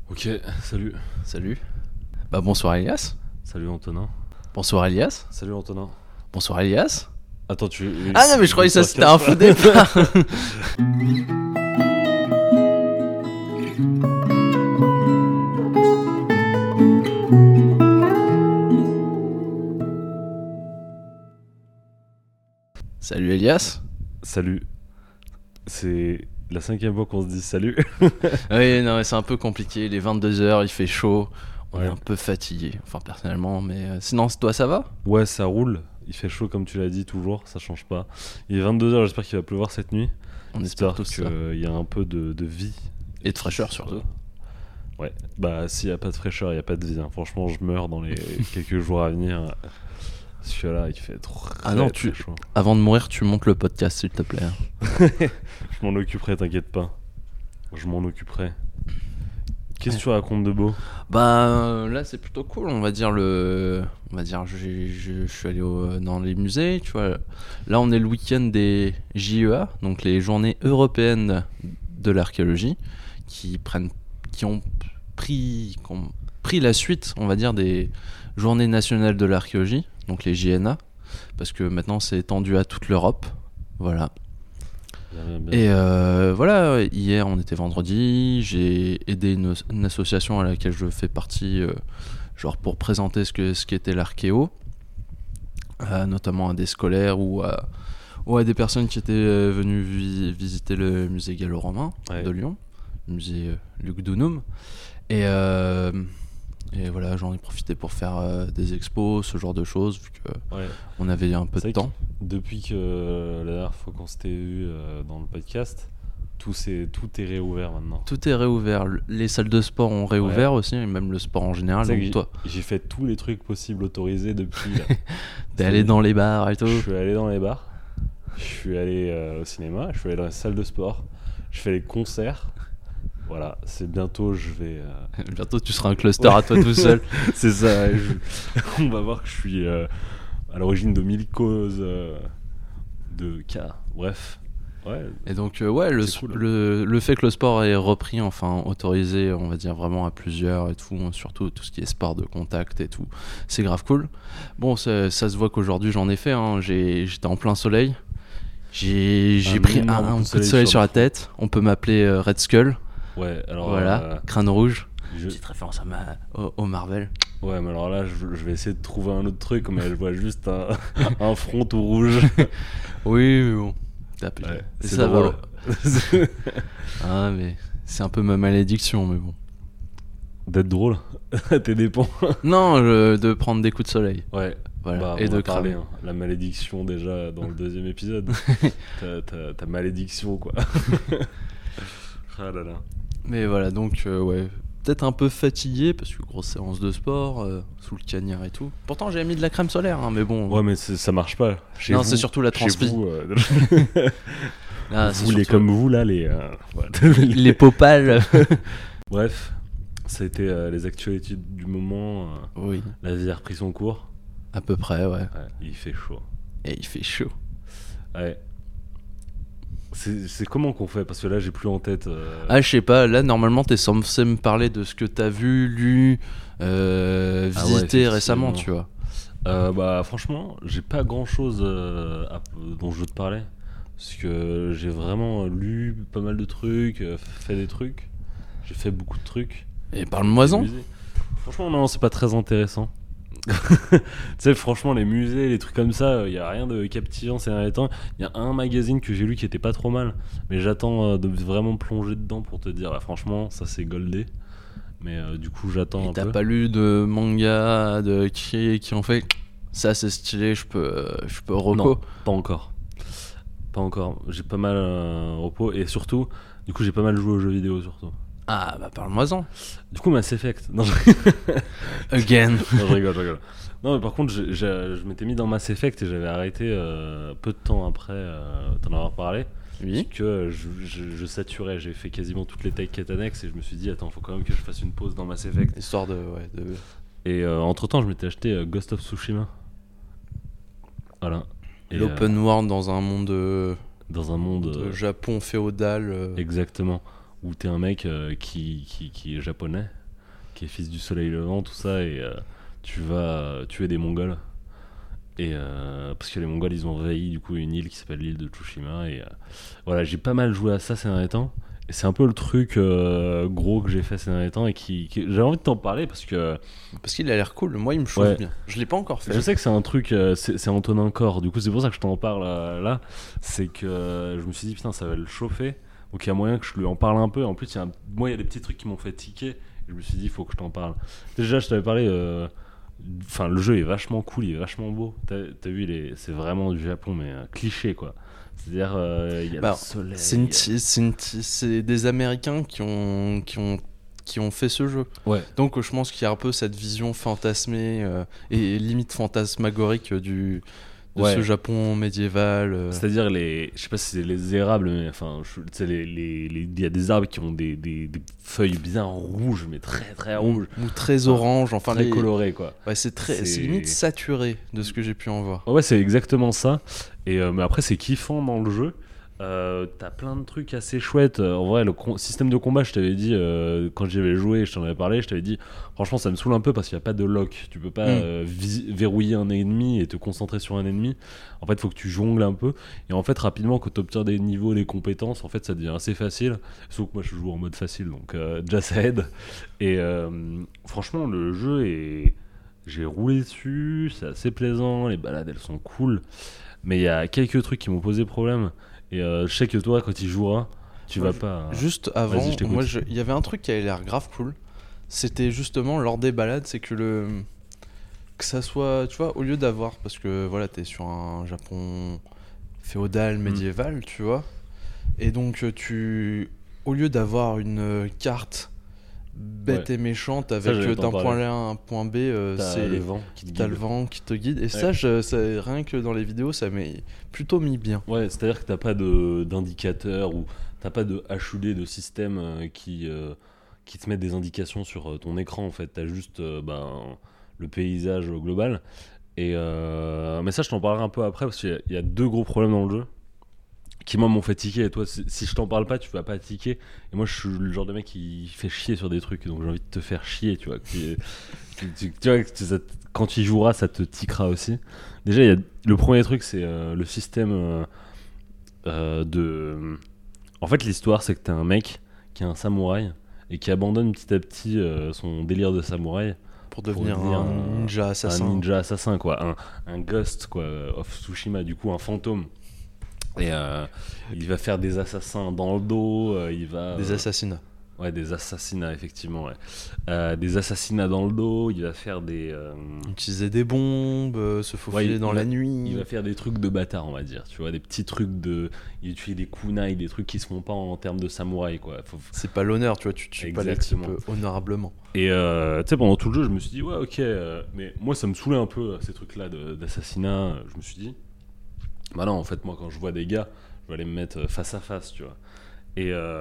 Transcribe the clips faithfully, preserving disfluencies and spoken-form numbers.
Ok, salut. Salut. Bah bonsoir Elias. Salut Antonin. Bonsoir Elias. Salut Antonin. Bonsoir Elias. Attends, tu... Ah non mais je croyais que ça c'était un faux départ. Salut Elias. Salut. C'est la cinquième fois qu'on se dit salut. Oui non mais c'est un peu compliqué, il est vingt-deux heures, il fait chaud. On Ouais. est un peu fatigué, enfin personnellement, mais euh, sinon toi ça va? Ouais, ça roule. Il fait chaud comme tu l'as dit toujours, ça change pas. Il est vingt-deux heures, j'espère qu'il va pleuvoir cette nuit. On espère J'espère tous ça. qu'il y a un peu de, de vie. Et de fraîcheur surtout. Ouais, bah s'il n'y a pas de fraîcheur, il n'y a pas de vie. hein. Franchement, je meurs dans les quelques jours à venir. Parce que là, il fait trop Ah non, très tu- chaud. Avant de mourir tu montes le podcast s'il te plaît. Je m'en occuperai, t'inquiète pas. Je m'en occuperai. Qu'est-ce que tu racontes de beau? Bah euh, là c'est plutôt cool, on va dire le, on va dire j'ai- je, je suis allé au- dans les musées, tu vois. Là on est le week-end des J E A, donc les Journées européennes de l'archéologie, qui prennent, qui ont pris, qui ont pris la suite, on va dire des Journées nationales de l'archéologie, donc les J N A, parce que maintenant c'est étendu à toute l'Europe, voilà. Bien, bien, bien. Et euh, voilà, hier on était vendredi, j'ai aidé une, une association à laquelle je fais partie, euh, genre pour présenter ce que ce qu'était l'archéo, euh, notamment à des scolaires ou à, ou à des personnes qui étaient euh, venues vi- visiter le musée gallo-romain Ouais. de Lyon, le musée euh, Lugdunum. Et, euh, et voilà, j'en ai profité pour faire euh, des expos, ce genre de choses, vu Ouais. qu'on avait un peu C'est de vrai temps. Depuis que euh, la dernière fois qu'on s'était eu euh, dans le podcast, tout, c'est, tout est réouvert maintenant. Tout est réouvert, les salles de sport ont réouvert aussi, et même le sport en général. C'est vrai Donc que toi, j'ai, j'ai fait tous les trucs possibles autorisés depuis. euh, t'es allé dans les bars et tout. Je suis allé dans les bars, je suis allé euh, au cinéma, je suis allé dans les salles de sport, je fais les concerts. Voilà, c'est bientôt, je vais. euh, Bientôt tu seras un cluster à toi tout seul. c'est ça, je- on va voir que je suis euh, à l'origine de mille causes, euh, de cas, bref. Ouais, Et donc euh, ouais, le, C'est cool. le, le fait que le sport est repris, enfin autorisé, on va dire vraiment à plusieurs et tout, surtout tout ce qui est sport de contact et tout, c'est grave cool. Bon, ça, ça se voit qu'aujourd'hui j'en ai fait, hein. J'ai, j'étais en plein soleil, j'ai, j'ai Un pris un, énorme un coup de coup de soleil soleil sur sur le la tête, on peut m'appeler euh, Red Skull, ouais, alors. voilà, euh, crâne rouge, je- petite référence à ma, au, au Marvel. Ouais, mais alors là, je, je vais essayer de trouver un autre truc, mais je vois juste un, un front tout rouge. Oui, mais bon, t'as- Ouais, c'est c'est ça drôle. va. Ah mais c'est un peu ma malédiction, mais bon. D'être drôle, à tes dépens. Non, je- de prendre des coups de soleil. Ouais, Voilà. bah, et on de va parler, cramer. hein. La malédiction déjà dans le deuxième épisode. ta, ta, ta malédiction, quoi. Ah là là. Mais voilà, donc euh, ouais, peut-être un peu fatigué parce que grosse séance de sport, euh, sous le cagnard et tout. Pourtant j'ai mis de la crème solaire, hein, mais bon. Ouais, mais c'est- ça marche pas. Chez Non, vous- c'est surtout la chez transpi. vous, euh, Là, c'est vous, les surtout comme vous, là, les. euh, ouais. les peaux pâles. Bref, ça a été euh, les actualités du moment. euh, Oui, la vie a repris son cours. à peu près, ouais. Ouais, il fait chaud. Et il fait chaud. Ouais. C'est, c'est comment qu'on fait? Parce que là, j'ai plus en tête. euh, Ah, je sais pas, là normalement t'es censé me parler de ce que t'as vu, lu, euh, Ah ouais, visité effectivement. récemment, tu vois. euh, bah, franchement, j'ai pas grand chose dont je veux te parler. Parce que j'ai vraiment lu pas mal de trucs, euh, fait des trucs. J'ai fait beaucoup de trucs. Et parle-moi-en. Les musées. Franchement, non, c'est pas très intéressant. Tu sais, franchement, les musées, les trucs comme ça, il y a rien de captivant ces derniers temps. Il y a un magazine que j'ai lu qui était pas trop mal, mais j'attends euh, de vraiment plonger dedans pour te dire, ah, franchement, ça c'est goldé. Mais euh, du coup, j'attends Et un t'as peu. pas lu de manga de qui, qui ont fait ça c'est stylé, je peux, je peux reco. Non, pas encore. Pas encore. J'ai pas mal euh, repos et surtout, du coup, j'ai pas mal joué aux jeux vidéo surtout. Ah bah parle-moi-en. Du coup, Mass Effect. Non, je, Again. non, je rigole, je rigole. Non, mais par contre, je, je, je m'étais mis dans Mass Effect et j'avais arrêté euh, peu de temps après euh, t'en avoir parlé. Oui. Que je, je, je saturais, j'ai fait quasiment toutes les tailles quêtes annexes et je me suis dit, attends, faut quand même que je fasse une pause dans Mass Effect. Histoire de, ouais, de... Et euh, entre temps, je m'étais acheté euh, Ghost of Tsushima. Voilà. Et, l'open world dans un monde euh, euh, dans un monde. de euh, Japon féodal. euh, Exactement. où t'es un mec euh, qui, qui, qui est japonais, qui est fils du soleil levant, tout ça, et euh, tu vas tuer des Mongols. Et euh, parce que les Mongols ils ont envahi du coup une île qui s'appelle l'île de Tsushima. Et euh, voilà, j'ai pas mal joué à ça ces derniers temps. Et c'est un peu le truc euh, gros que j'ai fait ces derniers temps et qui, qui- j'ai envie de t'en parler parce que Parce qu'il a l'air cool, moi il me chauffe ouais, bien. Je l'ai pas encore fait. je sais que c'est un truc, euh, c'est, c'est Antonin Corps, du coup c'est pour ça que je t'en parle euh, là. C'est que euh, je me suis dit putain ça va le chauffer, donc il y a moyen que je lui en parle un peu. En plus, il y a un- moi il y a des petits trucs qui m'ont fait tiquer. Et je me suis dit il faut que je t'en parle. Déjà je t'avais parlé, euh, enfin le jeu est vachement cool, il est vachement beau. T'as, t'as vu, il est- c'est vraiment du Japon mais euh, cliché quoi. C'est-à-dire euh, il y a Bah, le soleil. c'est, une il y a- ti- c'est, une ti- c'est des Américains qui ont, qui, ont, qui ont fait ce jeu. Ouais. Donc euh, je pense qu'il y a un peu cette vision fantasmée euh, et limite fantasmagorique euh, du, de Ouais. ce Japon médiéval. euh. C'est-à-dire les, je sais pas si c'est les érables, mais enfin, je- tu sais, les, les, les- il y a des arbres qui ont des, des, des feuilles bien rouges, mais très très rouges, Ou très orange, enfin très les... colorées quoi. Ouais, c'est, très, c'est... C'est- limite saturé de ce que j'ai pu en voir. Ouais, c'est exactement ça. Et euh, mais après, c'est kiffant dans le jeu. Euh, t'as plein de trucs assez chouettes. Euh, En vrai, le con- système de combat, je t'avais dit euh, quand j'y avais joué, je t'en avais parlé, je t'avais dit, franchement, ça me saoule un peu parce qu'il n'y a pas de lock. Tu peux pas Mm. euh, vis- verrouiller un ennemi et te concentrer sur un ennemi. En fait, il faut que tu jongles un peu. Et en fait, rapidement, quand tu obtiens des niveaux, des compétences, en fait, ça devient assez facile. Sauf que moi, je joue en mode facile, donc euh, déjà ça aide. Et euh, franchement, le jeu est. J'ai roulé dessus, c'est assez plaisant, les balades elles sont cool. Mais il y a quelques trucs qui m'ont posé problème. Et euh, je sais que toi, quand il jouera, tu Moi, vas pas. Juste avant, Vas-y, je t'écoute. moi, je- il y avait un truc qui avait l'air grave cool. C'était justement lors des balades, c'est que le que ça soit, tu vois, au lieu d'avoir, parce que voilà, t'es sur un Japon féodal, médiéval, tu vois, et donc euh, tu, au lieu d'avoir une euh, carte bête Ouais. et méchante Ça, avec j'allais euh, t'en d'un parler. point A à un point B, euh, T'as c'est le vent qui te t'as guide. le vent qui te guide. Et ça, je, ça, rien que dans les vidéos, ça m'a plutôt mis bien. Ouais, c'est-à-dire que t'as pas de, d'indicateur ou t'as pas de H U D de système euh, qui, euh, qui te met des indications sur euh, ton écran en fait. T'as juste euh, ben, le paysage global. Et euh, mais ça, je t'en parlerai un peu après parce qu'il y a- il y a deux gros problèmes dans le jeu qui moi m'ont fait tiquer. Et toi, si, si je t'en parle pas, tu vas pas tiquer. Et moi, je suis le genre de mec qui fait chier sur des trucs, donc j'ai envie de te faire chier, tu vois. Qui- tu, tu- tu vois, que ça te- quand tu y joueras, ça te tiquera aussi. Déjà, il y a, le premier truc, c'est euh, le système euh, euh, de. En fait, l'histoire, c'est que t'es un mec qui est un samouraï et qui abandonne petit à petit euh, son délire de samouraï Pour devenir, devenir un un- ninja assassin. un ninja assassin, quoi, un, un ghost, quoi, of Tsushima, du coup, un fantôme. Et euh, il va faire des assassins dans le dos, euh, il va. Des euh, assassinats. Ouais, des assassinats, effectivement, ouais. Euh, des assassinats dans le dos, il va faire des. euh, Utiliser des bombes, euh, se faufiler Ouais, il- dans il la va- nuit. Il va faire des trucs de bâtard, on va dire, tu vois, des petits trucs de. Il utilise des kunai, des trucs qui se font pas en termes de samouraï, quoi. Faut- C'est pas l'honneur, tu vois, tu tues pas les types Exactement. euh, honorablement. Et euh, tu sais, pendant tout le jeu, je me suis dit, ouais, ok, euh, mais moi, ça me saoulait un peu, euh, ces trucs-là de- d'assassinat. Je me suis dit, bah non, en fait, moi, quand je vois des gars, je vais aller me mettre euh, face à face, tu vois. Et euh,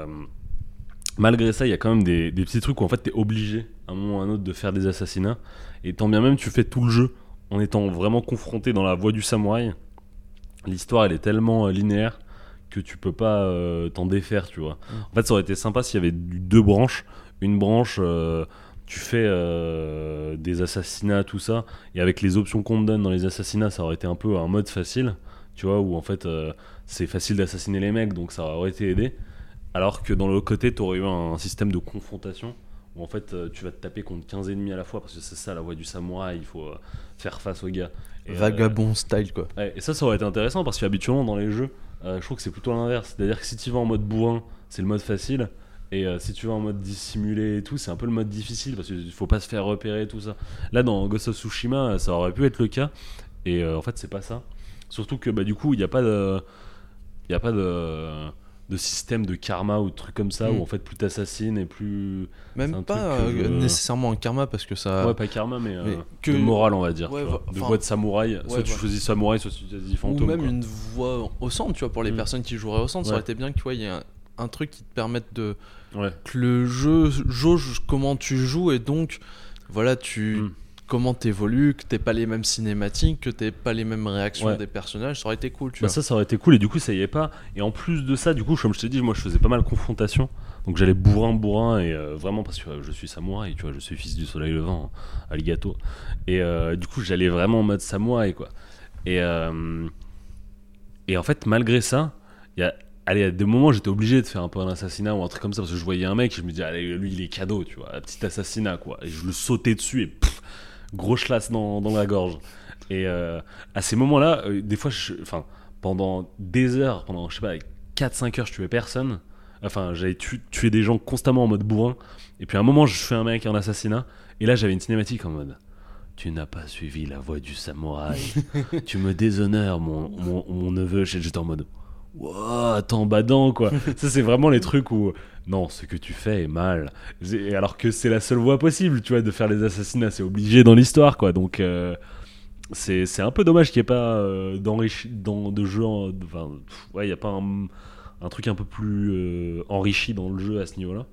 malgré ça, il y a quand même des, des petits trucs où, en fait, t'es obligé, à un moment ou à un autre, de faire des assassinats. Et tant bien même, tu fais tout le jeu en étant vraiment confronté dans la voie du samouraï. L'histoire, elle est tellement euh, linéaire que tu peux pas euh, t'en défaire, tu vois. En fait, ça aurait été sympa s'il y avait du- deux branches. Une branche, euh, tu fais euh, des assassinats, tout ça, et avec les options qu'on te donne dans les assassinats, ça aurait été un peu un mode facile, tu vois, où en fait, euh, c'est facile d'assassiner les mecs, donc ça aurait été aidé. Alors que dans l'autre côté, tu aurais eu un système de confrontation où en fait, euh, tu vas te taper contre quinze ennemis à la fois, parce que c'est ça la voie du samouraï, il faut euh, faire face aux gars. Et, euh, Vagabond style, quoi. Ouais, et ça, ça aurait été intéressant parce qu'habituellement dans les jeux, euh, je trouve que c'est plutôt l'inverse. C'est-à-dire que si tu vas en mode bourrin, c'est le mode facile. Et euh, si tu vas en mode dissimulé et tout, c'est un peu le mode difficile parce qu'il faut pas se faire repérer et tout ça. Là, dans Ghost of Tsushima, ça aurait pu être le cas. Et euh, en fait, c'est pas ça. Surtout que bah, du coup, il n'y a pas de. Il y a pas de. de système de karma ou de trucs comme ça Mm. où en fait plus t'assassines et plus. C'est un Même pas truc que euh, je- nécessairement un karma parce que ça. Ouais, pas karma, mais, euh, mais que- de morale, on va dire. Ouais, tu vois. va- de enfin- voie de samouraï. soit ouais, tu voilà. choisis samouraï, soit tu choisis Ou fantôme. même quoi. une voie au centre, tu vois, pour les Mm. personnes qui joueraient au centre, ça Ouais. aurait été bien qu'il y ait un, un truc qui te permette de. Ouais. Que le jeu jauge comment tu joues et donc, voilà, tu. Mm. Comment t'évolues, que t'aies pas les mêmes cinématiques, que t'aies pas les mêmes réactions Ouais. des personnages, ça aurait été cool, tu Bah vois. ça, ça aurait été cool et du coup ça y est pas. Et en plus de ça, du coup, comme je t'ai dit, moi je faisais pas mal de confrontation. Donc j'allais bourrin bourrin et euh, vraiment parce que euh, je suis samouraï, tu vois, je suis fils du soleil levant, hein, arigato. Et euh, du coup j'allais vraiment en mode samouraï quoi. Et euh, et en fait malgré ça, il y a allez, à des moments j'étais obligé de faire un peu un assassinat ou un truc comme ça parce que je voyais un mec, je me disais allez lui il est cadeau, tu vois, un petit assassinat quoi. Et je le sautais dessus et pff, gros chlasse dans dans la gorge. Et euh, à ces moments-là, euh, des fois, je, enfin, pendant des heures, pendant, je sais pas, quatre cinq heures, je tuais personne. Enfin, j'avais tu, tué des gens constamment en mode bourrin. Et puis à un moment, je fais un mec en assassinat. Et là, j'avais une cinématique en mode tu n'as pas suivi la voie du samouraï. Tu me déshonores, mon, mon, mon neveu. J'étais en mode wow, attends, badant quoi. Ça, c'est vraiment les trucs où non, ce que tu fais est mal. Et alors que c'est la seule voie possible, tu vois, de faire les assassinats. C'est obligé dans l'histoire quoi. Donc. Euh, C'est, c'est un peu dommage qu'il n'y ait pas euh, d'enrichi, dans, de jeu. En- Enfin, pff, ouais, il n'y a pas un, un truc un peu plus euh, enrichi dans le jeu à ce niveau-là.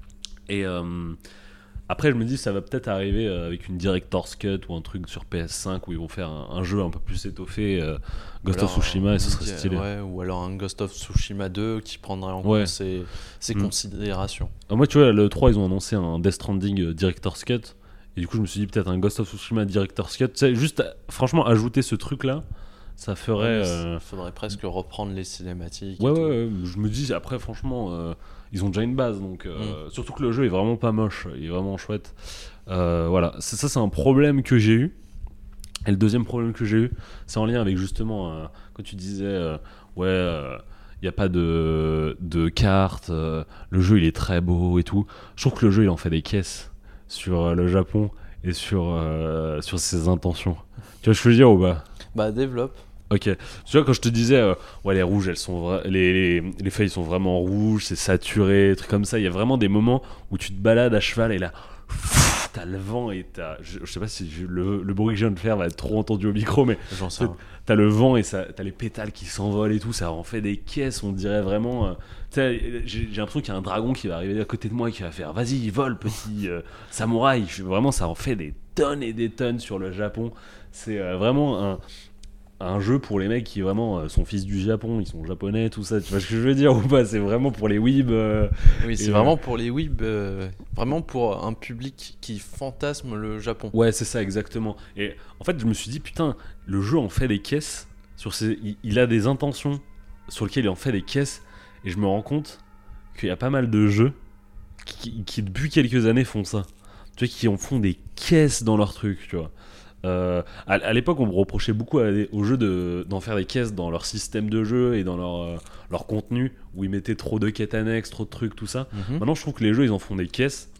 Et euh, après, je me dis, ça va peut-être arriver euh, avec une Director's Cut ou un truc sur P S cinq où ils vont faire un, un jeu un peu plus étoffé, euh, Ghost Alors, of Tsushima, et ce on serait dit- stylé. ouais, ou alors un Ghost of Tsushima deux qui prendrait en Ouais. compte ces, ces Mm. considérations. Alors moi, tu vois, le trois, ils ont annoncé un Death Stranding euh, Director's Cut. Et du coup, je me suis dit, peut-être un Ghost of Tsushima Director's Cut. Tu sais, juste, euh, franchement, ajouter ce truc-là, ça ferait. Ouais, mais euh, il faudrait presque reprendre les cinématiques. et Ouais, ouais, tout. ouais, je me dis, après, franchement, euh, ils ont déjà une base, donc euh, surtout que le jeu est vraiment pas moche, il est vraiment chouette. Euh, voilà, ça, ça, c'est un problème que j'ai eu. Et le deuxième problème que j'ai eu, c'est en lien avec justement, euh, quand tu disais, euh, ouais, il n'y a pas de, de cartes, euh, le jeu il est très beau et tout. Je trouve que le jeu il en fait des caisses sur euh, le Japon et sur, euh, sur ses intentions. Tu vois ce que je veux dire ou pas? Bah, développe. Ok. Tu vois, quand je te disais, euh, ouais, les rouges, elles sont vra- les, les, les feuilles sont vraiment rouges, c'est saturé, des trucs comme ça. Il y a vraiment des moments où tu te balades à cheval et là, pff, t'as le vent et t'as. Je, je sais pas si je- le, le bruit que je viens de faire va être trop entendu au micro, mais J'en sais rien. t'as le vent et ça, t'as les pétales qui s'envolent et tout. Ça en fait des caisses, on dirait vraiment. euh, tu sais, j'ai, j'ai l'impression qu'il y a un dragon qui va arriver à côté de moi et qui va faire vas-y, vole, petit euh, samouraï. Je- vraiment, ça en fait des tonnes et des tonnes sur le Japon. C'est euh, vraiment un un jeu pour les mecs qui vraiment euh, sont fils du Japon, ils sont japonais, tout ça, tu vois ce que je veux dire ou pas? C'est vraiment pour les weebs. euh, Oui, c'est et, vraiment euh, pour les weebs, euh, vraiment pour un public qui fantasme le Japon. Ouais, c'est ça, exactement. Et en fait, je me suis dit, putain, le jeu en fait des caisses, sur ses... il, il a des intentions sur lesquelles il en fait des caisses, et je me rends compte qu'il y a pas mal de jeux qui, qui depuis quelques années font ça. Tu vois, qui en font des caisses dans leur truc, tu vois. Euh, à, à l'époque, on me reprochait beaucoup à- aux jeux de, d'en faire des caisses dans leur système de jeu et dans leur, euh, leur contenu, où ils mettaient trop de quêtes annexes, trop de trucs, tout ça. Mhm. Maintenant, je trouve que les jeux, ils en font des caisses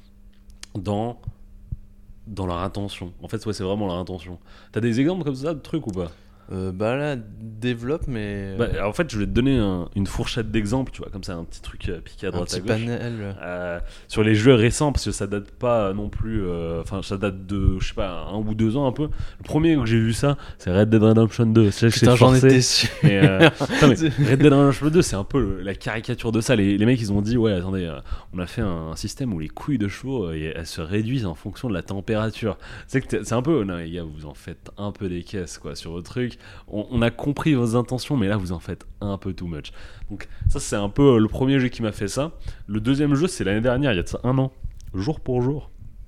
dans, dans leur intention. En fait, ouais, c'est vraiment leur intention. T'as des exemples comme ça de trucs ou pas? Euh, bah là, développe, mais. Bah, en fait, je vais te donner un- une fourchette d'exemples, tu vois, comme ça, un petit truc euh, piqué à un droite à petit gauche. panel. Euh, sur les jeux récents, parce que ça date pas non plus, euh, enfin ça date de, je sais pas, un ou deux ans un peu. Le premier que j'ai vu ça, c'est Red Dead Redemption deux. Je sais que Putain, c'est j'en forcé, étais sûr. mais, euh, putain, mais Red Dead Redemption deux, c'est un peu le- la caricature de ça. Les, les mecs, ils ont dit, ouais, attendez, euh, on a fait un, un système où les couilles de chevaux, euh, elles se réduisent en fonction de la température. C'est que t'es- c'est un peu, non les gars, vous en faites un peu des caisses quoi sur vos trucs. On, on a compris vos intentions, mais là vous en faites un peu too much. Donc ça c'est un peu euh, le premier jeu qui m'a fait ça. Le deuxième jeu c'est l'année dernière, il y a de ça un an, jour pour jour.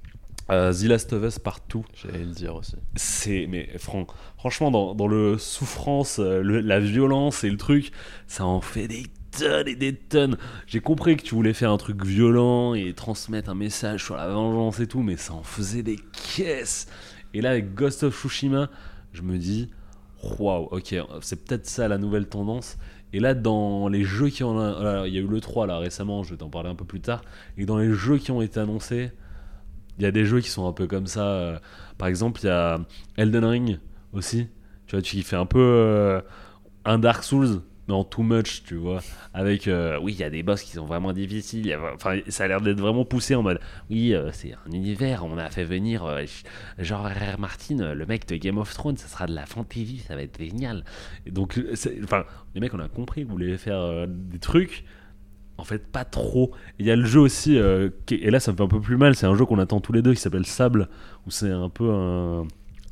Euh, The Last of Us Partout. J'allais le dire aussi. C'est mais fran- franchement dans, dans le souffrance, euh, le- la violence et le truc, ça en fait des tonnes et des tonnes. J'ai compris que tu voulais faire un truc violent et transmettre un message sur la vengeance et tout, mais ça en faisait des caisses. Et là avec Ghost of Tsushima, je me dis waouh, ok, c'est peut-être ça la nouvelle tendance. Et là, dans les jeux qui ont. Alors, il y a eu le trois là récemment, je vais t'en parler un peu plus tard. Et dans les jeux qui ont été annoncés, il y a des jeux qui sont un peu comme ça. euh, Par exemple, il y a Elden Ring aussi. Tu vois, tu qui fait un peu euh, un Dark Souls, mais en too much, tu vois. Avec, euh, oui, il y a des boss qui sont vraiment difficiles. il y a- Enfin, ça a l'air d'être vraiment poussé en mode, oui, euh, c'est un univers. On a fait venir euh, George R. R. Martin, euh, le mec de Game of Thrones. Ça sera de la fantasy, ça va être génial. Et donc, c'est- enfin, les mecs, on a compris que vous voulez faire euh, des trucs. En fait, pas trop. Il y a le jeu aussi, euh, qui est- et là ça me fait un peu plus mal, c'est un jeu qu'on attend tous les deux qui s'appelle Sable, où c'est un peu un,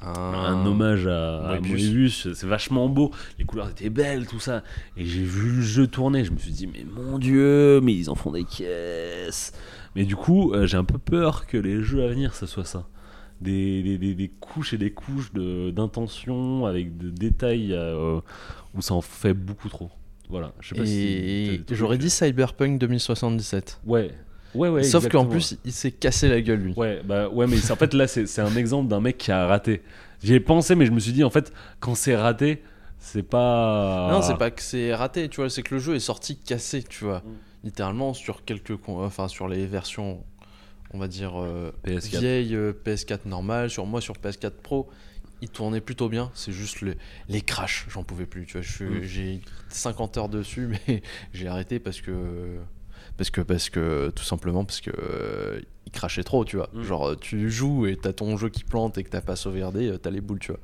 un hommage à, à Moebius. Moebius. C'est vachement beau, les couleurs étaient belles, tout ça. Et j'ai vu le jeu tourner, je me suis dit, mais mon Dieu, mais ils en font des caisses. Mais du coup, euh, j'ai un peu peur que les jeux à venir, ça soit ça. Des, des, des, des couches et des couches de, d'intention avec de détails euh, où ça en fait beaucoup trop. Voilà, je sais pas Et si t'as- j'aurais dit Cyberpunk deux mille soixante-dix-sept. Ouais, ouais, ouais. Sauf qu'en exactement. plus, il s'est cassé la gueule, lui. Ouais, bah ouais, mais c'est- en fait là, c'est, c'est un exemple d'un mec qui a raté. J'y ai pensé, mais je me suis dit, en fait, quand c'est raté, c'est pas. Non, c'est pas que c'est raté, tu vois, c'est que le jeu est sorti cassé, tu vois. Mm. Littéralement sur quelques, con- enfin sur les versions, on va dire euh, P S quatre. vieilles euh, P S quatre normales. Sur moi, sur P S quatre Pro, il tournait plutôt bien. C'est juste le- les crashs, j'en pouvais plus. Tu vois, je suis- Mm. j'ai cinquante heures dessus, mais j'ai arrêté parce que, parce que, parce que, tout simplement parce que euh, il crachait trop, tu vois. Mm. Genre, tu joues et t'as ton jeu qui plante et que t'as pas sauvegardé, euh, t'as les boules, tu vois.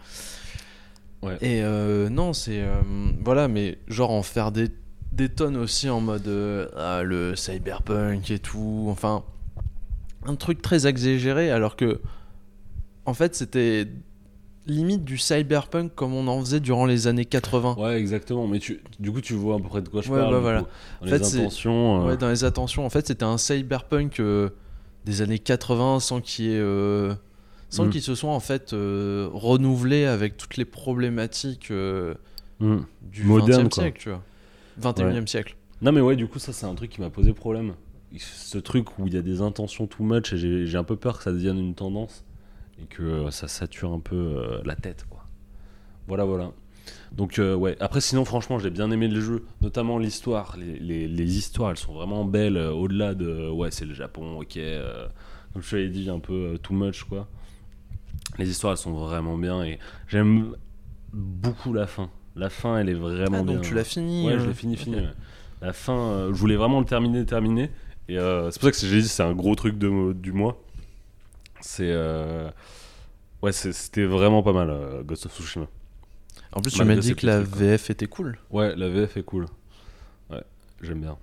Ouais. Et euh, non, c'est. euh, voilà, mais genre en faire des, des tonnes aussi en mode. euh, ah, le cyberpunk et tout. Enfin. Un truc très exagéré, alors que. En fait, c'était limite du cyberpunk comme on en faisait durant les années quatre-vingts. Ouais, exactement. Mais tu, du coup, tu vois à peu près de quoi je Ouais, parle. bah du voilà. coup. Dans En les fait, c'est- intentions. euh, Ouais, dans les attentions. En fait, c'était un cyberpunk euh, des années quatre-vingts sans qu'il y ait. euh, sans Mm. qu'il se soit en fait euh, renouvelé avec toutes les problématiques euh, hmm. du Moderne, vingtième quoi. siècle, tu vois. vingt et unième siècle. Non, mais ouais, du coup, ça, c'est un truc qui m'a posé problème. Ce truc où il y a des intentions too much, et j'ai, j'ai un peu peur que ça devienne une tendance et que euh, ça sature un peu euh, la tête, quoi. Voilà, voilà. Donc, euh, ouais. Après, sinon, franchement, j'ai bien aimé le jeu, notamment l'histoire. Les, les, les histoires, elles sont vraiment belles, euh, au-delà de. Ouais, c'est le Japon, ok. euh, comme je te l'avais dit, un peu euh, too much, quoi. Les histoires, elles sont vraiment bien et j'aime beaucoup la fin. La fin, elle est vraiment Ah, bien. donc tu l'as fini Ouais, euh, je l'ai fini, ok. fini. Ouais. La fin, euh, je voulais vraiment le terminer, terminer. Et euh, c'est pour ça que j'ai dit c'est un gros truc de, du mois. C'est. euh, Ouais, c'est- c'était vraiment pas mal, euh, Ghost of Tsushima. En plus, tu Malgré m'as dit ces que la petits trucs, V F était cool. Ouais, la V F est cool. Ouais, j'aime bien.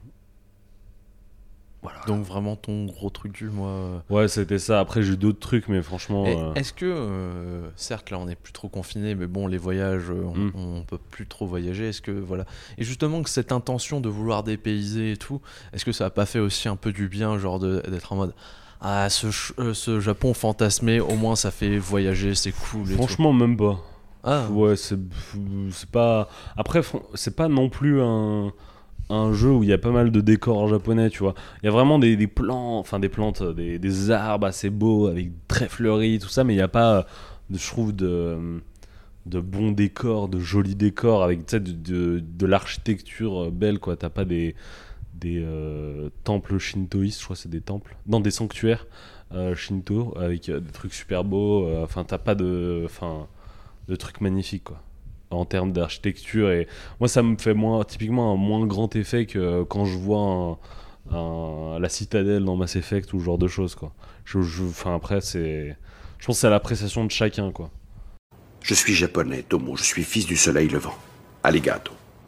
Voilà. Donc vraiment ton gros truc du mois. euh. Ouais, c'était ça. Après, j'ai eu d'autres trucs, mais franchement. Et euh, est-ce que, euh, certes là on est plus trop confiné, mais bon les voyages, euh, on, Mm. on peut plus trop voyager. Est-ce que voilà. Et justement que cette intention de vouloir dépayser et tout, est-ce que ça a pas fait aussi un peu du bien, genre de- d'être en mode ah ce, ch- euh, ce Japon fantasmé, au moins ça fait voyager, c'est cool. Et Franchement, même pas. tout. Ah Ouais, c'est c'est pas. Après, fran- c'est pas non plus un, un jeu où il y a pas mal de décors japonais, tu vois. Il y a vraiment des, des plants, enfin des plantes, des, des arbres assez beaux, avec très fleuris, tout ça, mais il n'y a pas, de- je trouve, de, de bons décors, de jolis décors, avec tu sais, de, de, de l'architecture belle, quoi. T'as pas des, des euh, temples shintoïstes, je crois que c'est des temples, non, des sanctuaires euh, shinto, avec euh, des trucs super beaux, euh, enfin, t'as pas de. Enfin de trucs magnifiques quoi en termes d'architecture et moi ça me fait moins typiquement un moins grand effet que quand je vois un, un- la citadelle dans Mass Effect ou ce genre de choses quoi. Je, je, enfin après c'est je pense que c'est à l'appréciation de chacun quoi. Je suis japonais, Tomo. Je suis fils du soleil levant. Arigato.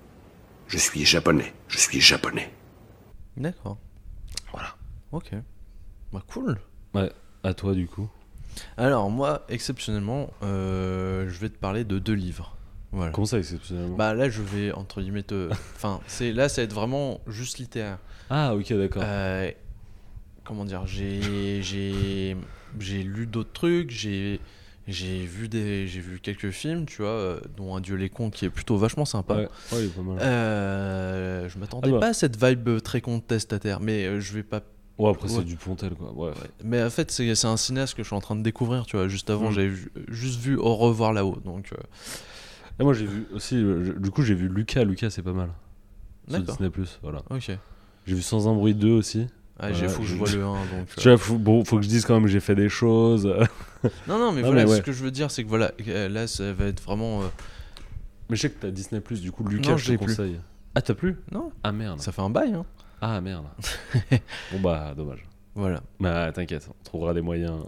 Je suis japonais. Je suis japonais. d'accord. Voilà. Ok. Bah cool. Ouais, à toi du coup. Alors moi exceptionnellement, euh, je vais te parler de deux livres. Voilà. Comment ça exceptionnellement? Bah là je vais entre guillemets te... Enfin c'est là ça va être vraiment juste littéraire. Ah ok d'accord. Euh, comment dire, j'ai j'ai j'ai lu d'autres trucs, j'ai j'ai vu des j'ai vu quelques films, tu vois, euh, dont Adieu les cons qui est plutôt vachement sympa. Ouais, ouais, il est pas mal. Euh, je m'attendais Ah bah. pas à cette vibe très contestataire, mais euh, je vais pas. Ouais après ouais. c'est du Pontel quoi. Ouais. Mais en fait c'est c'est un cinéaste que je suis en train de découvrir, tu vois. Juste avant Mm. j'avais vu- juste vu Au revoir là-haut, donc euh, Et moi j'ai vu aussi euh, je- du coup j'ai vu Lucas. Lucas c'est pas mal. Sur D'accord. Disney plus voilà. ok. J'ai vu Sans un bruit deux aussi. Ah, j'ai Ouais, fou que je je- vois le un, donc. Tu euh, vois, faut, bon, faut que je dise quand même que j'ai fait des choses. Non non mais Non, voilà, mais ouais. ce que je veux dire c'est que voilà, euh, là ça va être vraiment. euh, Mais je sais que t'as Disney Plus, du coup, Lucas, Non, je je te l'ai plus. conseille. Ah, t'as plus? Non, Ah merde. ça fait un bail, hein. Ah merde. Bon bah, dommage. Voilà. Bah, t'inquiète, on trouvera des moyens.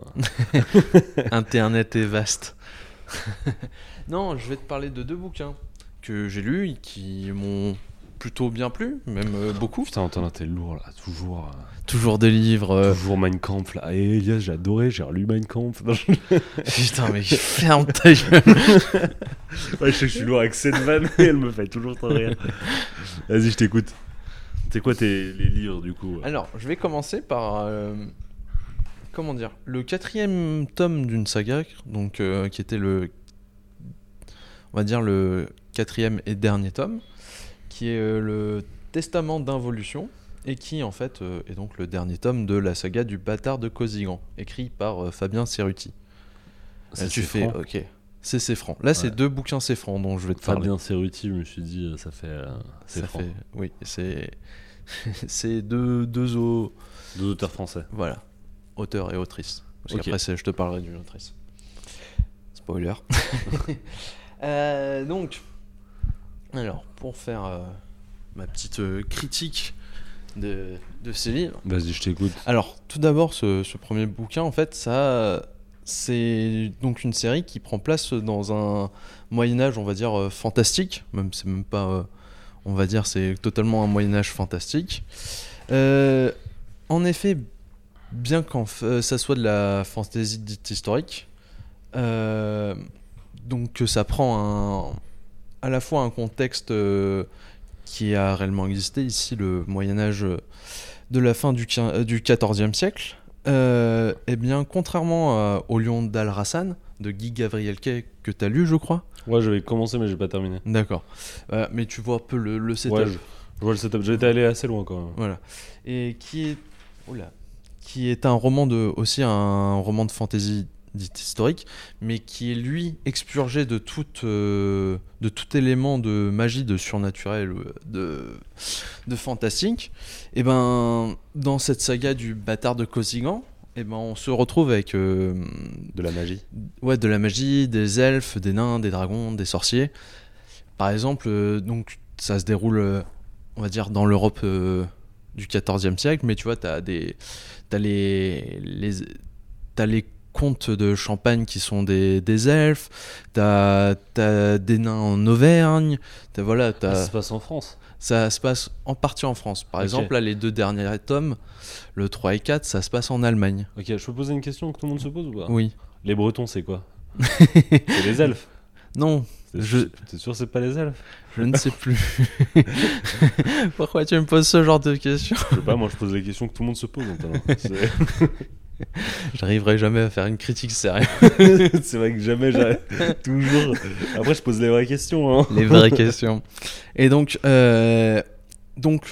Internet est vaste. Non, je vais te parler de deux bouquins que j'ai lus et qui m'ont plutôt bien plu, même euh, beaucoup. Putain, Antonin, t'es lourd là, toujours. euh, Toujours des livres. euh, Toujours Mein Kampf là. Et Elias, j'ai adoré, j'ai relu Mein Kampf. Non, je... Putain, mais ferme ta gueule. Ouais, je sais que je suis lourd avec cette vanne et elle me fait toujours trop rire. Vas-y, je t'écoute. C'est quoi tes les livres du coup? Alors, je vais commencer par. euh, comment dire? Le quatrième tome d'une saga, donc, euh, qui était le. On va dire le quatrième et dernier tome, qui est euh, le Testament d'involution, et qui en fait euh, est donc le dernier tome de la saga du bâtard de Cozigan, écrit par euh, Fabien Cerruti. C'est Là, tu Céfran. fais, ok. C'est Céfran. Là, c'est Ouais. deux bouquins Céfran dont je vais te parler. Fabien Cerruti, je me suis dit, ça fait. Euh, Ça Céfran. fait, oui, c'est c'est deux deux au- Deux auteurs français. voilà, auteur et autrice. Parce Ok. qu'après, c'est- je te parlerai d'une autrice. Spoiler. Euh, donc, alors, pour faire euh, ma petite euh, critique de, de ces livres. Vas-y, je t'écoute. Alors, tout d'abord, ce, ce premier bouquin, en fait, ça, c'est donc une série qui prend place dans un Moyen-Âge, on va dire, euh, fantastique. Même, c'est même pas, euh, on va dire, c'est totalement un Moyen-Âge fantastique. Euh, en effet, bien que ça soit de la fantasy dite historique, euh, donc que ça prend un, à la fois un contexte euh, qui a réellement existé, ici le Moyen-Âge de la fin du, quin- du quatorzième siècle, euh, eh bien, contrairement à- au Lion d'Al-Rassan, de Guy Gabriel Kay, que tu as lu, je crois. Ouais, j'avais commencé, mais j'ai pas terminé. D'accord. Euh, mais tu vois un peu le, le setup. Ouais, je, je vois le setup. J'étais allé assez loin quand même. Voilà. Et qui est, oula, qui est un roman de, aussi un roman de fantasy dit historique, mais qui est lui expurgé de tout, euh, de tout élément de magie, de surnaturel, euh, de, de fantastique. Et ben, dans cette saga du bâtard de Cozigan, et ben, on se retrouve avec euh, De la magie. ouais, de la magie, des elfes, des nains, des dragons, des sorciers. Par exemple, euh, donc ça se déroule, euh, on va dire, dans l'Europe euh, du quatorzième siècle, mais tu vois, t'as des, t'as les, les, t'as les comtes de Champagne qui sont des, des elfes, t'as, t'as des nains en Auvergne, t'as, voilà, t'as, Ah, ça se passe en France. ça se passe en partie en France. Par Ok. exemple, là, les deux derniers tomes, le trois et quatre, ça se passe en Allemagne. Ok, je peux poser une question que tout le monde se pose ou pas? Oui. Les Bretons, c'est quoi? C'est les elfes. Non, T'es Je- sûr- T'es sûr que c'est pas les elfes? je ne sais plus. Pourquoi tu me poses ce genre de questions? Je sais pas, moi je pose les questions que tout le monde se pose. Antonin. C'est J'arriverai jamais à faire une critique sérieuse. c'est vrai que jamais j'arrive. Toujours. Après, je pose les vraies questions. Hein. Les vraies questions. Et donc, euh, donc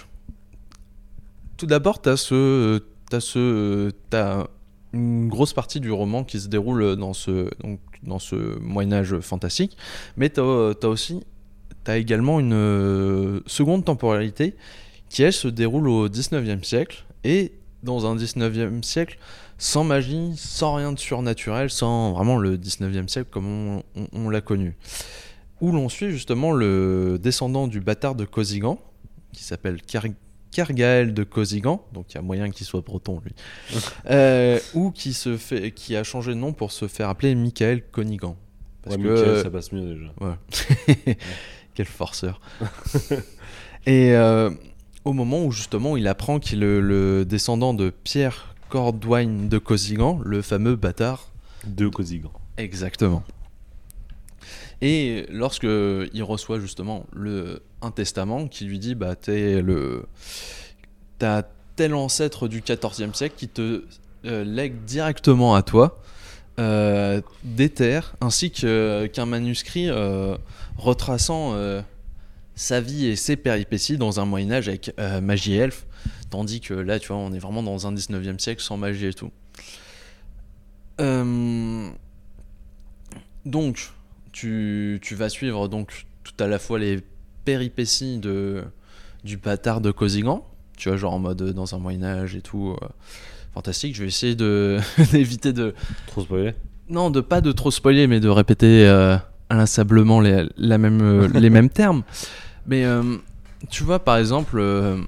tout d'abord, tu as ce, t'as ce, t'as une grosse partie du roman qui se déroule dans ce, donc, dans ce Moyen-Âge fantastique, mais tu as aussi, t'as également une euh, seconde temporalité qui, elle, se déroule au dix-neuvième siècle, et dans un dix-neuvième siècle sans magie, sans rien de surnaturel, sans vraiment le dix-neuvième siècle comme on, on- on l'a connu. Où l'on suit justement le descendant du bâtard de Cozigan, qui s'appelle Car- Cargaël de Cozigan, donc il y a moyen qu'il soit breton lui, euh, ou qui, se fait, qui a changé de nom pour se faire appeler Michael Conigan. Parce Ouais, que, Michael, ça passe mieux déjà. Ouais. Quel forceur. Et euh, au moment où justement il apprend qu'il est le, le descendant de Pierre Cordwaine de Cozigan, le fameux bâtard. Deux Cozigan. Exactement. Et lorsque il reçoit justement le, un testament qui lui dit bah t'es le t'as tel ancêtre du quatorzième siècle qui te euh, lègue directement à toi euh, des terres ainsi que, qu'un manuscrit euh, retraçant euh, sa vie et ses péripéties dans un Moyen-Âge avec euh, magie et elfe, tandis que là tu vois on est vraiment dans un dix-neuvième siècle sans magie et tout. Euh, donc tu, tu vas suivre donc tout à la fois les péripéties de, du bâtard de Cozigan, tu vois, genre en mode dans un Moyen-Âge et tout, euh, fantastique. Je vais essayer de d'éviter de Trop spoilé. non, de pas de trop spoiler, mais de répéter euh, inlassablement les, la même, euh, les mêmes termes. Mais euh, tu vois, par exemple, euh,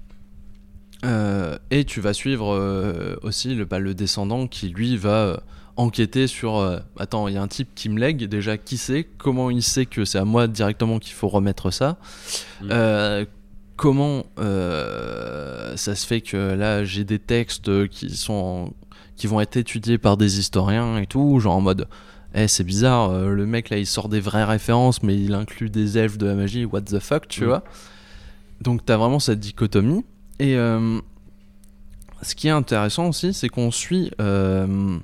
euh, et tu vas suivre euh, aussi le, bah, le descendant qui, lui, va euh, enquêter sur... euh, attends, il y a un type qui me lègue, déjà, qui sait? Comment il sait que c'est à moi directement qu'il faut remettre ça? Mm. Euh, comment euh, ça se fait que là j'ai des textes qui sont en- qui vont être étudiés par des historiens et tout, genre en mode eh c'est bizarre, euh, le mec là il sort des vraies références mais il inclut des elfes de la magie, what the fuck, tu Mm. vois. Donc t'as vraiment cette dichotomie. Et euh, ce qui est intéressant aussi, c'est qu'on suit, euh,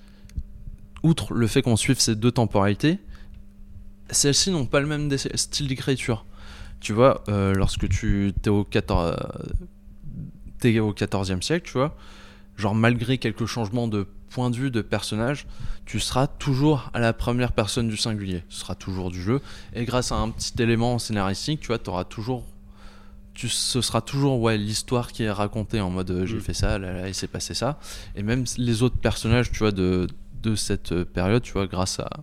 outre le fait qu'on suive ces deux temporalités, celles-ci n'ont pas le même dé- style d'écriture. Tu vois, euh, lorsque tu t'es au quatorze, t'es au quatorzième siècle, tu vois, genre malgré quelques changements de point de vue de personnage, tu seras toujours à la première personne du singulier. Ce sera toujours du jeu. Et grâce à un petit élément scénaristique, tu vois, t'auras toujours tu, ce sera toujours ouais, l'histoire qui est racontée en mode euh, j'ai Mm. fait ça, là, là, il s'est passé ça. Et même les autres personnages, tu vois, de, de cette euh, période, tu vois, grâce à,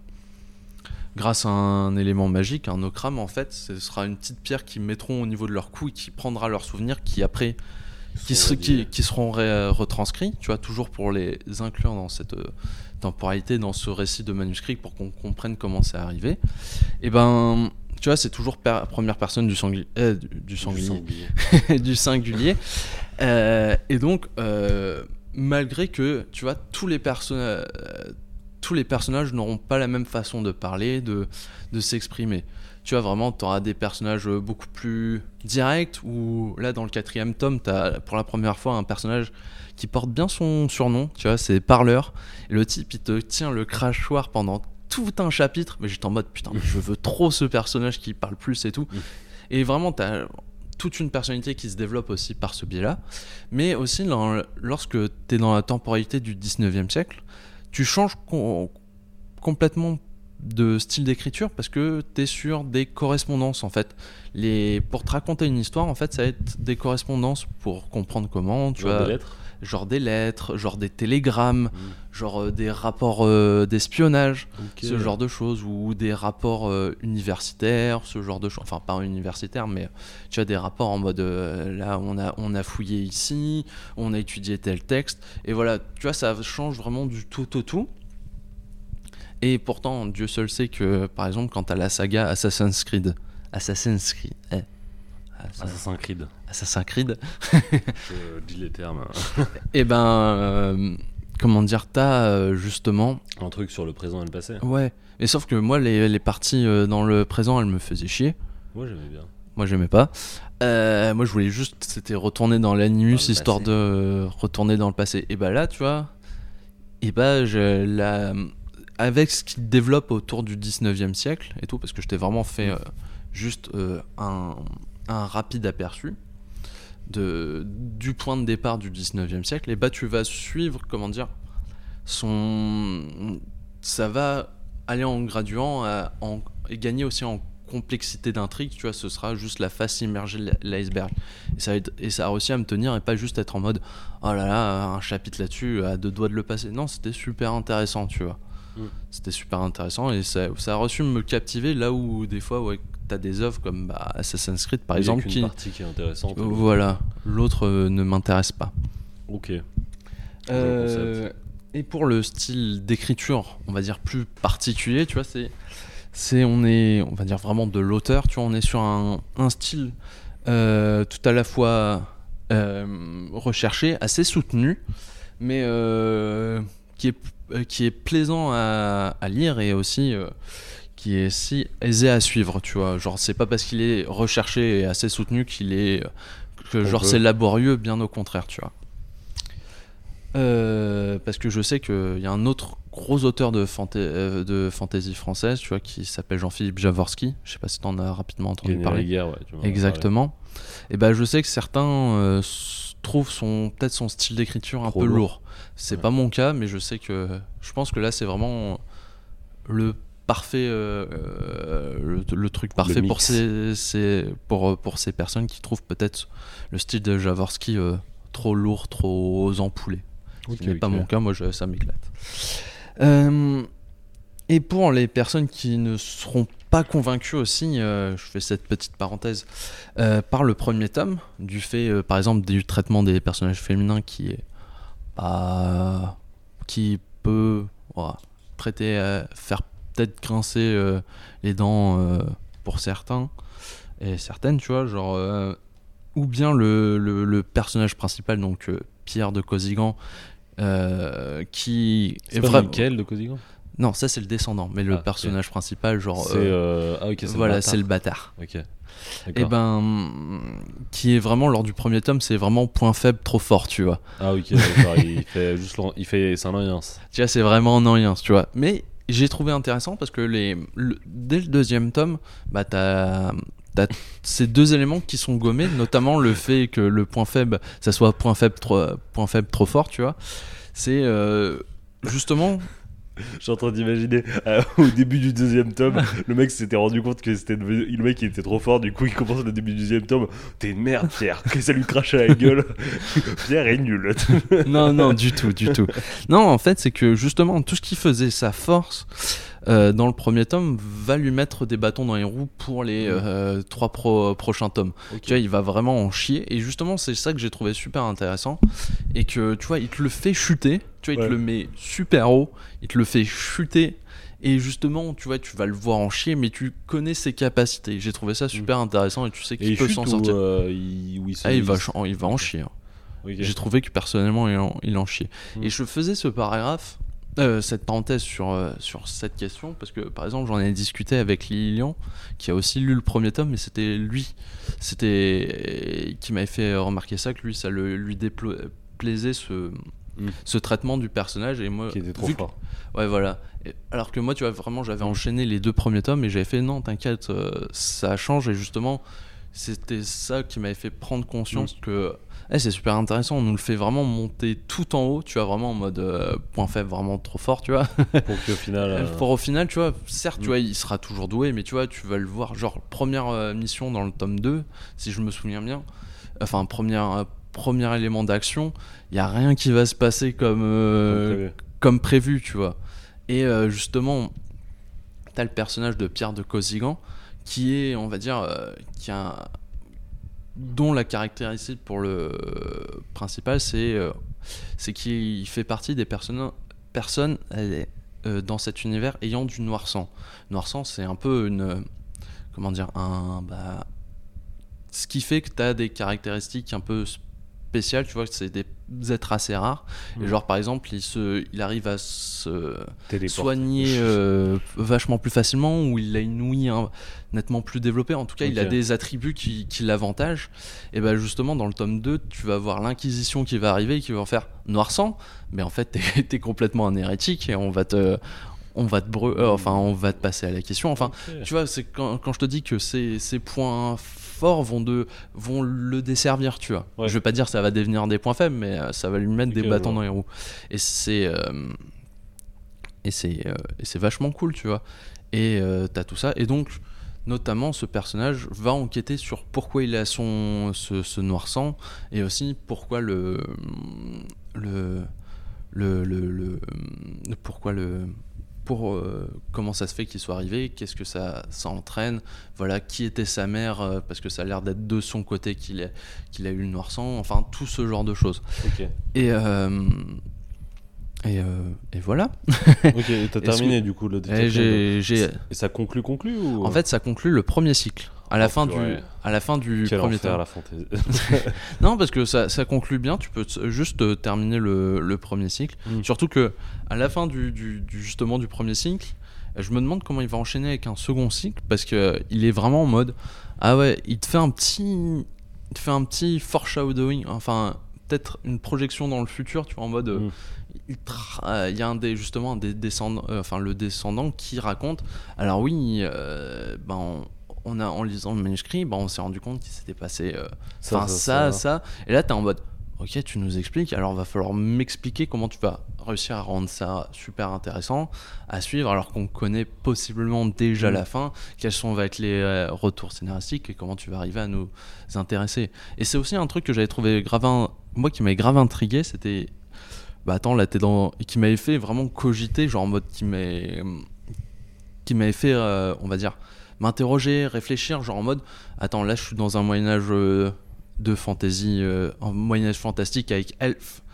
grâce à un élément magique, un ocrame, en fait, ce sera une petite pierre qu'ils mettront au niveau de leur cou et qui prendra leurs souvenirs, qui après, qui, Sont se- qui, reliés. qui seront ré- retranscrits, tu vois, toujours pour les inclure dans cette euh, temporalité, dans ce récit de manuscrit, pour qu'on comprenne comment c'est arrivé. Et ben, tu vois, c'est toujours per- première personne du, sangli- euh, du, du Du sanglier, sanglier. du singulier. Euh, et donc, euh, malgré que, tu vois, tous les, perso- euh, tous les personnages n'auront pas la même façon de parler, de, de s'exprimer. Tu vois, vraiment, tu auras des personnages beaucoup plus directs, où là, dans le quatrième tome, tu as pour la première fois un personnage qui porte bien son surnom, tu vois, c'est Parleur. Et le type, il te tient le crachoir pendant tout un chapitre, mais j'étais en mode, putain, mais je veux trop ce personnage qui parle plus et tout. Et vraiment, tu as toute une personnalité qui se développe aussi par ce biais-là. Mais aussi, dans- lorsque tu es dans la temporalité du dix-neuvième siècle, tu changes com- complètement de style d'écriture parce que tu es sur des correspondances en fait. Les... Pour te raconter une histoire, en fait, ça va être des correspondances pour comprendre comment, tu Genre vois, des lettres. genre des lettres, genre des télégrammes, Mm. genre euh, des rapports euh, d'espionnage, Ok. ce genre de choses, ou des rapports euh, universitaires, ce genre de choses, enfin pas universitaires, mais tu as des rapports en mode euh, là on a, on a fouillé ici, on a étudié tel texte, et voilà, tu vois, ça change vraiment du tout au tout. Et pourtant, Dieu seul sait que, par exemple, quand t'as la saga Assassin's Creed, Assassin's Creed, eh, Assassin's- Assassin's Creed. Assassin's Creed, Je dis les termes. et ben, euh, comment dire, t'as euh, justement, Un truc sur le présent et le passé. ouais, mais sauf que moi, les, les parties euh, dans le présent, elles me faisaient chier. Moi j'aimais bien. Moi, j'aimais pas. Euh, moi, je voulais juste, c'était retourner dans l'animus, Dans le histoire passé. de euh, retourner dans le passé. Et bah là, tu vois, et bah, je, la, avec ce qui développe autour du dix-neuvième siècle et tout, parce que je t'ai vraiment fait euh, juste euh, un, un rapide aperçu de, du point de départ du dix-neuvième siècle, et bah, tu vas suivre, comment dire, son, ça va aller en graduant à- en, et gagner aussi en complexité d'intrigue, tu vois, ce sera juste la face immergée de l'iceberg. Et ça, va être- et ça a réussi à me tenir et pas juste être en mode oh là là, un chapitre là-dessus, à deux doigts de le passer. Non, c'était super intéressant, tu vois. Mm. C'était super intéressant et ça, ça a reçu me captiver là où des fois, ouais, t'as des œuvres comme bah, Assassin's Creed par Il y a exemple qu'une qui. partie qui est intéressante. et l'autre- Voilà, l'autre euh, ne m'intéresse pas. Ok. Euh, et pour le style d'écriture, on va dire plus particulier, tu vois, c'est, c'est on est, on va dire vraiment de l'auteur, tu vois, on est sur un, un style euh, tout à la fois euh, recherché, assez soutenu, mais euh, qui est euh, qui est plaisant à, à lire et aussi euh, qui est si aisé à suivre, tu vois. Genre, c'est pas parce qu'il est recherché et assez soutenu qu'il est que On genre peut. c'est laborieux, bien au contraire, tu vois. Euh, parce que je sais qu'il y a un autre gros auteur de, fanta- euh, de fantasy française, tu vois, qui s'appelle Jean-Philippe Javorski. Je sais pas si t'en as rapidement entendu Gagner parler. la guerre, ouais. tu m'en as Exactement. Et ben je sais que certains euh, s- trouvent son peut-être son style d'écriture un Trop peu lourd. lourd. C'est Ouais. pas mon cas, mais je sais que je pense que là c'est vraiment le parfait, euh, euh, le, le truc parfait pour mix. ces, ces- pour pour ces personnes qui trouvent peut-être le style de Javorski euh, trop lourd, trop ampoulé. parlé. Ce n'est Ok, pas ok. mon cas, moi je- ça m'éclate. Euh, et pour les personnes qui ne seront pas convaincues aussi, euh, je fais cette petite parenthèse, euh, par le premier tome, du fait euh, par exemple du traitement des personnages féminins qui est pas. Qui peut voilà, prêter à faire peut-être grincer euh, les dents euh, pour certains et certaines, tu vois, genre. euh, ou bien le, le, le personnage principal, donc euh, Pierre de Cozigan, euh, qui C'est est pas vraiment. Michael de Cozigan. Non, ça c'est le descendant, mais le Ah, ok. personnage principal, genre. C'est euh, euh, ah ok, c'est voilà, le c'est le bâtard. Ok. Et D'accord. ben, qui est vraiment lors du premier tome, c'est vraiment point faible trop fort, tu vois. Ah ok, d'accord. il fait juste, l'en- il fait, c'est un alliance. Tu vois, c'est vraiment en rien, tu vois. Mais j'ai trouvé intéressant parce que les, le- dès le deuxième tome, bah t'as, t'as ces deux éléments qui sont gommés, notamment le fait que le point faible, ça soit point faible trop, point faible trop fort, tu vois. C'est euh, justement. Je suis en train d'imaginer euh, au début du deuxième tome, le mec s'était rendu compte que c'était devenu- le mec il était trop fort, du coup il commence le début du deuxième tome. T'es une merde, Pierre. Que ça lui crache à la gueule. Pierre est nul. Non, non, du tout, du tout. Non, en fait, c'est que justement, tout ce qui faisait sa force euh, dans le premier tome va lui mettre des bâtons dans les roues pour les euh, trois pro- prochains tomes. Ok. Tu vois, il va vraiment en chier. Et justement, c'est ça que j'ai trouvé super intéressant. Et que, tu vois, il te le fait chuter. Tu vois, il Ouais. te le met super haut. Il te le fait chuter. Et justement, tu vois, tu vas le voir en chier, mais tu connais ses capacités. J'ai trouvé ça super intéressant et tu sais Et qu'il il peut chute s'en ou sortir. euh, il, ou il se- Ah, il va, il- ch- il va en chier. hein. Ok. J'ai trouvé que personnellement, il en, il en chiait. Mm. Et je faisais ce paragraphe, euh, cette parenthèse sur, euh, sur cette question, parce que par exemple, j'en ai discuté avec Lilian, qui a aussi lu le premier tome, mais c'était lui c'était qui m'avait fait remarquer ça, que lui, ça le, lui déplaisait ce, Mm. ce traitement du personnage. Et moi, Qui était trop vu que- fort. Ouais, voilà. Et- alors que moi, tu vois, vraiment, j'avais Mm. enchaîné les deux premiers tomes et j'avais fait non, t'inquiète, euh, ça change. Et justement, c'était ça qui m'avait fait prendre conscience que eh, c'est super intéressant. On nous le fait vraiment monter tout en haut, tu vois, vraiment en mode euh, point faible, vraiment trop fort, tu vois. Pour qu'au final. euh, Pour au final, tu vois, certes, tu Mm. vois, il sera toujours doué, mais tu vois, tu vas le voir. Genre, première euh, mission dans le tome deux, si je me souviens bien, enfin, première, euh, premier élément d'action, il n'y a rien qui va se passer comme. euh, comme prévu. comme prévu, tu vois. Et euh, justement, t'as le personnage de Pierre de Cozigan qui est, on va dire, euh, qui a, dont la caractéristique pour le principal, c'est euh, c'est qu'il fait partie des personnes, personnes euh, euh, dans cet univers ayant du noir sang. Noir sang, c'est un peu une, comment dire, un, bah, ce qui fait que t'as des caractéristiques un peu spéciales, tu vois, que c'est des êtres assez rares. Et Mm. genre, par exemple, il, se, il arrive à se Téléporter. soigner euh, vachement plus facilement, ou il a une ouïe hein, nettement plus développée. En tout cas, il a Ok. des attributs qui, qui l'avantagent. Et ben justement, dans le tome deux, tu vas voir l'Inquisition qui va arriver et qui va en faire noir sang. Mais en fait, t'es, t'es complètement un hérétique et on va te. On va te brû- euh, enfin, on va te passer à la question. Enfin, Ok. tu vois, c'est quand, quand je te dis que ces, ces points forts vont, de, vont le desservir, tu vois. Ouais. Je vais pas dire que ça va devenir des points faibles, mais euh, ça va lui mettre Ok, des je bâtons vois. dans les roues. Et c'est, euh, et c'est, euh, et c'est vachement cool, tu vois. Et euh, t'as tout ça. Et donc, notamment, ce personnage va enquêter sur pourquoi il a son, ce, ce noir sang, et aussi pourquoi le. le le, le, le, le- pourquoi le pour euh, comment ça se fait qu'il soit arrivé, qu'est-ce que ça, ça entraîne, voilà, qui était sa mère, euh, parce que ça a l'air d'être de son côté qu'il a, qu'il a eu le noir sang, enfin tout ce genre de choses. Ok. Et euh, et, euh, et voilà. Ok, et t'as Est-ce terminé que- du coup le Et détective. j'ai, j'ai- Et ça conclut, conclut ou... en fait, ça conclut le premier cycle. À la Oh, fin du, purée. à la fin du Quel premier enfer tome. la fantaisie. Non, parce que ça, ça conclut bien. Tu peux t- juste euh, terminer le, le premier cycle. Mm. Surtout que à la fin du, du, du- justement du premier cycle, euh, je me demande comment il va enchaîner avec un second cycle parce que euh, il est vraiment en mode ah ouais, il te fait un petit, il te fait un petit foreshadowing, enfin peut-être une projection dans le futur. Tu vois, en mode euh, Mm. il tra- euh, il y a un des justement un des descendants, euh, enfin le descendant qui raconte. Alors oui, euh, ben on, on a en lisant le manuscrit, ben on s'est rendu compte qu'il s'était passé. euh, Enfin, ça, ça, Et là, t'es en mode, ok, tu nous expliques, alors va falloir m'expliquer comment tu vas réussir à rendre ça super intéressant à suivre, alors qu'on connaît possiblement déjà Mm. la fin, quels sont va être les euh, retours scénaristiques et comment tu vas arriver à nous intéresser. Et c'est aussi un truc que j'avais trouvé grave, in- moi qui m'avait grave intrigué, c'était, bah attends, là t'es dans, et qui m'avait fait vraiment cogiter, genre en mode qui m'avait, qui m'avait fait, euh, on va dire, m'interroger, réfléchir, genre en mode attends, là je suis dans un Moyen-Âge euh, de fantasy, euh, un Moyen-Âge fantastique avec elfes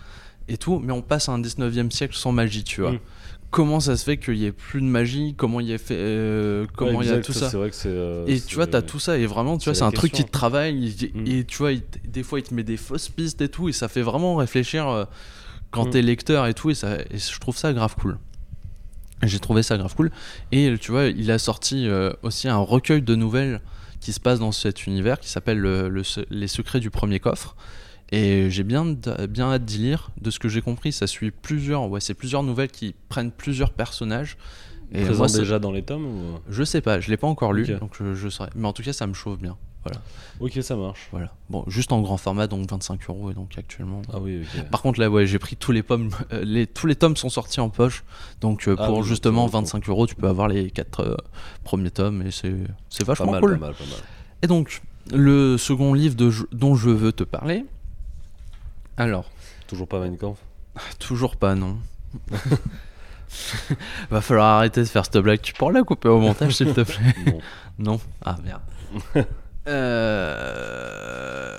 et tout, mais on passe à un dix-neuvième siècle sans magie, tu vois. Mm. Comment ça se fait qu'il y ait plus de magie? Comment il y a fait euh, comment Ouais, il y a exact, tout ça, c'est vrai que c'est euh, et c'est- tu vois, t'as tout ça, et vraiment, tu vois, c'est c'est la un truc qui question. te travaille, il- Mm. et tu vois, il te- des fois, il te met des fausses pistes et tout, et ça fait vraiment réfléchir euh, quand Mm. t'es lecteur et tout, et, ça, et je trouve ça grave cool. J'ai trouvé ça grave cool. Et tu vois, il a sorti euh, aussi un recueil de nouvelles qui se passe dans cet univers qui s'appelle le, le se- Les secrets du premier coffre. Et j'ai bien, d- bien hâte d'y lire. De ce que j'ai compris, ça suit plusieurs, ouais, c'est plusieurs nouvelles qui prennent plusieurs personnages. Et Présent moi, ça- déjà dans les tomes ou... je sais pas, je l'ai pas encore lu, Ok. donc je, je saurais. Mais en tout cas, ça me chauffe bien. Voilà. Ok, ça marche. Voilà. Bon, juste en grand format, donc vingt-cinq euros, et donc actuellement. Ah oui, ok. Par contre, là, ouais, j'ai pris tous les pommes. euh, les, tous les tomes sont sortis en poche. Donc, euh, Ah pour oui, justement donc, euh, vingt-cinq euros, tu peux avoir les quatre euh, premiers tomes. Et c'est, c'est Pas vachement mal, cool. pas mal, pas mal. Et donc, le second livre de, dont je veux te parler. Alors, Toujours pas Mein Kampf. toujours pas, non. Va falloir arrêter de faire cette blague. Tu pourras la couper au montage, s'il te plaît. Bon. Non. Ah merde. Euh,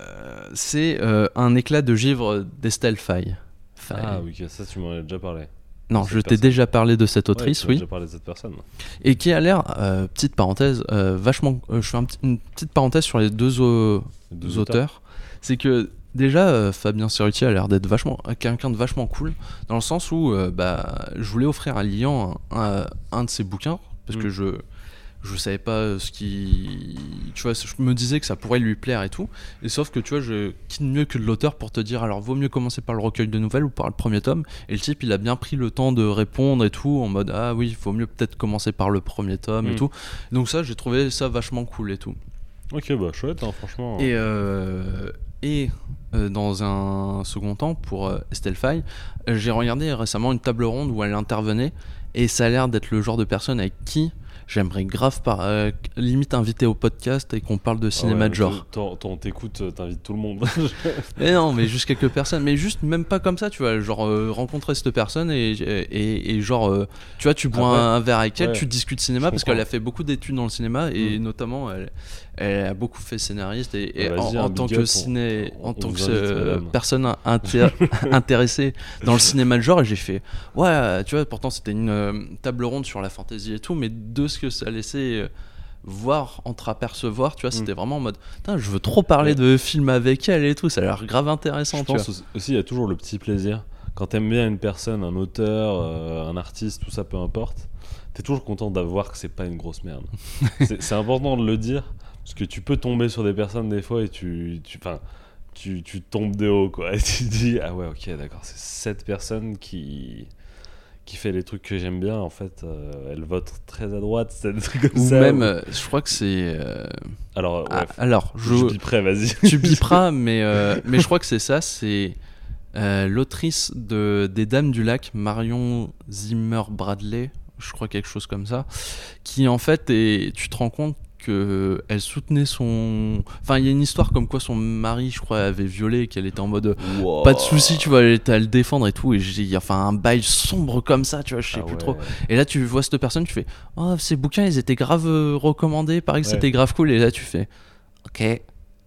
C'est euh, un éclat de givre d'Estelle Faye. Faye. Ah oui, ok, ça tu m'en as déjà parlé. Non, cette je t'ai personne. déjà parlé de cette Ouais, autrice, tu m'as oui. déjà parlé de cette personne. Et qui a l'air, euh, petite parenthèse, euh, vachement. euh, je fais un petit- une petite parenthèse sur les deux, au- Les deux deux auteurs. C'est que déjà, euh, Fabien Cerruti a l'air d'être vachement, quelqu'un de vachement cool, dans le sens où euh, bah, je voulais offrir à Lilian un, un, un de ses bouquins, parce Mm. que je. Je savais pas ce qui. Tu vois, je me disais que ça pourrait lui plaire et tout. Et sauf que tu vois, je qui de mieux que de l'auteur pour te dire alors vaut mieux commencer par le recueil de nouvelles ou par le premier tome. Et le type, il a bien pris le temps de répondre et tout, en mode ah oui, il faut mieux peut-être commencer par le premier tome et Mm. tout. Donc ça, j'ai trouvé ça vachement cool et tout. Ok, bah chouette, hein, franchement. Et, euh, et euh, dans un second temps, pour euh, Estelle Faye, euh, j'ai regardé récemment une table ronde où elle intervenait, et ça a l'air d'être le genre de personne avec qui j'aimerais grave par, euh, limite inviter au podcast et qu'on parle de Ah cinéma ouais, de genre. t'en- t'en- T'écoutes, euh, t'invites tout le monde. Mais non, mais juste quelques personnes, mais juste même pas comme ça, tu vois, genre euh, rencontrer cette personne et, et, et genre, euh, tu vois, tu bois Ah ouais. un, un verre avec elle, Ouais. tu discutes cinéma Je parce comprends. qu'elle a fait beaucoup d'études dans le cinéma et Mm. notamment elle, elle a beaucoup fait scénariste et, et Bah, vas-y, en, en un tant big que up, ciné, on- en on tant vous que invite, euh, madame. personne inté- intéressée dans le cinéma de genre, et j'ai fait ouais, tu vois, pourtant c'était une euh, table ronde sur la fantasy et tout, mais de ce que ça laissait euh, voir, entreapercevoir, tu vois, c'était Mm. vraiment en mode putain, je veux trop parler Ouais. de films avec elle et tout, ça a l'air grave intéressant, Je tu vois. pense aussi, il y a toujours le petit plaisir. Quand t'aimes bien une personne, un auteur, euh, un artiste, tout ça, peu importe, t'es toujours content d'avoir que c'est pas une grosse merde. c'est, c'est important de le dire, parce que tu peux tomber sur des personnes des fois et tu, tu, enfin, tu, tu tombes de haut, quoi. Et tu te dis, ah ouais, ok, d'accord, c'est cette personne qui, qui fait les trucs que j'aime bien. En fait, euh, elle vote très à droite, c'est des trucs comme Ou ça. même, ou- euh, je crois que c'est. euh, Alors, ouais, ah, alors, je, je biperai, vas-y. tu biperas, mais, euh, mais je crois que c'est ça, c'est euh, l'autrice de, des Dames du Lac, Marion Zimmer Bradley, je crois quelque chose comme ça, qui en fait, est, tu te rends compte qu'elle soutenait son... Enfin, il y a une histoire comme quoi son mari, je crois, avait violé et qu'elle était en mode... Wow. Pas de soucis, tu vois, elle était à le défendre et tout, et j'ai enfin un bail sombre comme ça, tu vois, je sais Ah plus ouais. trop. Et là, tu vois cette personne, tu fais oh, ces bouquins, ils étaient grave euh, recommandés, pareil que Ouais. c'était grave cool. Et là, tu fais ok. Ouais,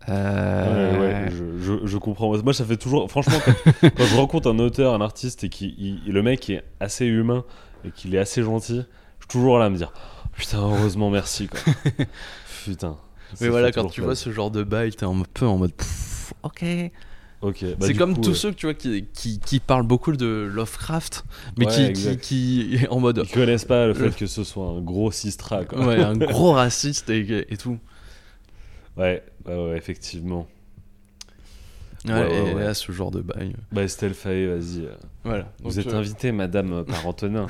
Euh... ouais, je, je, je comprends. Moi, ça fait toujours. Franchement, quand, quand je rencontre un auteur, un artiste, et qui le mec est assez humain et qu'il est assez gentil, je suis toujours là à me dire putain, heureusement, merci, quoi. Putain. ça Mais voilà, fait quand toujours tu vois plaisir. ce genre de bail, t'es un peu en mode pff, ok. Ok. bah, c'est du comme coup, tous euh, ceux que tu vois qui, qui, qui parlent beaucoup de Lovecraft, mais Ouais, qui, qui, exact. qui en mode Ils connaissent pas le Le- fait que ce soit un gros sistra, quoi. ouais, un gros raciste et, et tout. Ouais, ouais, ouais, effectivement. Ouais, Ouais, ouais, et ouais. là, ce genre de bail. Bah, Estelle Faye, vas-y. euh, Voilà. Vous Donc, êtes euh, invitée, madame, euh, par Antonin.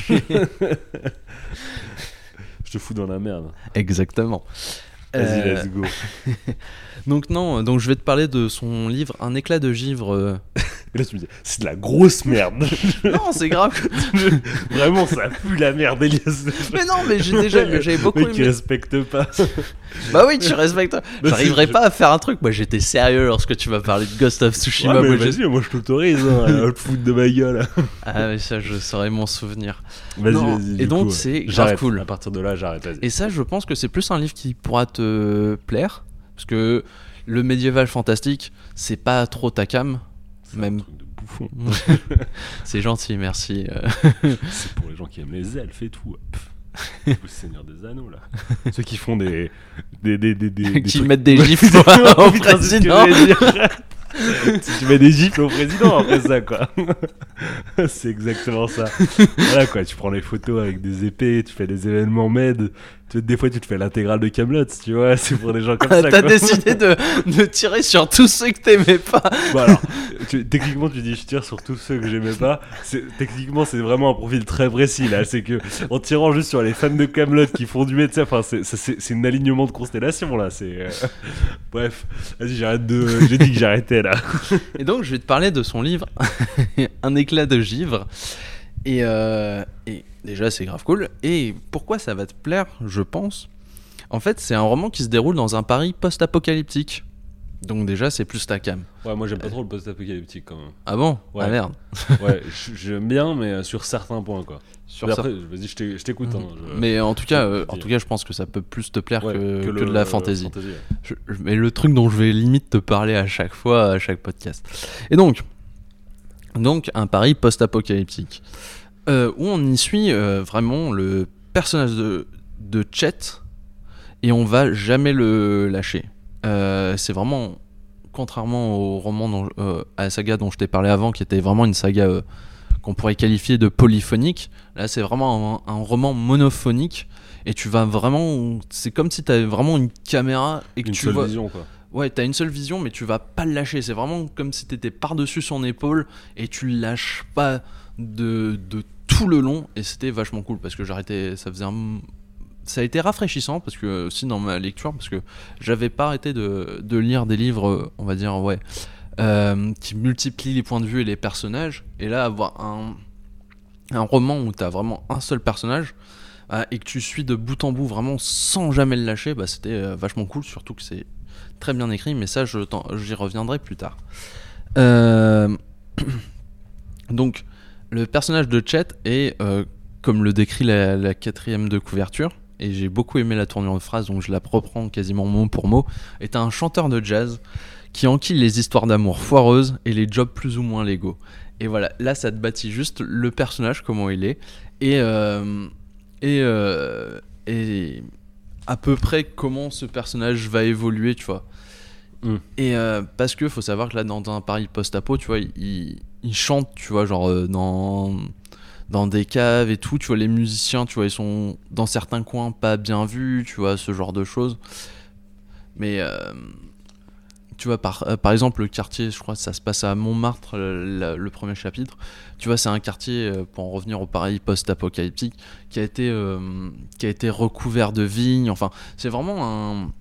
Je te fous dans la merde. Exactement. Vas-y, Euh, let's go. Donc non, donc je vais te parler de son livre Un éclat de givre. euh. Et là, tu me dis, c'est de la grosse merde. Non, c'est grave. Vraiment, ça pue la merde, Elias. Mais non, mais j'ai déjà, mais j'avais beaucoup Le mec qui aimé. respecte pas. Bah oui, tu respectes. Mais J'arriverai c'est- pas à faire un truc. Moi, j'étais sérieux lorsque tu m'as parlé de Ghost of Tsushima. Ouais, mais Moi, j'ai- vas-y, moi je t'autorise hein, à te foutre de ma gueule. Ah, mais ça, je saurais mon souvenir. Vas-y, Non, vas-y. et du donc, coup, c'est grave j'arrête. cool. À partir de là, j'arrête. Vas-y. Et ça, je pense que c'est plus un livre qui pourra te plaire, parce que le médiéval fantastique, c'est pas trop ta cam. C'est un Même truc de bouffon. C'est gentil, merci. euh. C'est pour les gens qui aiment les elfes et tout. Pff. Le Seigneur des Anneaux là. Ceux qui font des des des des, des Qui trucs- mettent des gifs au Putain, c'est ce que président. j'allais dire. Tu mets des gifles au président après ça quoi. C'est exactement ça. Voilà quoi, tu prends les photos avec des épées, tu fais des événements med. Tu, des fois tu te fais l'intégrale de Kaamelott, tu vois, c'est pour des gens comme ça. T'as quoi. décidé de, de tirer sur tous ceux que t'aimais pas. Bon alors, tu- techniquement tu dis je tire sur tous ceux que j'aimais pas. C'est, techniquement c'est vraiment un profil très précis là. C'est que en tirant juste sur les fans de Kaamelott qui font du médecin, enfin c'est, ça, c'est, c'est un alignement de constellations là. C'est euh, bref, vas-y j'arrête de, j'ai dit que j'arrêtais là. Et donc, je vais te parler de son livre, Un éclat de givre. Et, euh, et déjà, c'est grave cool. Et pourquoi ça va te plaire, je pense. En fait, c'est un roman qui se déroule dans un Paris post-apocalyptique. Donc déjà, c'est plus ta cam. Ouais, moi j'aime pas trop le post-apocalyptique quand même. Ah bon? Ouais. Ah merde. Ouais, j- j'aime bien, mais euh, sur certains points quoi. Sur Mais ça. après, vas-y, je t'ai- je t'écoute. Hein, je- Mais en tout cas, euh, Dis. en tout cas, je pense que ça peut plus te plaire Ouais, que, que le- de la fantasy. fantasy, ouais. Je- je- mais le truc dont je vais limite te parler à chaque fois, à chaque podcast. Et donc, donc un Paris post-apocalyptique, euh, où on y suit euh, vraiment le personnage de, de Chet, et on va jamais le lâcher. Euh, c'est vraiment, contrairement au roman, dont, euh, à la saga dont je t'ai parlé avant, qui était vraiment une saga euh, qu'on pourrait qualifier de polyphonique, là c'est vraiment un, un roman monophonique. Et tu vas vraiment, c'est comme si tu avais vraiment une caméra et que Une tu seule vois. vision quoi. Ouais, t'as une seule vision, mais tu vas pas le lâcher. C'est vraiment comme si t'étais par-dessus son épaule et tu le lâches pas de, de tout le long. Et c'était vachement cool parce que j'arrêtais. Ça faisait un. Ça a été rafraîchissant parce que aussi dans ma lecture, parce que j'avais pas arrêté de, de lire des livres, on va dire, ouais, euh, qui multiplient les points de vue et les personnages. Et là, avoir un, un roman où t'as vraiment un seul personnage. Ah, et que tu suis de bout en bout vraiment sans jamais le lâcher, bah, c'était euh, vachement cool, surtout que c'est très bien écrit, mais ça je t'en- j'y reviendrai plus tard. Euh... Donc le personnage de Chet est, euh, comme le décrit la, la quatrième de couverture, et j'ai beaucoup aimé la tournure de phrase, donc je la reprends quasiment mot pour mot, est un chanteur de jazz qui enquille les histoires d'amour foireuses et les jobs plus ou moins légaux. Et voilà, là ça te bâtit juste le personnage, comment il est, et... Euh... Et, euh, et à peu près comment ce personnage va évoluer, tu vois. Mm. Et euh, parce que faut savoir que là, dans un Paris post-apo, tu vois, il, il chante, tu vois, genre euh, dans, dans des caves et tout, tu vois, les musiciens, tu vois, ils sont dans certains coins pas bien vus, tu vois, ce genre de choses. Mais, euh, tu vois, par, euh, par exemple, le quartier, je crois que ça se passe à Montmartre, le, le- le premier chapitre. Tu vois, c'est un quartier, euh, pour en revenir au Paris post-apocalyptique, qui a été, euh, qui a été recouvert de vignes. Enfin, c'est vraiment un,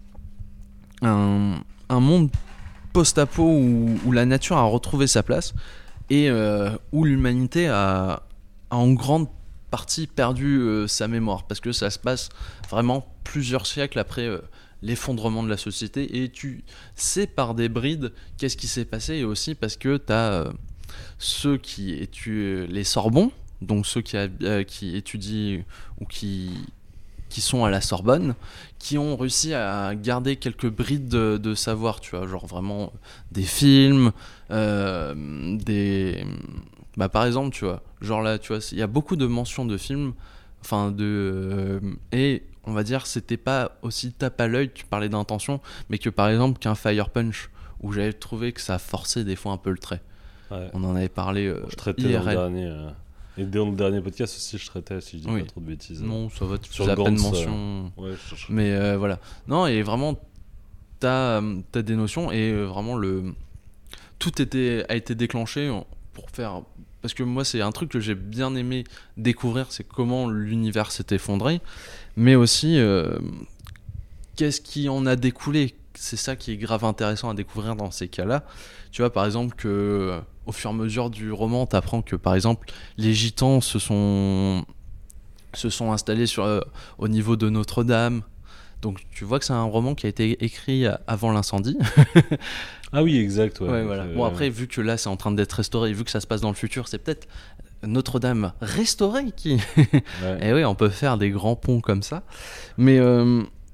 un, un monde post-apo où, où la nature a retrouvé sa place et euh, où l'humanité a, a en grande partie perdu euh, sa mémoire. Parce que ça se passe vraiment plusieurs siècles après... euh, l'effondrement de la société, et tu sais par des brides qu'est-ce qui s'est passé, et aussi parce que tu as euh, ceux qui étudient les Sorbons, donc ceux qui, euh, qui étudient ou qui, qui sont à la Sorbonne, qui ont réussi à garder quelques brides de, de savoir, tu vois, genre vraiment des films, euh, des... Bah, par exemple, tu vois, genre là, tu vois, il y a beaucoup de mentions de films, enfin de... Euh, et on va dire, c'était pas aussi tape à l'œil, tu parlais d'intention, mais que par exemple qu'un Fire Punch, où j'avais trouvé que ça forçait des fois un peu le trait. Ouais. On en avait parlé euh, Je traitais I dans R le L. dernier. euh, Et dans le dernier podcast aussi, je traitais, si je dis Oui. pas trop de bêtises. Non, ça va, tu Sur faisais à peine Gantz, mention. Ouais, je cherche. Mais euh, voilà. Non, et vraiment, t'as, euh, t'as des notions, et euh, vraiment, le... tout était, a été déclenché pour faire... Parce que moi, c'est un truc que j'ai bien aimé découvrir, c'est comment l'univers s'est effondré, mais aussi, euh, qu'est-ce qui en a découlé. C'est ça qui est grave intéressant à découvrir dans ces cas-là. Tu vois, par exemple, que, euh, au fur et à mesure du roman, t'apprends que, par exemple, les gitans se sont, se sont installés sur, euh, au niveau de Notre-Dame. Donc, tu vois que c'est un roman qui a été écrit avant l'incendie. Ah oui, exact. Ouais, Ouais, donc, voilà. euh, Bon, après, vu que là, c'est en train d'être restauré, et vu que ça se passe dans le futur, c'est peut-être Notre-Dame restaurée qui... ouais. Et oui, on peut faire des grands ponts comme ça. Mais, euh,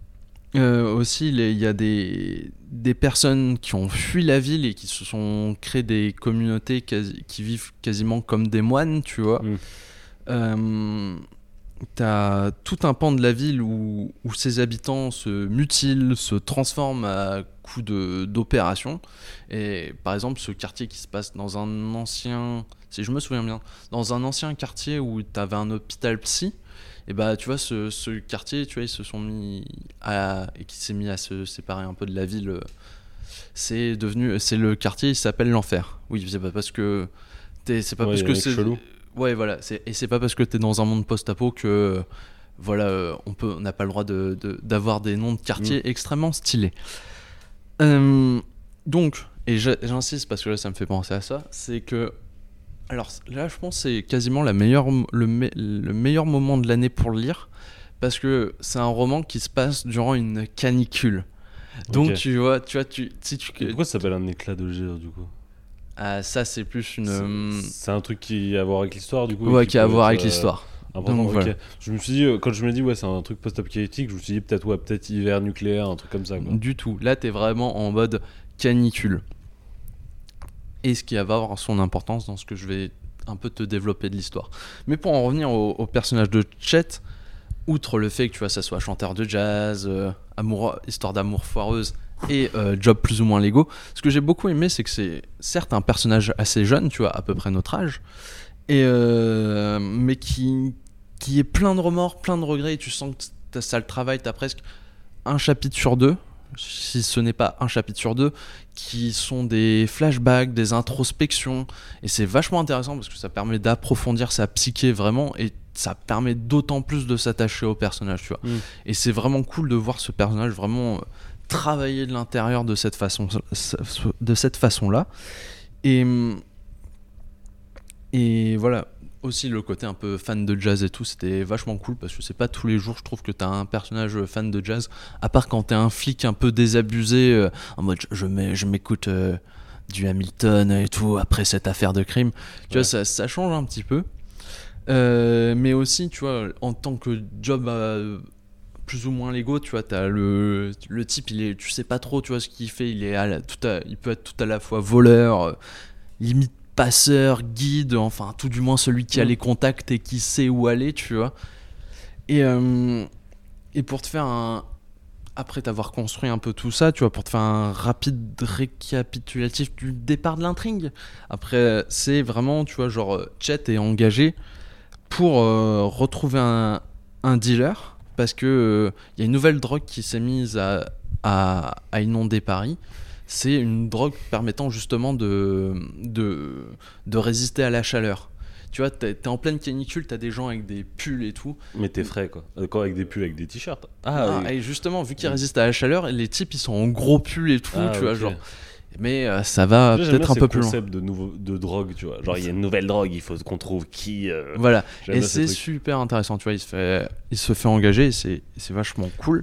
Euh, aussi, il y a des, des personnes qui ont fui la ville et qui se sont créées des communautés quasi, qui vivent quasiment comme des moines, tu vois. Mm. Euh, t'as tout un pan de la ville où, où ses habitants se mutilent, se transforment à coup de, d'opérations. Et par exemple, ce quartier qui se passe dans un ancien, si je me souviens bien, dans un ancien quartier où t'avais un hôpital psy, et bah tu vois, ce, ce quartier, tu vois, ils se sont mis à, et qui s'est mis à se séparer un peu de la ville. C'est devenu, c'est le quartier, il s'appelle l'enfer. Oui, c'est pas parce que t'es, c'est pas Ouais, parce y a que un mec c'est chelou. Ouais, voilà. C'est... Et c'est pas parce que t'es dans un monde post-apo que euh, voilà, euh, on peut, on n'a pas le droit de, de- d'avoir des noms de quartiers Mm. extrêmement stylés. Euh, donc, et je- j'insiste parce que là, ça me fait penser à ça, c'est que alors là, je pense que c'est quasiment la meilleure, le, me- le meilleur moment de l'année pour le lire parce que c'est un roman qui se passe durant une canicule. Donc Ok. tu vois, tu vois, tu, si tu, Et pourquoi ça s'appelle un éclat de ger du coup? ah, ça c'est plus une, C'est euh, c'est un truc qui a à voir avec l'histoire du coup. et ouais, qui a à peut voir être, avec euh, l'histoire. important. Donc, Ok. voilà. Je me suis dit, euh, quand je me dis ouais, c'est un truc post-apocalyptique, je me suis dit peut-être ouais, peut-être hiver nucléaire, un truc comme ça quoi. Du tout. Là, t'es vraiment en mode canicule. Et ce qui va avoir son importance dans ce que je vais un peu te développer de l'histoire. Mais pour en revenir au, au personnage de Chet, outre le fait que tu vois, ça soit chanteur de jazz, euh, amour, histoire d'amour foireuse et euh, job plus ou moins légaux, ce que j'ai beaucoup aimé, c'est que c'est certes un personnage assez jeune, tu vois, à peu près notre âge, et euh, mais qui, qui est plein de remords, plein de regrets, et tu sens que t'as- ça le travaille, t'as presque un chapitre sur deux, si ce n'est pas un chapitre sur deux, qui sont des flashbacks, des introspections, et c'est vachement intéressant parce que ça permet d'approfondir sa psyché vraiment, et ça permet d'autant plus de s'attacher au personnage, tu vois. Mm. Et c'est vraiment cool de voir ce personnage vraiment euh, travailler de l'intérieur de cette façon, de cette façon-là. Et et voilà, aussi le côté un peu fan de jazz et tout, c'était vachement cool parce que c'est pas tous les jours, je trouve, que t'as un personnage fan de jazz, à part quand t'es un flic un peu désabusé, euh, en mode je, je mets- je m'écoute euh, du Hamilton et tout après cette affaire de crime. Tu Ouais. vois, ça, ça change un petit peu. Euh, mais aussi, tu vois, en tant que job euh, plus ou moins légaux, tu vois, t'as le, le type, il est, tu sais pas trop, tu vois, ce qu'il fait, il, est à la- tout à- il peut être tout à la fois voleur, euh, limite passeur, guide, enfin tout du moins celui qui a Mm. les contacts et qui sait où aller, tu vois. Et, euh, et pour te faire un... Après t'avoir construit un peu tout ça, tu vois, pour te faire un rapide récapitulatif du départ de l'intrigue. Après, c'est vraiment, tu vois, genre, euh, Chet est engagé pour euh, retrouver un, un dealer parce que il y a une nouvelle drogue qui s'est mise à, à, à inonder Paris. C'est une drogue permettant justement de, de, de résister à la chaleur. Tu vois, t'es, t'es en pleine canicule, t'as des gens avec des pulls et tout. Mais t'es frais quoi. D'accord, avec des pulls, avec des t-shirts. Ah, oui. et justement, vu qu'ils résistent à la chaleur, les types ils sont en gros pulls et tout, Ah, tu vois, ok. genre. Mais euh, ça va Déjà, j'aime peut-être bien un ces peu plus loin. concepts de, nouveau, de drogue, tu vois. Genre, il y a une nouvelle drogue, il faut qu'on trouve qui. euh, Voilà, j'aime et bien ces c'est trucs. super intéressant, tu vois, il se fait, il se fait engager et c'est, c'est vachement cool.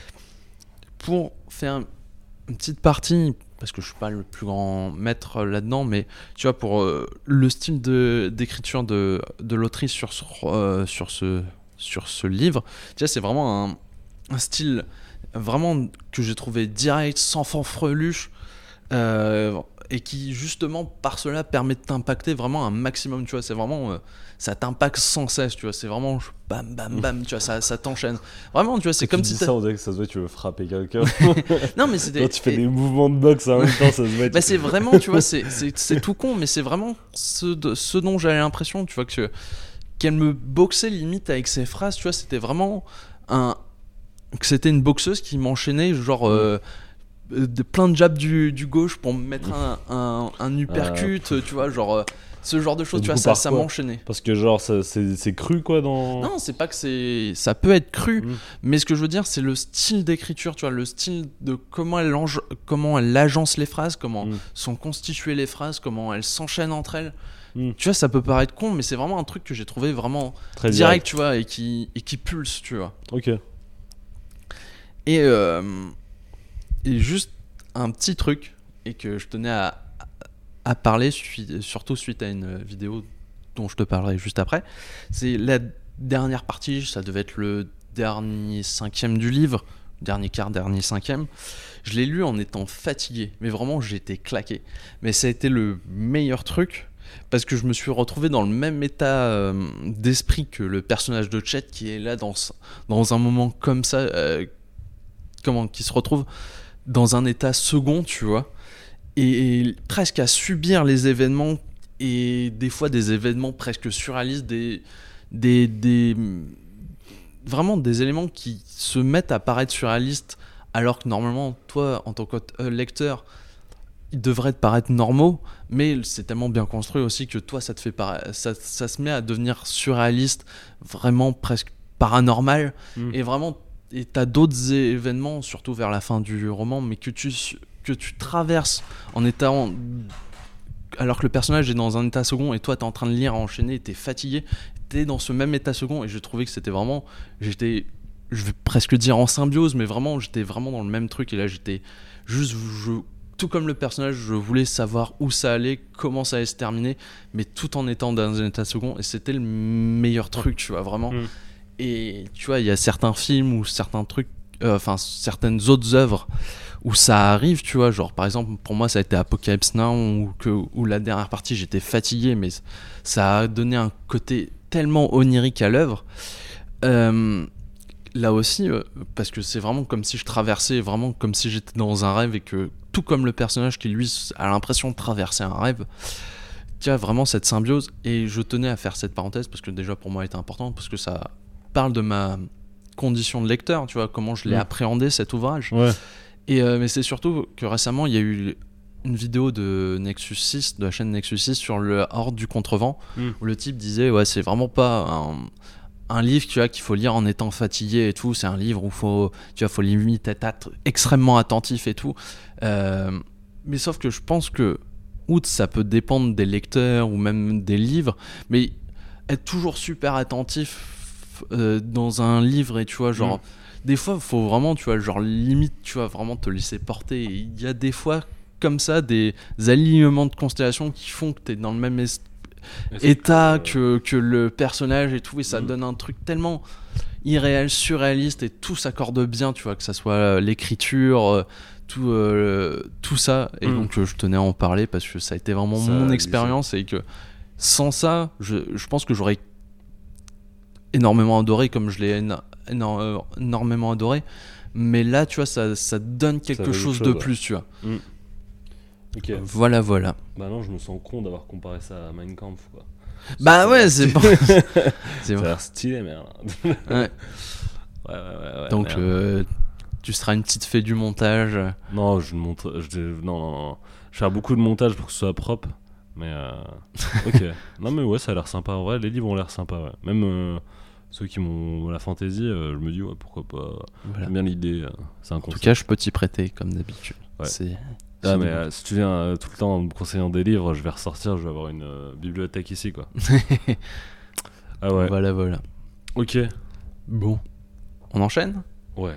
Pour faire une petite partie, parce que je suis pas le plus grand maître là-dedans, mais tu vois, pour euh, le style de, d'écriture de, de l'autrice sur, ce- euh, sur, ce, sur ce livre, tu vois, c'est vraiment un, un style vraiment que j'ai trouvé direct, sans fanfreluche, euh, et qui justement par cela permet de t'impacter vraiment un maximum, tu vois, c'est vraiment euh, ça t'impacte sans cesse, tu vois, c'est vraiment bam bam bam, tu vois, ça, ça t'enchaîne vraiment, tu vois, c'est Quand comme tu si dis t'as- ça, on dirait que ça se voit, tu veux frapper quelqu'un. non mais c'était Quand tu fais et- des mouvements de boxe en même temps, ça se voit. bah tu- c'est vraiment, tu vois, c'est, c'est, c'est tout con, mais c'est vraiment ce, de- ce dont j'avais l'impression, tu vois, que qu'elle me boxait limite avec ses phrases, tu vois, c'était vraiment un que c'était une boxeuse qui m'enchaînait genre euh, de plein de jabs du, du gauche pour me mettre un, un, un uppercut, tu vois, genre euh, ce genre de choses, Et tu du vois, coup, ça, par ça quoi m'enchaînait. Parce que, genre, ça- c'est c'est cru quoi dans. Non, c'est pas que c'est. Ça peut être cru, Mm. mais ce que je veux dire, c'est le style d'écriture, tu vois, le style de comment elle, ange- comment elle agence les phrases, comment Mm. sont constituées les phrases, comment elles s'enchaînent entre elles. Mm. Tu vois, ça peut paraître con, mais c'est vraiment un truc que j'ai trouvé vraiment Très direct, direct. tu vois, et qui, et qui pulse, tu vois. Ok. Et, euh, et juste un petit truc, et que je tenais à, à parler, sui- surtout suite à une vidéo dont je te parlerai juste après, c'est la dernière partie, ça devait être le dernier cinquième du livre, dernier quart, dernier cinquième. Je l'ai lu en étant fatigué, mais vraiment j'étais claqué. Mais ça a été le meilleur truc parce que je me suis retrouvé dans le même état euh, d'esprit que le personnage de Chet qui est là dans, dans un moment comme ça, euh, comment, qui se retrouve dans un état second, tu vois, et, et presque à subir les événements et des fois des événements presque surréalistes, des, des, des, vraiment des éléments qui se mettent à paraître surréalistes alors que normalement, toi, en tant que euh, lecteur, ils devraient te paraître normaux, mais c'est tellement bien construit aussi que toi, ça te fait para- ça, ça se met à devenir surréaliste, vraiment presque paranormal, Mm. et vraiment, et t'as d'autres événements, surtout vers la fin du roman, mais que tu, que tu traverses en étant, alors que le personnage est dans un état second, et toi, t'es en train de lire, enchaîner, t'es fatigué, t'es dans ce même état second, et je trouvais que c'était vraiment, j'étais, je vais presque dire en symbiose, mais vraiment, j'étais vraiment dans le même truc, et là, j'étais juste, je tout comme le personnage, je voulais savoir où ça allait, comment ça allait se terminer, mais tout en étant dans un état second, et c'était le meilleur truc, tu vois, vraiment. Mm. Et tu vois, il y a certains films ou certains trucs, euh, enfin, certaines autres œuvres où ça arrive, tu vois, genre, par exemple, pour moi, ça a été Apocalypse Now, où, que, où la dernière partie, j'étais fatigué, mais ça a donné un côté tellement onirique à l'œuvre. Euh, là aussi, euh, parce que c'est vraiment comme si je traversais, vraiment comme si j'étais dans un rêve et que tout comme le personnage qui lui a l'impression de traverser un rêve, tu as vraiment cette symbiose. Et je tenais à faire cette parenthèse parce que déjà pour moi elle était importante, parce que ça parle de ma condition de lecteur, tu vois, comment je l'ai mmh. appréhendé cet ouvrage. Ouais. Et euh, mais c'est surtout que récemment il y a eu une vidéo de Nexus six, de la chaîne Nexus six, sur le Horde du Contrevent, mmh. où le type disait ouais, c'est vraiment pas un un livre, tu vois, qu'il faut lire en étant fatigué et tout. C'est un livre où faut, tu vois, faut limite être extrêmement attentif et tout. Euh, mais sauf que je pense que, outre ça peut dépendre des lecteurs ou même des livres, mais être toujours super attentif euh, dans un livre et tu vois, genre, mmh. des fois, faut vraiment, tu vois, genre, limite, tu vois, vraiment te laisser porter. Il y a des fois, comme ça, des alignements de constellations qui font que t'es dans le même esprit état que, que le personnage et tout, et ça mmh. donne un truc tellement irréel, surréaliste, et tout s'accorde bien, tu vois, que ça soit l'écriture, tout, euh, tout ça, et mmh. donc je tenais à en parler parce que ça a été vraiment ça, mon expérience, et que sans ça, je, je pense que j'aurais énormément adoré, comme je l'ai éno- éno- énormément adoré, mais là, tu vois, ça, ça donne quelque ça chose, chose de ouais. plus, tu vois. Mmh. Okay. Voilà, voilà. Bah non, je me sens con d'avoir comparé ça à Mein Kampf, quoi. Bah ouais, c'est bon. C'est l'air stylé, merde. Ouais. Ouais, ouais, ouais, ouais. Donc, euh, tu seras une petite fée du montage. Non, je monte. Je, non, non, non. Je vais faire beaucoup de montage pour que ce soit propre. Mais, euh, ok. Non, mais ouais, ça a l'air sympa. En vrai, les livres ont l'air sympas, ouais. Même euh, ceux qui m'ont la fantaisie, euh, je me dis, ouais, pourquoi pas. Voilà. J'aime bien l'idée. Euh, c'est un concept. En tout cas, je peux t'y prêter, comme d'habitude. Ouais. C'est. Ah mais euh, si tu viens euh, tout le temps en me conseillant des livres, je vais ressortir, je vais avoir une euh, bibliothèque ici, quoi. Ah ouais. Voilà, voilà. Ok. Bon. On enchaîne ? Ouais.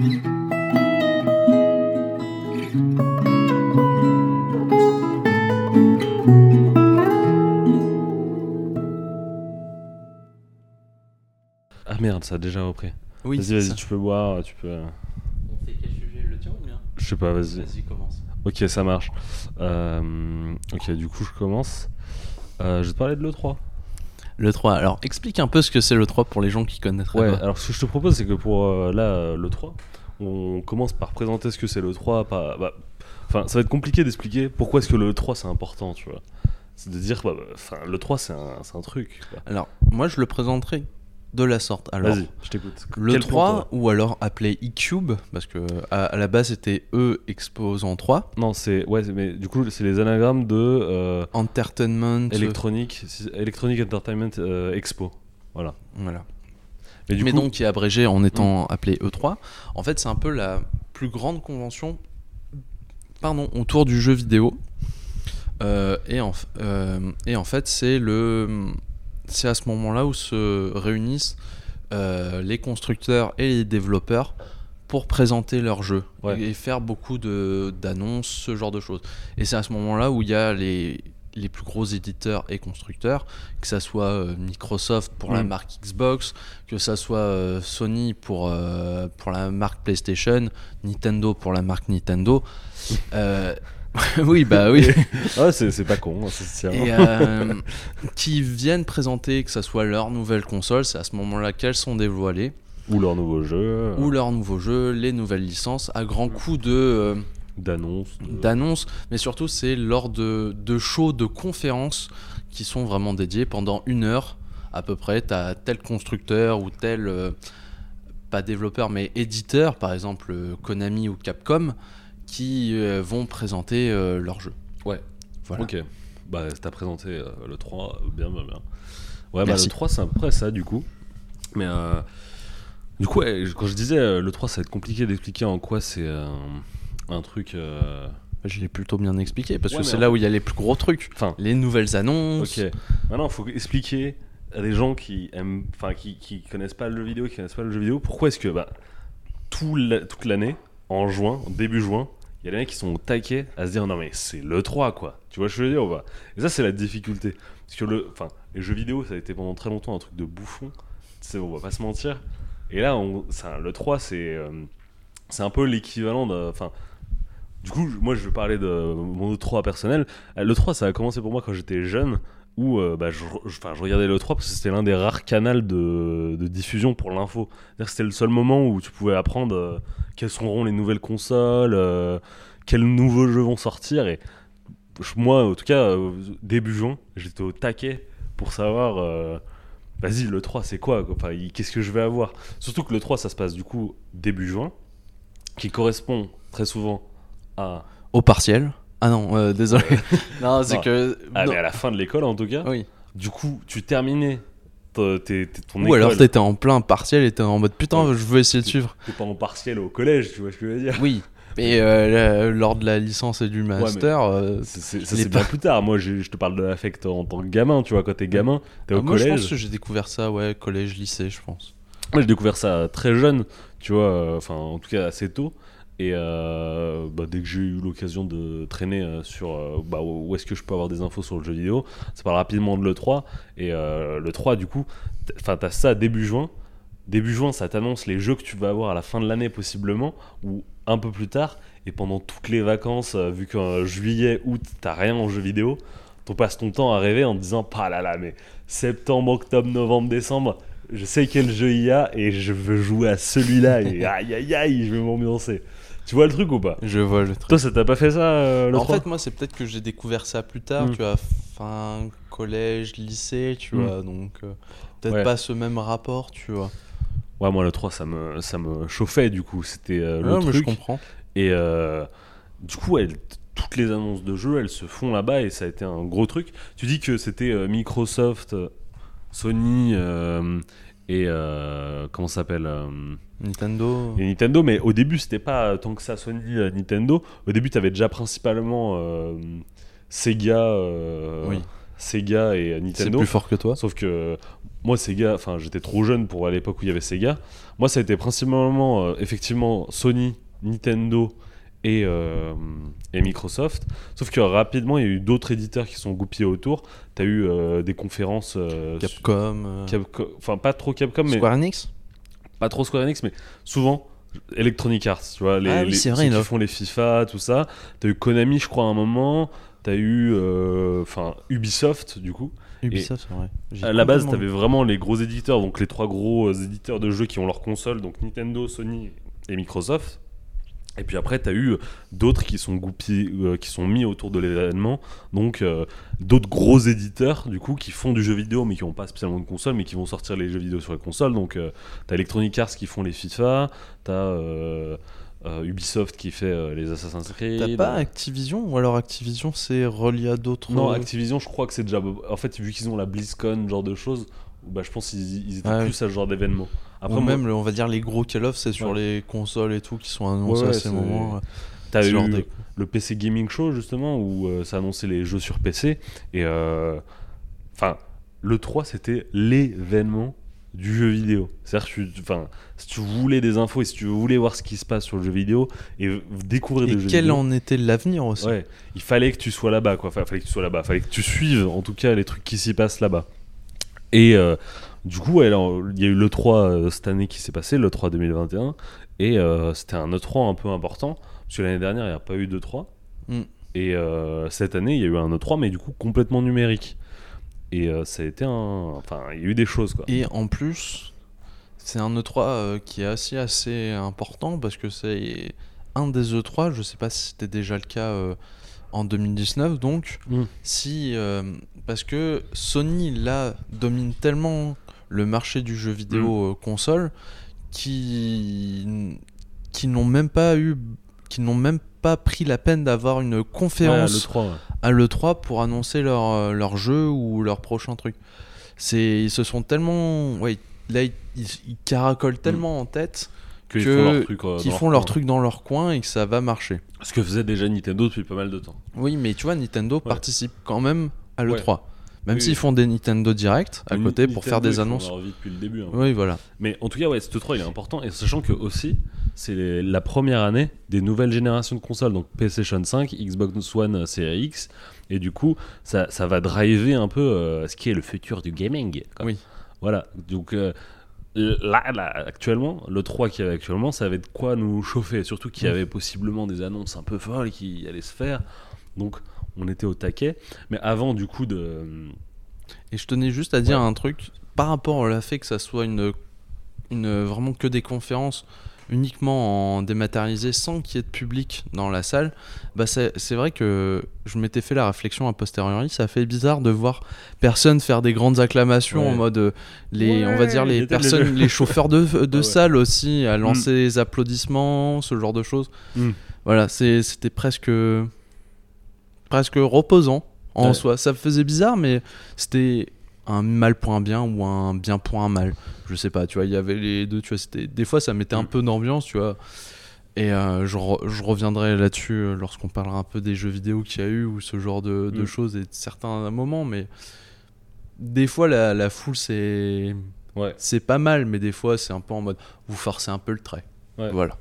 Ah merde, ça a déjà repris. Oui. Vas-y, vas-y, ça. tu peux boire, tu peux... On fait quel sujet, le tien ou bien ? Je sais pas, vas-y. Vas-y, commence. Ok, ça marche. Euh, ok, du coup, je commence. Euh, je vais te parler de l'E trois. L'E trois, alors explique un peu ce que c'est l'E trois pour les gens qui connaîtraient ouais, pas. Alors ce que je te propose, c'est que pour euh, là, l'E trois, on commence par présenter ce que c'est l'E trois. Pas, bah, enfin, ça va être compliqué d'expliquer pourquoi est-ce que l'E trois c'est important, tu vois. C'est de dire, bah, bah, l'E trois c'est un, c'est un truc. Quoi. Alors, moi je le présenterai de la sorte. Alors, vas-y, je t'écoute. Le trois, ou alors appelé E-Cube, parce que à, à la base c'était E exposant trois. Non, c'est ouais, mais du coup c'est les anagrammes de euh, Entertainment, Electronic, Electronic Entertainment euh, Expo. Voilà. Voilà. Mais, du mais coup, donc qui est abrégé en étant mmh. appelé E trois. En fait, c'est un peu la plus grande convention, pardon, autour du jeu vidéo. Euh, et en euh, et en fait, c'est le c'est à ce moment-là où se réunissent euh, les constructeurs et les développeurs pour présenter leurs jeux, ouais. et, et faire beaucoup de, d'annonces, ce genre de choses. Et c'est à ce moment-là où il y a les, les plus gros éditeurs et constructeurs, que ça soit euh, Microsoft pour mmh. la marque Xbox, que ça soit euh, Sony pour, euh, pour la marque PlayStation, Nintendo pour la marque Nintendo. Euh, oui, bah oui. ah, c'est, c'est pas con, c'est et euh, qui viennent présenter que ça soit leur nouvelle console, c'est à ce moment-là qu'elles sont dévoilées. Ou leur nouveau jeu. Ou leur nouveau jeu, les nouvelles licences, à grands coups de... Euh, d'annonces. De... D'annonces, mais surtout c'est lors de, de shows, de conférences qui sont vraiment dédiés pendant une heure à peu près. T'as tel constructeur ou tel, euh, pas développeur, mais éditeur, par exemple Konami ou Capcom, qui euh, vont présenter euh, leur jeu. Ouais, voilà. Ok. Bah, t'as présenté euh, le trois, bien, bien, bien. Ouais, bah, le trois, c'est à peu près ça, du coup. Mais, euh, du coup, ouais, quand je disais euh, le trois, ça va être compliqué d'expliquer en quoi c'est euh, un truc. Euh... Je l'ai plutôt bien expliqué, parce ouais, que c'est en... là où il y a les plus gros trucs. Enfin, les nouvelles annonces. Ok. Maintenant, il faut expliquer à des gens qui aiment, enfin, qui, qui connaissent pas le jeu vidéo, qui connaissent pas le jeu vidéo, pourquoi est-ce que, bah, tout la, toute l'année, en juin, début juin, il y a des mecs qui sont au taquet à se dire non mais c'est le trois quoi, tu vois ce que je veux dire ou pas. Et ça c'est la difficulté, parce que le, enfin les jeux vidéo ça a été pendant très longtemps un truc de bouffon, c'est, on va pas se mentir. Et là on, ça, le trois c'est, euh, c'est un peu l'équivalent de, enfin du coup moi je vais parler de mon E trois personnel. Le trois ça a commencé pour moi quand j'étais jeune, où euh, bah, je, je, je regardais le trois parce que c'était l'un des rares canaux de, de diffusion pour l'info. C'est-à-dire que c'était le seul moment où tu pouvais apprendre euh, quelles seront les nouvelles consoles, euh, quels nouveaux jeux vont sortir. Et moi, en tout cas, euh, début juin, j'étais au taquet pour savoir, euh, vas-y, le trois, c'est quoi, quoi, enfin, qu'est-ce que je vais avoir. Surtout que le trois, ça se passe du coup début juin, qui correspond très souvent à... au partiel. Ah non, euh, désolé. non, c'est non. que... Ah, non. mais à la fin de l'école, en tout cas. Oui. Du coup, tu terminais ton, ton, ton Ou école. alors t'étais en plein partiel et t'étais en mode putain, ouais. je veux essayer de suivre. T'es pas en partiel au collège, tu vois ce que je veux dire. Oui. Et euh, lors de la licence et du master... Ouais, euh, c'est, c'est, ça c'est pas... bien plus tard. Moi, je te parle de l'affect en tant que gamin, tu vois, quand t'es gamin, t'es ah, au moi, collège. Moi, je pense que j'ai découvert ça, ouais, collège, lycée, je pense. Moi, j'ai découvert ça très jeune, tu vois, enfin, en tout cas assez tôt. Et euh, bah, dès que j'ai eu l'occasion de traîner euh, sur euh, bah, où est-ce que je peux avoir des infos sur le jeu vidéo, ça parle rapidement de l'E trois. Et euh, l'E trois, du coup, t- t'as ça début juin. Début juin, ça t'annonce les jeux que tu vas avoir à la fin de l'année, possiblement, ou un peu plus tard. Et pendant toutes les vacances, euh, vu qu'en juillet, août, t'as rien en jeu vidéo, tu passes ton temps à rêver en te disant ah là là, mais septembre, octobre, novembre, décembre, je sais quel jeu il y a et je veux jouer à celui-là. Et aïe aïe aïe, je vais m'ambiancer. Tu vois le truc ou pas ? Je vois le truc. Toi, ça t'a pas fait ça euh, le En trois ? fait, moi, c'est peut-être que j'ai découvert ça plus tard, mmh. tu vois, fin collège, lycée, tu mmh. vois, donc euh, peut-être ouais. pas ce même rapport, tu vois. Ouais, moi, le trois, ça me, ça me chauffait, du coup, c'était euh, le ouais, truc. Mais je comprends. Et euh, du coup, elle, toutes les annonces de jeux, elles se font là-bas et ça a été un gros truc. Tu dis que c'était euh, Microsoft, Sony... Euh, et euh, comment ça s'appelle euh, Nintendo. Et Nintendo, mais au début c'était pas tant que ça Sony, euh, Nintendo. Au début t'avais déjà principalement euh, Sega, euh, oui. Sega et Nintendo. C'est plus fort que toi. Sauf que moi Sega, enfin j'étais trop jeune pour à l'époque où il y avait Sega. Moi ça a été principalement euh, effectivement Sony, Nintendo et, euh, et Microsoft. Sauf que rapidement, il y a eu d'autres éditeurs qui sont goupillés autour. Tu as eu euh, des conférences... Euh, Capcom. Euh... Capcom. Enfin, pas trop Capcom, mais... Square Enix. Pas trop Square Enix, mais souvent Electronic Arts. Tu vois, les, ah oui, les, c'est vrai, ceux qui font les FIFA, tout ça. Tu as eu Konami, je crois, à un moment. Tu as eu enfin euh, Ubisoft, du coup. Ubisoft, c'est vrai. J'ai à la base, tu avais vraiment les gros éditeurs, donc les trois gros euh, éditeurs de jeux qui ont leur console, donc Nintendo, Sony et Microsoft. Et puis après, tu as eu d'autres qui sont goupillés, euh, qui sont mis autour de l'événement. Donc, euh, d'autres gros éditeurs, du coup, qui font du jeu vidéo, mais qui n'ont pas spécialement de console, mais qui vont sortir les jeux vidéo sur les consoles. Donc, euh, tu as Electronic Arts qui font les FIFA, tu as euh, euh, Ubisoft qui fait euh, les Assassin's Creed. T'as pas Activision ? Ou alors Activision, c'est relié à d'autres... Non, Activision, je crois que c'est déjà... En fait, vu qu'ils ont la BlizzCon, genre de choses... Bah, je pense qu'ils ils étaient ah, plus oui. à ce genre d'événement. Après, ou moi, même, on va dire, les gros Call of, c'est sur ouais. les consoles et tout qui sont annoncés ouais, ouais, à ces moments. T'as eu des... le P C Gaming Show, justement, où euh, ça annonçait les jeux sur P C. Et enfin, euh... le trois, c'était l'événement du jeu vidéo. C'est-à-dire que tu, enfin, si tu voulais des infos et si tu voulais voir ce qui se passe sur le jeu vidéo et découvrir Et des jeux quel vidéo, en était l'avenir aussi. ouais, il fallait que tu sois là-bas, quoi. Enfin, fallait que tu sois là-bas, fallait que tu suives en tout cas les trucs qui s'y passent là-bas. Et euh, du coup, ouais, alors, il y a eu l'E trois euh, cette année qui s'est passé, l'E trois deux mille vingt et un, et euh, c'était un E trois un peu important, parce que l'année dernière, il n'y a pas eu d'E trois. Mm. Et euh, cette année, il y a eu un E trois, mais du coup, complètement numérique. Et euh, ça a été un. Enfin, il y a eu des choses, quoi. Et en plus, c'est un E trois euh, qui est assez, assez important parce que c'est un des E trois, je sais pas si c'était déjà le cas euh, en deux mille dix-neuf, donc Mm. si. euh, parce que Sony, là, domine tellement le marché du jeu vidéo euh, console qui, qui n'ont même pas eu. qui n'ont même pas pris la peine d'avoir une Ouais, conférence l'E trois, ouais. à l'E trois pour annoncer leur, euh, leur jeu ou leur prochain truc. C'est, ils se sont tellement... Ouais, là, ils, ils- ils caracolent tellement en tête Qu'ils que- font leur truc, euh, qu'ils dans font leur leur coin. truc dans leur coin et que ça va marcher. Ce que faisait déjà Nintendo depuis pas mal de temps. Oui, mais tu vois, Nintendo participe quand même à l'E trois. Même Oui, s'ils oui. font des Nintendo Direct à Mais côté Nintendo, pour faire des ils font annonces. leur vie depuis le début, hein. Oui, voilà. Mais en tout cas, ouais, ce E trois, il est important. Et sachant que aussi, c'est les- la première année des nouvelles générations de consoles. Donc PlayStation cinq, Xbox One Series X. Et du coup, ça, ça va driver un peu euh, ce qui est le futur du gaming, quoi. Oui. Voilà. Donc euh, là, là, actuellement, l'E trois qu'il y avait actuellement, ça avait de quoi nous chauffer. Surtout qu'il y avait possiblement des annonces un peu folles qui allaient se faire. Donc on était au taquet. Mais avant, du coup, de. Et je tenais juste à dire Ouais. un truc par rapport au fait que ça soit une, une vraiment que des conférences uniquement en dématérialisé sans qu'il y ait de public dans la salle. Bah c'est, c'est vrai que je m'étais fait la réflexion a posteriori, ça fait bizarre de voir personne faire des grandes acclamations Ouais. en mode euh, les, on va Ouais, dire il les était personnes, le- les chauffeurs de, de Ah ouais. salle aussi à lancer Mm. les applaudissements, ce genre de choses. Mm. Voilà, c'est, c'était presque presque reposant en Ouais. soi. Ça faisait bizarre, mais c'était un mal pour un bien ou un bien pour un mal. Je sais pas, tu vois, il y avait les deux, tu vois, c'était... Des fois, ça mettait un Mm. peu d'ambiance, tu vois. Et euh, je, re- je reviendrai là-dessus euh, lorsqu'on parlera un peu des jeux vidéo qu'il y a eu ou ce genre de, de Mm. choses et de certains moments, mais des fois, la, la foule, c'est... Ouais. c'est pas mal, mais des fois, c'est un peu en mode, vous forcez un peu le trait. Ouais. Voilà.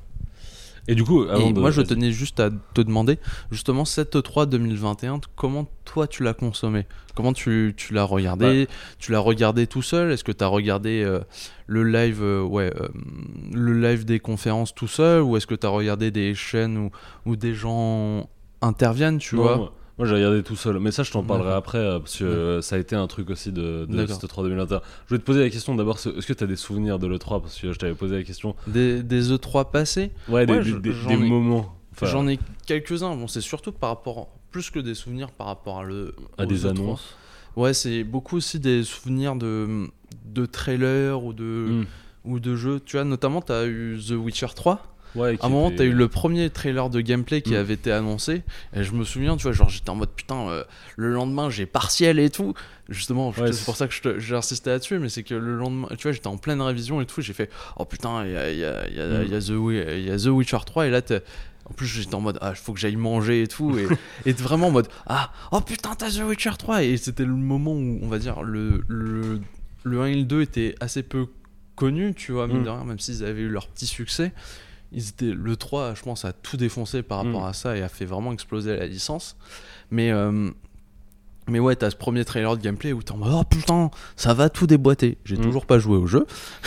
Et du coup, avant Et de- moi, je vas-y. tenais juste à te demander, justement, cette E trois deux mille vingt et un, comment toi tu l'as consommé? Comment tu, tu l'as regardé? Tu l'as regardé tout seul? Est-ce que tu as regardé euh, le live euh, ouais, euh, le live des conférences tout seul? Ou est-ce que tu as regardé des chaînes où, où des gens interviennent, tu Non, vois? moi, moi, j'ai regardé tout seul, mais ça je t'en parlerai D'accord. après euh, parce que euh, ça a été un truc aussi de, de D'accord. cette E trois deux mille vingt et un. Je vais te poser la question d'abord, c'est- est-ce que tu as des souvenirs de l'E trois? Parce que je t'avais posé la question. Des, des E trois passés? Ouais, des, Ouais, des- je- des- j'en des ai- moments. Enfin, J'en ai quelques-uns. Bon, c'est surtout par rapport, plus que des souvenirs par rapport à, le, à aux des E trois. annonces. Ouais, c'est beaucoup aussi des souvenirs de, de trailers ou de, Mm. ou de jeux. Tu vois, notamment, tu as eu The Witcher trois. Ouais, qui À un moment, était- tu as eu le premier trailer de gameplay qui Mm. avait été annoncé. Et je me souviens, tu vois, genre j'étais en mode putain, euh, le lendemain j'ai partiel et tout. Justement, Ouais, c'est c'est- pour ça que je te- j'ai insisté là-dessus. Mais c'est que le lendemain, tu vois, j'étais en pleine révision et tout. J'ai fait oh putain, il y a, il y a- il y a- Mm. il y a The Wi- il y a The Witcher trois. Et là, t'es- en plus, j'étais en mode ah, il faut que j'aille manger et tout. Et, et t'es vraiment en mode ah, oh putain, t'as The Witcher trois. Et c'était le moment où, on va dire, le, le, le un et le deux étaient assez peu connus, tu vois, mine Mm. de rien, même s'ils avaient eu leur petit succès. Ils étaient, le trois, je pense, a tout défoncé par rapport Mm. à ça et a fait vraiment exploser la licence. Mais, euh, mais ouais, t'as ce premier trailer de gameplay où t'es en mode oh putain, ça va tout déboîter. J'ai Mm. toujours pas joué au jeu.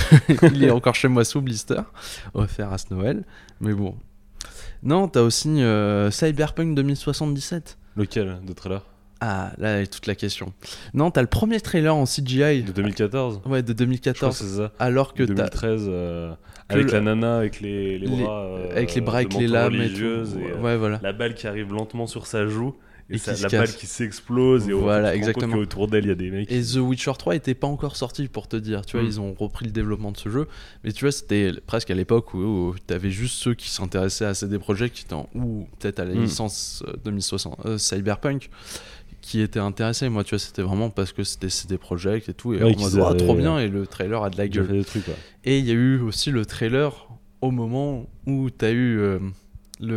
Il est encore chez moi sous blister, offert à ce Noël. Mais bon. Non, t'as aussi euh, Cyberpunk deux mille soixante-dix-sept. Lequel de trailer? Ah, là est toute la question. Non, t'as le premier trailer en C G I. De deux mille quatorze? Ouais, de Je crois que deux mille quatorze. c'est ça. Alors que deux mille t'as. treize, euh, que avec le- la nana, avec les, les les- bras. euh, avec les bras, de avec les manteau lames et tout. religieuse et, euh, Ouais, voilà. la balle qui arrive lentement sur sa joue. Et, Et ça- qui se la casse. balle qui s'explose. Et au- Voilà, tu te rends compte exactement. qu'autour d'elle, il y a des mecs. Et The Witcher trois était pas encore sorti pour te dire, tu vois, Mm. ils ont repris le développement de ce jeu, mais tu vois, c'était presque à l'époque où, où t'avais juste ceux qui s'intéressaient à C D Projekt, qui étaient en- ou peut-être à la Mm. licence euh, deux mille soixante, euh, Cyberpunk, qui étaient intéressés. Moi, tu vois, c'était vraiment parce que c'était C D Projekt et tout, et Ouais, en qu'ils mode, oh, avaient- trop bien, et le trailer a de la Il a gueule. fait des trucs, ouais. Et il y a eu aussi le trailer au moment où t'as eu euh,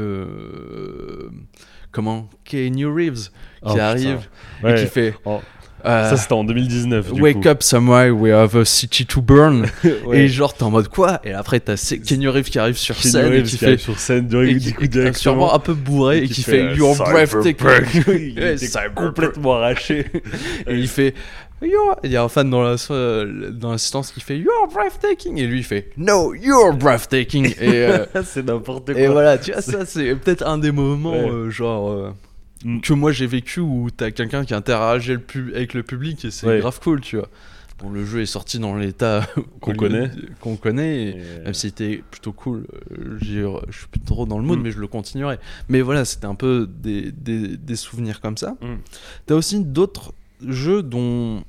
le. Comment Keanu Reeves Oh, qui putain. arrive Ouais. et qui fait. Oh. Euh, Ça, c'était en deux mille dix-neuf. Du Wake coup. up Samurai, we have a city to burn. Ouais. Et genre, t'es en mode quoi? Et après, t'as C- Kenny Reeves qui arrive sur Kenny scène et Reeves qui qui fait. arrive sur scène du, et du qui- coup et- directement. sûrement un peu bourré et qui fait euh, You're Cyberpunk. breathtaking. Il Ouais, était Cyberpunk. complètement arraché. Et il fait You're... Il y a un fan dans la dans l'assistance qui fait You're breathtaking. Et lui, il fait No, you're breathtaking. Et, euh, C'est n'importe quoi. et voilà, tu vois, ça, c'est peut-être un des moments, Ouais. euh, genre. euh, Mm. que moi j'ai vécu où t'as quelqu'un qui interagit le pub- avec le public et c'est Ouais. grave cool, tu vois. Bon, le jeu est sorti dans l'état Qu'on connaît. qu'on connaît et Et, euh, même si c'était plutôt cool, euh, j'y- je suis plus trop dans le mood, Mm. mais je le continuerai. Mais voilà, c'était un peu des, des, des souvenirs comme ça. Mm. T'as aussi d'autres jeux dont.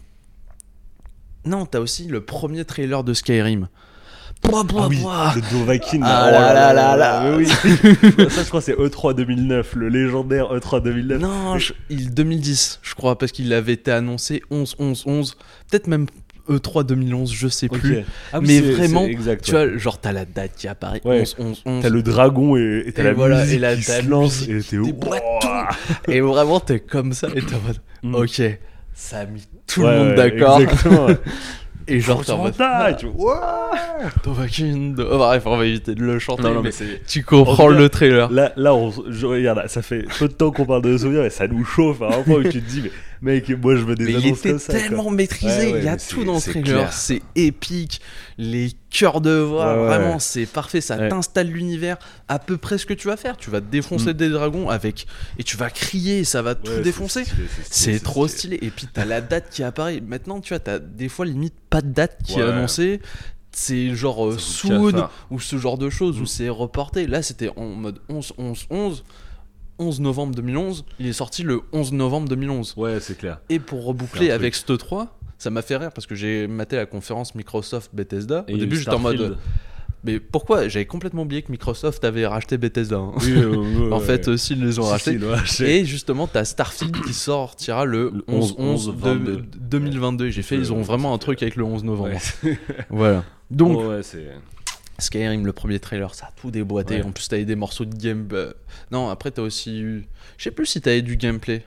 Non, t'as aussi le premier trailer de Skyrim. Pouah, pouah, Ah oui, pouah. le Dovahkiin. Ah oh là là là là. Mais oui. Ça, je crois, c'est E trois deux mille neuf, le légendaire E trois deux mille neuf. Non, Mais- je- il, deux mille dix, je crois, parce qu'il avait été annoncé onze onze onze, peut-être même E trois deux mille onze, je sais Ok. plus. Ah oui, Mais c'est- vraiment, c'est exact, Tu ouais. vois, genre t'as la date qui apparaît, Ouais. onze onze onze. T'as le dragon et et t'as Et la voilà, musique et là, qui t'as se la lance musique et qui t'es déboîte Ouah. Et vraiment, t'es comme ça et t'es en mode, Mm. ok, ça a mis tout Ouais, le monde ouais, d'accord. Exactement. ouais. Et genre, t'es en mode, Chantage, tu vois. Dovahkiin, de- oh, bref, on va éviter de le chanter, Non, non, mais mais c'est. tu comprends En tout cas, le trailer. Là, là on, je regarde, ça fait peu de temps qu'on parle de souvenirs et ça nous chauffe à un point où tu te dis, mais mec, moi je veux des Mais il annonces était comme ça. quoi. tellement maîtrisé, Ouais, ouais, il y a mais tout c'est- dans ce c'est trailer, clair. c'est épique, les chœurs de voix, Ouais, ouais, vraiment, ouais. c'est parfait, ça Ouais. t'installe l'univers, à peu près ce que tu vas faire, tu vas défoncer Mm. des dragons avec, et tu vas crier, et ça va tout Ouais, c'est défoncer. stylé, stylé, C'est trop stylé, et puis t'as la date qui apparaît, maintenant tu vois, t'as des fois limite pas de date qui est Ouais. annoncée, c'est genre euh, Ça coûte soon, cafard. ou ce genre de choses, Mm. où c'est reporté, là c'était en mode onze onze onze, onze novembre deux mille onze, il est sorti le onze novembre deux mille onze. Ouais, c'est clair. Et pour C'est reboucler un avec ce trois, ça m'a fait rire parce que j'ai maté la conférence Microsoft Bethesda. Et Au il y a début, eu j'étais en mode. Starfield. Mais pourquoi? J'avais complètement oublié que Microsoft avait racheté Bethesda. hein. Oui, euh, ouais, En ouais. fait, aussi, ils les ont Si, rachetés. si, ils l'ont racheté. Et justement, t'as Starfield qui sortira le, Le onze onze onze vingt-deux. deux mille vingt-deux. Et j'ai fait, Le- ils ont vraiment un truc avec le onze novembre. Ouais. Voilà. Donc, Oh, ouais, c'est. Skyrim, le premier trailer, ça a tout déboîté. Ouais. En plus, t'avais des morceaux de game. euh, Non, après, t'as aussi eu. Je sais plus si t'avais du gameplay.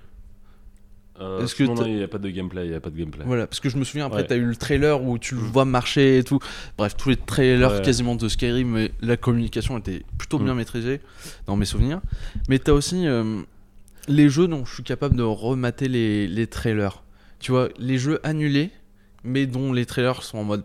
Euh, Est-ce que non, t'as- non, il n'y a pas de gameplay, il n'y a pas de gameplay. Voilà, parce que je me souviens après, Ouais. t'as eu le trailer où tu le Mm. vois marcher et tout. Bref, tous les trailers Ouais. quasiment de Skyrim, mais la communication était plutôt Mm. bien maîtrisée dans mes souvenirs. Mais t'as aussi euh, les jeux dont je suis capable de remater les, les trailers. Tu vois, les jeux annulés, mais dont les trailers sont en mode.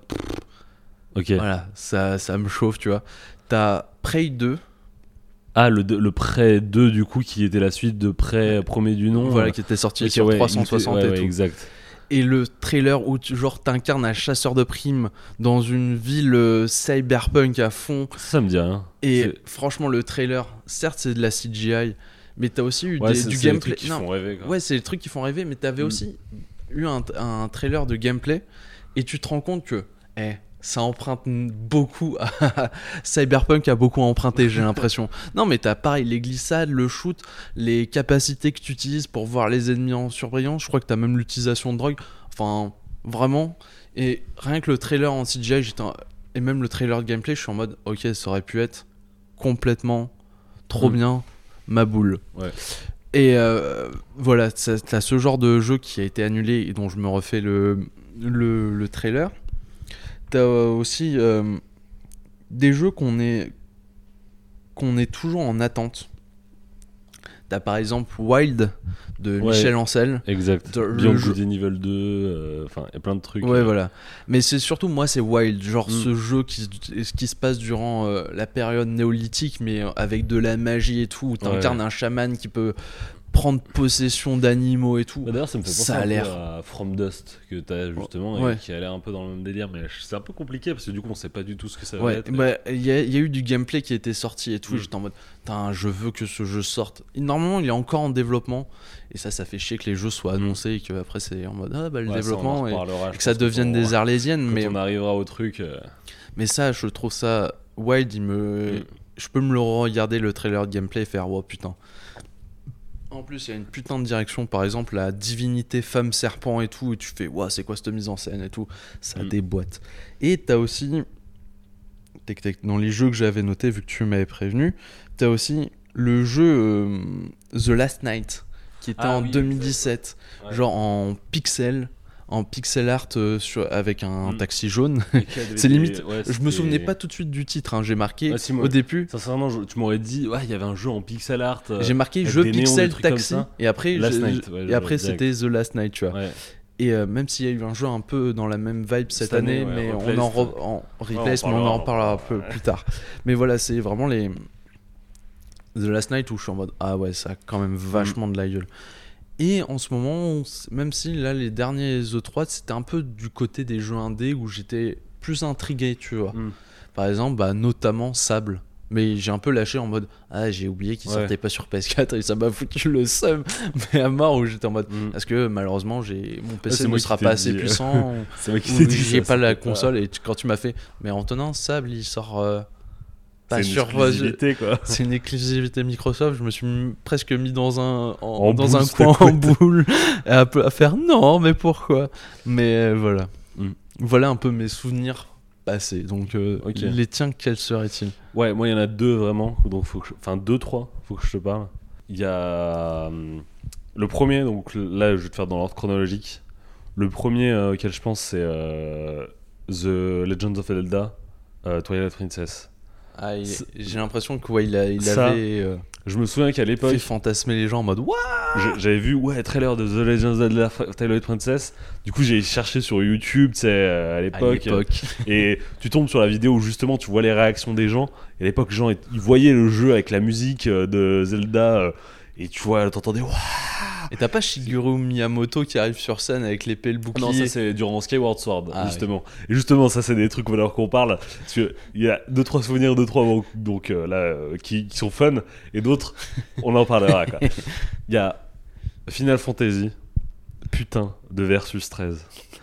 Ok. Voilà, ça, ça me chauffe, tu vois. T'as Prey deux, Ah, le, deux- le Prey deux, du coup, qui était la suite de Prey premier du nom. voilà, euh, qui était sorti ok, sur ouais, trois cent soixante ouais, et ouais, tout. exact. Et le trailer où tu genre t'incarnes un chasseur de primes dans une ville euh, cyberpunk à fond. Ça, ça me dit rien. Et C'est- franchement, le trailer, certes, c'est de la C G I, mais t'as aussi eu Ouais, des- c'est- du c'est les gameplay. trucs qui Non, font rêver, quoi. ouais, c'est les trucs qui font rêver, mais t'avais Mm. aussi eu un, un trailer de gameplay et tu te rends compte que eh, ça emprunte beaucoup à Cyberpunk a beaucoup emprunté, j'ai l'impression. Non, mais t'as pareil, les glissades, le shoot, les capacités que tu utilises pour voir les ennemis en surbrillance. Je crois que t'as même l'utilisation de drogue. Enfin, vraiment. Et rien que le trailer en C G I, j'étais en- et même le trailer de gameplay, je suis en mode, ok, ça aurait pu être complètement trop Mm. bien ma boule. Ouais. Et euh, voilà, ça- t'as ce genre de jeu qui a été annulé et dont je me refais le, le, le trailer. T'as aussi euh, des jeux qu'on est, qu'on est toujours en attente. T'as par exemple Wild de Ouais. Michel Ancel. Exact. Dans le Beyond jeu- Good and Evil deux, euh, enfin, il y a plein de trucs. Ouais, euh, voilà. Mais c'est surtout, moi, c'est Wild. Genre Mm. ce jeu qui, se- qui se passe durant euh, la période néolithique, mais euh, avec de la magie et tout. Où t'incarnes Ouais. un chaman qui peut prendre possession d'animaux et tout. Bah, d'ailleurs, ça me fait penser Ça a un peu l'air- à From Dust que t'as justement Ouais. et qui a l'air un peu dans le même délire, mais c'est un peu compliqué parce que du coup, on sait pas du tout ce que ça va Ouais, être. bah, il y, a- il y a eu du gameplay qui était sorti et tout. Mm. Et j'étais en mode, putain, je veux que ce jeu sorte. Et normalement, il est encore en développement. Et ça, ça fait chier que les jeux soient annoncés et qu'après, c'est en mode, ah bah le Ouais, ça, on en développement. et, reparlera, et je que ça pense, devienne quand on- des arlésiennes. Quand Mais, on arrivera au truc. euh, mais ça, je trouve ça. Wild, il me. Mm. Je peux me le regarder le trailer de gameplay et faire, wow, putain. En plus, il y a une putain de direction, par exemple, la divinité femme serpent et tout, et tu fais, waouh, c'est quoi cette mise en scène et tout. Ça Mm. déboîte. Et t'as aussi, tac, tac, dans les jeux que j'avais notés, vu que tu m'avais prévenu, t'as aussi le jeu euh, The Last Night, qui était Ah en oui, deux mille dix-sept, Ouais. genre en pixel, en pixel art euh, sur, avec un Mm. taxi jaune. Et qui avait C'est des- limite, ouais, je me c'était- souvenais pas tout de suite du titre, hein. J'ai marqué Ouais, si, moi- au début, Sincèrement, je- tu m'aurais dit, ouais, il y avait un jeu en pixel art. euh, j'ai marqué avec jeu des néons, des pixel trucs comme taxi, ça. et après, Last j'ai- Night, ouais, et après direct. c'était The Last Night, tu vois. Ouais. Et euh, même s'il y a eu un jeu un peu dans la même vibe cette, Cette année, année, ouais, mais Replaced. on en, re- en replace, on en mais on en parlera, parlera on un en peu parlera. plus tard. Mais voilà, c'est vraiment les The Last Night où je suis en mode ah ouais, ça a quand même vachement de la gueule. Et en ce moment, on s- même si là les derniers E trois, c'était un peu du côté des jeux indés où j'étais plus intrigué, tu vois. Mm. Par exemple, bah, notamment Sable. Mais j'ai un peu lâché en mode ah, j'ai oublié qu'il Ouais. sortait pas sur P S quatre et ça m'a foutu le seum. Mais à mort où j'étais en mode Mm. parce que malheureusement j'ai mon P C c'est ne moi qui sera t'ai pas dit, assez euh, puissant. C'est moi qui Ou t'ai dit. j'ai ça, pas la c'était console et tu- quand tu m'as fait mais Antonin Sable il sort euh, pas C'est une sur exclusivité, quoi. c'est une exclusivité Microsoft, je me suis m- presque mis dans un en, En dans boule, un c'était coin en quoi, boule et un peu à faire non mais pourquoi, mais euh, voilà. Mm. Voilà un peu mes souvenirs passés, donc euh, Ok. les tiens quels seraient-ils? Ouais, moi il y en a deux vraiment, donc faut que je... enfin deux trois, faut que je te parle. Il y a hum, le premier, donc là je vais te faire dans l'ordre chronologique. Le premier euh, auquel je pense c'est euh, The Legend of Zelda, euh, Twilight Princess. Ah, il- C'est- j'ai l'impression que ouais, il, a, il Ça, avait euh, Je me souviens qu'à l'époque, fait fantasmer les gens en mode What je- j'avais vu ouais trailer de The Legend of Zelda Twilight Princess. Du coup j'ai cherché sur YouTube, tu sais euh, à à l'époque. l'époque. Et tu tombes sur la vidéo où justement tu vois les réactions des gens. Et à l'époque, les gens ils voyaient le jeu avec la musique euh, de Zelda. euh, Et tu vois, t'entendais. Waouh. Et t'as pas Shigeru Miyamoto qui arrive sur scène avec l'épée et le bouclier? Non, ça c'est durant Skyward Sword, Ah, justement. Et justement, ça c'est des trucs alors qu'on parle. Parce qu'il y a deux trois souvenirs, deux trois donc, donc euh, là euh, qui, qui sont fun. Et d'autres, on en parlera quoi. Il y a Final Fantasy, putain de Versus treize.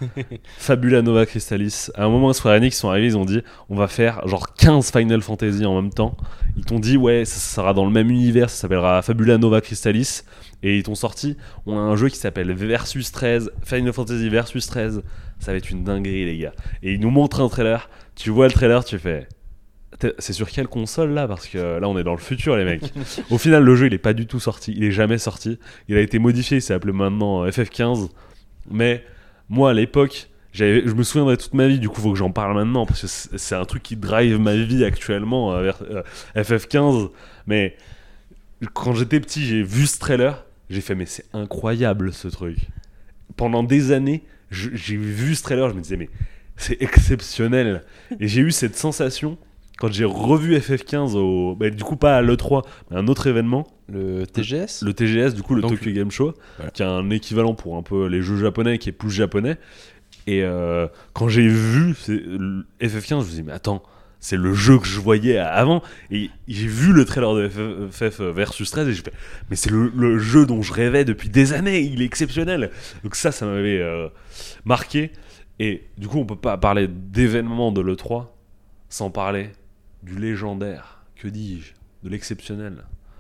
Fabula Nova Crystallis. À un moment, Square Enix sont arrivés, ils ont dit on va faire genre quinze Final Fantasy en même temps. Ils t'ont dit ouais, ça sera dans le même univers, ça s'appellera Fabula Nova Crystallis. Et ils t'ont sorti, on a un jeu qui s'appelle Versus treize, Final Fantasy Versus treize. Ça va être une dinguerie, les gars. Et ils nous montrent un trailer. Tu vois le trailer, tu fais. T'es- C'est sur quelle console là? Parce que là on est dans le futur les mecs. Au final le jeu il est pas du tout sorti, il est jamais sorti. Il a été modifié, il s'est appelé maintenant F F quinze. Mais moi à l'époque, j'avais, je me souviendrai toute ma vie, du coup faut que j'en parle maintenant parce que c'est c'est un truc qui drive ma vie actuellement euh, vers euh, F F quinze. Mais quand j'étais petit j'ai vu ce trailer, j'ai fait mais c'est incroyable ce truc. Pendant des années je- j'ai vu ce trailer, je me disais mais c'est exceptionnel. Et j'ai eu cette sensation quand j'ai revu F F quinze au, bah, du coup pas à l'E trois mais à un autre événement, Le T G S? le T G S, du coup le Donc, Tokyo Game Show, voilà. qui a un équivalent pour un peu les jeux japonais, qui est plus japonais. Et euh, quand j'ai vu c'est- le F F quinze, je me suis dit mais attends, c'est le jeu que je voyais avant. Et j'ai vu le trailer de F F Versus treize et j'ai fait mais c'est le, le jeu dont je rêvais depuis des années, il est exceptionnel. Donc ça, ça m'avait euh, marqué. Et du coup on peut pas parler d'événements de l'E trois sans parler du légendaire, que dis-je, de l'exceptionnel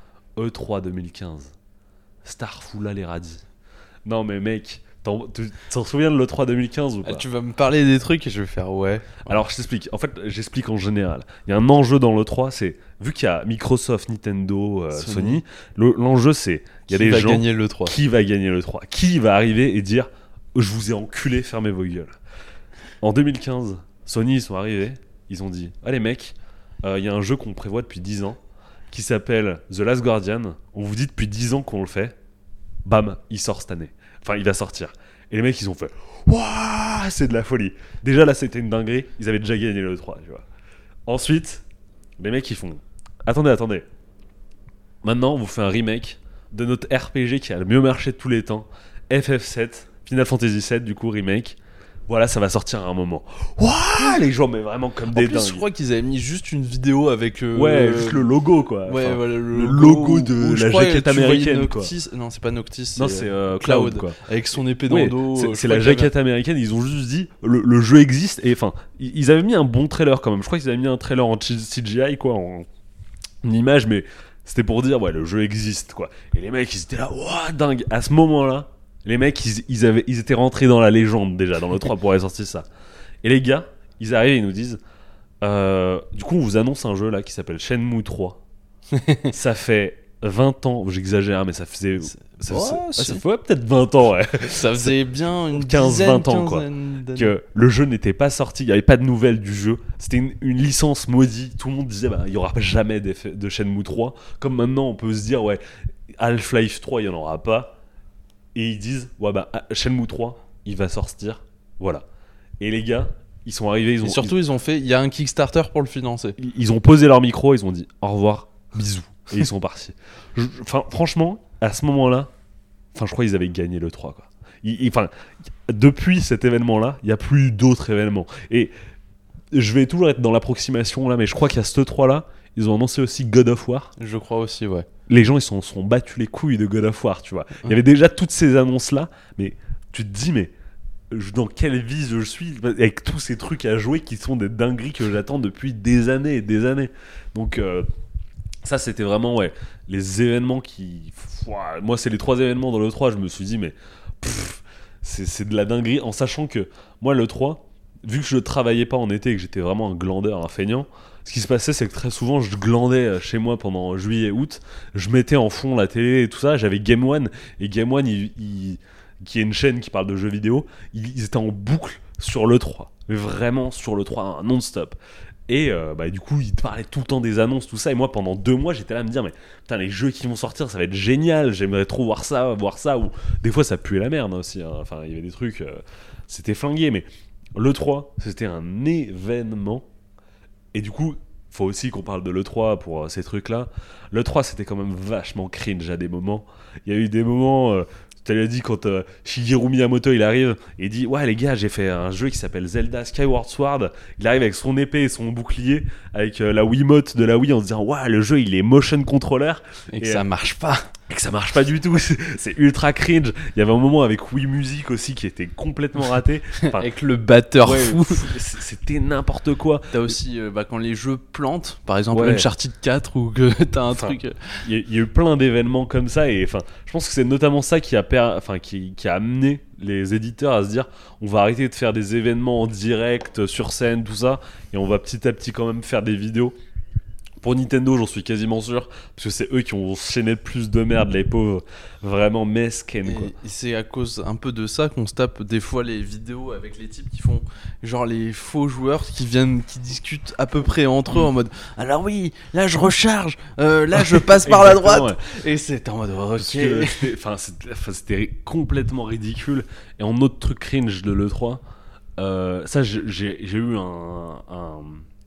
E trois deux mille quinze, Starfoula les radis. Non mais mec, t'en, tu t'en souviens de l'E trois deux mille quinze ou pas? Ah, tu vas me parler des trucs et je vais faire ouais. Alors je t'explique, en fait j'explique en général. Il y a un enjeu dans l'E trois, c'est, vu qu'il y a Microsoft, Nintendo, euh, Sony, Sony. le- l'enjeu c'est, il y a Qui des va gens, gagner le trois? qui va gagner l'E trois? Qui va arriver et dire, je vous ai enculé, fermez vos gueules. En deux mille quinze, Sony ils sont arrivés, ils ont dit, allez mecs, il y a un jeu qu'on prévoit depuis dix ans, qui s'appelle The Last Guardian, on vous dit depuis dix ans qu'on le fait, bam, il sort cette année. Enfin, il va sortir. Et les mecs, ils ont fait waouh, c'est de la folie. Déjà, là, c'était une dinguerie. Ils avaient déjà gagné le trois, tu vois. Ensuite, les mecs, ils font attendez, attendez. Maintenant, on vous fait un remake de notre R P G qui a le mieux marché de tous les temps, F F sept, Final Fantasy sept, du coup, remake. Voilà, ça va sortir à un moment. Waouh, les gens, mais vraiment comme En des plus, dingues. je crois qu'ils avaient mis juste une vidéo avec. euh, Ouais, juste le logo, quoi. Ouais, Enfin, voilà, le, le logo de où je la crois jaquette que tu voyais américaine, quoi. Noctis- Non, c'est pas Noctis. Non, c'est, c'est euh, euh, Cloud, Cloud, quoi. avec son épée dans Ouais, le dos. c'est euh, je c'est crois la qu'il y avait- jaquette américaine. Ils ont juste dit le, le jeu existe et enfin ils ils avaient mis un bon trailer quand même. Je crois qu'ils avaient mis un trailer en C G I quoi, en, en image, mais c'était pour dire ouais le jeu existe quoi. Et les mecs ils étaient là ouah dingue. À ce moment-là, les mecs ils, ils avaient ils étaient rentrés dans la légende déjà dans le trois pour aller sortir ça. Et les gars ils arrivent et ils nous disent euh, du coup on vous annonce un jeu là qui s'appelle Shenmue trois. Ça fait vingt ans, j'exagère, mais ça faisait. C'est- Ça, Ouais, faisait- ah, si. ça fait ouais, peut-être vingt ans, ouais. Ça faisait bien une quinze, dizaine, vingt ans, quoi. quinzaine d'années. Que le jeu n'était pas sorti, il n'y avait pas de nouvelles du jeu. C'était une, une licence maudite. Tout le monde disait, bah, il n'y aura jamais d'effet- de Shenmue trois. Comme maintenant, on peut se dire, ouais, Half-Life trois, il n'y en aura pas. Et ils disent, ouais, bah, Shenmue trois, il va sortir. Voilà. Et les gars, ils sont arrivés, ils ont, Et surtout, ils ont fait. Il y a un Kickstarter pour le financer. ils, ils ont posé leur micro, ils ont dit, au revoir, bisous. Et ils sont partis. Je- Enfin, franchement, à ce moment-là, enfin, je crois qu'ils avaient gagné le trois, quoi. Ils- ils- Enfin, depuis cet événement-là, il n'y a plus eu d'autres événements. Et je vais toujours être dans l'approximation là, mais je crois qu'à ce trois là, ils ont annoncé aussi God of War. Je crois aussi, ouais. Les gens, ils se sont, sont battus les couilles de God of War, tu vois. Il y Ouais. avait déjà toutes ces annonces-là, mais tu te dis, mais je- dans quelle vie je suis avec tous ces trucs à jouer qui sont des dingueries que j'attends depuis des années et des années. Donc, euh, ça, c'était vraiment, ouais, les événements qui. Ouah, moi, c'est les trois événements dans le trois, je me suis dit, mais. pff, c'est c'est de la dinguerie, en sachant que moi, le trois, vu que je travaillais pas en été et que j'étais vraiment un glandeur, un feignant, ce qui se passait, c'est que très souvent, je glandais chez moi pendant juillet, août, je mettais en fond la télé et tout ça, j'avais Game One, et Game One, il, il- qui est une chaîne qui parle de jeux vidéo, ils, ils étaient en boucle sur le trois, mais vraiment sur le trois, non-stop. Et euh, bah, du coup, ils te parlaient tout le temps des annonces, tout ça, et moi, pendant deux mois, j'étais là à me dire, mais putain, les jeux qui vont sortir, ça va être génial, j'aimerais trop voir ça, voir ça, ou des fois, ça puait la merde hein, aussi, hein. Enfin, il y avait des trucs, euh, c'était flingué, mais l'E trois, c'était un événement. Et du coup, faut aussi qu'on parle de l'E trois pour euh, ces trucs-là. L'E trois, c'était quand même vachement cringe à des moments. Il y a eu des moments, euh, tu l'as dit, quand euh, Shigeru Miyamoto il arrive et il dit, ouais les gars, j'ai fait un jeu qui s'appelle Zelda Skyward Sword. Il arrive avec son épée et son bouclier, avec euh, la Wiimote de la Wii, en se disant, ouais, le jeu il est motion controller. Et que Et, ça euh, marche pas. Et que ça marche pas du tout, c'est c'est ultra cringe. Il y avait un moment avec Wii Music aussi qui était complètement raté. Enfin, Avec le batteur ouais, fou. c- c'était n'importe quoi. T'as aussi euh, bah, quand les jeux plantent, par exemple Ouais. Uncharted quatre, ou que t'as un Enfin, truc. euh, Il y, a- il y a eu plein d'événements comme ça et enfin, je pense que c'est notamment ça qui a, per- enfin, qui, qui a amené les éditeurs à se dire on va arrêter de faire des événements en direct, sur scène, tout ça, et on va petit à petit quand même faire des vidéos. Pour Nintendo, j'en suis quasiment sûr, parce que c'est eux qui ont enchaîné le plus de merde, les pauvres, vraiment mesquines, quoi. Et, et c'est à cause un peu de ça qu'on se tape des fois les vidéos avec les types qui font genre les faux joueurs qui viennent, qui discutent à peu près entre eux en mode alors oui, là je recharge, euh, là je passe par la Exactement, droite. Et c'est en mode Parce ok. que c'était- enfin, c'était enfin, c'était complètement ridicule. Et en autre truc cringe de l'E trois, euh, ça j'ai j'ai- j'ai eu un, un,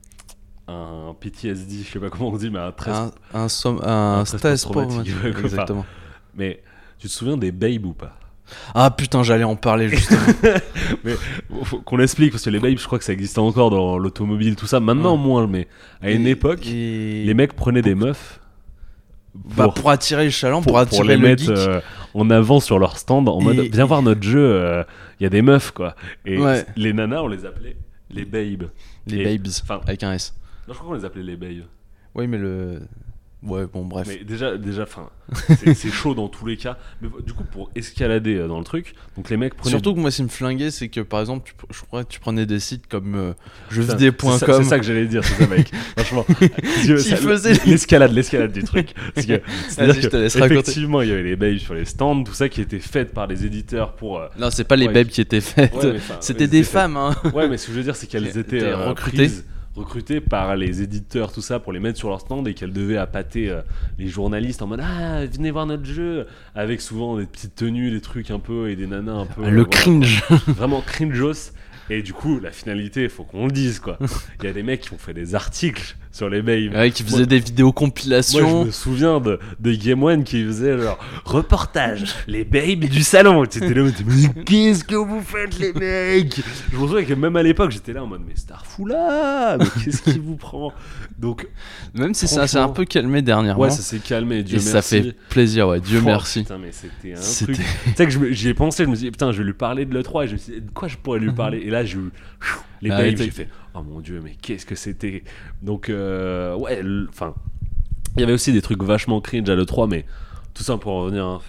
un P T S D, je sais pas comment on dit, mais un très. Un, un, somme- un un stress stress post-traumatique, post-traumatique, ouais, quoi. exactement. Mais tu te souviens des Babes ou pas? Ah putain, j'allais en parler justement. Mais bon, faut qu'on l'explique parce que les Babes, je crois que ça existait encore dans l'automobile, tout ça. Maintenant Ouais. moins, mais à une Et- époque, et- les mecs prenaient des meufs bah, pour attirer les chalands, pour, pour, attirer pour les le mettre geek. euh, en avant sur leur stand en Et- mode viens voir notre jeu, il y a des meufs quoi. Et Ouais. les nanas, on les appelait les Babes. Les Et- babes, enfin- avec un S. Non, je crois qu'on les appelait les Babes. Oui, mais le. Ouais, bon, bref. Mais déjà, déjà, enfin, c'est c'est chaud dans tous les cas. Mais du coup, pour escalader euh, dans le truc, donc les mecs prenaient. Surtout que moi, ce qui me flinguait, c'est que par exemple, tu, je crois que tu prenais des sites comme euh, Putain, jeuxvideo point c'est com. ça- C'est ça que j'allais dire, c'est ça, mec. Franchement, Parce que Qui ça- faisait- l'escalade, l'escalade du truc. Parce que, c'est-à-dire Vas-y, je te que, laisse raconter. effectivement, il y avait les babes sur les stands, tout ça qui était fait par les éditeurs pour. euh, Non, c'est pas les Ouais, babes qui étaient faites. Ouais, mais enfin, C'était elles des étaient faites. femmes, hein. Ouais, mais ce que je veux dire, c'est qu'elles Qui étaient étaient euh, recrutées. prises, recrutées par les éditeurs, tout ça, pour les mettre sur leur stand et qu'elles devaient appâter euh, les journalistes en mode ah venez voir notre jeu, avec souvent des petites tenues, des trucs un peu et des nanas un peu. Le euh, voilà. cringe. Vraiment cringeos. Et du coup, la finalité, il faut qu'on le dise quoi. Il y a des mecs qui ont fait des articles sur les babes. Ouais, qui faisaient Moi- des vidéos Moi, compilations. je me souviens de, de Game One qui faisait genre reportage, les babes du salon. C'était là, mais qu'est-ce que vous faites, les mecs? Je me souviens que même à l'époque, j'étais là en mode, mais Starfoula, mais qu'est-ce qui vous prend? Donc, Même si ça s'est un franchement- peu calmé dernièrement. ouais, ça s'est calmé, Dieu et merci. ça fait plaisir, ouais. Dieu Oh, merci. Putain, mais c'était un C'était- truc. Tu sais que je me- j'y ai pensé, je me suis dit, putain, je vais lui parler de l'E trois et je me suis dit, de quoi je pourrais lui parler? Et là, j'ai eu les Ah, babes, ouais, t'as- j'ai fait, oh mon Dieu, mais qu'est-ce que c'était? Donc, euh, ouais, enfin, il y avait aussi des trucs vachement cringe à l'E trois, mais tout ça pour en revenir à un fait.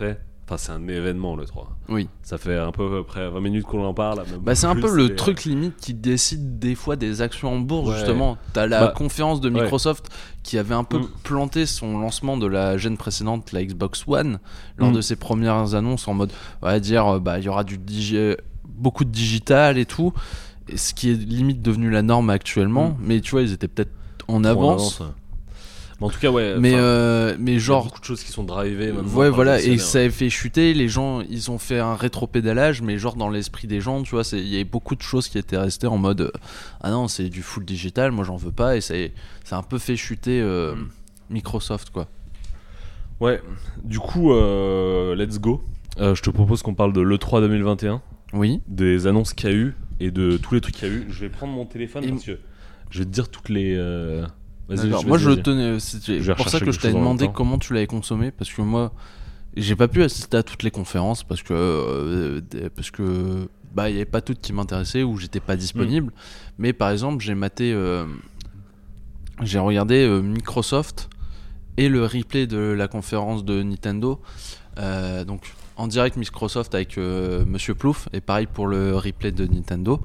Enfin, c'est un événement le trois. Oui. Ça fait un peu à peu près vingt minutes qu'on en parle. Même Bah, c'est un plus, peu le c'est- truc limite qui décide des fois des actions en bourse, Ouais. justement. T'as la Bah, conférence de Microsoft qui avait un peu Mm. planté son lancement de la gêne précédente, la Xbox One, lors Mm. de ses premières annonces en mode, on va dire, euh, bah, il y aura du digi- beaucoup de digital et tout, et ce qui est limite devenu la norme actuellement. Mm. Mais tu vois, ils étaient peut-être en Trop en avance. ouais. Mais en tout cas, ouais. Mais, enfin, euh, mais il y a genre, beaucoup de choses qui sont drivées maintenant. ouais, par voilà, les et actionnaires. ça a fait chuter. Les gens, ils ont fait un rétro-pédalage, mais genre dans l'esprit des gens, tu vois, c'est- il y avait beaucoup de choses qui étaient restées en mode euh, ah non, c'est du full digital, moi j'en veux pas, et ça a, ça a un peu fait chuter euh, Mm. Microsoft, quoi. Ouais, du coup, euh, let's go. Euh, je te propose qu'on parle de l'E trois deux mille vingt et un, Oui. des annonces qu'il y a eu et de tous les trucs qu'il y a eu. Je vais prendre mon téléphone Et- parce que je vais te dire toutes les. euh, Vas-y, D'accord. vas-y, Moi, je vas-y. tenais, c'était Je vais pour ça rechercher que je quelque t'avais chose en même demandé temps. comment tu l'avais consommé, parce que moi, j'ai pas pu assister à toutes les conférences parce que euh, des- parce que bah il y avait pas toutes qui m'intéressaient ou j'étais pas disponible. Mais par exemple, j'ai maté, euh, j'ai regardé euh, Microsoft et le replay de la conférence de Nintendo. Euh, donc en direct Microsoft avec euh, Monsieur Plouf, et pareil pour le replay de Nintendo.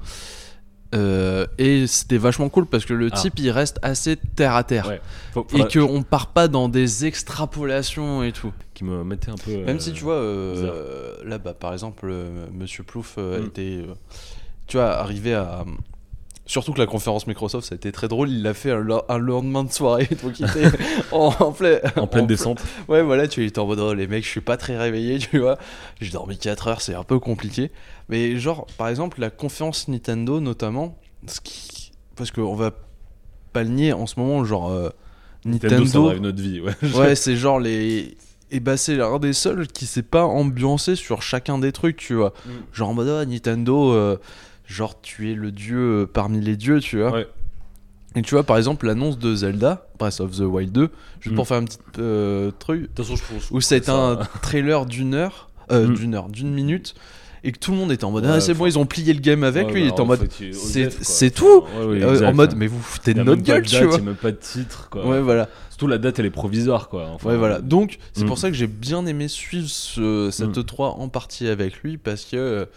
Euh, et c'était vachement cool parce que le Ah. type il reste assez terre à terre. Ouais. Faut- Et faudra- qu'on part pas dans des extrapolations et tout. Qui me mettait un peu. Même euh, si tu vois, euh, bizarre. euh, là bah, par exemple, euh, Monsieur Plouf euh, Mm. était, euh, tu vois, arrivé à. Surtout que la conférence Microsoft, ça a été très drôle. Il l'a fait un, lo- un lendemain de soirée, donc il était en, en, plein- En pleine en descente. ple- Ouais, voilà, tu étais en mode, oh, les mecs, je suis pas très réveillé, tu vois. J'ai dormi quatre heures, c'est un peu compliqué. Mais genre, par exemple, la conférence Nintendo, notamment, ce qui... parce qu'on va pas le nier en ce moment, genre, euh, Nintendo, ça Nintendo, drive notre vie. Ouais. ouais, c'est genre les. Et bah, c'est l'un des seuls qui s'est pas ambiancé sur chacun des trucs, tu vois. Mm. Genre en mode, ah, Nintendo, euh, genre tu es le dieu euh, parmi les dieux, tu vois. Ouais. Et tu vois, par exemple, l'annonce de Zelda, Breath of the Wild deux, juste Mm. pour faire un petit euh, truc, De toute façon, je pense. où c'était un trailer d'une heure, euh, Mm. d'une heure, d'une minute, et que tout le monde était en mode, Ouais, ah, c'est enfin- bon, ils ont plié le game avec, Ouais, lui, il bah, était en en mode, fait, il- c'est Osef, quoi. c'est Enfin, tout ouais, ouais, Euh, exact. En mode, mais vous vous foutez Il y de a notre même pas gueule, de tu date, vois. il y a même pas de titre, quoi. Ouais, voilà. Surtout la date, elle est provisoire, quoi. Enfin, Ouais, voilà. Donc, c'est Mm. pour ça que j'ai bien aimé suivre ce, cette Mm. E trois en partie avec lui, parce que. euh,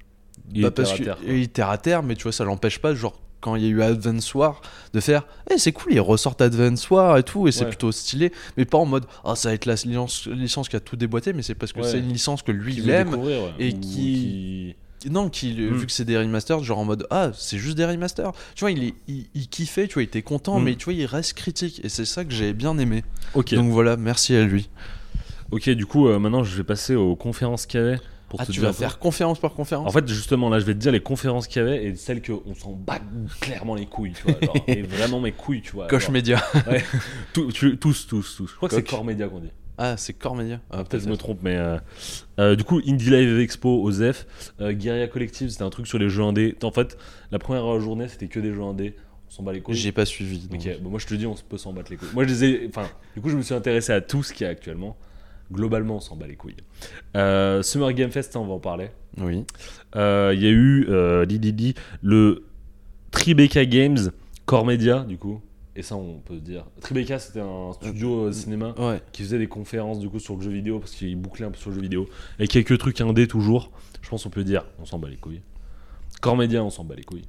Il bah, est terre parce à que- terre, quoi. il est terre à terre, mais tu vois, ça l'empêche pas, genre, quand il y a eu Advance War, de faire, eh, c'est cool, ils ressortent Advance War et tout, et c'est Ouais. plutôt stylé, mais pas en mode, ah, ça va être la licence, licence qui a tout déboîté, mais c'est parce que Ouais. c'est une licence que lui, Qui il veut aime. découvrir, ouais. et Ou qui- Non, qui, Mm. vu que c'est des remasters, genre en mode, ah, c'est juste des remasters. Tu vois, il, est, il, il kiffait, tu vois, il était content, Mm. mais tu vois, il reste critique, et c'est ça que j'ai bien aimé. Ok. Donc voilà, merci à lui. Ok, du coup, euh, maintenant, je vais passer aux conférences qu'il y avait. Pour Ah, te tu dire vas un peu. faire conférence par conférence En fait, justement, là, je vais te dire les conférences qu'il y avait et celles qu'on s'en bat clairement les couilles, tu vois. Genre, et vraiment mes couilles, tu vois. Coche genre, Média. ouais. Tout- tu- tous, tous, tous. Je crois que c'est Coq. Core Media qu'on dit. Ah, c'est Core Média. Ah, Peut-être je me trompe, mais euh, euh, du coup, Indie Live Expo au Z E F, euh, Guerilla Collective, c'était un truc sur les jeux indés. En fait, la première journée, c'était que des jeux indés. On s'en bat les couilles. J'ai pas suivi. donc. Ok, bon, moi je te dis, on peut s'en battre les couilles. Moi, je les ai. Enfin, du coup, je me suis intéressé à tout ce qu'il y a actuellement. Globalement, on s'en bat les couilles. Euh, Summer Game Fest, ça, on va en parler. Oui. Euh, Il y a eu euh, li, li, li, le Tribeca Games, Core Media, du coup. Et ça, on peut se dire. Tribeca, c'était un studio euh, cinéma Ouais. qui faisait des conférences du coup sur le jeu vidéo parce qu'il bouclait un peu sur le jeu vidéo. Et quelques trucs indés toujours. Je pense qu'on peut dire, on s'en bat les couilles. Core Media, on s'en bat les couilles.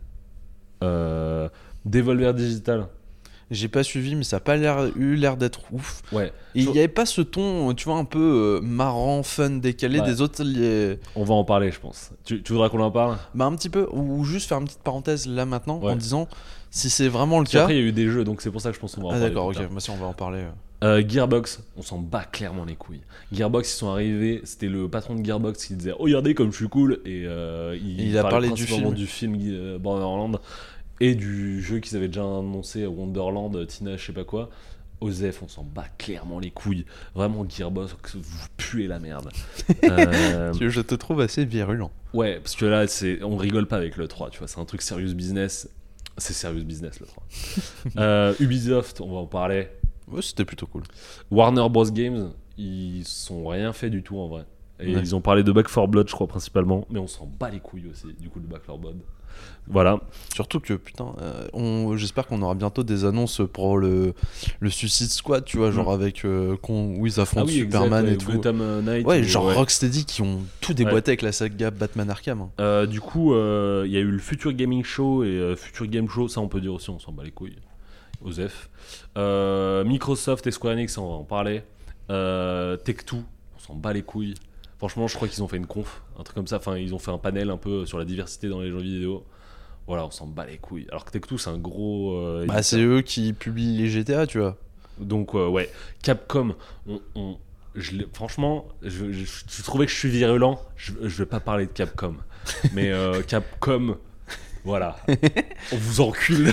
Euh, Devolver Digital. J'ai pas suivi, mais ça a pas l'air, eu l'air d'être ouf. Ouais. Et il Sur- y avait pas ce ton, tu vois, un peu euh, marrant, fun, décalé Ouais. des autres. les- On va en parler, je pense. Tu, tu voudras qu'on en parle? Bah, un petit peu. Ou juste faire une petite parenthèse là maintenant Ouais. en disant si c'est vraiment le Puis cas. après, il y a eu des jeux, donc c'est pour ça que je pense qu'on va en Ah, parler. d'accord, plus ok. tard. Moi, si on va en parler. euh. Euh, Gearbox, on s'en bat clairement les couilles. Gearbox, ils sont arrivés, c'était le patron de Gearbox qui disait oh, regardez comme je suis cool. Et euh, il, Il a parlait parlé du principalement film. du film euh, Borderlands et du jeu qu'ils avaient déjà annoncé, Wonderland, Tina, je sais pas quoi. O Z E F, on s'en bat clairement les couilles. Vraiment, Gearbox, vous puez la merde. Euh, Tu- Je te trouve assez virulent. ouais, parce que là, c'est, on rigole pas avec le trois, tu vois, c'est un truc serious business. C'est serious business le trois. euh, Ubisoft, on va en parler. Ouais, c'était plutôt cool. Warner Bros Games, ils sont rien fait du tout en vrai. Et Ouais. ils ont parlé de Back four Blood, je crois, principalement. Mais on s'en bat les couilles aussi, du coup, de Back four Blood. Voilà. Surtout que putain, euh, on, j'espère qu'on aura bientôt des annonces pour le, le Suicide Squad, tu vois, genre Mm. avec euh, qu'on- où ils affrontent Ah oui, Superman exact, et ouais, tout. Gotham Knight. Ouais, ou- genre ouais. Rocksteady qui ont tout déboîté avec la saga Batman Arkham. hein. Euh, du coup, il euh, y a eu le Future Gaming Show et euh, Future Game Show, ça on peut dire aussi, on s'en bat les couilles. Osef. Euh, Microsoft et Square Enix, on va en parler. Euh, Tech deux, on s'en bat les couilles. Franchement, je crois qu'ils ont fait une conf, un truc comme ça. Enfin, ils ont fait un panel un peu sur la diversité dans les jeux vidéo. Voilà, on s'en bat les couilles. Alors que Tech deux, c'est un gros. Euh, Bah, éditeur. c'est eux qui publient les G T A, tu vois. Donc, euh, ouais. Capcom, on. on- je l'ai- franchement, je, je, je trouvais que je suis virulent. Je, je vais pas parler de Capcom. Mais euh, Capcom. Voilà, on vous encule.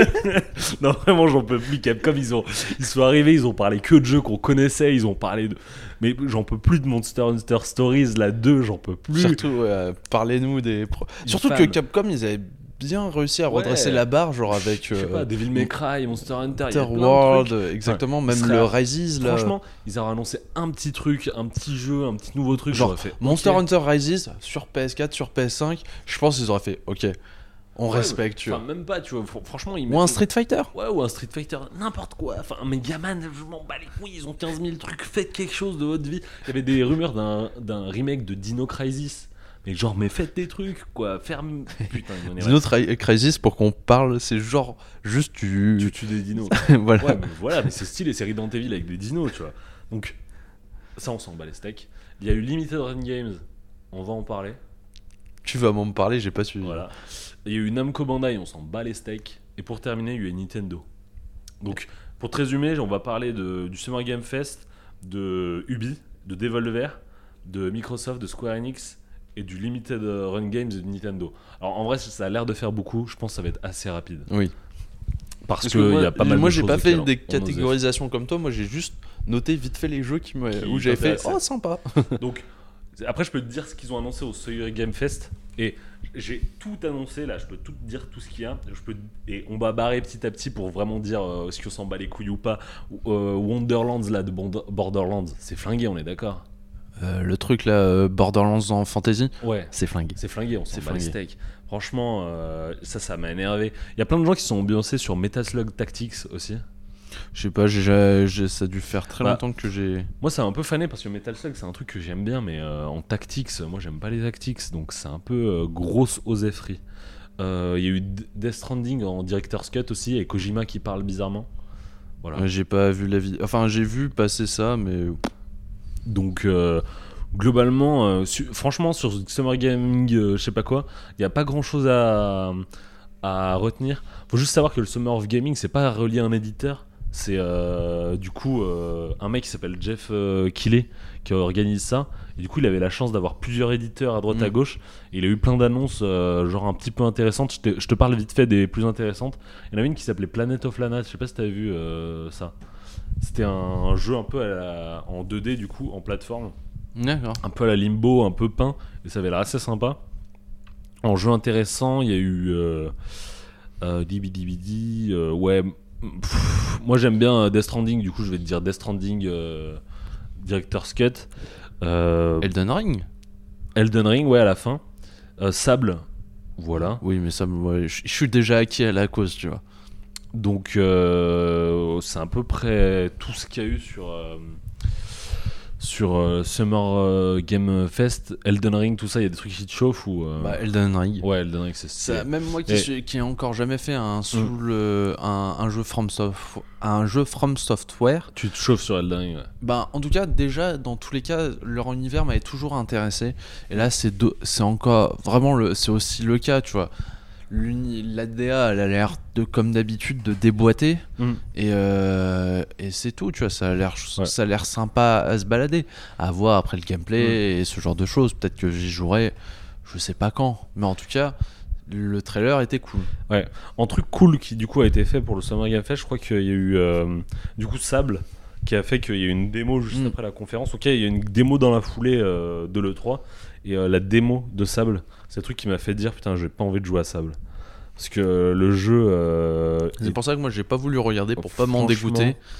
Non, vraiment, j'en peux plus. Capcom, ils, ont, ils sont arrivés, ils ont parlé que de jeux qu'on connaissait, ils ont parlé de. Mais j'en peux plus de Monster Hunter Stories, la deux, j'en peux plus. Surtout, ouais, euh, parlez-nous des. Pro... Une Surtout que femme. Capcom, ils avaient bien réussi à Ouais. redresser la barre, genre avec. Je sais euh, pas, Devil May Cry, Monster Hunter, il y a Hunter plein de World, trucs. exactement, Enfin, même serait- le Rises là. Franchement, ils auraient annoncé un petit truc, un petit jeu, un petit nouveau truc. Genre, j'aurais fait, Monster ok. Hunter Rises sur P S quatre, sur P S cinq, je pense qu'ils auraient fait OK, on Ouais, respecte, tu Enfin, vois. même pas, tu vois. fr- Franchement, ils Ou un mettent- Street Fighter. Ouais, ou un Street Fighter, n'importe quoi. Enfin, un Megaman, je m'en bats les couilles, ils ont quinze mille trucs, faites quelque chose de votre vie. Il y avait des rumeurs d'un, d'un remake de Dino Crisis. Mais genre, mais faites des trucs, quoi. Ferme. Putain, il m'en est Dino Tri- Crisis, pour qu'on parle, c'est genre juste tu. Tu tues des dinos. voilà. Ouais, mais voilà, mais c'est stylé, c'est Resident Evil avec des dinos, tu vois. Donc, ça, on s'en bat les steaks. Il y a eu Limited Run Games, on va en parler. Tu vas m'en parler, j'ai pas suivi. Voilà. Il y a eu Namco Bandai, on s'en bat les steaks. Et pour terminer, il y a eu Nintendo. Donc, pour te résumer, on va parler de, du Summer Game Fest, de Ubi, de Devolver, de Microsoft, de Square Enix et du Limited Run Games de Nintendo. Alors, en vrai, ça a l'air de faire beaucoup. Je pense que ça va être assez rapide. Oui. Parce, Parce qu'il que moi, y a pas mal moi de j'ai choses pas fait auxquelles des on osait. catégorisations comme toi, moi j'ai juste noté vite fait les jeux qui me... Qui où j'avais fait t'intéressaient. oh sympa. Donc, après, je peux te dire ce qu'ils ont annoncé au Summer Game Fest. Et j'ai tout annoncé, là, je peux tout te dire, tout ce qu'il y a. Je peux, et on va barrer petit à petit pour vraiment dire euh, si on s'en bat les couilles ou pas. Euh, Wonderlands, là, de Bond- Borderlands, c'est flingué, on est d'accord? Euh, le truc là, euh, Borderlands en fantasy, Ouais, c'est flingué. c'est flingué, on s'en C'est bat les flingué. steaks. Franchement, euh, ça, ça m'a énervé. Il y a plein de gens qui sont ambiancés sur Metal Slug Tactics aussi. Je sais pas, j'ai, j'ai- ça a dû faire très Bah, longtemps que j'ai. Moi, ça a un peu fané parce que Metal Slug, c'est un truc que j'aime bien, mais euh, en tactics, moi, j'aime pas les tactics, donc c'est un peu euh, grosse oseillerie. Euh, Il y a eu D- Death Stranding en Director's Cut aussi, et Kojima qui parle bizarrement. Voilà. Ouais, j'ai pas vu la vidéo. Enfin, j'ai vu passer ça, mais. Donc, euh, globalement, euh, su- franchement, sur Summer Gaming, euh, je sais pas quoi, il y a pas grand chose à, à retenir. Faut juste savoir que le Summer of Gaming, c'est pas relié à un éditeur. C'est euh, du coup euh, un mec qui s'appelle Jeff euh, Keighley qui organise ça. Et du coup, il avait la chance d'avoir plusieurs éditeurs à droite Mm. à gauche. Et il a eu plein d'annonces, euh, genre un petit peu intéressantes. Je te, je te parle vite fait des plus intéressantes. Il y en avait une qui s'appelait Planet of Lana. Je sais pas si t'avais vu euh, ça. C'était un, un jeu un peu à la- en deux D, du coup, en plateforme. D'accord. Un peu à la Limbo, un peu peint. Et ça avait l'air assez sympa. En jeu intéressant, il y a eu euh, euh, D B D B D. euh, ouais. Pff, moi j'aime bien euh, Death Stranding, du coup je vais te dire Death Stranding euh, Director's Cut. Euh, Elden Ring. Elden Ring, ouais, à la fin. Euh, Sable, voilà. Oui, mais ça, moi, je je suis déjà acquis à la cause, tu vois. Donc euh, c'est à peu près tout ce qu'il y a eu sur, euh, sur euh, Summer euh, Game Fest. Elden Ring, tout ça, il y a des trucs qui te chauffent ou. euh, Bah, Elden Ring. Ouais, Elden Ring, c'est Ça, stylé. même moi qui, Et- suis, qui ai encore jamais fait un, sous Mm. le, un, un jeu From Soft- un jeu From Software, Tu te chauffes sur Elden Ring, ouais. ben, en tout cas, déjà, dans tous les cas, leur univers m'avait toujours intéressé. Et là, c'est de- c'est encore vraiment le, c'est aussi le cas, tu vois. L'A D A, elle a l'air de, comme d'habitude, de déboîter. Mm. Et, euh, et c'est tout, tu vois. Ça a l'air, Ouais. ça a l'air sympa à se balader, à voir après le gameplay et ce genre de choses. Peut-être que j'y jouerai, je sais pas quand, mais en tout cas, le trailer était cool. Un truc cool qui du coup a été fait pour le Summer Game Fest, je crois qu'il y a eu euh, du coup Sable qui a fait qu'il y a eu une démo juste Mm. après la conférence. Ok, il y a une démo dans la foulée euh, de l'E trois et euh, la démo de Sable, c'est le truc qui m'a fait dire putain, j'ai pas envie de jouer à Sable parce que euh, le jeu. euh, C'est est- pour ça que moi j'ai pas voulu regarder pour pas m'en Franchement, dégoûter.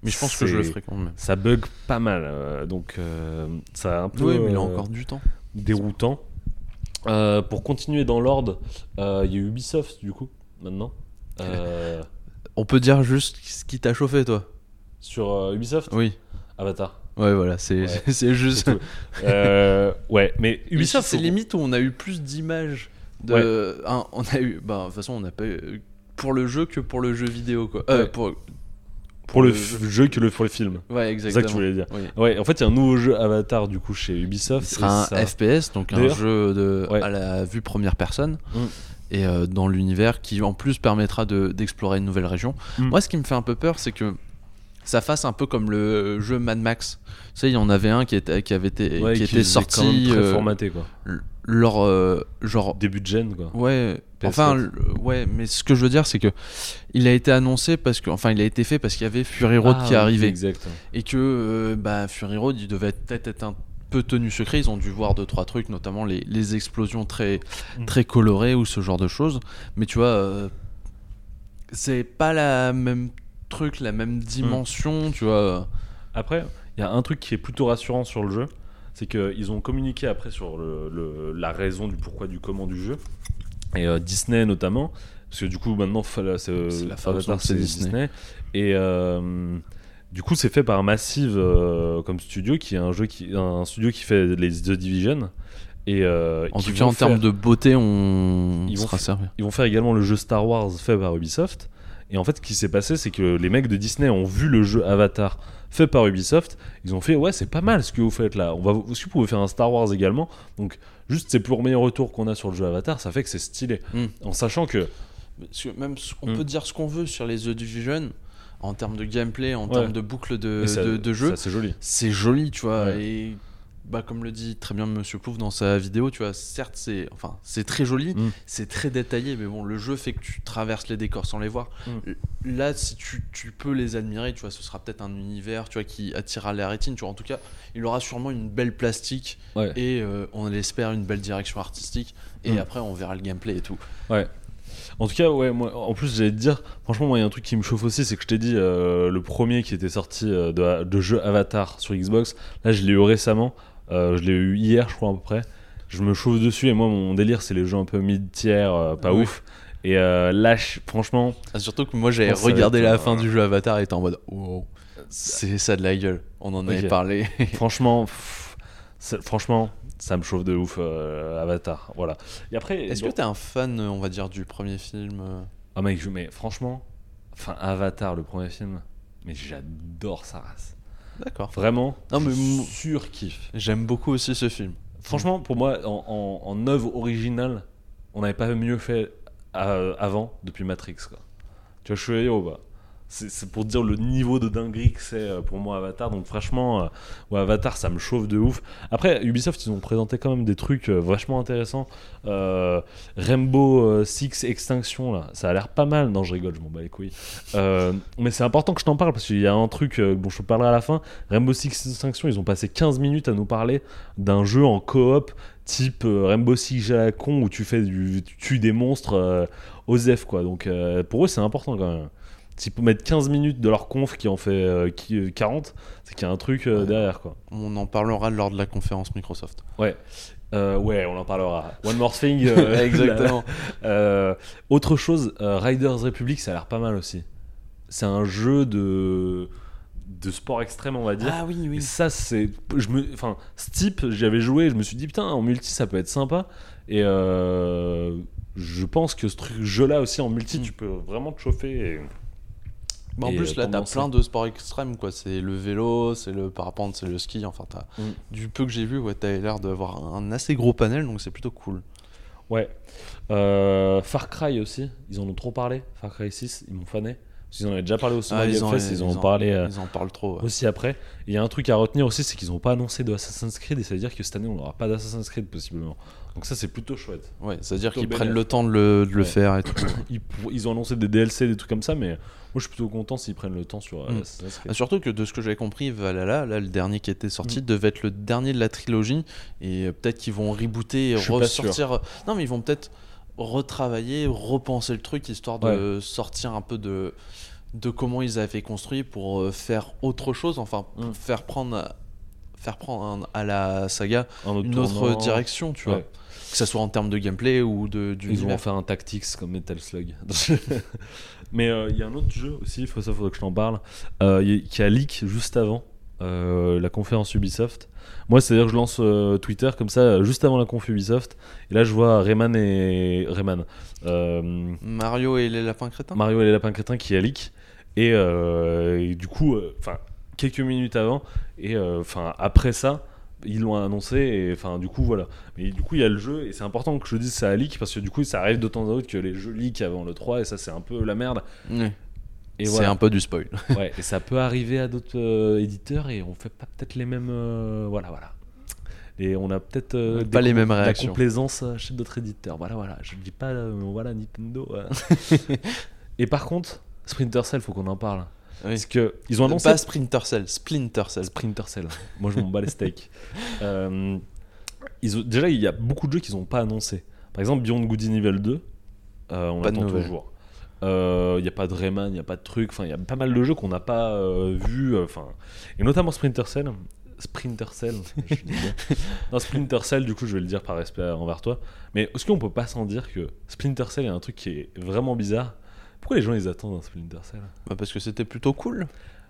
Mais je pense que je le ferai quand même. Ça bug pas mal, euh, donc euh, ça a un peu Oui, mais il a euh, encore du temps. déroutant. Euh, pour continuer dans l'ordre, il euh, y a Ubisoft du coup maintenant. Euh, On peut dire juste ce qui t'a chauffé, toi. sur euh, Ubisoft, Oui. Avatar. Ouais, voilà, c'est, Ouais. c'est juste. C'est tout. euh, ouais, mais Ubisoft, Ubisoft, c'est faut- limite où on a eu plus d'images. De... Ouais. Hein, on a eu. Bah, de toute façon, on n'a pas eu pour le jeu que pour le jeu vidéo, quoi. Euh, Ouais. pour... pour le le f- jeu que le pour les films. Ouais, C'est ça que exactement. tu voulais dire. Oui. Ouais, en fait, il y a un nouveau jeu Avatar du coup chez Ubisoft. Ce sera un et ça- F P S, donc un D'ailleurs- jeu de, Ouais. à la vue première personne, Mm. et euh, dans l'univers qui en plus permettra de, d'explorer une nouvelle région. Mm. Moi, ce qui me fait un peu peur, c'est que ça fasse un peu comme le jeu Mad Max. Tu sais, il y en avait un qui était, qui avait été, Ouais, qui qui était est sorti quand même très euh, formaté quoi. l- lors euh, genre Début de gen quoi. ouais. P S Enfin, quatre. le- ouais, mais ce que je veux dire, c'est que il a été annoncé parce que, enfin, il a été fait parce qu'il y avait Fury Road Ah, qui oui, arrivait. Exact. Et que euh, bah, Fury Road, il devait peut-être être un peu tenu secret. Ils ont dû voir deux trois trucs, notamment les, les explosions très Mm. très colorées ou ce genre de choses. Mais tu vois, euh, c'est pas la même truc, la même dimension, tu vois. Après, il y a un truc qui est plutôt rassurant sur le jeu, c'est qu'ils ont communiqué après sur le, le- la raison du pourquoi du comment du jeu. Et euh, Disney notamment, parce que du coup maintenant fa- c'est, C'est la Fox, Avatar, donc c'est Disney. Et euh, du coup c'est fait par Massive euh, comme studio, qui est un jeu qui un studio qui fait les The Division. Et euh, En qui tout cas, vont en termes faire- de beauté, on Ils vont sera f- servi. Ils vont faire également le jeu Star Wars fait par Ubisoft. Et en fait, ce qui s'est passé, c'est que les mecs de Disney ont vu le jeu Avatar fait par Ubisoft. Ils ont fait, ouais, c'est pas mal ce que vous faites là. On va, est-ce que vous pouvez faire un Star Wars également? Donc, juste ces premiers retours qu'on a sur le jeu Avatar, ça fait que c'est stylé. Mm. En sachant que, Parce que même s- on Mm. peut dire ce qu'on veut sur les The Division en termes de gameplay, en Ouais. termes de boucle de, et ça- de, de jeu. ça, c'est joli. C'est joli, tu vois. Ouais. Et bah, comme le dit très bien Monsieur Plouf dans sa vidéo, tu vois, certes, c'est enfin, c'est très joli, Mm. c'est très détaillé, mais bon, le jeu fait que tu traverses les décors sans les voir. Mm. L- Là, si tu, tu peux les admirer, tu vois, ce sera peut-être un univers, tu vois, qui attirera la rétine. Tu vois, en tout cas, il aura sûrement une belle plastique Ouais. et euh, on l'espère une belle direction artistique. Et Mm. après, on verra le gameplay et tout. Ouais. En tout cas, ouais, moi, en plus, j'allais te dire, franchement, moi, il y a un truc qui me chauffe aussi, c'est que je t'ai dit, euh, le premier qui était sorti euh, de, de jeu Avatar sur Xbox, là, je l'ai eu récemment, euh, je l'ai eu hier, je crois, à peu près. Je me chauffe dessus, et moi, mon délire, c'est les jeux un peu mid-tier, euh, pas Oui. ouf. Et euh, là, je- franchement, Ah, surtout que moi, j'avais pense que ça va regardé être, la euh, fin du jeu Avatar et était en mode, wow, c'est ça de la gueule. On en avait Ok. parlé. franchement, pff, c'est- franchement, ça me chauffe de ouf, euh, Avatar. Voilà. Et après, Est-ce bon- que t'es un fan, on va dire, du premier film euh Ah mec, je- mais franchement, enfin Avatar, le premier film, mais j'adore sa race. D'accord. Vraiment, Non, mais je mo- surkiffe. J'aime beaucoup aussi ce film. Franchement, pour moi, en, en, en œuvre originale, on n'avait pas mieux fait euh, avant depuis Matrix, quoi. Tu vois, je suis héros, bah. C'est c'est pour dire le niveau de dinguerie que c'est euh, pour moi Avatar. Donc franchement, euh, ouais, Avatar, ça me chauffe de ouf. Après, Ubisoft, ils ont présenté quand même des trucs euh, vachement intéressants. Euh, Rainbow euh, Six Extinction, là, ça a l'air pas mal. Non, je rigole, je m'en bats les couilles. Euh, mais c'est important que je t'en parle parce qu'il y a un truc euh, dont je te parlerai à la fin. Rainbow Six Extinction, ils ont passé quinze minutes à nous parler d'un jeu en coop type euh, Rainbow Six à la con où tu fais du, tu tues des monstres euh, aux F, quoi. Donc euh, pour eux, c'est important quand même. S'ils peuvent mettre quinze minutes de leur conf qui en fait euh, qui, euh, quarante, c'est qu'il y a un truc euh, Ouais. derrière, quoi. On en parlera lors de la conférence Microsoft. Ouais. Euh, ouais, on en parlera. One more thing. euh, Exactement. euh, autre chose, euh, Riders Republic, ça a l'air pas mal aussi. C'est un jeu de de sport extrême, on va dire. Ah oui, Et oui. ça, c'est, je me, enfin, ce type, j'avais joué, je me suis dit putain, en multi, ça peut être sympa. Et euh, je pense que ce truc, jeu-là aussi en multi, Mm. tu peux vraiment te chauffer. Et... Bah, en Et, plus, euh, là, t'as commencer. plein de sports extrêmes, quoi. C'est le vélo, c'est le parapente, c'est le ski. Enfin, t'as... Mm. du peu que j'ai vu, ouais, t'as l'air d'avoir un assez gros panel, donc c'est plutôt cool. Ouais. Euh, Far Cry aussi, ils en ont trop parlé. Far Cry six, ils m'ont fané. Parce qu'ils en avaient déjà parlé au Summer Ah, ils Game en- Fest, ils en ont ils en- parlé euh, Ils en parlent trop. ouais. aussi après. Et il y a un truc à retenir aussi, c'est qu'ils n'ont pas annoncé de Assassin's Creed, et ça veut dire que cette année, on n'aura pas d'Assassin's Creed possiblement. Donc ça, c'est plutôt chouette. Ouais, c'est-à-dire Plutôt qu'ils bénef. prennent le temps de le, de le Ouais. faire et tout. Ils, pour- ils ont annoncé des D L C, des trucs comme ça, mais moi, je suis plutôt content s'ils prennent le temps sur euh, Mm. Assassin's Creed. Ah, surtout que de ce que j'avais compris, Valhalla, là, le dernier qui était sorti, Mm. devait être le dernier de la trilogie. Et euh, peut-être qu'ils vont rebooter et Je suis pas ressortir. Non, mais ils vont peut-être retravailler, repenser le truc, histoire de sortir un peu de, de comment ils avaient construit pour euh, faire autre chose, enfin pour Mm. faire prendre faire prendre un- à la saga Un autre une autre tournant. direction, tu Ouais. vois, que ça soit en termes de gameplay ou de du Ils vont univers. en faire un Tactics comme Metal Slug. Mais euh, il y a un autre jeu aussi, faut, ça faudrait que je t'en parle, euh, y- qui a leak juste avant euh, la conférence Ubisoft. Moi, c'est-à-dire que je lance euh, Twitter comme ça, juste avant la conf Ubisoft, et là je vois Rayman et. Rayman. euh, Mario et les lapins crétins. Mario et les lapins crétins qui a leak. Et, euh, et du coup, enfin, quelques minutes avant, et enfin, après ça, ils l'ont annoncé, et enfin, du coup, voilà. Mais du coup, il y a le jeu, et c'est important que je dise ça a leak, parce que du coup, ça arrive de temps en temps que les jeux leak avant le trois, et ça, c'est un peu la merde. Ouais. Et C'est voilà. un peu du spoil. Ouais, et ça peut arriver à d'autres euh, éditeurs, et on fait pas peut-être les mêmes. euh, voilà, voilà. Et on a peut-être euh, Pas des les com- mêmes de la réactions. complaisance euh, chez d'autres éditeurs. Voilà, voilà. Je dis pas, euh, voilà, Nintendo. voilà. Et par contre, Splinter Cell, faut qu'on en parle. Oui. Parce que ils ont annoncé Pas Splinter Cell, Splinter Cell. Splinter Cell. Moi, je m'en bats les steaks. Euh, ils ont- déjà, il y a beaucoup de jeux qu'ils n'ont pas annoncés. Par exemple, Beyond Good and Evil deux, euh, on Pas de attend nouvelles. toujours. Euh, Il n'y a pas de Rayman, il n'y a pas de trucs. Enfin, il y a pas mal de jeux qu'on n'a pas euh, vus. Enfin, et notamment Splinter Cell. Splinter Cell. je dis bien. Non, Splinter Cell, du coup, je vais le dire par respect envers toi. Mais est-ce qu'on peut pas sans dire que Splinter Cell est un truc qui est vraiment bizarre? Pourquoi les gens ils attendent un Splinter Cell? Bah parce que c'était plutôt cool.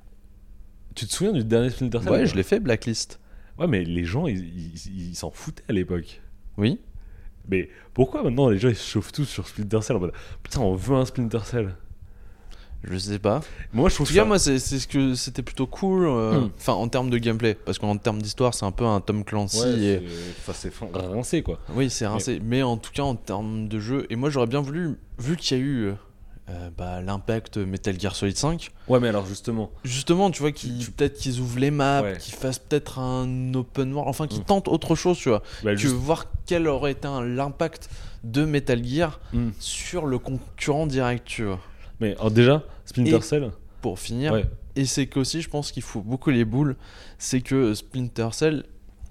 Tu te souviens du dernier Splinter Cell? Ouais, je l'ai fait Blacklist. Ouais, mais les gens, ils, ils- ils s'en foutaient à l'époque. Oui. Mais pourquoi maintenant les gens ils se chauffent tous sur Splinter Cell en mode putain, on veut un Splinter Cell? Je sais pas. Moi, je En trouve tout ça. cas, moi, c'est c'est ce que c'était plutôt cool. euh, Hmm. Enfin, en termes de gameplay, parce qu'en termes d'histoire, c'est un peu un Tom Clancy. Ouais, et... c'est- enfin, c'est fin- rincé quoi. Oui, c'est rincé. Mais... en tout cas, en termes de jeu, et moi, j'aurais bien voulu, vu qu'il y a eu euh, bah, l'impact Metal Gear Solid cinq, Ouais, mais alors justement, justement, tu vois, qu'ils Tu- peut-être qu'ils ouvrent les maps, Ouais. qu'ils fassent peut-être un open world, enfin, qu'ils Hmm. tentent autre chose, tu vois. bah, Tu juste- veux voir quel aurait été un- l'impact de Metal Gear Hmm. sur le concurrent direct, tu vois. Mais alors, déjà, Splinter Et- Cell. Pour finir, Ouais. et c'est qu'aussi, je pense qu'il faut beaucoup les boules, c'est que Splinter Cell,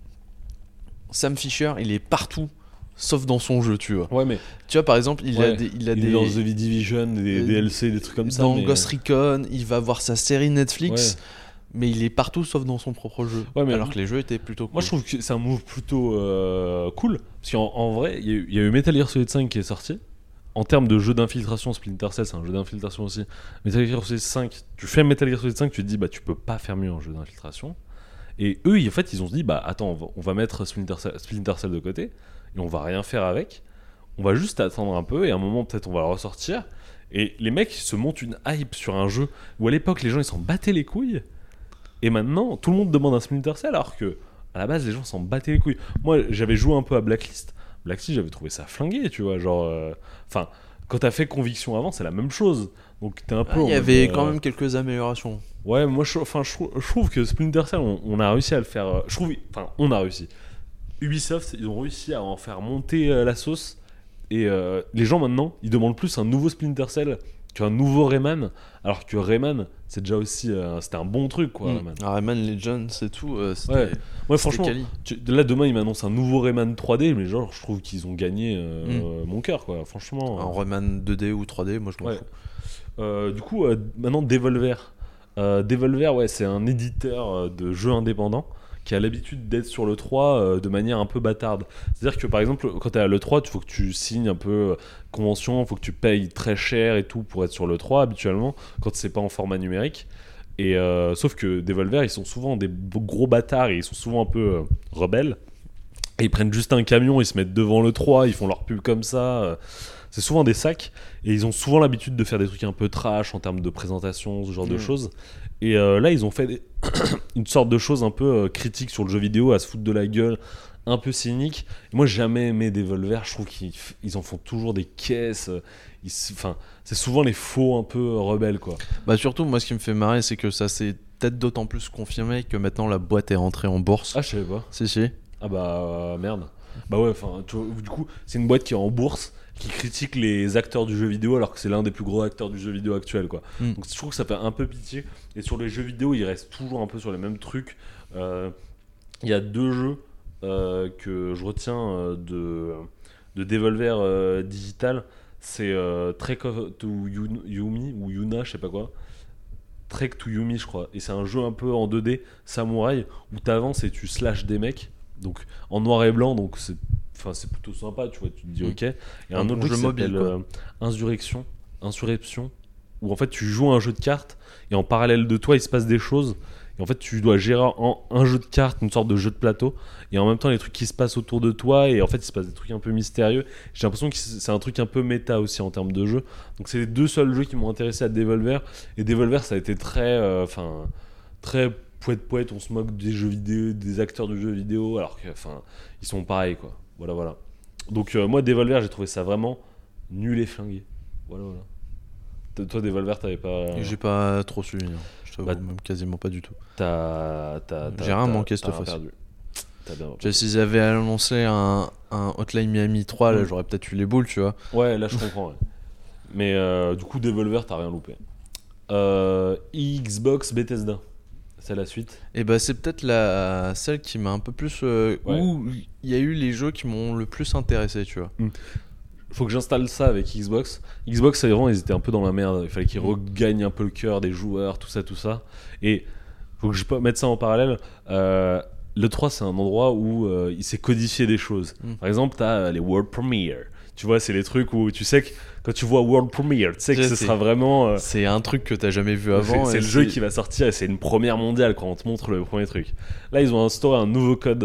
Sam Fisher, il est partout, sauf dans son jeu, tu vois. Ouais, mais Tu vois, par exemple, il a Ouais. des, il a il des est dans The Division, des euh, D L C, des trucs comme ça. dans mais... Ghost Recon, il va voir sa série Netflix, Ouais. mais il est partout sauf dans son propre jeu. Ouais, mais alors que les jeux étaient plutôt cool. Moi, je trouve que c'est un move plutôt euh, cool. Parce qu'en en vrai, il y, a eu- il y a eu Metal Gear Solid cinq qui est sorti. En termes de jeu d'infiltration, Splinter Cell, c'est un jeu d'infiltration aussi. Metal Gear Solid cinq, tu fais Metal Gear Solid cinq, tu te dis, bah, tu peux pas faire mieux en jeu d'infiltration. Et eux, ils- en fait, ils ont se dit, bah, attends, on va, on va mettre Splinter Cell, Splinter Cell de côté, et on va rien faire avec. On va juste attendre un peu, et à un moment, peut-être, on va le ressortir. Et les mecs se montent une hype sur un jeu où, à l'époque, les gens, ils s'en battaient les couilles. Et maintenant, tout le monde demande un Splinter Cell, alors que, à la base, les gens s'en battaient les couilles. Moi, j'avais joué un peu à Blacklist. Blacklist, j'avais trouvé ça flingué, tu vois, genre... euh, Enfin, quand t'as fait Conviction avant, c'est la même chose. Donc t'es un peu... Ah, en il y mode, avait euh, quand même quelques améliorations. Ouais, moi, je, enfin, je, trou- je trouve que Splinter Cell, on, on a réussi à le faire... euh, Je trouve... Enfin, on a réussi. Ubisoft, ils ont réussi à en faire monter euh, la sauce. Et euh, les gens, maintenant, ils demandent plus un nouveau Splinter Cell qu'un nouveau Rayman. Alors que Rayman, c'est déjà aussi... euh, c'était un bon truc, quoi, Mm. Rayman. Ah, Rayman Legends, c'est tout. euh, c'était- Ouais. Moi, c'était franchement... quali. Tu- là demain ils m'annoncent un nouveau Rayman trois D, mais genre je trouve qu'ils ont gagné euh, mon cœur quoi, franchement. Un Rayman deux D ou trois D, moi je m'en Ouais. fous. Euh, du coup euh, maintenant Devolver. Euh, Devolver ouais c'est un éditeur euh, de jeux indépendants qui a l'habitude d'être sur le trois euh, de manière un peu bâtarde. C'est-à-dire que par exemple quand t'es à l'E trois, il faut que tu signes un peu euh, convention, il faut que tu payes très cher et tout pour être sur l'E trois habituellement quand c'est pas en format numérique. Et euh, sauf que Devolver, ils sont souvent des b- gros bâtards et ils sont souvent un peu euh, rebelles. Et ils prennent juste un camion, ils se mettent devant le trois, ils font leur pub comme ça. euh, C'est souvent des sacs. Et ils ont souvent l'habitude de faire des trucs un peu trash en termes de présentation, ce genre de Mm. choses. Et euh, là, ils ont fait des- une sorte de choses un peu euh, critiques sur le jeu vidéo, à se foutre de la gueule, un peu cynique. Et moi, j'ai jamais aimé Devolver. Je trouve qu'ils f- ils en font toujours des caisses. euh, ils s- Enfin, c'est souvent les faux un peu euh, rebelles, quoi. Bah surtout, moi ce qui me fait marrer, c'est que ça s'est peut-être d'autant plus confirmé que maintenant la boîte est rentrée en bourse. Ah, je savais pas. Si, si. Ah bah euh, merde. Bah ouais, enfin, tu vois, du coup, c'est une boîte qui est en bourse, qui critique les acteurs du jeu vidéo alors que c'est l'un des plus gros acteurs du jeu vidéo actuel, quoi. Mm. Donc je trouve que ça fait un peu pitié. Et sur les jeux vidéo, ils restent toujours un peu sur les mêmes trucs. Euh, Il y a deux jeux euh, que je retiens euh, de, de Devolver euh, Digital. C'est euh, Trek of to Yun- Yumi ou Yuna, je sais pas quoi. Trek to Yomi, je crois. Et c'est un jeu un peu en deux D, samouraï, où t'avances et tu slashes des mecs. Donc en noir et blanc, donc c'est, enfin, c'est plutôt sympa, tu vois. Tu te dis Mm. ok. Et un, Un autre bon jeu jeu qui mobile, s'appelle quoi. euh, Insurrection, Insurrection, où en fait tu joues à un jeu de cartes et en parallèle de toi il se passe des choses. Et en fait, tu dois gérer en, un jeu de cartes, une sorte de jeu de plateau, et en même temps les trucs qui se passent autour de toi, et en fait il se passe des trucs un peu mystérieux. J'ai l'impression que c'est un truc un peu méta aussi en termes de jeu. Donc c'est les deux seuls jeux qui m'ont intéressé à Devolver, et Devolver ça a été très, enfin euh, très poète poète. On se moque des jeux vidéo, des acteurs de jeux vidéo, alors que, enfin, ils sont pareils quoi. Voilà voilà. Donc euh, moi Devolver j'ai trouvé ça vraiment nul et flingué. Voilà voilà. T- Toi Devolver t'avais pas. Et j'ai pas trop suivi, hein. Je t'avoue, Bah, même quasiment pas du tout. T'as, t'as, t'as- J'ai rien t'as- manqué t'as cette rien fois-ci. perdu. T'as bien- Tu vois, s'ils avaient annoncé un, un Hotline Miami trois, là, Mm. j'aurais peut-être eu les boules, tu vois. Ouais, là je comprends. Ouais. Mais euh, du coup, Devolver, t'as rien loupé. Euh, Xbox Bethesda, c'est la suite. Et bah, c'est peut-être la celle qui m'a un peu plus. euh, Ouais. Où il y a eu les jeux qui m'ont le plus intéressé, tu vois. Faut que j'installe ça avec Xbox. Xbox, c'est vraiment, ils étaient un peu dans la merde. Il fallait qu'ils Mm. regagnent un peu le cœur des joueurs, tout ça, tout ça. Et faut que je peux mettre ça en parallèle. Euh, le trois, c'est un endroit où euh, il s'est codifié des choses. Mm. Par exemple, t'as euh, les World Premiere. Tu vois, c'est les trucs où tu sais que quand tu vois World Premiere, tu sais que Je ce sais. sera vraiment. euh, C'est un truc que t'as jamais vu avant. C'est, c'est et le jeu qui va sortir et c'est une première mondiale quand on te montre le premier truc. Là, ils ont instauré un nouveau code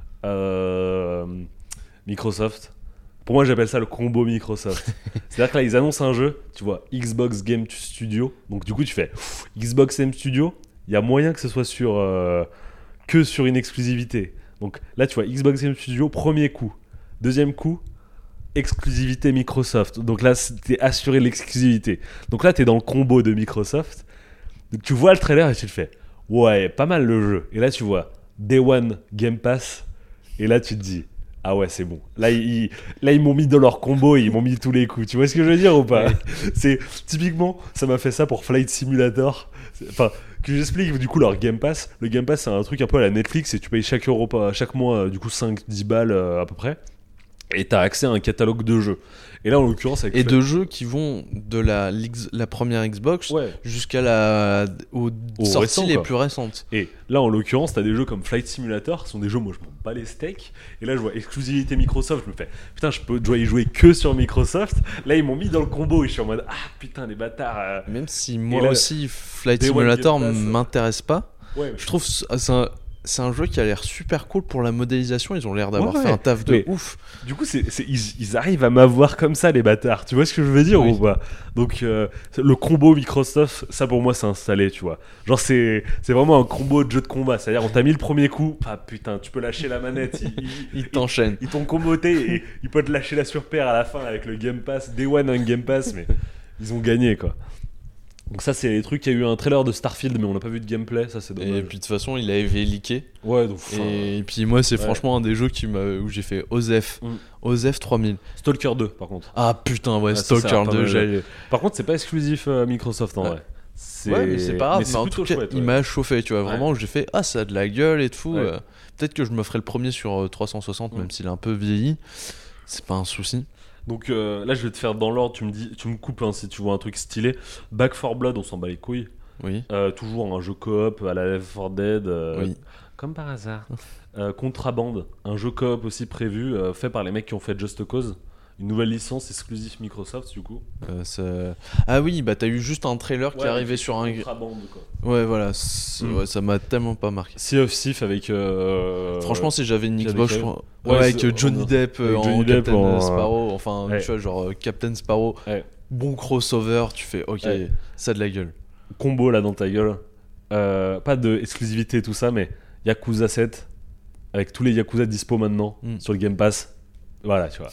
euh, Microsoft. Pour moi, j'appelle ça le combo Microsoft. C'est-à-dire que là, ils annoncent un jeu, tu vois, Xbox Game Studio. Donc, du coup, tu fais pff, Xbox Game Studio. Il y a moyen que ce soit sur euh, que sur une exclusivité. Donc là, tu vois, Xbox Game Studio, premier coup. Deuxième coup, exclusivité Microsoft. Donc là, t'es assuré l'exclusivité. Donc là, t'es dans le combo de Microsoft. Donc tu vois le trailer et tu te fais ouais, pas mal le jeu. Et là, tu vois Day One Game Pass. Et là, tu te dis ah ouais, c'est bon. Là, ils, là, ils m'ont mis dans leur combo et ils m'ont mis tous les coups. Tu vois ce que je veux dire ou pas? Ouais. C'est typiquement, ça m'a fait ça pour Flight Simulator. C'est- Enfin, que j'explique du coup leur Game Pass. Le Game Pass, c'est un truc un peu à la Netflix et tu payes chaque, euro, chaque mois, euh, du coup, cinq dix balles euh, à peu près. Et t'as accès à un catalogue de jeux. Et là, en l'occurrence, avec Et Flight- de jeux qui vont de la, l'X- la première Xbox Ouais. jusqu'à la aux Au sorties récent, les quoi. plus récentes. Et là, en l'occurrence, t'as des jeux comme Flight Simulator, qui sont des jeux, moi, je m'en bats les steaks. Et là, je vois exclusivité Microsoft, je me fais, putain, je peux je dois y jouer que sur Microsoft. Là, ils m'ont mis dans le combo et je suis en mode, ah putain, les bâtards. euh. Même si moi là, aussi Flight Day One Simulator Game Pass, m'intéresse pas, Ouais, je trouve que c'est un, c'est un jeu qui a l'air super cool pour la modélisation. Ils ont l'air d'avoir Ouais, fait ouais. un taf de Mais- ouf. Du coup, c'est, c'est- ils, ils arrivent à m'avoir comme ça, les bâtards. Tu vois ce que je veux dire Oui. ou pas? Donc, euh, le combo Microsoft, ça pour moi, c'est installé, tu vois. Genre, c'est, c'est vraiment un combo de jeu de combat. C'est-à-dire, on t'a mis le premier coup, ah putain, tu peux lâcher la manette. Il, il, Ils t'enchaînent. ils t'ont comboté et ils peuvent te lâcher la surpaire à la fin avec le Game Pass. Day One un Game Pass, mais ils ont gagné, quoi. Donc, ça, c'est les trucs. Il y a eu un trailer de Starfield, mais on n'a pas vu de gameplay. Ça, c'est dommage. Et puis de toute façon, il avait leaké. Ouais, donc, enfin, Et puis moi, c'est ouais. franchement un des jeux qui m'a, où j'ai fait Osef. Mm. Osef trois mille. Stalker deux, par contre. Ah putain, ouais, Ah, ça, ça a Stalker l'air pas deux, mal. j'allais. Par contre, c'est pas exclusif euh, Microsoft en Ouais. vrai. C'est... Ouais, mais c'est pas grave. Mais, en plutôt tout cas, chouette, il ouais. m'a chauffé, tu vois. Ouais. Vraiment, j'ai fait ah, ça a de la gueule et tout. Ouais. euh, Peut-être que je me ferai le premier sur euh, trois cent soixante, Mm. même s'il est un peu vieilli. C'est pas un souci. Donc euh, là, je vais te faire dans l'ordre. Tu me dis, tu me coupes hein, si tu vois un truc stylé. Back four Blood, on s'en bat les couilles. Oui. Euh, toujours un jeu coop à la Left four Dead. euh, Oui. Comme par hasard. Euh, Contraband, un jeu coop aussi prévu, euh, fait par les mecs qui ont fait Just Cause. Une nouvelle licence exclusive Microsoft, du coup. Euh, ça- Ah oui, bah t'as eu juste un trailer qui est arrivé sur un. Contraband, quoi. Ouais, voilà. c'est- Mm. ouais, ça m'a tellement pas marqué. Sea of Thief avec. euh, Franchement, si j'avais une qui Xbox, je avec- crois- Ouais, ouais, c'est- avec euh, Johnny on- Depp euh, avec en Johnny Depp Captain en- Sparrow, enfin, Ouais. tu vois, genre euh, Captain Sparrow, Ouais. bon crossover, tu fais, ok, Ouais. ça a de la gueule. Combo là dans ta gueule. Euh, pas de exclusivité tout ça, mais Yakuza sept avec tous les Yakuza dispo maintenant Mm. sur le Game Pass. Voilà, tu vois.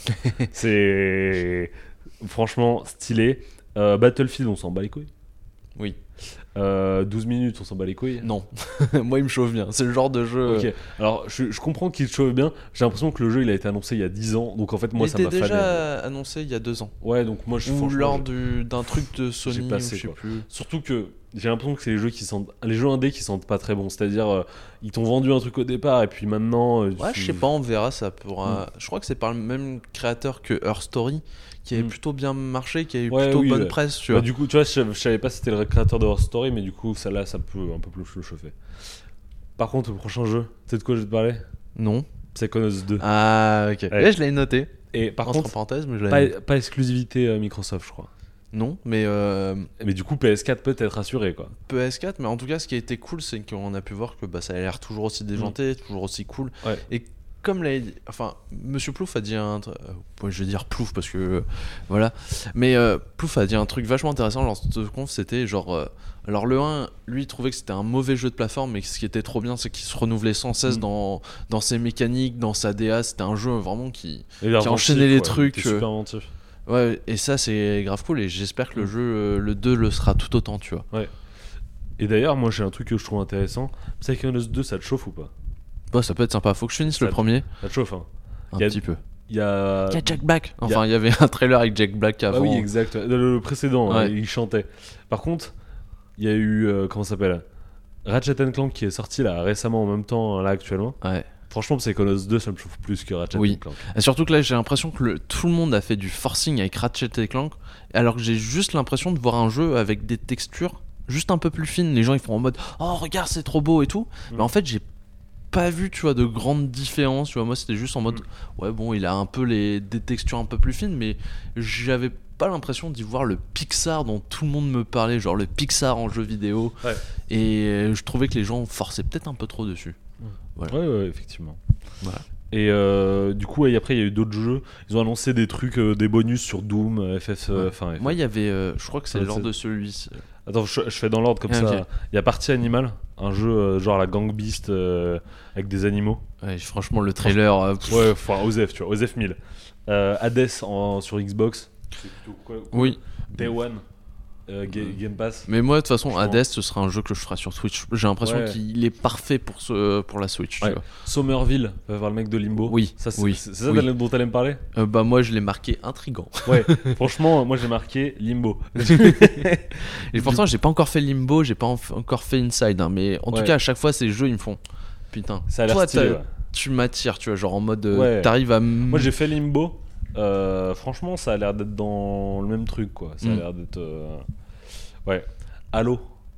C'est franchement stylé. Euh, Battlefield, on s'en bat les couilles. Oui. Euh, douze minutes, on s'en bat les couilles. Non, moi il me chauffe bien. C'est le genre de jeu. Ok, alors je, je comprends qu'il te chauffe bien. J'ai l'impression que le jeu il a été annoncé il y a dix ans, donc en fait moi il ça était m'a déjà fané. annoncé il y a deux ans. Ouais, donc moi je Ou franchement, lors je- du- d'un truc de Sony, passé, ou je sais quoi. plus. Surtout que j'ai l'impression que c'est les jeux qui sentent, les jeux indés qui sentent pas très bon. C'est-à-dire euh, ils t'ont vendu un truc au départ et puis maintenant. euh, Ouais, tu- je sais pas, on verra, ça pourra. Je crois que c'est par le même créateur que Her Story, qui avait Mm. plutôt bien marché, qui a eu Ouais, plutôt oui, bonne ouais. presse, tu Bah, vois. du coup, tu vois, je, je savais pas si c'était le créateur de War Story, mais du coup, ça là, ça peut un peu plus le chauffer. Par contre, le prochain jeu, tu sais de quoi je vais te parler? Non. Psychonauts deux. Ah, ok. Ouais. Ouais, je l'avais noté. Et par Entre contre, parenthèses, mais je l'avais noté. pas, pas exclusivité euh, Microsoft, je crois. Non, mais euh, Mais du coup, P S quatre peut être rassuré, quoi. P S quatre, mais en tout cas, ce qui a été cool, c'est qu'on a pu voir que bah, ça a l'air toujours aussi déjanté, toujours aussi cool. Ouais. Et comme l'a dit, enfin, Monsieur Plouf a dit un, tr- euh, ouais, je vais dire Plouf parce que euh, voilà, mais euh, Plouf a dit un truc vachement intéressant lors de cette conf, c'était genre, euh, alors le un, lui il trouvait que c'était un mauvais jeu de plateforme, mais ce qui était trop bien, c'est qu'il se renouvelait sans cesse Mm. dans dans ses mécaniques, dans sa D A, c'était un jeu vraiment qui Et qui a enchaîné les ouais, trucs, il était euh, super inventif. ouais, et ça c'est grave cool, et j'espère que le Mm. jeu, euh, le deux le sera tout autant, tu vois. Et d'ailleurs, moi j'ai un truc que je trouve intéressant. Psychonauts deux, ça te chauffe ou pas? Bon, ça peut être sympa, faut que je finisse Ça- le premier, Ça te chauffe, hein? un y a- petit peu. Il y a. Il y a Jack Black. il y a- Enfin, il y avait un trailer avec Jack Black Ah avant. oui, exact. Le, le précédent, Ouais. hein, il chantait. Par contre, il y a eu. euh, comment ça s'appelle? Ratchet and Clank qui est sorti là récemment en même temps, là actuellement. Ouais. Franchement, Psychonauts deux, ça me chauffe plus que Ratchet Oui. and Clank. Et surtout que là, j'ai l'impression que le- tout le monde a fait du forcing avec Ratchet et Clank, alors que j'ai juste l'impression de voir un jeu avec des textures juste un peu plus fines. Les gens ils font en mode oh regarde c'est trop beau et tout, Mm. mais en fait j'ai pas vu tu vois de grandes différences. Tu vois, moi c'était juste en mode Mm. ouais bon il a un peu les des textures un peu plus fines, mais j'avais pas l'impression d'y voir le Pixar dont tout le monde me parlait, genre le Pixar en jeu vidéo. Ouais. Et euh, je trouvais que les gens forçaient peut-être un peu trop dessus. Voilà. Ouais, ouais, effectivement. Voilà. Et euh, du coup, et après, il y a eu d'autres jeux. Ils ont annoncé des trucs, euh, des bonus sur Doom, euh, F F. euh, Ouais. Enfin, F F. Moi il y avait, euh, je crois que c'est Ouais, lors c'est- de celui-ci. Attends, je, je fais dans l'ordre comme Ah, ça. ok. Il y a Partie Animal, un jeu euh, genre la Gang Beast euh, avec des animaux. Ouais, franchement le trailer. euh, pff, Ouais, enfin, Osef, tu vois, Osef mille. Euh, Hades en, sur Xbox. C'est plutôt quoi, quoi Oui. Day One, euh, Ga- Game Pass. Mais moi, de toute façon, Franchement. Hades, ce sera un jeu que je ferai sur Switch. J'ai l'impression Ouais. qu'il est parfait pour, ce, pour la Switch. tu Ouais. vois. Somerville, va voir le mec de Limbo. Oui, Ça, c'est oui, c'est- c'est ça oui. dont t'allais me parler? Euh, bah, moi, je l'ai marqué intrigant. Ouais, franchement, moi j'ai marqué Limbo. Et pourtant, j'ai pas encore fait Limbo, j'ai pas en- encore fait Inside. hein, mais en Ouais. tout cas, à chaque fois, ces jeux, ils me font. Putain, Ça a l'air toi, stylé. t'as- Ouais. tu m'attires, tu vois, genre en mode. euh, Ouais. T'arrives à. m- Moi j'ai fait Limbo. Euh, franchement, ça a l'air d'être dans le même truc, quoi. Ça a Mm. l'air d'être. euh, Ouais. Halo.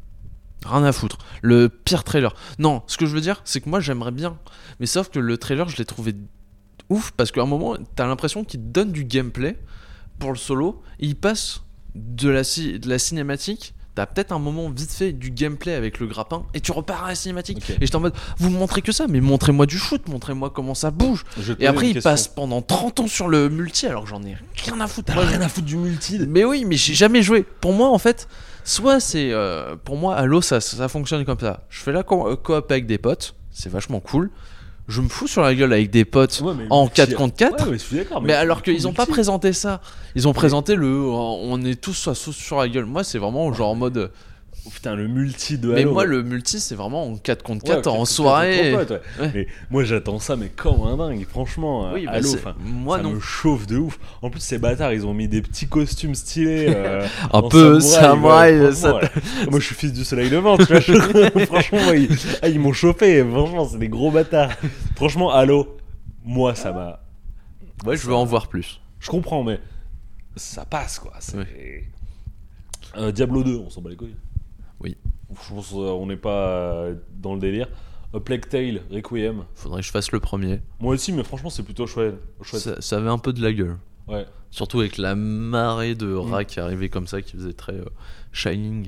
Rien à foutre. Le pire trailer. Non, ce que je veux dire, c'est que moi, j'aimerais bien. Mais sauf que le trailer, je l'ai trouvé ouf parce qu'à un moment, t'as l'impression qu'il te donne du gameplay pour le solo. Et il passe de la, ci- de la cinématique. T'as peut-être un moment vite fait du gameplay avec le grappin et tu repars à la cinématique. Ok. Et j'étais en mode, vous me montrez que ça, mais montrez-moi du shoot, montrez-moi comment ça bouge. Je vais te Et poser après, une il question. passe pendant trente ans sur le multi alors que j'en ai rien à foutre. T'as Moi, rien à foutre du multi. mais oui, mais j'ai jamais joué. Pour moi, en fait, soit c'est. euh, pour moi, Halo, ça, ça fonctionne comme ça. Je fais la co- euh, coop avec des potes, c'est vachement cool. Je me fous sur la gueule avec des potes Ouais, mais en multi- quatre contre quatre. Ouais, ouais, je suis d'accord. Mais alors du qu'ils coup, ont pas multi- présenté ça. Ils ont présenté le. euh, On est tous à sauce sur la gueule. Moi, c'est vraiment genre en mode. Oh, putain, le multi de Mais Halo. moi, ouais. le multi, c'est vraiment en quatre contre Ouais, quatre en quatre- soirée. quatre- quatre- ouais. Ouais. Mais moi j'attends ça, mais comme un dingue. Franchement, Oui, euh, bah, Halo, c'est- enfin, moi ça non. me chauffe de ouf. En plus, ces bâtards, ils ont mis des petits costumes stylés. euh, Un en peu samouraï, samouraï, ouais, ça franchement, ouais. Moi, je suis fils du soleil levant, tu vois. je- Franchement, moi, ils, ah, ils m'ont chauffé. Franchement, c'est des gros bâtards. Franchement, Halo, moi, ça m'a. Ouais, je veux en voir plus. Je comprends, mais ça passe quoi. C'est... Ouais. Euh, Diablo deux, on s'en bat les couilles. Oui. Je pense qu'on n'est pas euh, dans le délire. A Plague Tale, Requiem. Faudrait que je fasse le premier. Moi aussi, mais franchement, c'est plutôt chouette. chouette. Ça, ça avait un peu de la gueule. Ouais. Surtout avec la marée de rats Mm. qui arrivait comme ça, qui faisait très euh, Shining.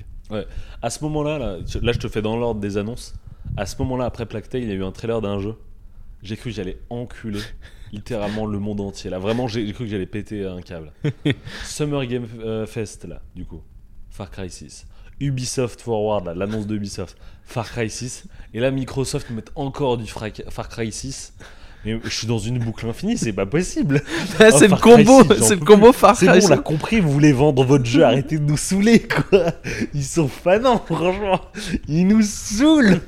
À ce moment-là, là, tu- là, je te fais dans l'ordre des annonces. À ce moment-là, après Plague Tale, il y a eu un trailer d'un jeu. J'ai cru que j'allais enculer littéralement le monde entier. Là, vraiment, j'ai j'ai cru que j'allais péter un câble. Summer Game euh, Fest, là, du coup. Far Cry six. Ubisoft Forward, là, l'annonce de Ubisoft. Far Cry six. Et là, Microsoft met encore du Fra- Far Cry six. Mais je suis dans une boucle infinie, c'est pas possible. c'est Oh, le Far Cry combo, six, j'en c'est le peux combo Far C'est Cry. bon, on l'a compris, vous voulez vendre votre jeu, arrêtez de nous saouler, quoi. Ils sont fanants, franchement. Ils nous saoulent.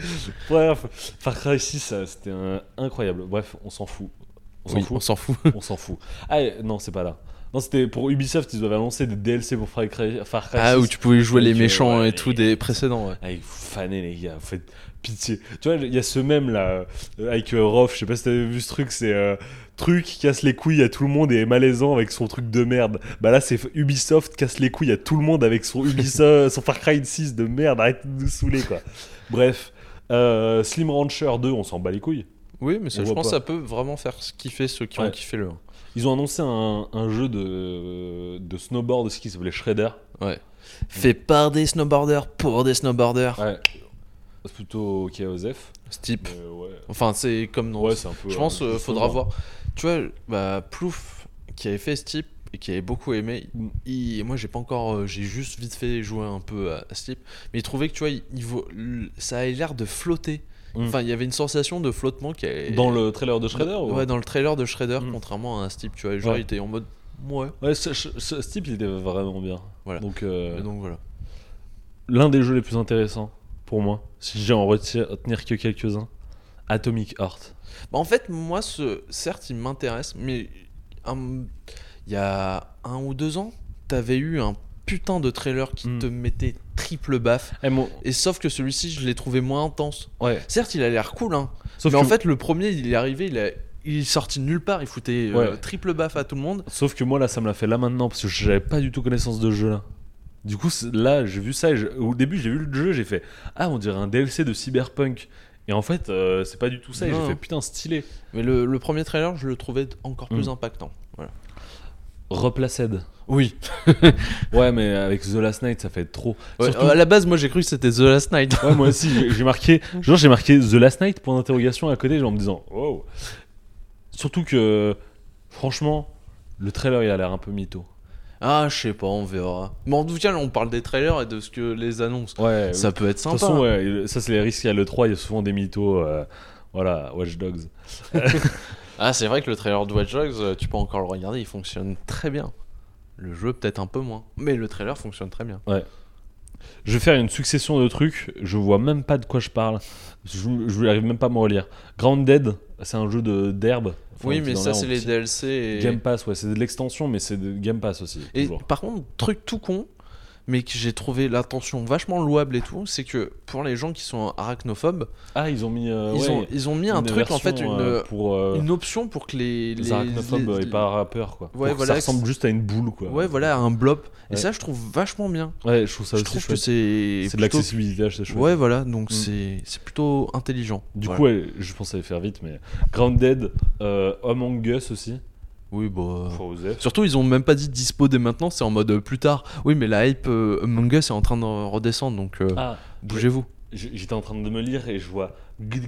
Bref, Far Cry six, ça, c'était un- incroyable. Bref, on s'en fout. On s'en Oui, fout. on s'en fout. On s'en fout. Ah, euh, non, c'est pas là. Non, c'était pour Ubisoft, ils avaient annoncé des D L C pour Far Cry, Far Cry Ah, six. où tu pouvais jouer les Avec, euh, méchants ouais, et tout les- des précédents, ouais. Ah, vous fanez les gars, vous faites pitié. Tu vois, il y a ce même là, euh, avec euh, Rof, je sais pas si t'avais vu ce truc, c'est euh, truc qui casse les couilles à tout le monde et est malaisant avec son truc de merde. Bah là, c'est Ubisoft casse les couilles à tout le monde avec son Ubisoft, son Far Cry six de merde, arrête de nous saouler quoi. Bref, euh, Slim Rancher deux, on s'en bat les couilles. Oui, mais ça, On je voit pense que pas. ça peut vraiment faire kiffer ceux qui Ouais. ont kiffé le un. Ils ont annoncé un, un jeu de, de snowboard aussi qui s'appelait Shredder. Ouais. Fait par des snowboarders pour des snowboarders. Ouais. C'est plutôt ok aux F. Ce type. Mais ouais. Enfin, c'est comme dans. Ouais, c'est un peu. Je pense euh, euh, faut faudra voir. Tu vois, bah, Plouf, qui avait fait ce type et qui avait beaucoup aimé, Mm. il- moi j'ai pas encore. euh, j'ai juste vite fait jouer un peu à, à ce type. Mais il trouvait que tu vois, il, il vaut- l- ça avait l'air de flotter. Mm. Enfin, il y avait une sensation de flottement qui avait. Dans le trailer de Shredder ou... Ouais, dans le trailer de Shredder, Mm. contrairement à un type, tu vois. Genre, Ouais. il était en mode. Ouais. Ouais, ce, ce- ce type il était vraiment bien. Voilà. Donc, euh, Et donc voilà. l'un des jeux les plus intéressants pour moi, si j'ai en retenir, retenir que quelques-uns, Atomic Heart. Bah, en fait, moi, ce, certes, il m'intéresse, mais un- il y a un ou deux ans, t'avais eu un putain de trailer qui Mm. te mettait triple baffe. Eh, mon- Et sauf que celui-ci, je l'ai trouvé moins intense. Ouais. Certes, il a l'air cool, hein. Sauf mais que, en fait, le premier, il est arrivé, il, a, il est sorti de nulle part, il foutait euh, Ouais. triple baffe à tout le monde. sauf que moi là, ça me l'a fait là maintenant parce que j'avais pas du tout connaissance de ce jeu là. Du coup, c'est- là, j'ai vu ça et je- au début, j'ai vu le jeu, j'ai fait ah, on dirait un D L C de Cyberpunk. Et en fait, euh, c'est pas du tout ça. Et Non. j'ai fait putain stylé. Mais le, le premier trailer, je le trouvais encore plus Mm. impactant. Voilà. Replaced. Oui. Ouais, mais avec The Last Night, ça fait trop. Ouais, Surtout- euh, à la base, moi, j'ai cru que c'était The Last Night. Ouais, moi aussi, j'ai- j'ai marqué, genre j'ai marqué The Last Night point d'interrogation à côté, genre en me disant wow. Surtout que, franchement, le trailer il a l'air un peu mytho. Ah, je sais pas, on verra. Mais en tout cas, là, on parle des trailers et de ce que les annonces. Ouais. Ça peut être de sympa. toute façon, ouais, ça c'est les risques à l'E trois, il y a souvent des mythos. euh, voilà, Watch Dogs. Ah, c'est vrai que le trailer de Watch Dogs, euh, tu peux encore le regarder, il fonctionne très bien. Le jeu, peut-être un peu moins. Mais le trailer fonctionne très bien. Je vais faire une succession de trucs, je vois même pas de quoi je parle. Je, je n'arrive même pas à me relire. Grounded, c'est un jeu de d'herbe. Enfin, Oui, qui mais dans ça, l'air c'est en les petit. D L C. Et... Game Pass, ouais, c'est de l'extension, mais c'est de Game Pass aussi. Et toujours. par contre, truc tout con, mais que j'ai trouvé l'intention vachement louable et tout, c'est que pour les gens qui sont arachnophobes, Ah, ils ont mis. euh, ils, ouais, ont, ils ont mis un une truc, en fait, version, une, euh, pour euh, une option pour que les. les arachnophobes les- et pas rappeurs, quoi. Ouais, Pour que voilà, ça ressemble juste à une boule, quoi. Ouais, voilà, un blob. Et Ouais. ça, je trouve vachement bien. Ouais, je trouve ça je aussi trouve que chouette. c'est. C'est de plutôt- l'accessibilité, c'est chouette. Ouais, voilà, donc Mm. c'est c'est plutôt intelligent. Du Voilà. coup, ouais, je pense que ça va faire vite, mais Grounded, euh, Among Us aussi. Oui, bah. Faut oser. Surtout, ils ont même pas dit dispo dès maintenant, c'est en mode euh, plus tard. Oui, mais la hype euh, Among Us est en train de redescendre, donc euh, Ah, bougez-vous. j- j'étais en train de me lire et je vois.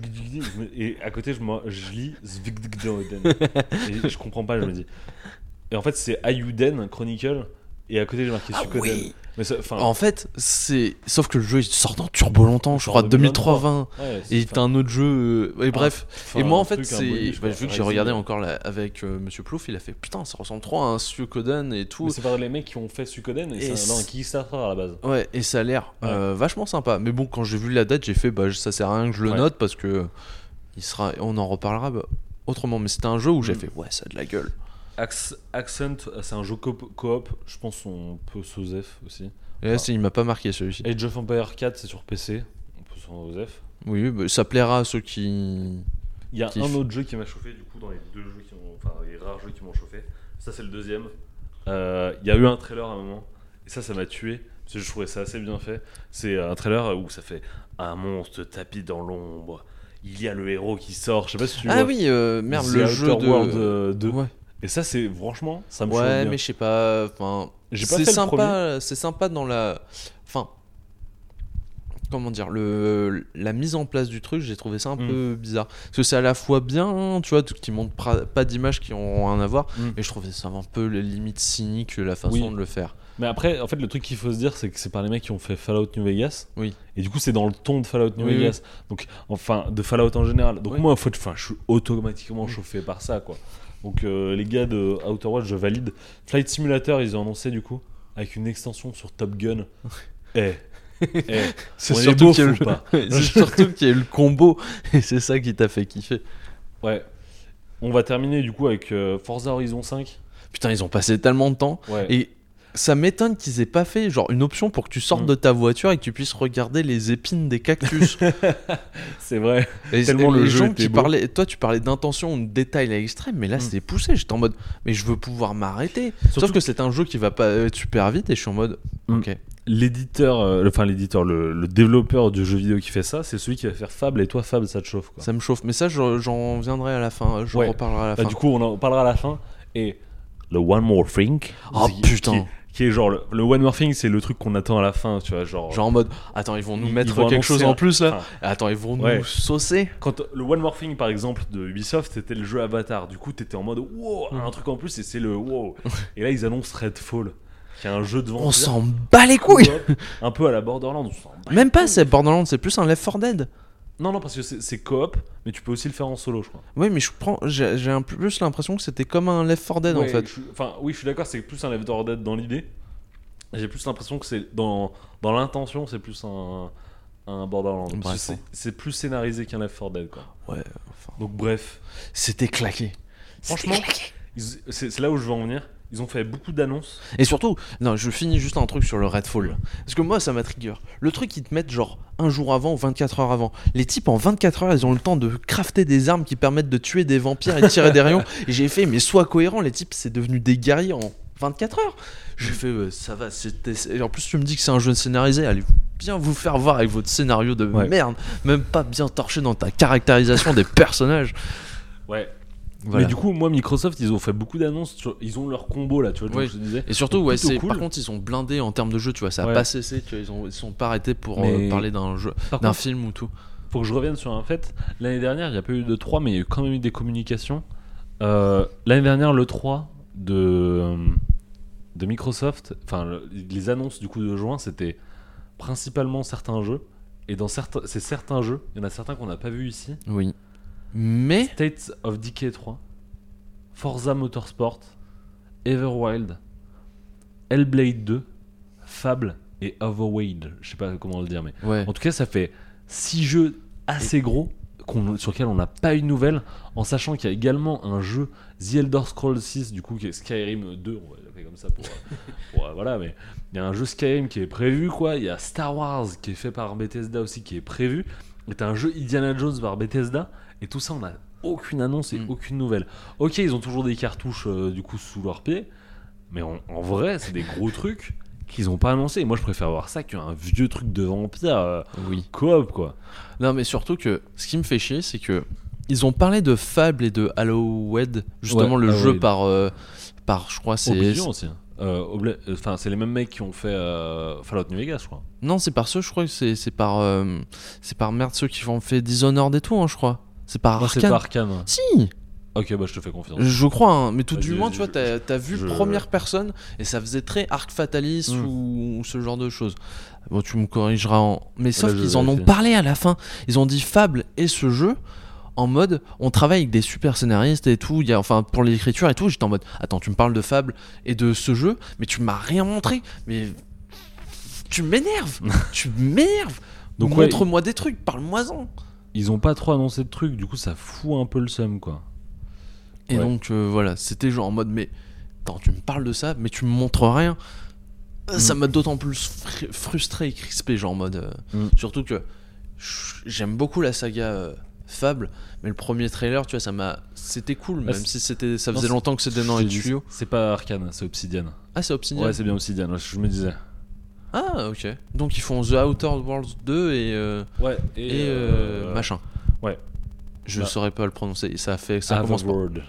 Et à côté, je, me- je lis Zvigdgdoden. Et je comprends pas, je me dis. Et en fait, c'est Ayuden Chronicle. Et à côté, j'ai marqué Suikoden. Mais ça, enfin, En fait, c'est. Sauf que le jeu il sort dans turbo longtemps, je sort crois, en deux mille trois vingt. ouais, c'est- Et t'as un autre jeu. euh, Et bref. enfin, Et moi, un en fait, truc, un c'est. bonus, bah, quoi. vu que j'ai Rising. regardé encore là, avec euh, Monsieur Plouf, il a fait putain, ça ressemble trop à un Suikoden et tout. Mais c'est par les mecs qui ont fait Suikoden et, Et c'est un, non, un c'est- Kickstarter à la base. Ouais, et ça a l'air euh, vachement sympa. Mais bon, quand j'ai vu la date, j'ai fait bah ça sert à rien que je le Ouais. note parce que il sera, on en reparlera bah, autrement. Mais c'était un jeu où j'ai Mm. fait ouais, ça a de la gueule. Ax- Accent, c'est un jeu coop, coop, je pense on peut s'osef aussi. Et là, Ah. c'est- il m'a pas marqué celui-ci. Age of Empires quatre, c'est sur P C, on peut s'osef. Oui, bah, ça plaira à ceux qui. Il y a Kiff. un autre jeu qui m'a chauffé, du coup, dans les deux jeux qui m'ont. Enfin, les rares jeux qui m'ont chauffé. Ça, c'est le deuxième. Euh, Il y a eu un trailer à un moment, et ça, ça m'a tué, parce que je trouvais ça assez bien fait. C'est un trailer où ça fait un monstre tapis dans l'ombre. Il y a le héros qui sort, je sais pas si tu Ah vois. oui, euh, merde, The le Outer jeu de. World euh, deux. Ouais. Et ça, c'est franchement, ça me chauffe Ouais, bien. mais je sais pas. Enfin, J'ai pas c'est fait le sympa. C'est sympa dans la. Enfin, comment dire, le la mise en place du truc, j'ai trouvé ça un Mm. peu bizarre. Parce que c'est à la fois bien, tu vois, tout- qui montre pra- pas d'images qui ont rien à voir, Mm. mais je trouvais ça un peu les limites cyniques la façon Oui. de le faire. Mais après, en fait, le truc qu'il faut se dire, c'est que c'est par les mecs qui ont fait Fallout New Vegas. Oui. Et du coup, c'est dans le ton de Fallout New Oui, Vegas. Donc, enfin, de Fallout en général. Donc, Oui. moi, en fait, enfin, je suis automatiquement Oui. chauffé par ça, quoi. Donc, euh, les gars de Outer Worlds, je valide. Flight Simulator, ils ont annoncé, du coup, avec une extension sur Top Gun. Eh. Eh. C'est On est surtout beauf qu'il y a ou le- pas c'est surtout qu'il y a eu le combo et c'est ça qui t'a fait kiffer. Ouais. On va terminer, du coup, avec euh, Forza Horizon cinq. putain, ils ont passé tellement de temps. Ouais. Et ça m'étonne qu'ils aient pas fait genre une option pour que tu sortes Mm. de ta voiture et que tu puisses regarder les épines des cactus. C'est vrai. Et Tellement les le jeu gens était qui beau. parlaient, toi tu parlais d'intention ou de détail à l'extrême, mais là Mm. c'était poussé. J'étais en mode, mais je veux pouvoir m'arrêter. Surtout Sauf que c'est un jeu qui va pas être super vite et je suis en mode, Mm. ok. L'éditeur, euh, enfin l'éditeur, le, le développeur du jeu vidéo qui fait ça, c'est celui qui va faire Fable, et toi Fable ça te chauffe quoi. Ça me chauffe. Mais ça, je- j'en viendrai à la fin. Je Ouais. reparlerai à la Bah, fin. du coup on en parlera à la fin. Et le One More Thing. Oh, qui- putain. Qui, qui est genre le, le One More Thing, c'est le truc qu'on attend à la fin, tu vois, genre. Genre en mode, attends, ils vont nous Ils- mettre ils vont quelque annoncer chose un- en plus là. enfin, Attends, ils vont ouais. nous saucer. Quand le One More Thing par exemple de Ubisoft, c'était le jeu Avatar. Du coup, t'étais en mode wow, Mm. un truc en plus et c'est le wow. Et là, ils annoncent Redfall, qui est un jeu de On vampire. s'en bat les couilles. Un peu à la Borderlands. on s'en bat les Même pas, couilles. c'est Borderlands, c'est plus un Left four Dead. Non, non, parce que c'est c'est coop, mais tu peux aussi le faire en solo, je crois. Oui, mais je prends, j'ai j'ai un peu plus l'impression que c'était comme un Left four Dead en Ouais, fait. je suis- Enfin, oui, je suis d'accord, c'est plus un Left four Dead dans l'idée. J'ai plus l'impression que c'est dans, dans l'intention, c'est plus un, un Borderlands. Parce Bref, que c'est- hein. c'est plus scénarisé qu'un Left four Dead, quoi. Ouais, enfin, Donc, bref. c'était claqué. Franchement, C'était claqué. ils- c'est c'est là où je veux en venir. Ils ont fait beaucoup d'annonces. Et surtout, non, je finis juste un truc sur le Redfall. Parce que moi, ça m'a trigger. Le truc, ils te mettent genre un jour avant ou vingt-quatre heures avant. Les types, en vingt-quatre heures, ils ont le temps de crafter des armes qui permettent de tuer des vampires et de tirer des rayons. Et j'ai fait, mais sois cohérent, les types, c'est devenu des guerriers en vingt-quatre heures. J'ai fait, euh, ça va, c'était. Et en plus, tu me dis que c'est un jeu scénarisé. Allez bien vous faire voir avec votre scénario de Ouais. merde. Même pas bien torché dans ta caractérisation des personnages. Ouais. Voilà. Mais du coup, moi, Microsoft, ils ont fait beaucoup d'annonces. sur- Ils ont leur combo là, tu vois, comme Ouais. je te disais. Et surtout, ouais, Plutôt c'est cool. par contre, ils sont blindés en termes de jeu, tu vois, ça a Ouais. pas cessé, tu vois, ils, ont, ils sont pas arrêtés pour Mais- euh, parler d'un jeu, Par d'un contre, film ou tout. faut que je revienne sur un fait. L'année dernière, il n'y a pas eu de trois, mais il y a quand même eu des communications. Euh, L'année dernière, le trois de, euh, de Microsoft, enfin, le- les annonces du coup de juin, c'était principalement certains jeux. Et dans certains, ces certains jeux, il y en a certains qu'on n'a pas vus ici. Oui. Mais State of Decay trois, Forza Motorsport, Everwild, Hellblade deux, Fable et Overwatch. Je sais pas comment le dire, mais ouais. en tout cas, ça fait six jeux assez gros qu'on- sur lesquels on n'a pas eu de nouvelles, en sachant qu'il y a également un jeu The Elder Scrolls six, du coup, qui est Skyrim deux, on va l'appeler comme ça pour, pour, euh, voilà, mais il y a un jeu Skyrim qui est prévu, quoi. Il y a Star Wars qui est fait par Bethesda aussi qui est prévu. Et t'as un jeu Indiana Jones par Bethesda, et tout ça, on n'a aucune annonce et Mm. aucune nouvelle. Ok, ils ont toujours des cartouches euh, du coup sous leurs pieds, mais en, en vrai, c'est des gros trucs qu'ils ont pas annoncé. Et moi, je préfère voir ça qu'un vieux truc de vampire euh, Oui. coop, quoi. Non, mais surtout que ce qui me fait chier, c'est que ils ont parlé de Fable et de Hallowed, justement Ouais, le Hallowed. jeu par, euh, par, je crois, c'est. Oblivion aussi. hein. Euh, Obli- Enfin, c'est les mêmes mecs qui ont fait euh, Fallout New Vegas, je crois. Non, c'est par ceux, je crois que c'est c'est par, euh, c'est par merde ceux qui ont fait Dishonored et tout, hein, je crois. C'est par Non, c'est Arkane. pas Arcane. Si. Ok, bah je te fais confiance. Je crois, hein, mais tout Vas-y, du moins, vas-y, tu vois, je- t'as t'as vu je- première personne et ça faisait très Arc Fatalis Mm. ou, ou ce genre de choses. Bon, tu me corrigeras en. Mais sauf je qu'ils en ont vérifie. parlé à la fin. Ils ont dit Fable et ce jeu en mode on travaille avec des super scénaristes et tout. Il y a, enfin, pour l'écriture et tout, j'étais en mode attends, tu me parles de Fable et de ce jeu, mais tu m'as rien montré. Mais tu m'énerves, tu m'énerves. Donc, ouais, Montre-moi des trucs, parle-moi-en. Ils ont pas trop annoncé de trucs, du coup, ça fout un peu le seum, quoi. Et Ouais. donc euh, voilà, c'était genre en mode mais attends, tu me parles de ça, mais tu me montres rien. Euh, Ça Mm. m'a d'autant plus fr- frustré et crispé, genre en mode. euh, Mm. Surtout que ch- j'aime beaucoup la saga euh, Fable, mais le premier trailer, tu vois, ça m'a. C'était cool, Bah, même c'est- si c'était, ça non, faisait c'est- longtemps que c'était dans Je les te dis, tuyaux. C'est pas Arcane, c'est Obsidian. Ah, c'est Obsidian. Ouais, c'est bien Obsidian, ouais, je me disais. Ah, ok. Donc ils font The Outer Worlds deux et, euh, Ouais, et, euh, machin. ouais. Je Bah. saurais pas le prononcer. Ça fait, ça commence pas. Overworld.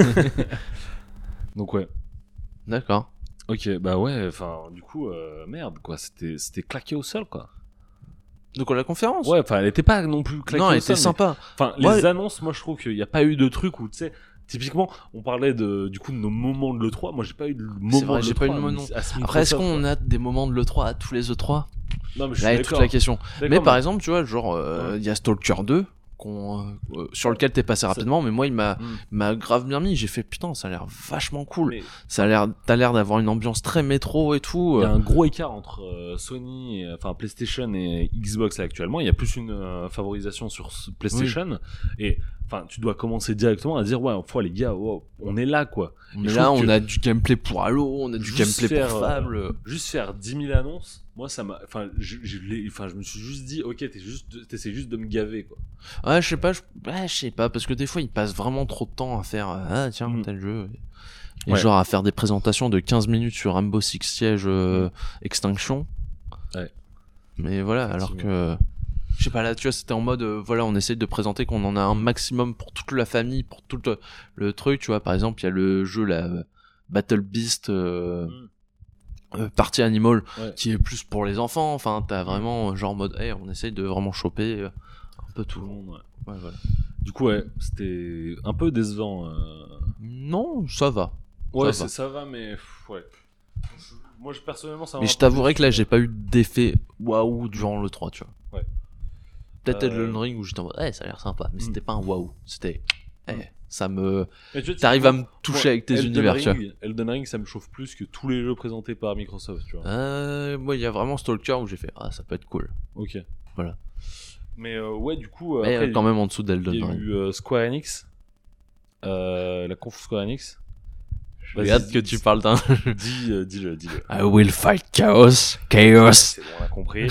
Donc, ouais. D'accord. Ok, bah ouais, enfin, du coup, euh, merde, quoi, c'était c'était claqué au sol, quoi. Donc la conférence. Ouais, enfin, elle était pas non plus claquée non, au elle sol. était mais- sympa. Enfin, Ouais. les annonces, moi je trouve qu'il n'y a pas eu de truc où, tu sais, typiquement, on parlait de, du coup de nos moments de l'E trois. Moi j'ai pas eu de moment vrai, de j'ai pas eu l'E de trois. moment. à ce Après, est-ce Microsoft, qu'on a des moments de l'E trois à tous les E trois? quoi. Non, mais je suis Là est toute d'accord. la question. D'accord, Mais par exemple, tu vois, genre, euh, il Ouais. y a Stalker deux, qu'on, euh, sur lequel t'es passé rapidement, mais moi, il m'a, Mm. m'a grave bien mis. J'ai fait, putain, ça a l'air vachement cool. Mais Ça a l'air, t'as l'air d'avoir une ambiance très métro et tout. il y a euh. un gros écart entre euh, Sony, et, enfin PlayStation et Xbox là, actuellement. Il y a plus une euh, favorisation sur ce PlayStation. Et enfin, tu dois commencer directement à dire ouais, fois les gars, wow, on est là quoi. On Et est je là, trouve on que a du gameplay pour Halo, on a du juste gameplay faire, pour euh, Fable. Juste faire dix mille annonces, moi ça m'a, enfin, je, je, l'ai- enfin, je me suis juste dit ok, t'es juste, t'essaies juste de me gaver quoi. Ouais, je sais pas, je ouais, je sais pas, parce que des fois, ils passent vraiment trop de temps à faire euh, ah tiens, Mm. tel jeu. Et Ouais. genre à faire des présentations de quinze minutes sur Rainbow Six Siege euh, Extinction. Ouais. Mais voilà, alors Effectivement. que je sais pas, là tu vois, c'était en mode euh, voilà, on essaye de présenter qu'on en a un maximum pour toute la famille, pour tout le, le truc, tu vois. Par exemple, il y a le jeu là, euh, Battle Beast euh, Mm. euh, Party Animal, Ouais. qui est plus pour les enfants. Enfin, t'as vraiment euh, genre en mode hey, on essaye de vraiment choper euh, un peu tout Tout le le monde. monde. Ouais. Ouais, voilà. Du coup ouais, c'était un peu décevant. euh. Non, ça va. Ouais, Ça va. c'est- ça va, mais pff, ouais. Je- Moi, je, personnellement, ça m'a Mais un je peu t'avouerai que là, déçu. j'ai pas eu d'effet waouh durant le trois, tu vois. Ouais. Peut-être Euh, Elden Ring où j'étais en mode, eh, ça a l'air sympa, mais Mm. c'était pas un waouh. C'était, eh, Mm. ça me. Mais tu vois, T'arrives à moi- me toucher moi, avec tes Elden univers, tu vois. Ring, Elden Ring, ça me chauffe plus que tous les jeux présentés par Microsoft, tu vois. Euh, moi, il y a vraiment Stalker où j'ai fait, ah, ça peut être cool. Ok. Voilà. Mais euh, ouais, du coup, euh, Mais après, euh, quand même en dessous il d'Elden y a Ring. eu euh, Square Enix, euh, la conf Square Enix. J'ai Vas-y, hâte que dis- tu parles d'un. Dis, euh, dis-le, dis-le. I will fight chaos, chaos. C'est bon, on a compris.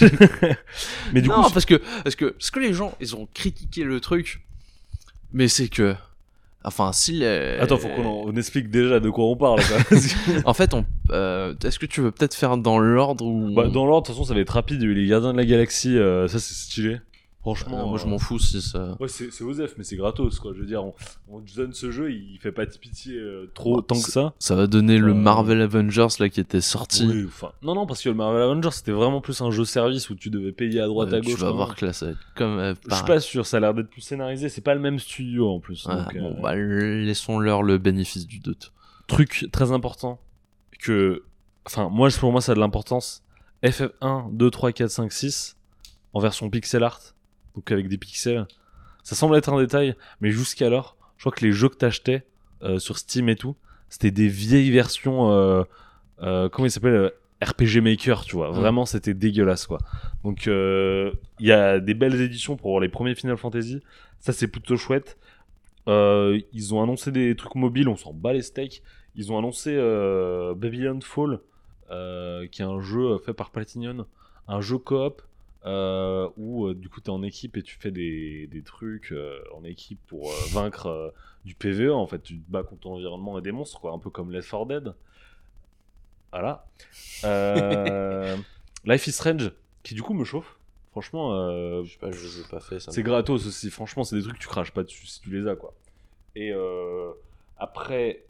Mais du non, coup, parce que, parce que, parce que les gens, ils ont critiqué le truc, mais c'est que, enfin, si les... attends, faut qu'on en- on explique déjà de quoi on parle. quoi. Parce que- En fait, on, euh, est-ce que tu veux peut-être faire dans l'ordre ou bah, dans l'ordre, de toute façon, ça va être rapide. Il y a eu les Gardiens de la Galaxie, euh, ça c'est stylé. Franchement, Euh, moi je euh, m'en fous si ça. Ouais, c'est c'est Osef, mais c'est gratos, quoi. Je veux dire, on, on te donne ce jeu, il fait pas de pitié euh, trop Bah, tant que ça. Ça va donner le Euh, Marvel Avengers là qui était sorti. Oui, enfin, non, non, parce que le Marvel Avengers, c'était vraiment plus un jeu service où tu devais payer à droite, Euh, à gauche. tu vas quand voir même. que là ça va être comme. euh, Je suis pareil. pas sûr, ça a l'air d'être plus scénarisé. C'est pas le même studio en plus. Ah, donc, euh, bon, bah laissons-leur le bénéfice du doute. Truc très important que, enfin, moi, pour moi, ça a de l'importance. F F un, deux, trois, quatre, cinq, six en version pixel art, donc avec des pixels. Ça semble être un détail, mais jusqu'alors, je crois que les jeux que t'achetais euh, sur Steam et tout, c'était des vieilles versions. Euh, euh, comment il s'appelle euh, R P G Maker, tu vois. Mm. Vraiment, c'était dégueulasse, quoi. Donc, il euh, y a des belles éditions pour les premiers Final Fantasy. Ça, c'est plutôt chouette. Euh, ils ont annoncé des trucs mobiles, on s'en bat les steaks. Ils ont annoncé euh, Babylon Fall, euh, qui est un jeu fait par Platinum, un jeu coop euh, où euh, du coup t'es en équipe et tu fais des, des trucs euh, en équipe pour euh, vaincre euh, du P V E. En fait, tu te bats contre ton environnement et des monstres, quoi, un peu comme Left four Dead. Voilà. Euh, Life is Strange, qui du coup me chauffe. Franchement, euh, Je sais pas, je les ai pas fait ça. c'est gratos aussi. Franchement, c'est des trucs que tu craches pas dessus si tu les as, quoi. Et euh, après,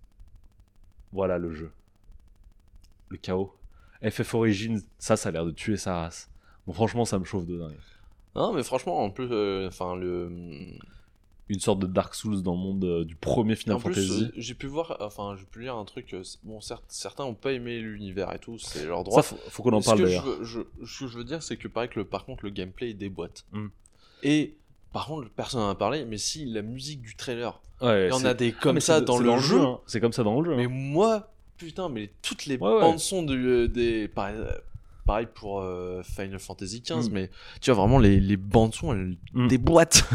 voilà le jeu. Le chaos. F F Origins, ça, ça a l'air de tuer sa race. Bon, franchement, ça me chauffe de dingue. Non, mais franchement, en plus, euh, enfin le. Une sorte de Dark Souls dans le monde euh, du premier Final En plus, Fantasy. euh, j'ai pu voir, enfin, j'ai pu lire un truc. euh, c'est- Bon, certes, certains ont pas aimé l'univers et tout, c'est leur droit. Ça, faut, faut qu'on en Ce parle que d'ailleurs. je veux- je- ce que je veux dire, c'est que pareil que le, par contre, le gameplay il déboîte. Mm. Et par contre, personne n'en a parlé, mais si la musique du trailer, Ouais, il y en c'est- a des Ah, comme mais ça c'est- dans c'est le jeu. hein. C'est comme ça dans le jeu. Mais hein. moi, putain, mais toutes les Ouais, ouais. bandes son de, euh, des. Pareil, euh, pareil pour euh, Final Fantasy quinze, Mm. mais tu vois, vraiment, les, les bandes son, elles Mm. déboîtent.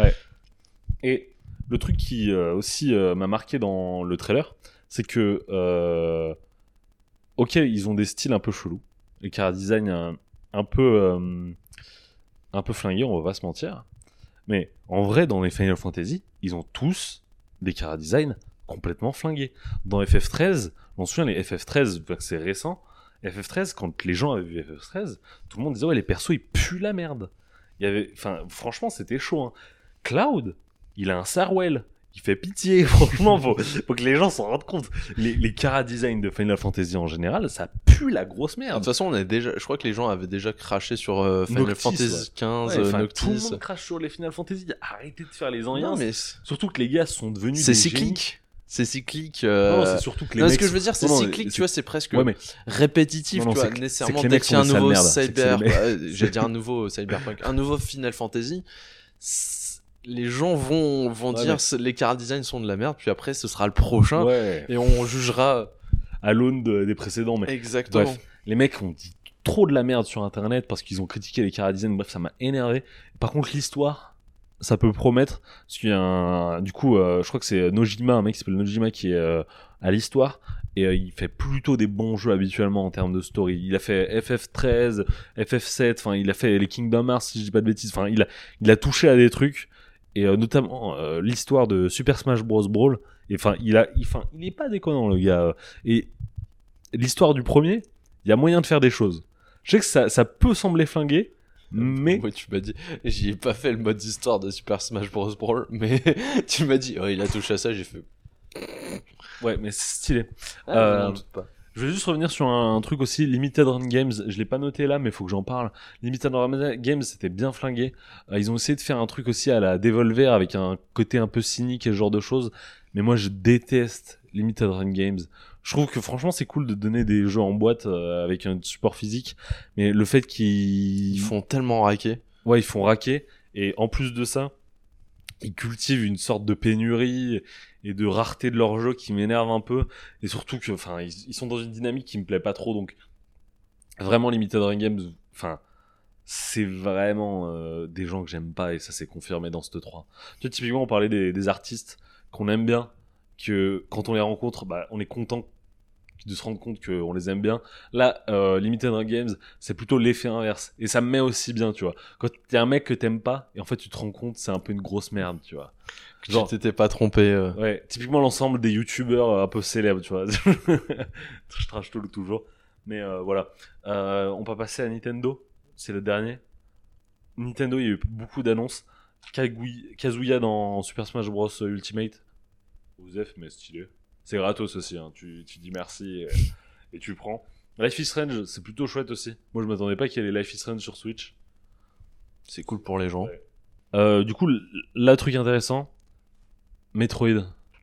Et le truc qui euh, aussi euh, m'a marqué dans le trailer, c'est que, euh, ok, ils ont des styles un peu chelous, les chara design un, un peu, euh, un peu flingués, on va pas se mentir. Mais en vrai, dans les Final Fantasy, ils ont tous des chara design complètement flingués. Dans F F treize, on se souvient, les F F treize, vu que c'est récent, F F treize, quand les gens avaient vu F F treize, tout le monde disait ouais, les persos ils puent la merde. Il y avait, enfin, franchement, c'était chaud. Hein. Cloud, il a un Sarwell. Il fait pitié, franchement, faut, faut que les gens s'en rendent compte. Les, les chara design de Final Fantasy en général, ça pue la grosse De toute merde. façon, on est déjà, je crois que les gens avaient déjà craché sur euh, Final Noctis, Fantasy quinze, Ouais, euh, enfin, Noctis. tout le monde crache sur les Final Fantasy. Arrêtez de faire les anciens. Non, mais c'est Surtout que les gars sont devenus c'est des génies. cyclique. C'est cyclique. euh, Non, non, c'est surtout que les non, mecs. ce que je veux dire, c'est Non, non, cyclique, c'est- tu vois, c'est presque Ouais, mais répétitif, Non, non, tu c'est vois, que- nécessairement. c'est que les Dès mecs qu'il y a un sont des nouveau sales merdes. C'est que c'est cyber, les mecs- ouais, j'allais dire un nouveau cyberpunk, un nouveau Final Fantasy, c'est- les gens vont, vont Ouais, dire mais- c'est- les chara design sont de la merde, puis après ce sera le prochain, ouais, et on jugera à l'aune de- des précédents. Mais exactement. bref, les mecs ont dit trop de la merde sur internet parce qu'ils ont critiqué les chara design. Bref, ça m'a énervé. Par contre, l'histoire, ça peut promettre, parce qu'il y a un, du coup, euh, je crois que c'est Nojima, un mec qui s'appelle Nojima qui est euh, à l'histoire, et euh, il fait plutôt des bons jeux habituellement en termes de story. Il a fait F F treize, F F sept, enfin il a fait les Kingdom Hearts si je dis pas de bêtises, enfin il a, il a touché à des trucs, et euh, notamment euh, l'histoire de Super Smash Bros Brawl, et enfin il a, enfin il est pas déconnant le gars, et l'histoire du premier, il y a moyen de faire des choses. Je sais que ça, ça peut sembler flingué, mais Ouais, tu m'as dit, j'y ai pas fait le mode histoire de Super Smash Bros. Brawl, mais tu m'as dit, oh, il a touché à ça, j'ai fait. ouais, mais c'est stylé. Ah, Euh, je n'en doute pas. Je vais juste revenir sur un, un truc aussi, Limited Run Games. Je l'ai pas noté là, mais faut que j'en parle. Limited Run Games, c'était bien flingué. Euh, ils ont essayé de faire un truc aussi à la Devolver avec un côté un peu cynique et ce genre de choses. Mais moi, je déteste Limited Run Games. Je trouve que franchement, c'est cool de donner des jeux en boîte euh, avec un support physique, mais le fait qu'ils Ils font tellement raquer. ouais, ils font raquer, et en plus de ça, ils cultivent une sorte de pénurie et de rareté de leur jeu qui m'énerve un peu, et surtout que, enfin, ils, ils sont dans une dynamique qui me plaît pas trop, donc vraiment Limited Run Games, enfin, c'est vraiment euh, des gens que j'aime pas, et ça c'est confirmé dans ce trois. Tu vois, typiquement, on parlait des, des artistes qu'on aime bien, que quand on les rencontre, bah, on est content de se rendre compte qu'on les aime bien. Là, euh, Limited Run Games, c'est plutôt l'effet inverse. Et ça me met aussi bien, tu vois. Quand t'es un mec que t'aimes pas, et en fait tu te rends compte, c'est un peu une grosse merde, tu vois. Genre, tu t'étais pas trompé. Euh... Ouais, typiquement l'ensemble des youtubeurs euh, un peu célèbres, tu vois. Je trash tout toujours. Mais euh, voilà. Euh, on peut passer à Nintendo. C'est le dernier. Nintendo, il y a eu beaucoup d'annonces. Kagui- Kazuya dans Super Smash Bros Ultimate. Osef, mais stylé. C'est gratos aussi, hein. tu, tu dis merci et, et tu prends. Life is Strange, c'est plutôt chouette aussi. Moi, je m'attendais pas qu'il y ait les Life is Strange sur Switch. C'est cool pour les gens. Ouais. Euh, du coup, là, truc intéressant, Metroid.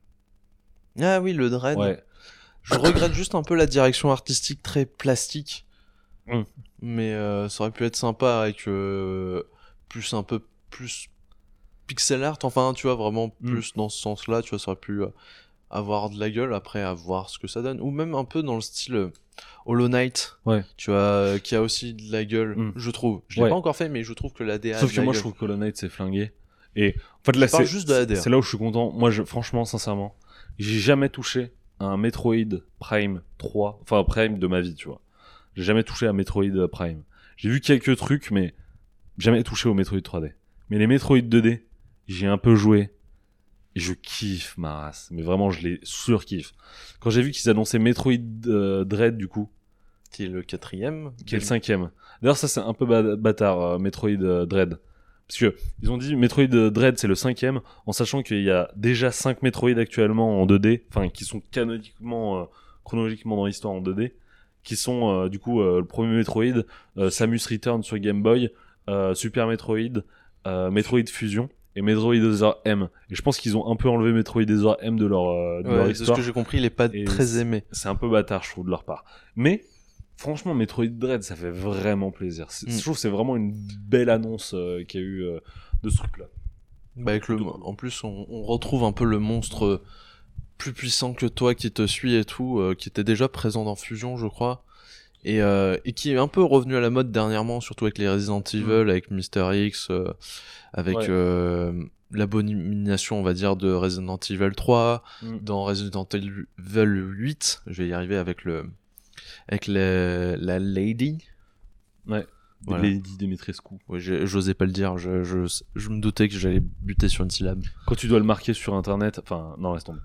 Ah oui, le Dread. Ouais. Je regrette juste un peu la direction artistique très plastique. Mm. Mais euh, ça aurait pu être sympa avec euh, plus un peu plus pixel art. Enfin, tu vois, vraiment plus mm. dans ce sens-là. Tu vois, ça aurait pu euh, avoir de la gueule après à voir ce que ça donne. Ou même un peu dans le style euh, Hollow Knight. Ouais. Tu vois, euh, qui a aussi de la gueule, mm. je trouve. Je l'ai ouais. pas encore fait, mais je trouve que la D A. Sauf que moi, gueule. je trouve que Hollow Knight, c'est flingué. Et en fait, là, c'est, juste de la D A. c'est là où je suis content. Moi, je, franchement, sincèrement, j'ai jamais touché à un Metroid Prime trois, enfin Prime de ma vie, tu vois. J'ai jamais touché à Metroid Prime. J'ai vu quelques trucs, mais jamais touché au Metroid trois D. Mais les Metroid deux D, j'ai un peu joué. Et je kiffe ma race. Mais vraiment, je les surkiffe. Quand j'ai vu qu'ils annonçaient Metroid euh, Dread, du coup. Qui est le quatrième. Qui est le cinquième. D'ailleurs, ça, c'est un peu bâtard, euh, Metroid euh, Dread. Parce que ils ont dit Metroid Dread c'est le cinquième, en sachant qu'il y a déjà cinq Metroid actuellement en deux D, enfin qui sont canoniquement, euh, chronologiquement dans l'histoire en deux D, qui sont euh, du coup euh, le premier Metroid, euh, Samus Return sur Game Boy, euh, Super Metroid, euh, Metroid Fusion et Metroid Other M. Et je pense qu'ils ont un peu enlevé Metroid Other M de leur, euh, de ouais, leur de histoire. ce que j'ai compris, il est pas et très c'est, aimé. C'est un peu bâtard, je trouve, de leur part. Mais franchement, Metroid Dread, ça fait vraiment plaisir. C'est, mm. Je trouve que c'est vraiment une belle annonce euh, qu'il y a eu euh, de ce truc-là. Bah avec le, en plus, on, on retrouve un peu le monstre plus puissant que toi qui te suit et tout, euh, qui était déjà présent dans Fusion, je crois, et, euh, et qui est un peu revenu à la mode dernièrement, surtout avec les Resident Evil, mmh. avec Mister X, euh, avec ouais. euh, l'abomination, on va dire, de Resident Evil trois, mmh. dans Resident Evil huit, je vais y arriver avec le, avec les, la Lady. Ouais. Voilà. Lady Dimitrescu. Oui, j'osais pas le dire, je, je, je me doutais que j'allais buter sur une syllabe. Quand tu dois le marquer sur internet, enfin, non, laisse tomber.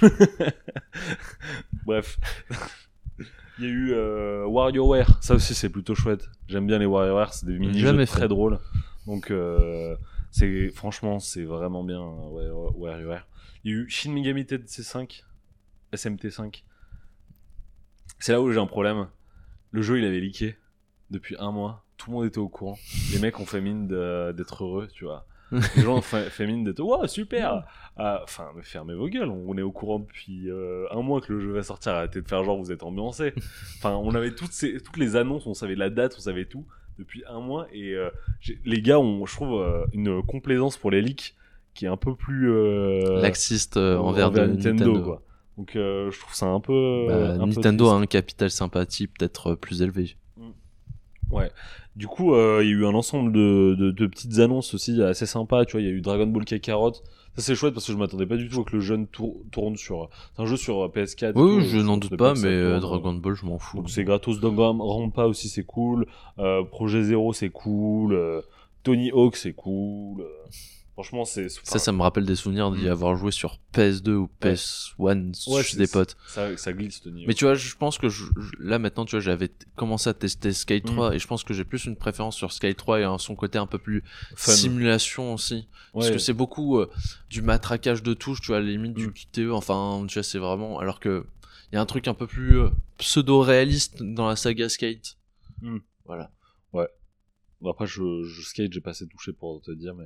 Bref. Il y a eu euh, WarioWare, ça aussi c'est plutôt chouette. J'aime bien les WarioWare, c'est des mini-jeux très drôles. Donc, euh, c'est, franchement, c'est vraiment bien, ouais, WarioWare. Il y a eu Shin Megami Tensei cinq, S M T cinq. C'est là où j'ai un problème. Le jeu, il avait leaké depuis un mois. Tout le monde était au courant. Les mecs ont fait mine de, d'être heureux, tu vois. Les gens ont fait, fait mine d'être wow, super. Enfin, ah, fermez vos gueules. On est au courant depuis euh, un mois que le jeu va sortir. Arrêtez de faire genre vous êtes ambiancés. Enfin, on avait toutes ces, toutes les annonces, on savait la date, on savait tout depuis un mois. Et euh, les gars ont, je trouve, euh, une complaisance pour les leaks qui est un peu plus euh, laxiste euh, envers, envers de Nintendo, Nintendo. Quoi. Donc, euh, je trouve ça un peu. Bah, un Nintendo peu a un capital sympathie peut-être plus élevé. Ouais. Du coup, euh, il y a eu un ensemble de, de, de petites annonces aussi assez sympas. Tu vois, il y a eu Dragon Ball Kakarot. Ça c'est chouette parce que je m'attendais pas du tout que le jeune tour, tourne sur. C'est un jeu sur P S quatre. Oui, tout, je n'en doute pas, mais euh, Dragon Ball, je m'en fous. Donc c'est gratos. Danganronpa aussi, c'est cool. Euh, Projet Zero, c'est cool. Euh, Tony Hawk, c'est cool. Euh, franchement, c'est. Enfin, ça, ça me rappelle des souvenirs d'y avoir joué sur P S deux ou P S un ouais, chez des potes. Ça, ça glisse, Tony Hawk. Mais tu vois, je pense que je, je, là maintenant, tu vois, j'avais t- commencé à tester Skate trois mm. et je pense que j'ai plus une préférence sur Skate trois et hein, son côté un peu plus Fun. Simulation aussi. Ouais. Parce que c'est beaucoup euh, du matraquage de touches, tu vois, à la limite mm. du Q T E. Enfin, tu vois, c'est vraiment. Alors que il y a un truc un peu plus euh, pseudo-réaliste dans la saga Skate. Mm. Voilà. Ouais. Bon, après, je, je skate, j'ai pas assez touché pour te dire, mais.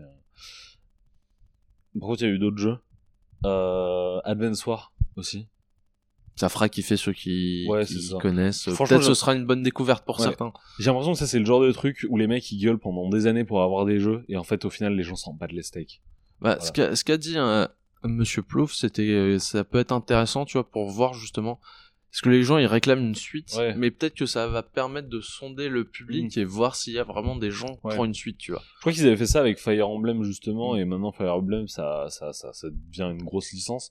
Par contre, il y a eu d'autres jeux. Euh, Advance War aussi. Ça fera kiffer ceux qui, ouais, qui connaissent. Franchement, peut-être ce sera une bonne découverte pour ouais. certains. J'ai l'impression que ça, c'est le genre de truc où les mecs, ils gueulent pendant des années pour avoir des jeux, et en fait, au final, les gens s'en battent les steaks. Bah, voilà. ce qu'a, ce qu'a dit hein, Monsieur Plouf, c'était, ça peut être intéressant, tu vois, pour voir justement, parce que les gens, ils réclament une suite, ouais. mais peut-être que ça va permettre de sonder le public mmh. et voir s'il y a vraiment des gens qui ouais. font une suite, tu vois. Je crois qu'ils avaient fait ça avec Fire Emblem, justement, mmh. et maintenant, Fire Emblem, ça, ça, ça, ça devient une grosse licence.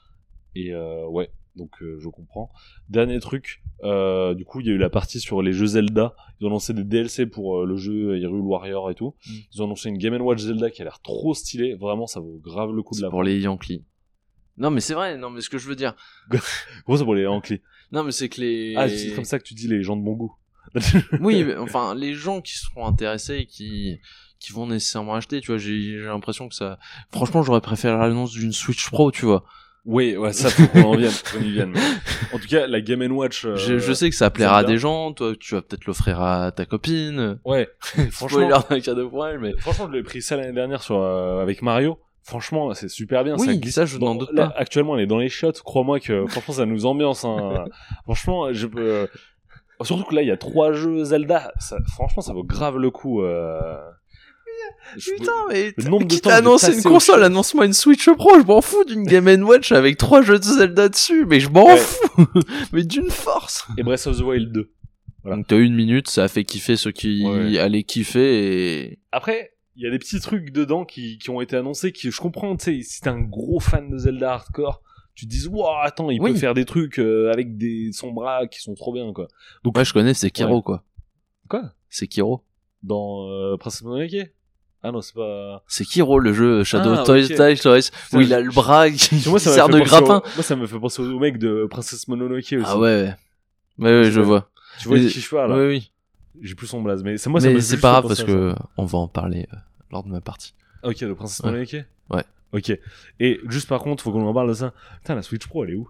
Et euh, ouais, donc euh, je comprends. Dernier truc, euh, du coup, il y a eu la partie sur les jeux Zelda. Ils ont lancé des D L C pour euh, le jeu Hyrule Warrior et tout. Mmh. Ils ont annoncé une Game and Watch Zelda qui a l'air trop stylée. Vraiment, ça vaut grave le coup de c'est la pour les Yankees. Non, mais c'est vrai, non, mais ce que je veux dire. Gros, c'est pour les Yankees. Non, mais c'est que les. Ah, c'est comme ça que tu dis les gens de bon goût. Oui, mais, enfin, les gens qui seront intéressés et qui, qui vont nécessairement acheter, tu vois, j'ai, j'ai l'impression que ça. Franchement, j'aurais préféré l'annonce d'une Switch Pro, tu vois. Oui, ouais, ça faut qu'on en vienne, qu'on y vienne. En tout cas, la Game and Watch. Euh, je, je sais que ça plaira à des gens. Toi, tu vas peut-être l'offrir à ta copine. Ouais. Franchement, un cadeau pour elle, mais. Franchement, je l'ai pris ça l'année dernière sur euh, avec Mario. Franchement, c'est super bien. Oui, ça glisse. Ça, je n'en doute pas. Actuellement, elle est dans les shots. Crois-moi que franchement, ça nous ambiance. Hein. Franchement, je peux. Euh... Surtout que là, il y a trois jeux Zelda. Ça, franchement, ça vaut grave le coup. Euh... Putain, mais qui t'a annoncé une console, annonce-moi une Switch Pro, je m'en fous d'une Game and Watch avec trois jeux de Zelda dessus, mais je m'en ouais. fous, mais d'une force. Et Breath of the Wild deux. Voilà. Donc t'as une minute, ça a fait kiffer ceux qui ouais. allaient kiffer et... Après, il y a des petits trucs dedans qui, qui ont été annoncés, qui je comprends, tu sais, si t'es un gros fan de Zelda hardcore, tu te dis, wow, attends, il oui. peut faire des trucs euh, avec des, son bras qui sont trop bien, quoi. Donc, ouais, je connais, c'est Kiro, ouais. quoi. Quoi? C'est Kiro. Dans euh, Princess Mononoke? Ah non, c'est pas... C'est Kiro, le jeu Shadow ah, Toy okay. Story, où il a le bras qui moi, sert de grappin. Au... Moi, ça me fait penser au mec de Princess Mononoke aussi. Ah ouais, ouais, ouais, je vois. Tu vois de qui je parle, là? Oui, oui. J'ai plus son blaze, mais c'est moi, mais ça me c'est pas grave parce que on va en parler euh, lors de ma partie. Ok, de Princess ouais. Mononoke? Ouais. Ok. Et juste par contre, faut qu'on en parle de ça. Putain, la Switch Pro, elle est où?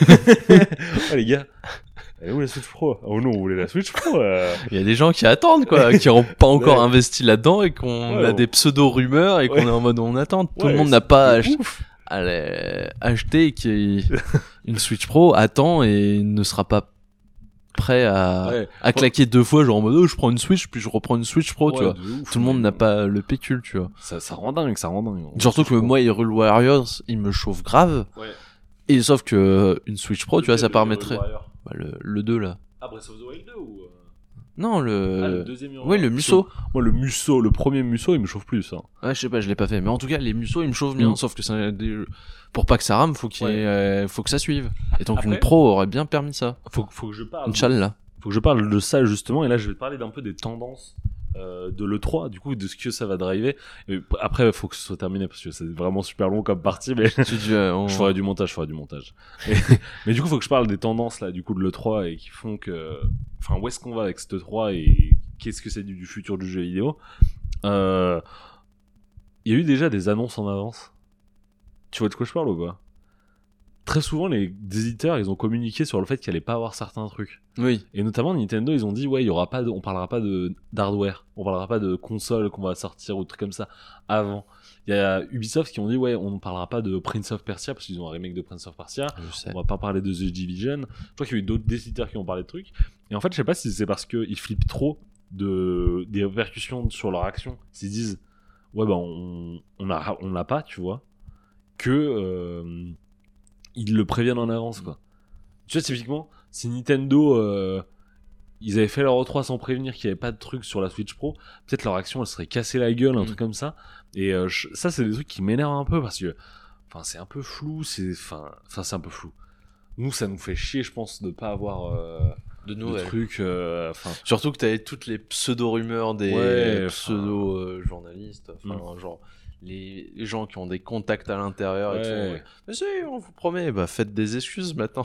Oh les gars, elle est où la Switch Pro? Oh non, on voulait la Switch Pro. Euh... Il y a des gens qui attendent, quoi, qui n'ont pas encore ouais. investi là-dedans et qu'on ouais, a ouais. des pseudo-rumeurs et qu'on ouais. est en mode on attend. Tout ouais, le monde n'a pas ach... acheté et qui une Switch Pro attend et ne sera pas prêt à, ouais. à claquer ouais. deux fois, genre en mode oh, je prends une Switch puis je reprends une Switch Pro, ouais, tu vois. Ouf, tout le monde n'a pas le pécule, tu vois. Ça, ça rend dingue, ça rend dingue. Surtout que moi, Hyrule Warriors, il me chauffe grave. Ouais. Et sauf que une Switch Pro, le tu vois, ça permettrait. Bah, le, le deux là. Ah, Breath of the Wild deux ou. Non, le. Ah, le deuxième Hyrule. Ouais, le Musso. Moi, le Musso, le premier Musso, il me chauffe plus, ça. Ouais, je sais pas, je l'ai pas fait. Mais en tout cas, les Musso, ils me chauffent bien. Mm. Sauf que c'est des... pour pas que ça rame, faut qu'il ouais. euh, faut que ça suive. Et donc, après, une Pro aurait bien permis ça. Faut, faut que je parle. Inch'Allah. Faut que je parle de ça justement, et là je vais te parler d'un peu des tendances euh, de l'E trois, du coup de ce que ça va driver. Et après il faut que ce soit terminé parce que c'est vraiment super long comme partie, mais dis, euh, on... je ferai du montage, je ferai du montage. Et... mais du coup il faut que je parle des tendances là du coup de l'E trois et qui font que, enfin où est-ce qu'on va avec cette E trois et qu'est-ce que c'est du, du futur du jeu vidéo. Euh... Il y a eu déjà des annonces en avance. Tu vois de quoi je parle ou quoi? Très souvent, les éditeurs, ils ont communiqué sur le fait qu'il allait pas avoir certains trucs. Oui. Et notamment, Nintendo, ils ont dit, ouais, il y aura pas de, on parlera pas de, d'hardware. On parlera pas de console qu'on va sortir ou de trucs comme ça avant. Il y a Ubisoft qui ont dit, ouais, on ne parlera pas de Prince of Persia parce qu'ils ont un remake de Prince of Persia. On va pas parler de The Division. Je crois qu'il y a eu d'autres éditeurs qui ont parlé de trucs. Et en fait, je sais pas si c'est parce qu'ils flippent trop de, des répercussions sur leur action. S'ils disent, ouais, bah, on, on a, on l'a pas, tu vois. Que, euh, ils le préviennent en avance, quoi. Tu vois, typiquement, si Nintendo euh, ils avaient fait leur E trois sans prévenir qu'il n'y avait pas de truc sur la Switch Pro, peut-être leur action elle serait cassée la gueule, un mmh. truc comme ça. Et euh, je, ça, c'est des trucs qui m'énervent un peu parce que, enfin, c'est un peu flou, c'est, enfin, enfin, c'est un peu flou. Nous, ça nous fait chier, je pense, de pas avoir euh, de nouvelles trucs. Euh, Surtout que t'avais toutes les pseudo-rumeurs des ouais, pseudo-journalistes, enfin, mmh. genre les gens qui ont des contacts à l'intérieur ouais. et tout. Ouais. Mais si, on vous promet, bah faites des excuses maintenant.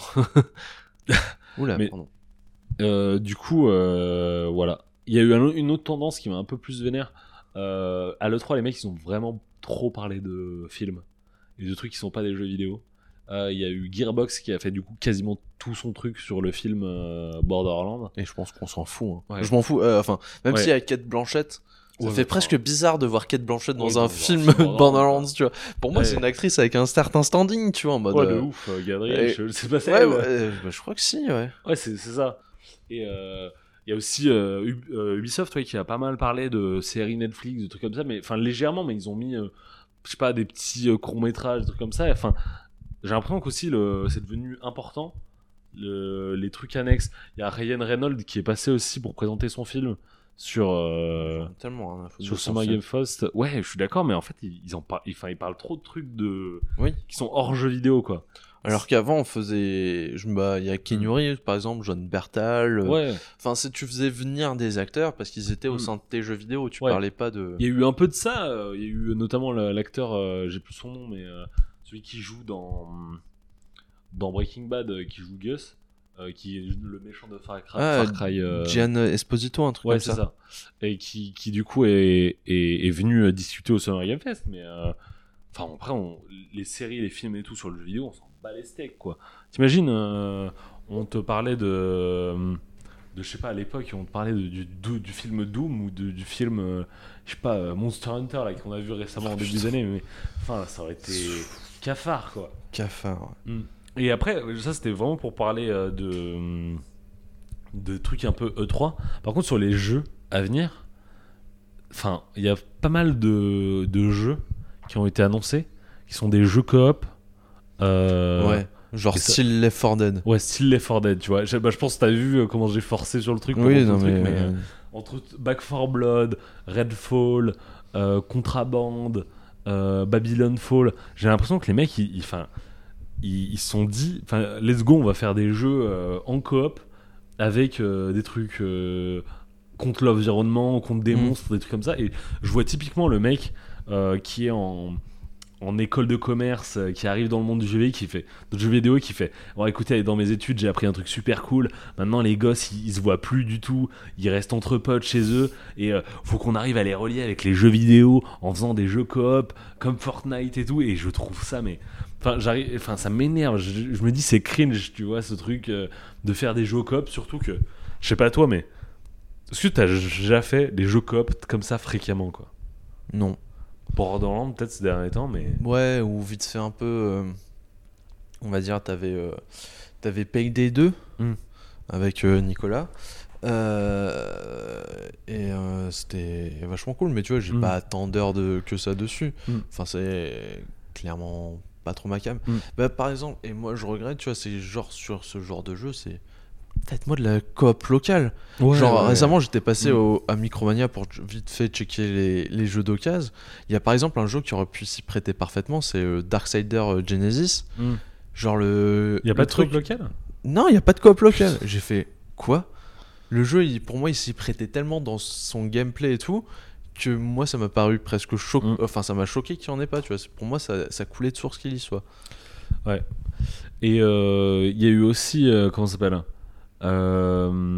Oula, mais, pardon. Euh, du coup, euh, voilà. Il y a eu un, une autre tendance qui m'a un peu plus vénère. Euh, à l'E trois, les mecs, ils ont vraiment trop parlé de films et de trucs qui sont pas des jeux vidéo. Euh, il y a eu Gearbox qui a fait du coup quasiment tout son truc sur le film euh, Borderlands. Et je pense qu'on s'en fout. Hein. Ouais. Je m'en fous. Euh, enfin, même ouais. s'il y a Kate Blanchett, ça ouais, fait presque enfin... bizarre de voir Kate Blanchett dans ouais, un film Borderlands, Borderlands, tu vois. Pour moi, ouais. c'est une actrice avec un certain standing, tu vois, en mode. Ouais, euh... de ouf, euh, Gabriel, et... je sais pas ça. Ouais, ouais euh, bah, je crois que si, ouais. Ouais, c'est, c'est ça. Et euh, il y a aussi euh, Ub- euh, Ubisoft, ouais, qui a pas mal parlé de séries Netflix, de trucs comme ça, mais enfin légèrement, mais ils ont mis, euh, je sais pas, des petits euh, courts métrages, des trucs comme ça. Enfin, j'ai l'impression qu'aussi le, c'est devenu important. Le, les trucs annexes. Il y a Ryan Reynolds qui est passé aussi pour présenter son film sur euh, tellement hein, sur Summer Game Fest. Ouais, je suis d'accord, mais en fait ils, ils en parlent, enfin ils parlent trop de trucs de oui. qui sont hors jeu vidéo quoi. Alors qu'avant on faisait, je bah il y a Keanu Reeves par exemple, John Bertal. Ouais. Enfin si tu faisais venir des acteurs parce qu'ils étaient au sein de tes jeux vidéo, tu ouais. parlais pas de. Il y a eu un peu de ça. Il y a eu notamment l'acteur, euh, j'ai plus son nom, mais euh, celui qui joue dans dans Breaking Bad, euh, qui joue Gus. Euh, qui est le méchant de Far Cry, ah, Far Cry euh... Gian Esposito, un truc ouais, comme c'est ça. ça. Et qui, qui du coup est, est, est venu discuter au Summer Game Fest. Mais euh... enfin, après, on... les séries, les films et tout sur le jeu vidéo, on s'en bat les steaks, quoi. T'imagines, euh... on te parlait de. de je sais pas, à l'époque, on te parlait de, du, du, du film Doom ou de, du film, euh, je sais pas, Monster Hunter, là, qu'on a vu récemment en début d'année. Mais enfin, ça aurait été cafard, quoi. Cafard, ouais. Mm. Et après, ça c'était vraiment pour parler euh, de, de trucs un peu E trois. Par contre, sur les jeux à venir, enfin, il y a pas mal de, de jeux qui ont été annoncés, qui sont des jeux coop. Euh, ouais, genre style Left four Dead. Ouais, style Left four Dead, tu vois. Je, bah, je pense que t'as vu comment j'ai forcé sur le truc. Oui, non, mais... Truc, mais euh, entre Back four Blood, Redfall, euh, Contraband, euh, Babylon Fall, j'ai l'impression que les mecs, ils... ils ils se sont dit, enfin, let's go, on va faire des jeux euh, en coop avec euh, des trucs euh, contre l'environnement, contre des mmh. monstres, des trucs comme ça. Et je vois typiquement le mec euh, qui est en, en école de commerce, euh, qui arrive dans le monde du jeu vidéo, qui fait de jeux vidéo, qui fait bon, écoutez, dans mes études, j'ai appris un truc super cool. Maintenant, les gosses, ils, ils se voient plus du tout. Ils restent entre potes chez eux. Et euh, faut qu'on arrive à les relier avec les jeux vidéo en faisant des jeux coop comme Fortnite et tout. Et je trouve ça, mais Enfin, j'arrive, enfin, ça m'énerve. Je, je me dis, c'est cringe, tu vois, ce truc euh, de faire des jeux coop. Surtout que, je sais pas toi, mais est-ce que t'as déjà fait des jeux coop comme ça fréquemment, quoi? Non. Borderlands, peut-être ces derniers temps, mais. Ouais, ou vite fait un peu. Euh, on va dire, t'avais, euh, t'avais Payday deux mm. avec euh, Nicolas. Euh, et euh, c'était vachement cool, mais tu vois, j'ai mm. pas tant d'heures de, que ça dessus. Mm. Enfin, c'est clairement pas trop ma cam. Mm. Bah, par exemple, et moi je regrette, tu vois, c'est genre sur ce genre de jeu, c'est faites-moi de la coop locale. Ouais, genre ouais, récemment, j'étais passé mm. au, à Micromania pour vite fait checker les, les jeux d'occasion. Il y a par exemple un jeu qui aurait pu s'y prêter parfaitement, c'est euh, Darksider euh, Genesis. Mm. Genre le. Il y a le pas de truc coop local ? Non, il y a pas de coop local. J'ai fait quoi ? Le jeu, il, pour moi, il s'y prêtait tellement dans son gameplay et tout que moi, ça m'a paru presque choqué. Mm. Enfin, ça m'a choqué qu'il n'y en ait pas. Tu vois, pour moi, ça, ça coulait de source qu'il y soit. Ouais. Et il euh, y a eu aussi euh, comment ça s'appelle euh...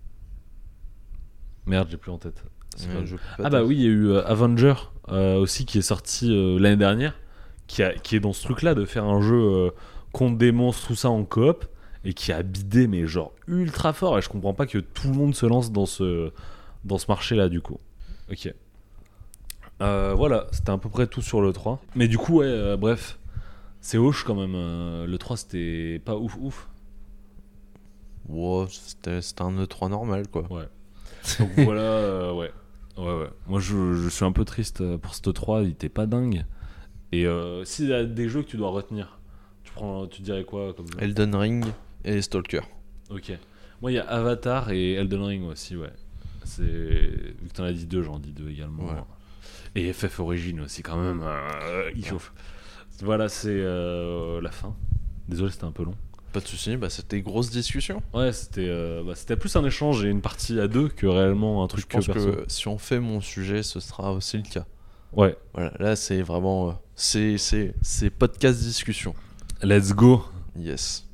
Merde, j'ai plus en tête. Ouais, je ah bah oui, il y a eu euh, Avenger euh, aussi qui est sorti euh, l'année dernière, qui, a, qui est dans ce truc-là de faire un jeu euh, contre des monstres, tout ça en coop, et qui a bidé mais genre ultra fort. Et je comprends pas que tout le monde se lance dans ce dans ce marché-là du coup. Ok. Euh, voilà, c'était à peu près tout sur le trois. Mais du coup, ouais, euh, bref, c'est hoche quand même. Euh, le trois, c'était pas ouf ouf. Ouais, c'était, c'était un E trois normal, quoi. Ouais. Donc voilà, euh, ouais. Ouais, ouais. Moi, je, je suis un peu triste pour ce E trois, il était pas dingue. Et euh, s'il y a des jeux que tu dois retenir, tu, prends, tu dirais quoi comme jeu ? Elden Ring et Stalker. Ok. Moi, il y a Avatar et Elden Ring aussi, ouais. C'est... Vu que t'en as dit deux, j'en dis deux également. Ouais. Et F F Origin aussi, quand même. Euh, il chauffe. Voilà, c'est euh, la fin. Désolé, c'était un peu long. Pas de soucis, bah, c'était grosse discussion. Ouais, c'était, euh, bah, c'était plus un échange et une partie à deux que réellement un truc Je pense que perso. que si on fait mon sujet, ce sera aussi le cas. Ouais. Voilà, là c'est vraiment... Euh, c'est, c'est, c'est podcast discussion. Let's go. Yes.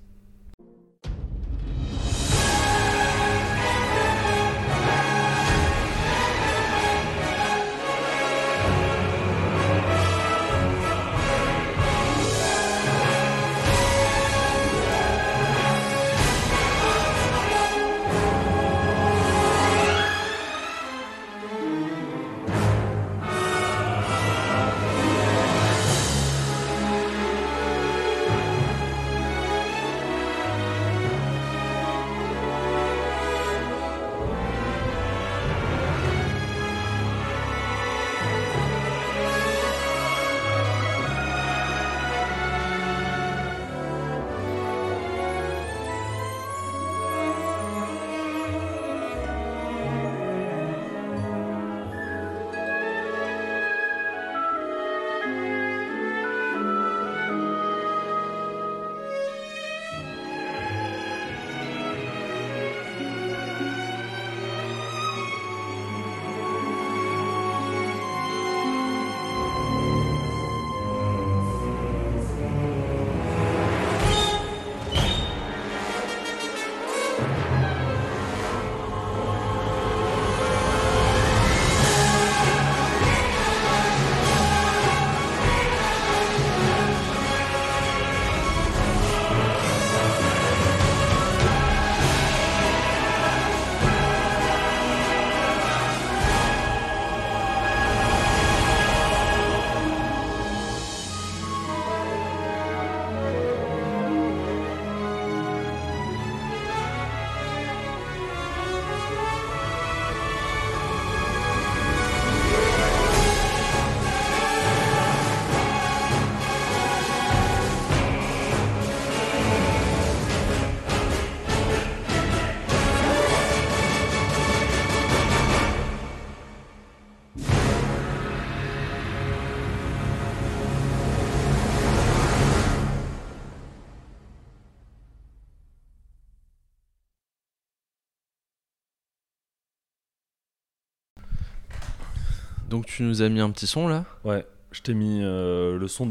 Donc tu nous as mis un petit son là. Ouais, je t'ai mis euh, le son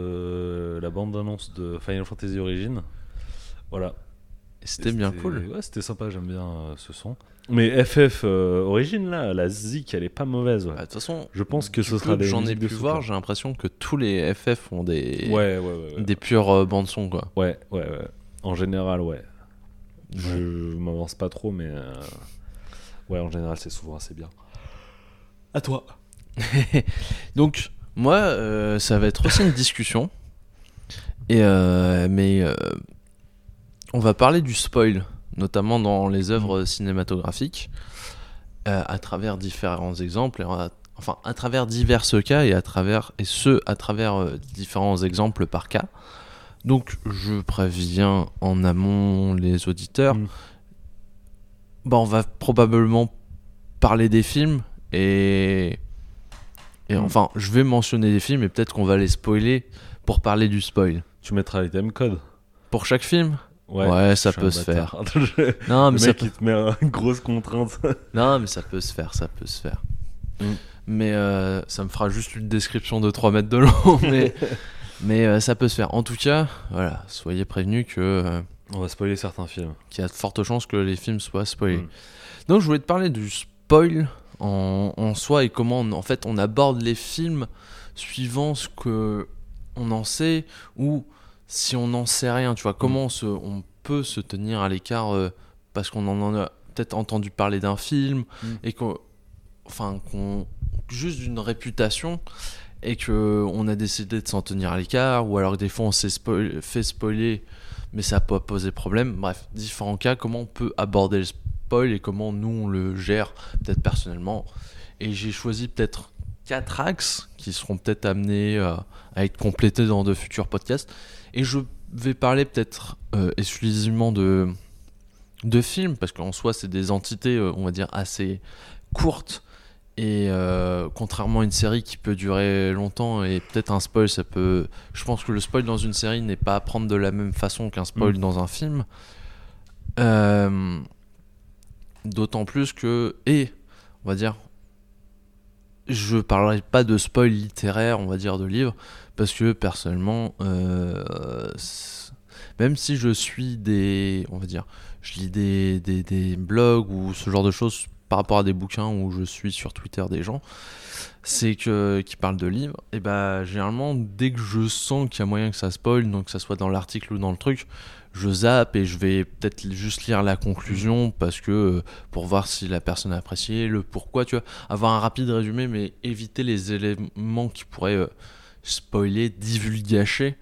de la bande-annonce de Final Fantasy Origin. Voilà. Et c'était, c'était bien cool. Ouais, c'était sympa, j'aime bien euh, ce son. Mais F F euh, Origin, là, la zik, elle est pas mauvaise. De ouais. bah, toute façon, je pense que ce sera des. J'en ai pu voir, j'ai l'impression que tous les F F ont des. Ouais, ouais, ouais. ouais des pures euh, bandes-son, quoi. Ouais, ouais, ouais. En général, ouais. Je ouais. m'avance pas trop, mais. Euh... Ouais, en général, c'est souvent assez bien. À toi. Donc, moi, euh, ça va être aussi une discussion. Et euh, mais euh, on va parler du spoil, notamment dans les œuvres cinématographiques, euh, à travers différents exemples, et à, enfin à travers divers cas et à travers et ce à travers euh, différents exemples par cas. Donc, je préviens en amont les auditeurs. Mm. Bah, on va probablement parler des films et Et mmh. enfin, je vais mentionner des films et peut-être qu'on va les spoiler pour parler du spoil. Tu mettras les thème codes pour chaque film ? Ouais, ouais ça peut se faire. Non, mais le ça mec peut... il te met une grosse contrainte. Non, mais ça peut se faire, ça peut se faire. Mmh. Mais euh, ça me fera juste une description de trois mètres de long, mais, mais euh, ça peut se faire. En tout cas, voilà, soyez prévenus que... Euh, on va spoiler certains films. Qu'il y a de fortes chances que les films soient spoilés. Mmh. Donc je voulais te parler du spoil en, en soi et comment on, en fait on aborde les films suivant ce que on en sait ou si on n'en sait rien, tu vois, comment on, se, on peut se tenir à l'écart euh, parce qu'on en a peut-être entendu parler d'un film mm. et qu'on, enfin, qu'on, juste d'une réputation et qu'on a décidé de s'en tenir à l'écart ou alors que des fois on s'est spoil, fait spoiler mais ça peut poser problème. Bref, différents cas, comment on peut aborder le spoil et comment nous on le gère peut-être personnellement. Et j'ai choisi peut-être quatre axes qui seront peut-être amenés euh, à être complétés dans de futurs podcasts. Et je vais parler peut-être euh, exclusivement de, de film, parce qu'en soi c'est des entités euh, on va dire assez courtes, et euh, contrairement à une série qui peut durer longtemps, et peut-être un spoil ça peut, je pense que le spoil dans une série n'est pas à prendre de la même façon qu'un spoil mmh. dans un film, euh, d'autant plus que, et on va dire, je parlerai pas de spoil littéraire, on va dire, de livres, parce que personnellement euh, même si je suis des, on va dire, je lis des, des, des blogs ou ce genre de choses par rapport à des bouquins, où je suis sur Twitter des gens, c'est que qui parlent de livres, et bah généralement dès que je sens qu'il y a moyen que ça spoil, donc que ça soit dans l'article ou dans le truc, je zappe et je vais peut-être juste lire la conclusion, parce que pour voir si la personne a apprécié, le pourquoi, tu vois, avoir un rapide résumé, mais éviter les éléments qui pourraient euh, spoiler, divulgacher,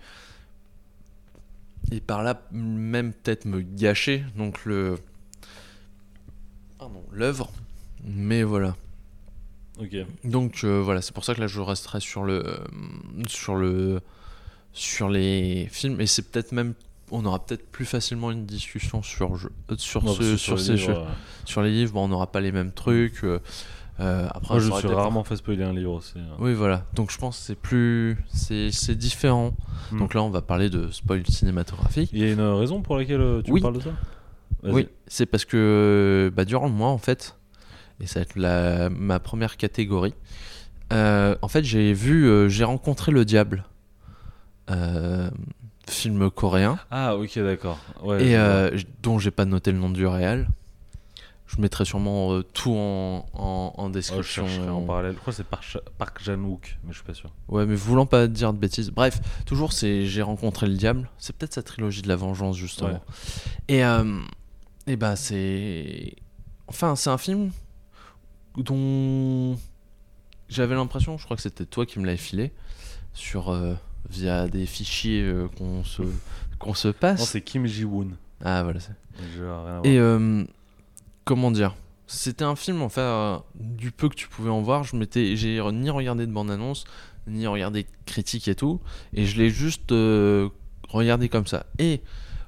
et par là même peut-être me gâcher donc le pardon l'œuvre, mais voilà. Ok. Donc euh, voilà, c'est pour ça que là je resterai sur le euh, sur le sur les films, et c'est peut-être même, on aura peut-être plus facilement une discussion sur sur non, ce, sur, sur les ces livres, jeux. ouais. Sur les livres, bon, on n'aura pas les mêmes trucs. Euh, euh, après, moi, je me suis rarement fait spoiler un livre aussi. Hein. Oui, voilà. Donc je pense que c'est plus, c'est c'est différent. Hmm. Donc là, on va parler de spoil cinématographique. Il y a une raison pour laquelle tu oui. parles de ça ? Vas-y. Oui, c'est parce que bah, durant le mois, en fait, et ça va être la, ma première catégorie, euh, en fait, j'ai vu, euh, j'ai rencontré le diable, euh, film coréen. Ah, ok, d'accord. Ouais, et euh, dont j'ai pas noté le nom du réal. Je mettrai sûrement euh, tout en, en, en description. Oh, je en... en parallèle. Je crois que c'est Park, Park Chan-wook, mais je suis pas sûr. Ouais, mais voulant pas dire de bêtises. Bref, toujours, c'est J'ai rencontré le diable. C'est peut-être sa trilogie de la vengeance, justement. Ouais. Et, euh, et bah, c'est. Enfin, c'est un film dont j'avais l'impression, je crois que c'était toi qui me l'avais filé, sur, euh, via des fichiers euh, qu'on, se, qu'on se passe. Non, c'est Kim Ji-woon. Ah, voilà. C'est... Je rien à voir. Et. Euh, Comment dire ? C'était un film, en fait, euh, du peu que tu pouvais en voir, je m'étais, j'ai ni regardé de bande-annonce, ni regardé de critiques et tout, et je l'ai juste euh, regardé comme ça. Et,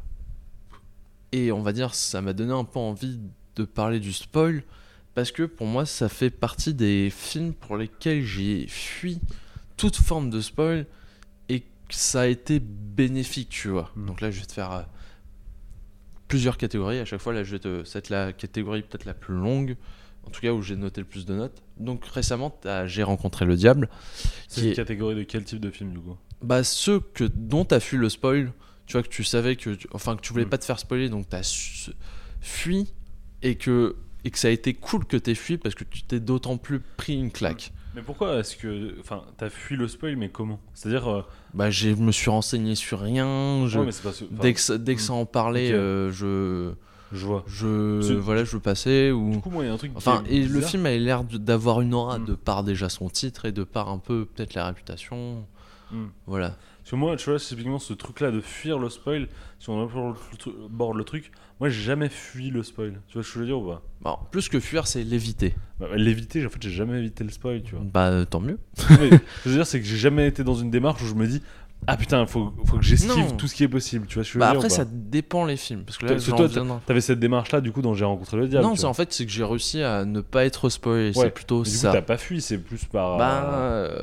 et on va dire, ça m'a donné un peu envie de parler du spoil, parce que pour moi, ça fait partie des films pour lesquels j'ai fui toute forme de spoil, et que ça a été bénéfique, tu vois. Mmh. Donc là, je vais te faire... Euh, plusieurs catégories, à chaque fois là je vais te... c'est la catégorie peut-être la plus longue, en tout cas où j'ai noté le plus de notes. Donc récemment J'ai rencontré le diable. C'est une est... catégorie de quel type de film du coup ? Bah ceux que... dont t'as fui le spoil, tu vois, que tu savais que tu... enfin que tu voulais mmh. pas te faire spoiler, donc t'as su... fui, et que... et que ça a été cool que t'aies fui, parce que tu t'es d'autant plus pris une claque. Mais pourquoi est-ce que... Enfin, t'as fui le spoil, mais comment ? C'est-à-dire... Euh... Bah, je me suis renseigné sur rien. Je... Ouais, mais c'est pas... enfin... Dès que, dès que ça en parlait, okay. euh, je... Je vois. Je... C'est... Voilà, je passais, ou... Du coup, moi, il y a un truc enfin, qui est et bizarre. Le film avait l'air d'avoir une aura, mm. de par déjà son titre, et de par un peu, peut-être, la réputation. Mm. Voilà. Parce que moi, tu vois, c'est typiquement ce truc-là de fuir le spoil, si on aborde le truc, moi j'ai jamais fui le spoil. Tu vois ce que je veux dire ou pas ? Bon, plus que fuir, c'est l'éviter. Bah, l'éviter, en fait, j'ai jamais évité le spoil, tu vois. Bah, euh, tant mieux. Mais, je veux dire, c'est que j'ai jamais été dans une démarche où je me dis, ah putain, faut, faut que j'esquive non. tout ce qui est possible, tu vois ce que je veux bah, dire. Après, ça dépend les films. Parce que là, toi, toi t'avais cette démarche-là, du coup, dont J'ai rencontré le diable. Non, c'est en fait, c'est que j'ai réussi à ne pas être spoilé. Ouais. C'est plutôt mais ça. Du coup, t'as pas fui, c'est plus par. Bah, euh,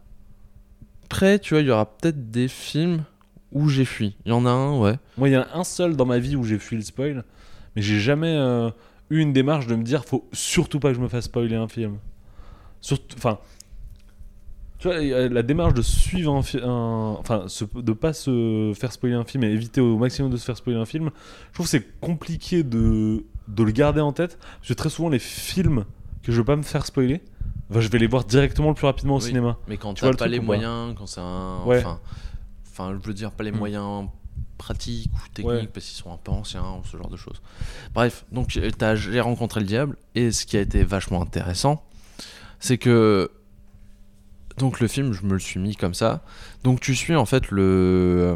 après, tu vois, il y aura peut-être des films où j'ai fui. Il y en a un, ouais. Moi, il y en a un seul dans ma vie où j'ai fui le spoil, mais j'ai jamais euh, eu une démarche de me dire faut surtout pas que je me fasse spoiler un film. Surtout, enfin, tu vois, la démarche de suivre un film, enfin, de pas se faire spoiler un film et éviter au maximum de se faire spoiler un film, je trouve que c'est compliqué de, de le garder en tête, parce que très souvent les films que je veux pas me faire spoiler, ben, je vais les voir directement le plus rapidement au oui, cinéma. Mais quand tu t'as pas les moyens, quand c'est un, ouais. enfin, enfin, je veux dire pas les mmh. moyens pratiques ou techniques, ouais. parce qu'ils sont un peu anciens ou ce genre de choses. Bref, donc t'as, j'ai rencontré le diable, et ce qui a été vachement intéressant, c'est que donc le film, je me le suis mis comme ça. Donc tu suis en fait le,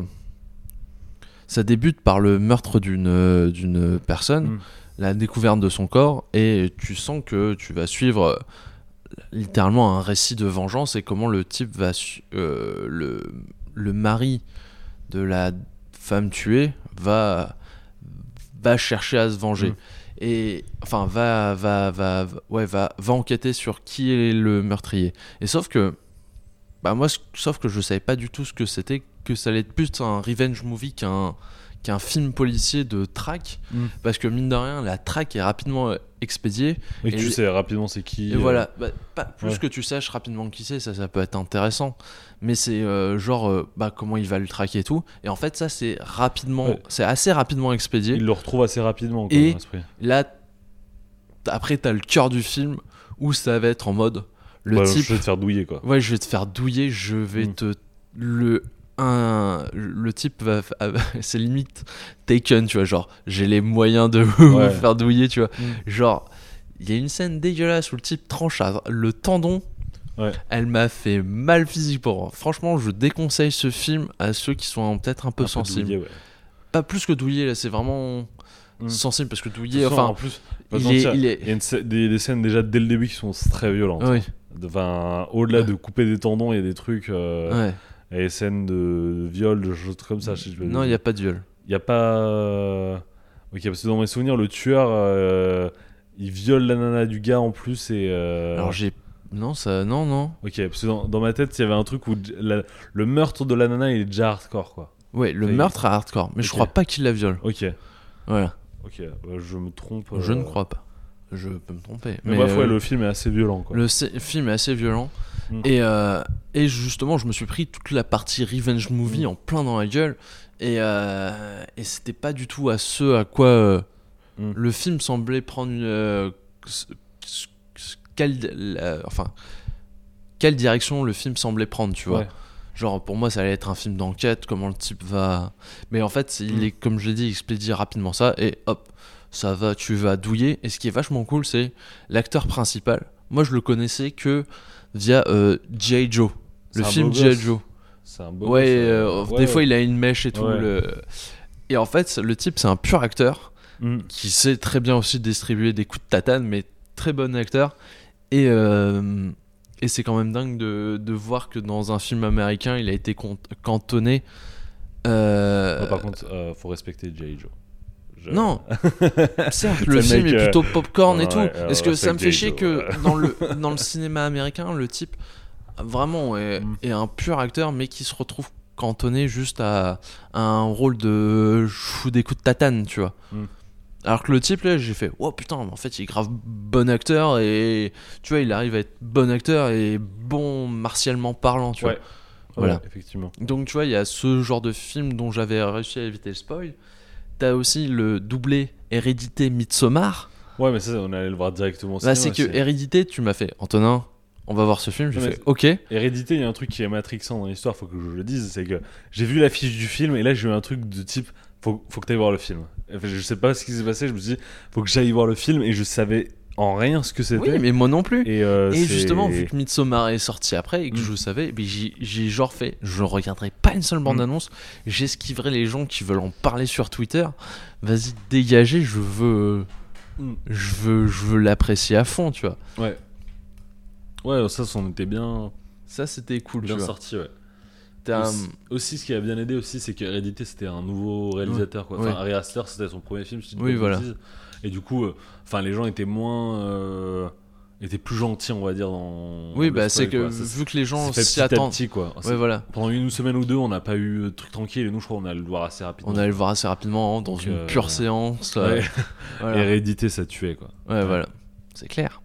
ça débute par le meurtre d'une d'une personne, mmh. la découverte de son corps, et tu sens que tu vas suivre littéralement un récit de vengeance, et comment le type va su- euh, le le mari de la femme tuée va va chercher à se venger. Mm. Et enfin, va, va, va, va, ouais, va, va enquêter sur qui est le meurtrier. Et sauf que, bah moi, sauf que je savais pas du tout ce que c'était, que ça allait être plus un revenge movie qu'un, qu'un film policier de traque, Mm. parce que mine de rien, la traque est rapidement euh, expédiée. Et que et tu les- sais rapidement c'est qui. Et euh, voilà, bah, pas, plus ouais. que tu saches rapidement qui c'est, ça, ça peut être intéressant. Mais c'est euh, genre, euh, bah, comment il va le traquer et tout. Et en fait, ça, c'est rapidement, Ouais. c'est assez rapidement expédié. Il le retrouve assez rapidement. Quoi, Et- dans l'esprit. Là, t- après, t'as le cœur du film où ça va être en mode, le Ouais, type, Je vais te faire douiller quoi. ouais, je vais te faire douiller, je vais Mm. te. Le. Un, le type va, c'est limite Taken, tu vois, genre j'ai les moyens de vous Ouais. faire douiller, tu vois, Mm. genre il y a une scène dégueulasse où le type tranche à- le tendon. Ouais. Elle m'a fait mal physiquement. Franchement, je déconseille ce film à ceux qui sont peut-être un peu Un peu sensibles. douillé, ouais. Pas plus que douiller, là, c'est vraiment Mm. sensible parce que De douiller, toute façon, enfin, en plus, pas il te est, mentir, il il est- y a une scè- des, des scènes déjà dès le début qui sont très violentes. oui, Enfin, au-delà de couper des tendons, il y a des trucs. Euh, ouais. Il y a des scènes de viol, de choses comme ça. je sais pas. Non, il y a pas de viol. Il y a pas. euh, Ok, parce que dans mes souvenirs, le tueur, euh, il viole la nana du gars en plus et. euh, Alors j'ai, non, ça, non, non. Ok, parce que dans, dans ma tête, il y avait un truc où la- le meurtre de la nana, il est déjà hardcore, quoi. Ouais, le Ça y est. meurtre à hardcore, mais je Ok. crois pas qu'il la viole. Ok, Voilà, ok, euh, je me trompe. je euh, ne crois pas. Je peux me tromper. Mais, bref, euh, ouais, le film est assez violent, quoi. Le c- film est assez violent. Mm. Et, euh, et justement, je me suis pris toute la partie revenge movie Mm. en plein dans la gueule. Et, euh, et c'était pas du tout à ce à quoi euh, Mm. le film semblait prendre une. euh, s- s- s- quelle, la- enfin, quelle direction le film semblait prendre, tu vois. Ouais. Genre, pour moi, ça allait être un film d'enquête, comment le type va. Mais en fait, il Mm. est, comme je l'ai dit, expédié rapidement ça, et hop, ça va, tu vas douiller. Et ce qui est vachement cool, c'est l'acteur principal. Moi, je le connaissais que via euh, G I. Joe, C'est le un film beau G I. gosse. Joe. C'est un beau Ouais, gosse, euh, euh, des ouais, fois, ouais. il a une mèche et tout. Ouais. Le... Et en fait, le type, c'est un pur acteur Mm. qui sait très bien aussi distribuer des coups de tatane, mais très bon acteur. Et, euh, et c'est quand même dingue de, de voir que dans un film américain, il a été con- cantonné. euh, Ouais, par contre, euh, faut respecter G I. Joe. Je- Non, certes, C'est le le film mec, est euh, plutôt popcorn et ouais, tout. ouais, Est-ce ouais, que ça me fait respecte chier Joe, que ouais. dans le, dans le cinéma américain, le type vraiment est, Mm. est un pur acteur, mais qui se retrouve cantonné juste à, à un rôle de je fous des coups de tatane, tu vois. Mm. Alors que le type là, j'ai fait oh putain, mais en fait il est grave bon acteur et tu vois, il arrive à être bon acteur et bon martialement parlant, tu Ouais. vois. Voilà. Ouais, effectivement. Donc tu vois, il y a ce genre de film dont j'avais réussi à éviter le spoil. T'as aussi le doublé Hérédité Midsommar. Ouais, mais ça, on allait le voir directement au Là, cinéma. c'est que Hérédité, tu m'as fait Antonin, on va voir ce film. J'ai Non, mais fait ok. Hérédité, il y a un truc qui est matrixant dans l'histoire, faut que je le dise, c'est que j'ai vu l'affiche du film et là j'ai eu un truc de type faut, faut que t'ailles voir le film. Enfin, je sais pas ce qui s'est passé, je me suis dit faut que j'aille voir le film et je savais en rien ce que c'était. Oui, mais moi non plus. Et, euh, Et c'est- justement, vu que Midsommar est sorti après et que Mm. je savais, ben, j'ai j'ai genre fait, je regarderai pas une seule bande-annonce, j'esquiverai les gens qui veulent en parler sur Twitter. Vas-y, dégagez, je veux, Mm. je veux, je veux l'apprécier à fond, tu vois. Ouais. Ouais, ça, ça en était bien, Ça, c'était cool, bien tu vois. sorti, ouais. T'as, Aussi, aussi, ce qui a bien aidé aussi, c'est que Hérédité, c'était un nouveau réalisateur, quoi. Enfin, Ouais. Ari Aster, c'était son premier film, si je dis Oui, pas de voilà. bêtises. Et du coup, euh, enfin, les gens étaient moins, euh, étaient plus gentils, on va dire, dans. oui, dans bah le c'est spoil, que quoi. Ça, vu que les gens c'est fait s'y petit à attendent. petit, quoi. Ouais, voilà. Pendant une semaine ou deux, on n'a pas eu de truc tranquille et nous, je crois, on allait le voir assez rapidement. On allait le voir assez rapidement hein, dans Donc, une euh, pure séance. euh, Ouais. voilà. Hérédité, ça tuait, quoi. Ouais, voilà. C'est clair.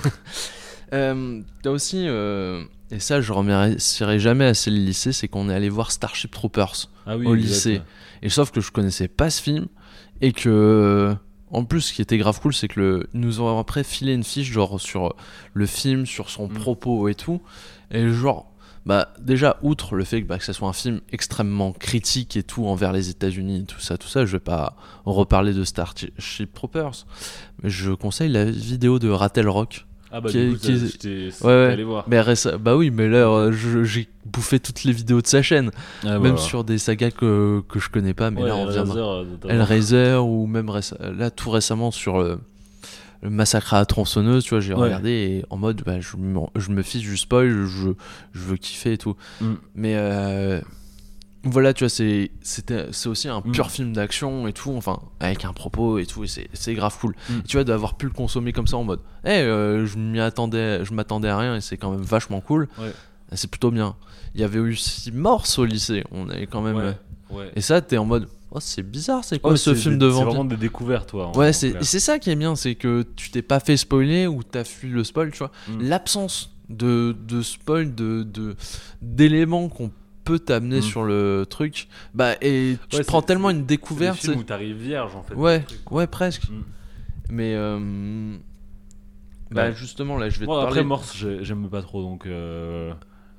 euh, T'as aussi, euh, et ça je remercierai jamais assez le lycée, c'est qu'on est allé voir Starship Troopers Ah oui, au exact. lycée. Et sauf que je connaissais pas ce film et que, en plus, ce qui était grave cool, c'est que le, ils nous ont après filé une fiche genre sur le film, sur son Mm. propos et tout. Et genre, bah déjà, outre le fait que, bah, que ça soit un film extrêmement critique et tout envers les États-Unis, tout ça, tout ça, je vais pas reparler de Starship Troopers, mais je conseille la vidéo de Rattle Rock. Ah bah, Qui est- du coup, qui est- t'as- j'étais Ouais, ouais. allé voir. Mais réce- bah oui, mais là, euh, je- j'ai bouffé toutes les vidéos de sa chaîne, Ah, bah, même voilà. sur des sagas que, que je connais pas, mais Ouais, là, on Hellraiser, viendra. euh, notamment. Hellraiser ou même réce- là tout récemment sur le, le massacre à la tronçonneuse, tu vois, j'ai Ouais. regardé et en mode bah, je, me- je me fiche du spoil, je, je veux kiffer et tout. Mm. Mais euh, voilà, tu vois, c'est, c'était, c'est aussi un pur Mm. film d'action et tout, enfin, avec un propos et tout, et c'est, c'est grave cool. Mm. Et tu vois, d'avoir pu le consommer comme ça en mode, eh, euh, je m'y attendais, je m'attendais à rien et c'est quand même vachement cool. Ouais. C'est plutôt bien. Il y avait eu aussi Morse au lycée, on avait quand même. Ouais, ouais. Et ça, t'es en mode, oh, c'est bizarre, c'est quoi Ouais, ce c'est film des- de C'est vampire? vraiment des découvertes, toi. en- Ouais, en c'est, clair. et c'est ça qui est bien, c'est que tu t'es pas fait spoiler ou t'as fui le spoil, tu vois. Mm. L'absence de, de spoil, de, de, d'éléments qu'on peut t'amener Mm. sur le truc, bah, et tu Ouais, prends c'est- tellement c'est- une C'est des découverte. films c'est- où t'arrives vierge, en fait. Ouais, du truc. ouais, presque. Mm. Mais, euh, bah, Ouais. justement, là, je vais Moi, te après, parler. Morse, j'ai- j'aime pas trop, donc euh,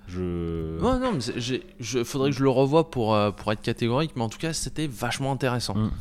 je. Ouais, non, mais c'est- j'ai, je, faudrait que je le revoie pour, euh, pour être catégorique, mais en tout cas, c'était vachement intéressant. Mm.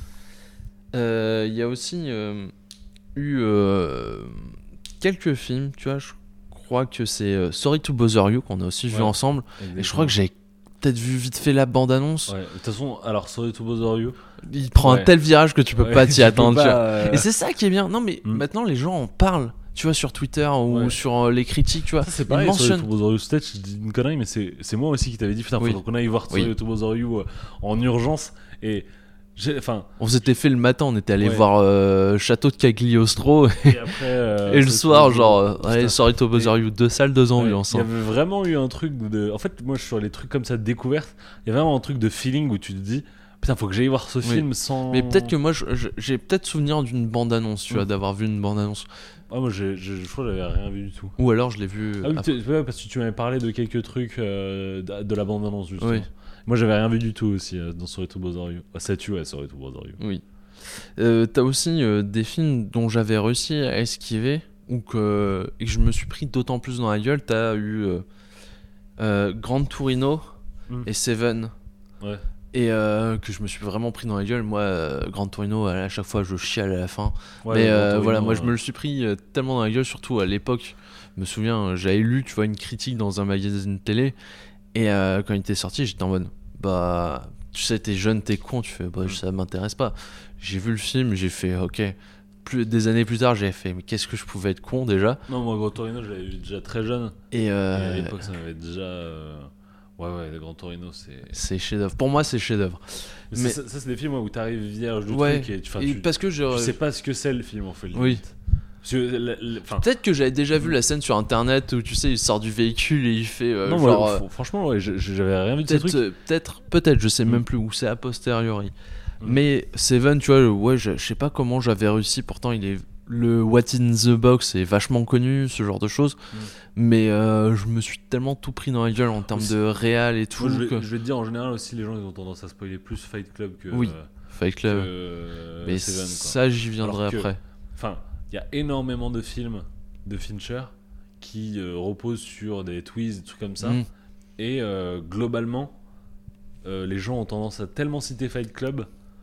Euh, Il y a aussi euh, eu euh, quelques films, tu vois, je crois que c'est euh, Sorry to Bother You qu'on a aussi vu Ouais. ensemble, et je crois que j'ai peut-être vu vite fait la bande-annonce. Ouais, de toute façon, alors, Sorry to Bother You. Il prend Ouais. un tel virage que tu peux Ouais, pas t'y tu peux attendre, pas, tu vois. euh, Et c'est ça qui est bien. Non, mais Mm. maintenant, les gens en parlent, tu vois, sur Twitter ou Ouais. sur euh, les critiques, tu vois. Ça, c'est Ils pareil, Sorry mentionnent. to Bother You Stage, je dis une connerie, mais c'est c'est moi aussi qui t'avais dit, putain, Oui. faut qu'on aille voir Oui. Sorry to Bother You euh, en urgence. Et j'ai. Enfin. On s'était fait le matin, on était allé Ouais. voir euh, Château de Cagliostro, et, Et après. euh, et le Sorry to soir, Bother You, genre, euh, putain. allez, Sorry to Bother You, deux salles, deux Ouais, ambiances. Il y hein. avait vraiment eu un truc de. En fait, moi, je suis sur les trucs comme ça de découverte. Il y avait vraiment un truc de feeling où tu te dis, putain, faut que j'aille voir ce Oui. film sans. Mais peut-être que moi, je- je- j'ai peut-être souvenir d'une bande-annonce, tu Mm. vois, d'avoir vu une bande-annonce. Ah, moi, j'ai- j'ai- je crois que j'avais rien vu du tout. Ou alors, je l'ai vu. Ah oui, après. t'es- ouais, parce que tu m'avais parlé de quelques trucs euh, de, de la bande-annonce, justement. Oui. Moi, j'avais rien vu du tout aussi euh, dans Sorry to Bother You. Ah, ça tue, ouais, Sorry to Bother You. Oui. Euh, T'as aussi euh, des films dont j'avais réussi à esquiver ou que, et que je me suis pris d'autant plus dans la gueule. T'as eu euh, euh, Gran Torino Mm. et Seven. Ouais. Et euh, que je me suis vraiment pris dans la gueule. Moi, euh, Gran Torino, à chaque fois, je chiale à la fin. Ouais, Mais Gran euh, Torino, voilà, moi, je euh, me le suis pris euh, tellement dans la gueule, surtout à l'époque. Je me souviens, j'avais lu, tu vois, une critique dans un magazine télé. Et euh, quand il était sorti, j'étais en mode, bah, tu sais, t'es jeune, t'es con, tu fais, bah, Mm. ça m'intéresse pas. J'ai vu le film, j'ai fait, ok. Plus, des années plus tard, j'ai fait, mais qu'est-ce que je pouvais être con déjà. Non, moi, Gran Torino, je l'avais vu déjà très jeune. Et, Et euh, à l'époque, ça m'avait déjà. euh, Ouais, ouais, le Gran Torino, c'est. c'est chef-d'œuvre. Pour moi, c'est chef-d'œuvre. Mais Mais- ça, ça, c'est des films ouais, où t'arrives vierge du Ouais. truc et tu, enfin, Et tu, parce que je, tu sais pas ce que c'est le film, en fait. Oui. limite. Parce que, la- la- enfin, peut-être que j'avais déjà vu la scène sur internet où tu sais, il sort du véhicule et il fait, euh, non, genre, moi, euh, fr- franchement, ouais, je- je- j'avais rien vu de ces peut-être, trucs. euh, peut-être, peut-être, je sais Mm. même plus où c'est a posteriori. Mm. Mais Seven, tu vois, ouais, je, je sais pas comment j'avais réussi. Pourtant, il est le What in the Box est vachement connu, ce genre de choses. Mm. Mais euh, je me suis tellement tout pris dans la gueule en termes Aussi- de réal et tout. Moi, je, vais, que- je vais te dire, en général aussi, les gens ils ont tendance à spoiler plus Fight Club que, Oui, euh, Fight que, Club. euh, Mais Seven. Quoi. ça, j'y viendrai Alors que- après. Enfin, il y a énormément de films de Fincher qui euh, reposent sur des twists, des trucs comme ça. Mm. Et euh, globalement, euh, les gens ont tendance à tellement citer Fight Club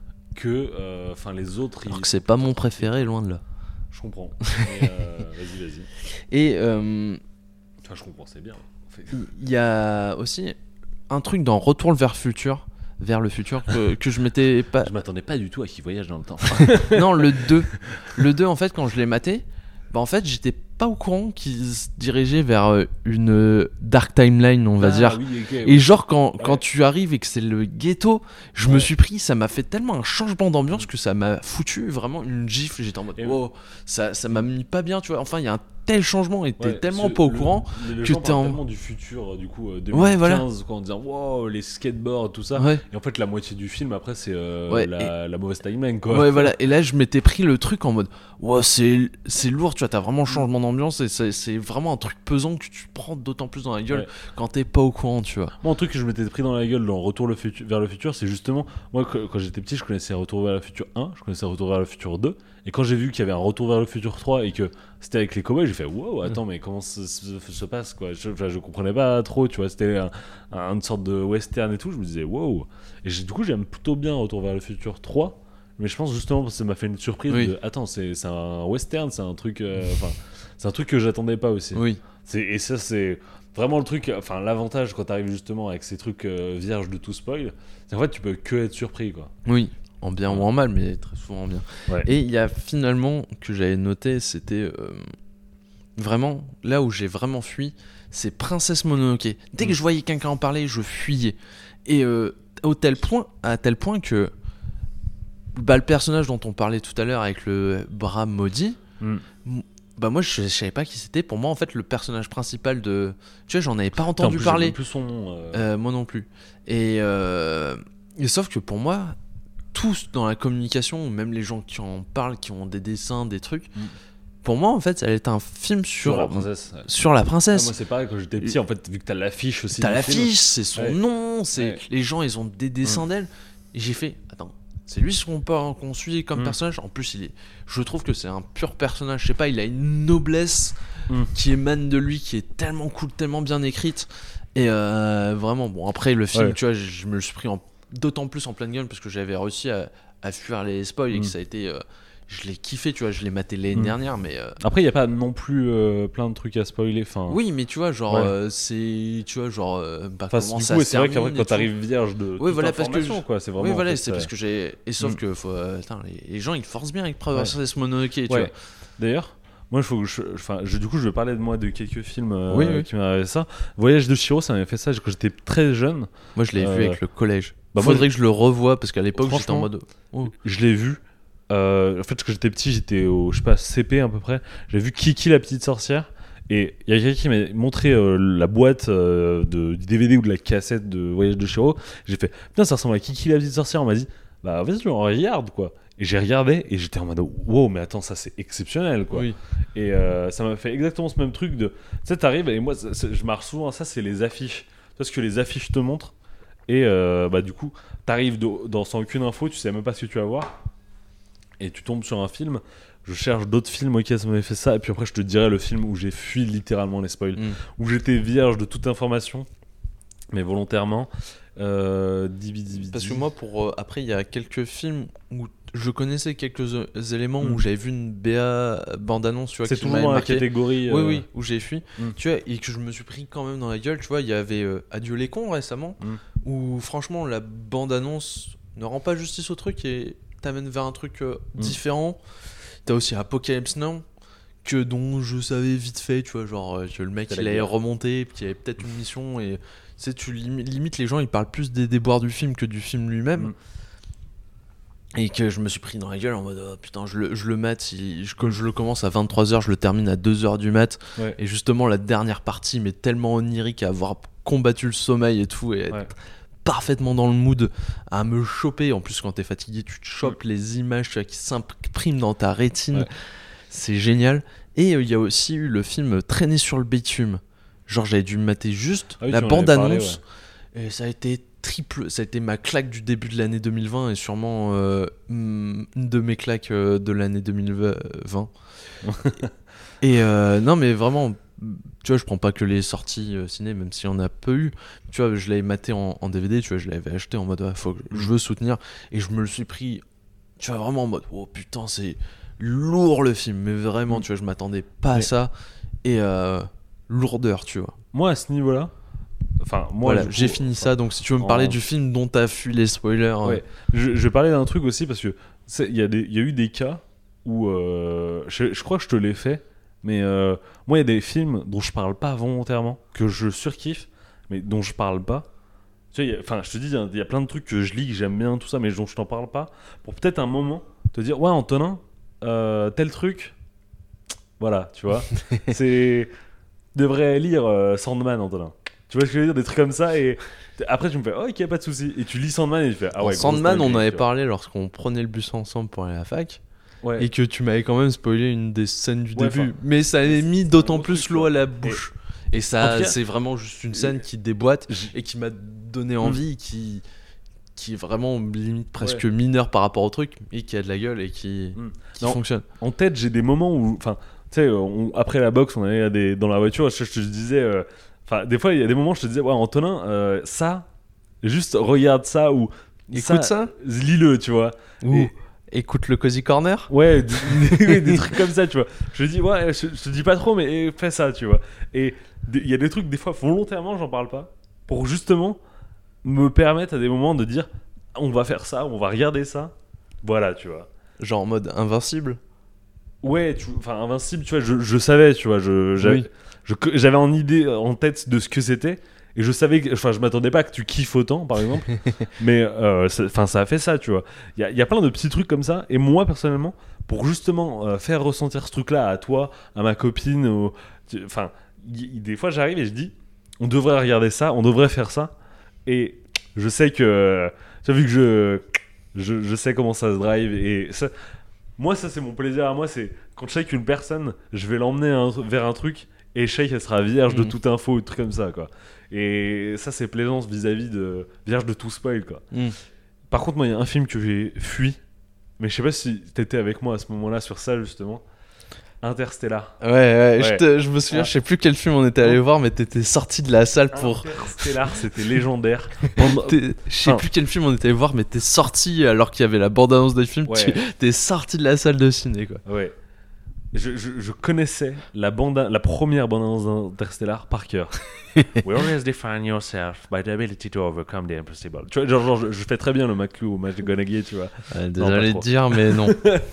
que euh, enfin les autres. Alors ils- que c'est pas mon préféré, loin de là. Je comprends. Mais, euh, vas-y, vas-y. Et euh, Enfin, je comprends, c'est bien. En fait. il y a aussi un truc dans Retour vers le futur, vers le futur que, que je m'étais pas. Je m'attendais pas du tout à qu'il voyage dans le temps. Non, le deux. Le deux, en fait, quand je l'ai maté, bah en fait, j'étais pas au courant qu'il se dirigeait vers euh, une euh, dark timeline, on va Ah, dire. oui, ok, Et oui. genre, quand, Ouais. quand tu arrives et que c'est le ghetto, je me Ouais. suis pris, ça m'a fait tellement un changement d'ambiance que ça m'a foutu vraiment une gifle. J'étais en mode, Et wow, ça, ça m'a mis pas bien, tu vois. Enfin, il y a un tel changement et t'es Ouais, tellement parce pas au le- courant. le- les que gens t'es parlent en- tellement du futur, euh, du coup, euh, deux mille quinze, Ouais, voilà. quoi, en disant wow, les skateboards, tout ça. Ouais. Et en fait, la moitié du film, après, c'est euh, Ouais, la, la mauvaise timeline, quoi. Ouais, voilà. Et là, je m'étais pris le truc en mode, wow, c'est, c'est lourd, tu vois. T'as vraiment un changement d'ambiance et c'est, c'est vraiment un truc pesant que tu prends d'autant plus dans la gueule Ouais. quand t'es pas au courant, tu vois. Moi, un truc que je m'étais pris dans la gueule dans Retour le futur, vers le futur, c'est justement, moi, quand, quand j'étais petit, je connaissais Retour vers le futur un, je connaissais Retour vers le futur deux, et quand j'ai vu qu'il y avait un Retour vers le futur trois et que c'était avec les cowboys, j'ai fait wow, attends, mais comment ça se, se passe, quoi. Je, enfin, je comprenais pas trop, tu vois, c'était un, un- une sorte de western et tout, je me disais wow. Et j'ai- du coup, j'aime plutôt bien Retour vers le futur trois, mais je pense justement parce que ça m'a fait une surprise Oui. de, attends, c'est, c'est un western, c'est un truc, euh, enfin, c'est un truc que j'attendais pas aussi. Oui. C'est, et ça, c'est vraiment le truc, enfin, l'avantage quand t'arrives justement avec ces trucs euh, vierges de tout spoil, c'est qu'en fait, tu peux que être surpris, quoi. Oui. En bien ou en mal, mais très souvent en bien. Ouais. Et il y a finalement, que j'avais noté, c'était euh, vraiment, là où j'ai vraiment fui, c'est Princesse Mononoke. Dès que Mm. je voyais quelqu'un en parler, je fuyais. Et euh, au tel point, à tel point que bah, le personnage dont on parlait tout à l'heure avec le bras maudit, mm. bah moi je, je savais pas qui c'était. Pour moi en fait le personnage principal de, tu vois, j'en avais pas entendu plus, parler. Plus son nom. Euh... Euh, moi non plus. Et, euh, et sauf que pour moi, tous dans la communication, même les gens qui en parlent, qui ont des dessins, des trucs. Mm. Pour moi, en fait, ça allait être un film sur, sur la princesse. Ouais. Sur la princesse. Ah, moi, c'est pareil, quand j'étais petit, en fait, vu que t'as l'affiche aussi. T'as l'affiche, c'est son ouais. nom, c'est... Ouais. les gens, ils ont des dessins mmh. d'elle. Et j'ai fait, attends, c'est lui ce qu'on, qu'on suit comme mmh. personnage. En plus, il est... je trouve que c'est un pur personnage. Je sais pas, il a une noblesse mmh. qui émane de lui, qui est tellement cool, tellement bien écrite. Et euh, vraiment, bon, après, le film, ouais. tu vois, je, je me le suis pris en... d'autant plus en pleine gueule parce que j'avais réussi à, à fuir les spoils mmh. et que ça a été... Euh, je l'ai kiffé, tu vois, je l'ai maté l'année mmh. dernière, mais... Euh... Après, il n'y a pas non plus euh, plein de trucs à spoiler, enfin... Oui, mais tu vois, genre, ouais. euh, c'est... Tu vois, genre, euh, bah, enfin, comment du ça coup, se c'est vrai qu'après, quand t'arrives vierge de oui, toute voilà, information, parce que quoi, c'est vraiment... Oui, voilà, fait, c'est euh... parce que j'ai... Et sauf mmh. que, faut... Euh, attends, les, les gens, ils forcent bien avec Princess ouais. Mononoke, tu ouais. vois. D'ailleurs... Moi, il faut que je, enfin, je, du coup, je vais parler de moi de quelques films euh, oui, oui. qui m'avaient ça. Voyage de Chihiro, ça m'avait fait ça quand j'étais très jeune. Moi, je l'ai euh... vu avec le collège. Bah, Faudrait moi, que je le revoie parce qu'à l'époque, j'étais en mode. Oh. Je l'ai vu. Euh, en fait, quand j'étais petit, j'étais au, je sais pas, C P à peu près. J'ai vu Kiki la petite sorcière. Et il y a quelqu'un qui m'a montré euh, la boîte euh, de, du D V D ou de la cassette de Voyage de Chihiro. J'ai fait, putain, ça ressemble à Kiki la petite sorcière. On m'a dit, bah vas-y, on regarde quoi. Et j'ai regardé et j'étais en mode wow, mais attends, ça c'est exceptionnel quoi. Oui. Et euh, ça m'a fait exactement ce même truc de, tu sais, t'arrives et moi ça, je marche souvent à ça, c'est les affiches. Tu vois ce que les affiches te montrent. Et euh, bah du coup, t'arrives de, dans sans aucune info, tu sais même pas ce que tu vas voir. Et tu tombes sur un film. Je cherche d'autres films auxquels ça m'avait fait ça. Et puis après, je te dirai le film où j'ai fui littéralement les spoils, mm. où j'étais vierge de toute information, mais volontairement. Euh, dibi, dibi, Parce que moi, pour euh, après, il y a quelques films où je connaissais quelques euh, éléments mm. où j'avais vu une B A bande-annonce, tu vois, c'est qui toujours dans la catégorie. Oui, euh... oui, où j'ai fui, mm. tu vois, et que je me suis pris quand même dans la gueule. Tu vois, il y avait euh, Adieu les cons récemment, mm. où franchement la bande-annonce ne rend pas justice au truc et t'amène vers un truc euh, mm. différent. T'as aussi Apocalypse Now, que dont je savais vite fait, tu vois, genre que le mec il allait remonter, qu'il y avait peut-être une mission et. Tu sais, tu lim- limite les gens ils parlent plus des déboires du film que du film lui-même. Mm. Et que je me suis pris dans la gueule en mode oh, putain, je le, je le mate, il, je, je le commence à vingt-trois heures, je le termine à deux heures du mat. Ouais. Et justement, la dernière partie m'est tellement onirique à avoir combattu le sommeil et tout, et être ouais. parfaitement dans le mood, à me choper. En plus, quand t'es fatigué, tu te chopes mm. les images tu vois, qui s'impriment dans ta rétine. Ouais. C'est génial. Et il euh, y a aussi eu le film Traîner sur le bitume. Genre j'avais dû mater juste ah oui, la bande-annonce ouais. et ça a été triple, ça a été ma claque du début de l'année deux mille vingt et sûrement euh, une de mes claques euh, de l'année deux mille vingt. et euh, non mais vraiment, tu vois, je prends pas que les sorties euh, ciné, même s'il y en a peu eu. Tu vois, je l'avais maté en, en D V D, tu vois, je l'avais acheté en mode ah, faut que je veux soutenir et je me le suis pris, tu vois, vraiment en mode oh putain c'est lourd le film, mais vraiment, tu vois, je m'attendais pas mais... à ça et euh, lourdeur, tu vois. Moi, à ce niveau-là, enfin, moi, voilà, j'ai fini enfin, ça. Donc, si tu veux me parler en... du film dont t'as fui les spoilers, ouais. euh... je, je vais parler d'un truc aussi parce que il y a des, il y a eu des cas où, euh, je, je crois que je te l'ai fait, mais euh, moi, il y a des films dont je parle pas volontairement, que je surkiffe, mais dont je parle pas. Tu sais, enfin, je te dis, il y, y a plein de trucs que je lis, que j'aime bien, tout ça, mais dont je t'en parle pas, pour peut-être un moment te dire, ouais, Antonin, euh, tel truc, voilà, tu vois, c'est devrais lire euh, Sandman, Antonin. Tu vois ce que je veux dire, des trucs comme ça et après tu me fais oh ok, pas de souci et tu lis Sandman et tu fais ah ouais. Sandman, on en avait parlé lorsqu'on prenait le bus ensemble pour aller à la fac. Ouais. Et que tu m'avais quand même spoilé une des scènes du ouais, début, mais ça avait mis d'autant plus l'eau à la bouche. Et, et ça, c'est vraiment juste une scène qui déboîte et qui m'a donné envie, mmh. qui qui est vraiment limite presque ouais. mineur par rapport au truc, et qui a de la gueule et qui, mmh. qui non, fonctionne. En tête, j'ai des moments où, enfin, tu sais, après la boxe, on allait des, dans la voiture, je, je te disais, enfin, euh, des fois, il y a des moments où je te disais, ouais, Antonin, euh, ça, juste regarde ça ou écoute ça, ça lis-le, tu vois. Ou et, écoute le Cozy Corner. Ouais, des, des trucs comme ça, tu vois. Je dis, ouais, je, je te dis pas trop, mais fais ça, tu vois. Et il y a des trucs, des fois, volontairement, j'en parle pas, pour justement me permettre à des moments de dire, on va faire ça, on va regarder ça. Voilà, tu vois. Genre en mode invincible. Ouais, tu, enfin invincible, tu vois, je, je savais, tu vois, je, j'avais, oui. je, j'avais en idée, en tête de ce que c'était, Et je savais que, enfin, je m'attendais pas à que tu kiffes autant, par exemple. mais, enfin, ça a fait ça, tu vois. Il y a, y a plein de petits trucs comme ça. Et moi, personnellement, pour justement euh, faire ressentir ce truc-là à toi, à ma copine, enfin, des fois, j'arrive et je dis, on devrait regarder ça, on devrait faire ça. Et je sais que, tu as vu que je, je, je sais comment ça se drive. Et ça, moi, ça, c'est mon plaisir à moi. C'est quand je sais qu'une personne, je vais l'emmener un, vers un truc. Et Sheikh, elle sera vierge mmh. de toute info ou de trucs comme ça, quoi. Et ça, c'est plaisant vis-à-vis de vierge de tout spoil, quoi. Mmh. Par contre, moi, il y a un film que j'ai fui, mais je sais pas si t'étais avec moi à ce moment-là sur ça, justement. Interstellar. Ouais, ouais, ouais. Je, te, je me souviens, ah. je sais plus quel film on était allé voir, mais t'étais sorti de la salle pour. Interstellar, c'était légendaire. Je sais enfin... plus quel film on était allé voir, mais t'es sorti alors qu'il y avait la bande-annonce du film. Ouais. Tu t'es sorti de la salle de ciné, quoi. Ouais. Je, je, je connaissais la, bande, la première bande-annonce d'Interstellar par cœur. We always define yourself by the ability to overcome the impossible. Tu vois, genre, genre je, je fais très bien le Maclou au match de McGonagall, tu vois. Euh, désolé de dire, mais non.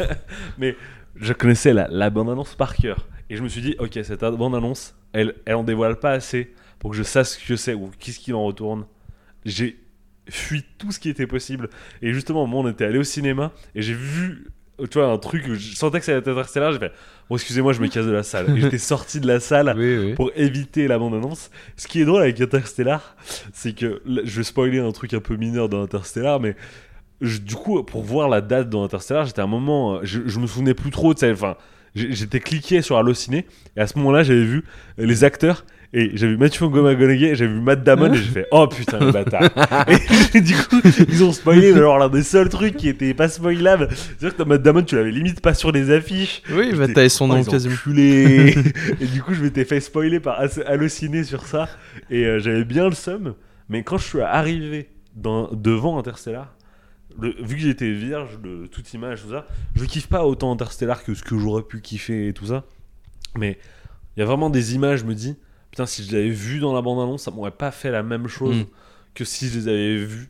Mais je connaissais la, la bande-annonce par cœur. Et je me suis dit, ok, cette bande-annonce, elle, elle en dévoile pas assez pour que je sache ce que c'est ou qu'est-ce qu'il en retourne. J'ai fui tout ce qui était possible. Et justement, moi, on était allé au cinéma et j'ai vu... Tu vois, un truc où je sentais que c'était Interstellar, j'ai fait bon, excusez-moi, je me casse de la salle. Et j'étais sorti de la salle oui, oui. pour éviter la bande-annonce. Ce qui est drôle avec Interstellar, c'est que je vais spoiler un truc un peu mineur dans Interstellar, mais je, du coup, pour voir la date dans Interstellar, j'étais à un moment, je, je me souvenais plus trop, tu sais, enfin, j'étais cliqué sur Allociné, et à ce moment-là, j'avais vu les acteurs. Et j'ai vu Matthew McConaughey et j'ai vu Matt Damon et j'ai fait oh putain le bâtard. Et du coup ils ont spoilé alors l'un des seuls trucs qui était pas spoilable. C'est-à-dire que Matt Damon tu l'avais limite pas sur les affiches. Oui bah t'avais son nom oh, quasiment. Et du coup je m'étais fait spoiler par Allociné sur ça et euh, j'avais bien le seum. Mais quand je suis arrivé dans, devant Interstellar, le, vu que j'étais vierge de toute image tout ça, je kiffe pas autant Interstellar que ce que j'aurais pu kiffer et tout ça. Mais il y a vraiment des images, je me dis putain, si je l'avais vu dans la bande-annonce, ça m'aurait pas fait la même chose mmh. que si je les avais vus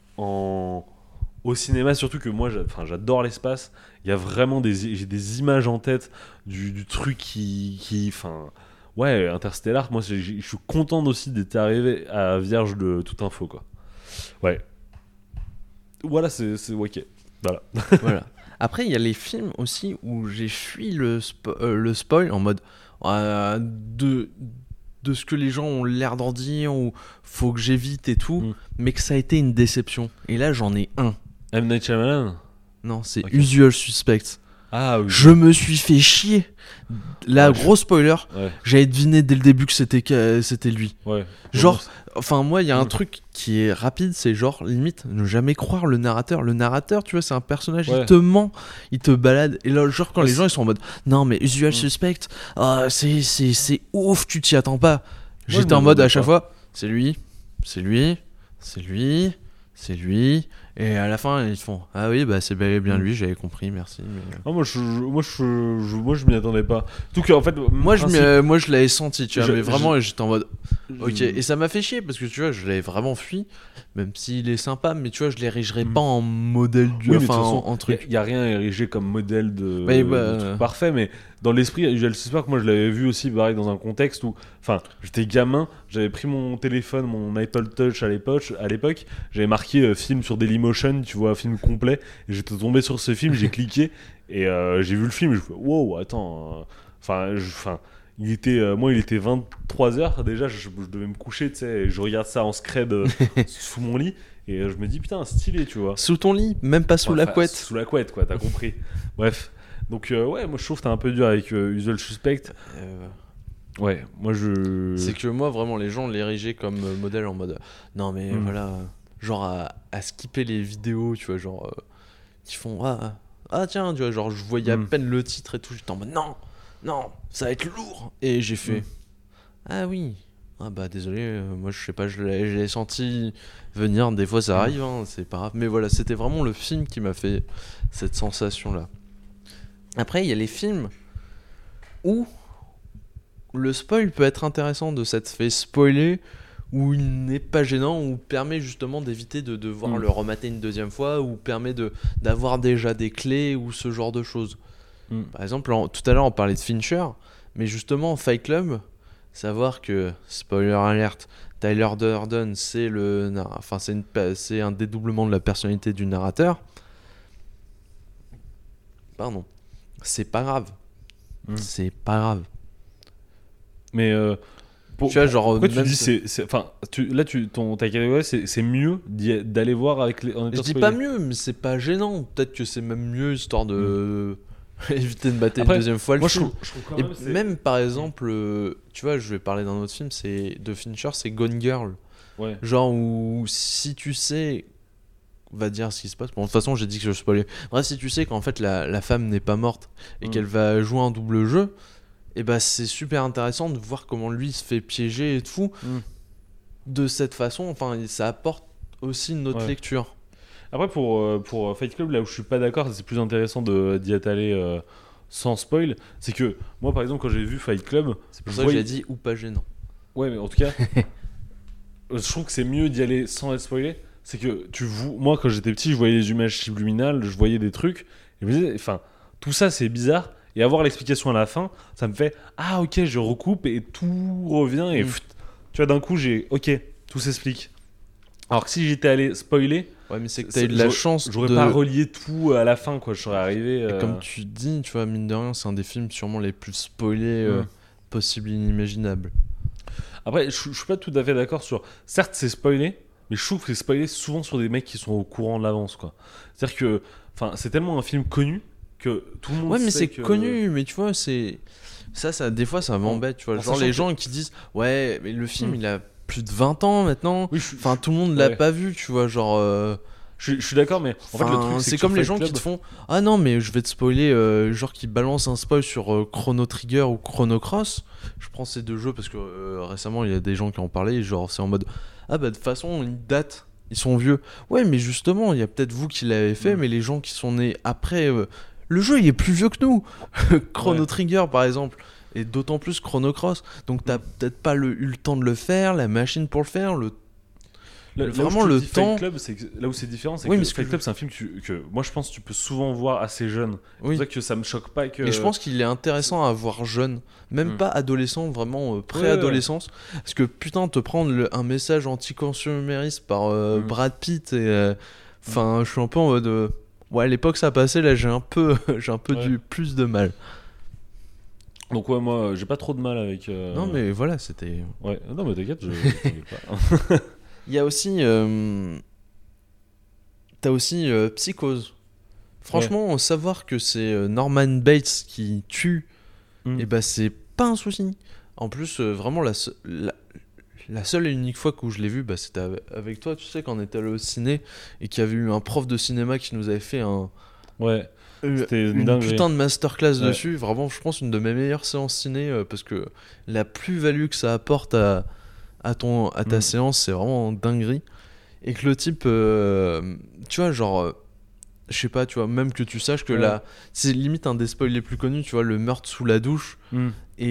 en... au cinéma. Surtout que moi, j'adore l'espace. Il y a vraiment des, j'ai des images en tête du, du truc qui, qui, enfin, ouais, Interstellar. Moi, je suis content aussi d'être arrivé à vierge de toute info, quoi. Ouais. Voilà, c'est, c'est ok. Voilà. Voilà. Après, il y a les films aussi où j'ai fui le, spo- euh, le spoil en mode euh, de de ce que les gens ont l'air d'en dire ou faut que j'évite et tout, mm. mais que ça a été une déception. Et là, j'en ai un. M. Night Shyamalan ? Non, c'est okay. Usual Suspects. Ah oui. Je me suis fait chier. La ouais, gros spoiler, ouais. J'avais deviné dès le début que c'était, que c'était lui. Ouais. Genre, enfin moi, il y a un mmh. truc qui est rapide, c'est genre limite ne jamais croire le narrateur. Le narrateur, tu vois, c'est un personnage, ouais. Il te ment, il te balade. Et là, genre quand ouais, les gens ils sont en mode, non mais Usual mmh. Suspect, oh, c'est c'est c'est ouf, tu t'y attends pas. Ouais, j'étais en mode à chaque pas. fois, c'est lui, c'est lui, c'est lui, c'est lui. Et à la fin, ils font ah oui, bah c'est bel et bien lui, j'avais compris, merci. Mais... Ah, moi, je, moi, je, je, moi, je m'y attendais pas. Tout cas, en fait, moi, je, euh, moi, je l'avais senti, tu vois, je, mais vraiment, je, j'étais en mode ok. Et ça m'a fait chier parce que tu vois, je l'avais vraiment fui, même s'il est sympa, mais tu vois, je l'érigerais mm. pas en modèle du, oui, enfin, façon, en, en truc. Il y, y a rien érigé comme modèle de, ouais, bah, de truc parfait, mais dans l'esprit, je le sais pas que moi, je l'avais vu aussi, pareil, dans un contexte où, enfin, j'étais gamin, j'avais pris mon téléphone, mon Apple Touch à l'époque, à l'époque, j'avais marqué euh, film sur Dailymotion, tu vois, film complet, et j'étais tombé sur ce film, j'ai cliqué et euh, j'ai vu le film et je me suis dit wow, attends, enfin, euh, enfin, il était, euh, moi il était vingt-trois heures déjà, je, je devais me coucher, tu sais, et je regarde ça en scred euh, sous mon lit et euh, je me dis putain stylé, tu vois. Sous ton lit, même pas sous ouais, la couette. Sous la couette, quoi, t'as compris. Bref, donc euh, ouais, moi je trouve que t'es un peu dur avec euh, Usual Suspect. Euh... Ouais, moi je. C'est que moi vraiment les gens l'érigeaient comme modèle en mode non mais mm. voilà. Genre à, à skipper les vidéos, tu vois, genre euh, qui font ah, ah tiens, tu vois, genre je voyais mm. à peine le titre et tout, j'étais en mode non, non, ça va être lourd. Et j'ai fait mm. ah oui, ah bah désolé, euh, moi je sais pas, je l'ai, je l'ai senti venir, des fois ça arrive, hein, c'est pas grave, mais voilà, c'était vraiment le film qui m'a fait cette sensation là. Après il y a les films où le spoil peut être intéressant, de s'être fait spoiler, où il n'est pas gênant, ou permet justement d'éviter de devoir mmh. le remater une deuxième fois, ou permet de, d'avoir déjà des clés, ou ce genre de choses. Mmh. Par exemple, en, tout à l'heure on parlait de Fincher, mais justement en Fight Club, savoir que, spoiler alert, Tyler Durden, c'est le, enfin c'est, une, c'est un dédoublement de la personnalité du narrateur. Pardon, c'est pas grave, mmh. c'est pas grave. Mais euh, pour, tu vois, genre, pourquoi tu dis c'est, c'est, enfin, tu, là tu, ton ta catégorie c'est, c'est mieux d'aller voir avec les. Je dis pas mieux, mais c'est pas gênant. Peut-être que c'est même mieux histoire de mmh. éviter de battre une deuxième fois le moi, film. Je trouve, je trouve Et même, c'est... même par exemple, euh, tu vois, je vais parler d'un autre film, c'est de Fincher, c'est Gone Girl. Ouais. Genre où si tu sais, on va dire ce qui se passe. Bon, de toute façon, j'ai dit que je spoilais. Bref, si tu sais qu'en fait la, la femme n'est pas morte et mmh. qu'elle va jouer un double jeu, et bah c'est super intéressant de voir comment lui se fait piéger et tout mmh. de cette façon. Enfin, ça apporte aussi une autre ouais. lecture. Après, pour, pour Fight Club, là où je suis pas d'accord, c'est plus intéressant de, d'y attaler euh, sans spoil. C'est que moi, par exemple, quand j'ai vu Fight Club, c'est pour ça voyais... que j'ai dit ou pas gênant. Ouais, mais en tout cas, je trouve que c'est mieux d'y aller sans être spoilé. C'est que tu vo... moi, quand j'étais petit, je voyais les images subliminales, je voyais des trucs. Et je me disais, enfin, tout ça, c'est bizarre. Et avoir l'explication à la fin, ça me fait ah ok, je recoupe et tout revient et mmh. pff, tu vois d'un coup j'ai ok, tout s'explique. Alors que si j'étais allé spoiler, ouais mais c'est que t'as eu de la chance, j'aurais de... pas relié tout à la fin quoi, je serais arrivé. Euh... Et comme tu dis, tu vois mine de rien, c'est un des films sûrement les plus spoilés mmh. euh, possibles, inimaginables. Après, je, je suis pas tout à fait d'accord sur. Certes, c'est spoilé, mais je trouve que c'est spoilé souvent sur des mecs qui sont au courant de l'avance quoi. C'est-à-dire que, enfin, c'est tellement un film connu. Que tout le monde ouais mais sait c'est que... connu, mais tu vois c'est ça ça des fois ça m'embête, tu vois, genre les que... gens qui disent ouais mais le film mmh. il a plus de vingt ans maintenant, oui, je... enfin tout le monde ouais. l'a pas vu, tu vois, genre euh... je, je suis d'accord, mais en fait, le truc, c'est, c'est comme les gens Club... qui te font ah non mais je vais te spoiler, euh, genre qui balancent un spoil sur euh, Chrono Trigger ou Chrono Cross. Je prends ces deux jeux parce que euh, récemment il y a des gens qui en parlaient, genre c'est en mode ah bah de toute façon une date, ils sont vieux. Ouais mais justement il y a peut-être vous qui l'avez fait, mmh. mais les gens qui sont nés après euh, le jeu il est plus vieux que nous. Chrono ouais. Trigger par exemple, et d'autant plus Chrono Cross, donc t'as peut-être pas le, eu le temps de le faire, la machine pour le faire, le Là, vraiment là le temps. Fight Club, c'est que, là où c'est différent, c'est oui, que mais Fight que Club, je... c'est un film que, tu, que moi je pense que tu peux souvent voir assez jeune. Oui. C'est pour ça que ça me choque pas que. Et je pense qu'il est intéressant à voir jeune, même mm. pas adolescent, vraiment euh, pré-adolescence, ouais, ouais. Parce que putain, te prendre le, un message anti-consumériste par euh, mm. Brad Pitt et. Enfin, euh, mm. je suis un peu en mode. Euh, ouais, à l'époque ça passait, là j'ai un peu, j'ai un peu ouais. du plus de mal. Donc ouais, moi j'ai pas trop de mal avec. Euh... Non mais voilà, c'était. Ouais, non mais t'inquiète, je. je pas. Il y a aussi, euh, t'as aussi euh, Psychose. Franchement, ouais. savoir que c'est euh, Norman Bates qui tue, mm. et bah c'est pas un souci. En plus, euh, vraiment la, se- la, la seule et unique fois que je l'ai vu, bah c'était avec toi. Tu sais, quand on était allé au ciné et qu'il y avait eu un prof de cinéma qui nous avait fait un, ouais, euh, c'était une dingue, putain de masterclass ouais. dessus. Vraiment, je pense une de mes meilleures séances ciné euh, parce que la plus-value que ça apporte à à ton à ta mmh. séance, c'est vraiment dinguerie. Et que le type euh, tu vois genre euh, je sais pas, tu vois, même que tu saches que ouais. là c'est limite un des spoils les plus connus, tu vois, le meurtre sous la douche, mmh.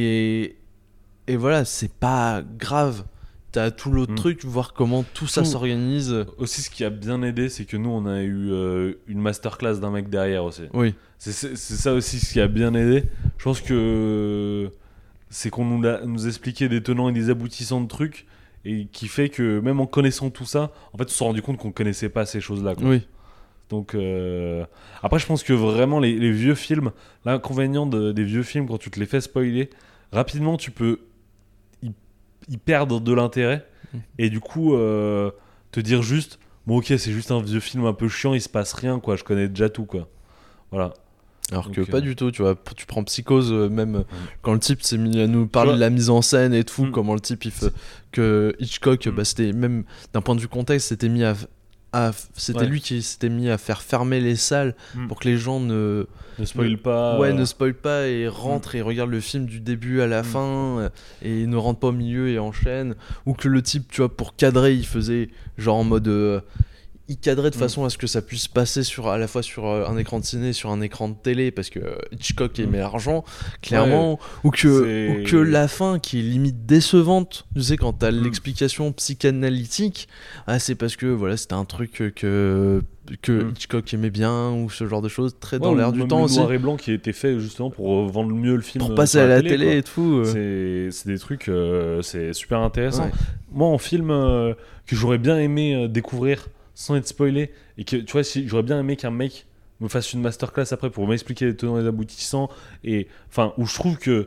et et voilà, c'est pas grave, t'as tout l'autre mmh. truc, voir comment tout, tout ça s'organise. Aussi, ce qui a bien aidé, c'est que nous on a eu euh, une masterclass d'un mec derrière aussi. Oui, c'est, c'est, c'est ça aussi ce qui a bien aidé. Je pense que c'est qu'on nous, a, nous expliquait des tenants et des aboutissants de trucs, et qui fait que même en connaissant tout ça, en fait on s'est rendu compte qu'on connaissait pas ces choses-là, quoi. Oui. Donc euh... après je pense que vraiment les, les vieux films, l'inconvénient de, des vieux films quand tu te les fais spoiler, rapidement tu peux y, y perdre de l'intérêt, mmh. et du coup euh, te dire juste bon ok c'est juste un vieux film un peu chiant, il se passe rien quoi, je connais déjà tout quoi. Voilà. Alors donc, que euh... pas du tout, tu vois, tu prends Psychose, euh, même mmh. quand le type s'est mis à nous parler de la mise en scène et tout, mmh. comment le type il fait que Hitchcock, mmh. bah, c'était même d'un point de vue contexte, c'était mis à, à c'était ouais. lui qui s'était mis à faire fermer les salles mmh. pour que les gens ne ne spoilent pas, ouais, euh... ne spoilent pas et rentrent mmh. et regardent le film du début à la mmh. fin et ne rentrent pas au milieu et enchaînent, ou que le type, tu vois, pour cadrer, il faisait genre en mode euh, il cadrait de mmh. façon à ce que ça puisse passer sur, à la fois sur un écran de ciné, sur un écran de télé, parce que Hitchcock aimait mmh. l'argent, clairement, ouais, ou, que, ou que la fin qui est limite décevante, tu sais, quand t'as mmh. l'explication psychanalytique, ah, c'est parce que voilà, c'était un truc que, que mmh. Hitchcock aimait bien, ou ce genre de choses, très ouais, dans l'air du temps le aussi. Noir et blanc qui était fait justement pour vendre mieux le film. Pour passer à la télé, télé et tout. C'est, c'est des trucs, euh, c'est super intéressant. Ouais. moi en film euh, que j'aurais bien aimé euh, découvrir sans être spoilé, et que tu vois, si, j'aurais bien aimé qu'un mec me fasse une masterclass après pour m'expliquer les tenants et les aboutissants, et enfin où je trouve que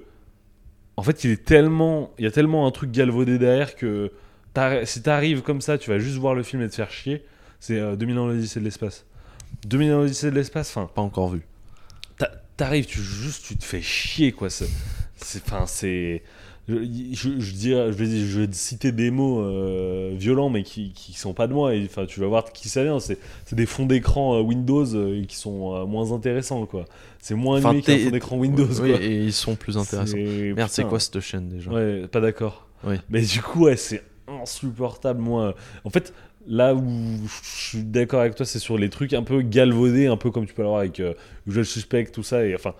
en fait il est tellement, il y a tellement un truc galvaudé derrière que t'arri- si t'arrives comme ça, tu vas juste voir le film et te faire chier. C'est euh, deux mille ans l'Odyssée de l'espace. deux mille ans l'Odyssée de l'espace, enfin Pas encore vu. t'a- t'arrives, tu juste tu te fais chier quoi. C'est, c'est, enfin c'est, je, je, je dirais, je vais, je vais citer des mots euh, violents mais qui, qui sont pas de moi. Et enfin tu vas voir qui ça vient. C'est, c'est des fonds d'écran euh, Windows euh, qui sont euh, moins intéressants quoi. C'est moins Enfin, animé qu'un t'es- fond d'écran Windows Oui, quoi. et ils sont plus intéressants. C'est- Merde, c'est putain. quoi cette chaîne déjà? Ouais, pas d'accord. Oui. Mais du coup, ouais, c'est insupportable, moi. En fait, là où je suis d'accord avec toi, c'est sur les trucs un peu galvaudés, un peu comme tu peux l'avoir avec euh, Usual Suspect, tout ça. Et enfin,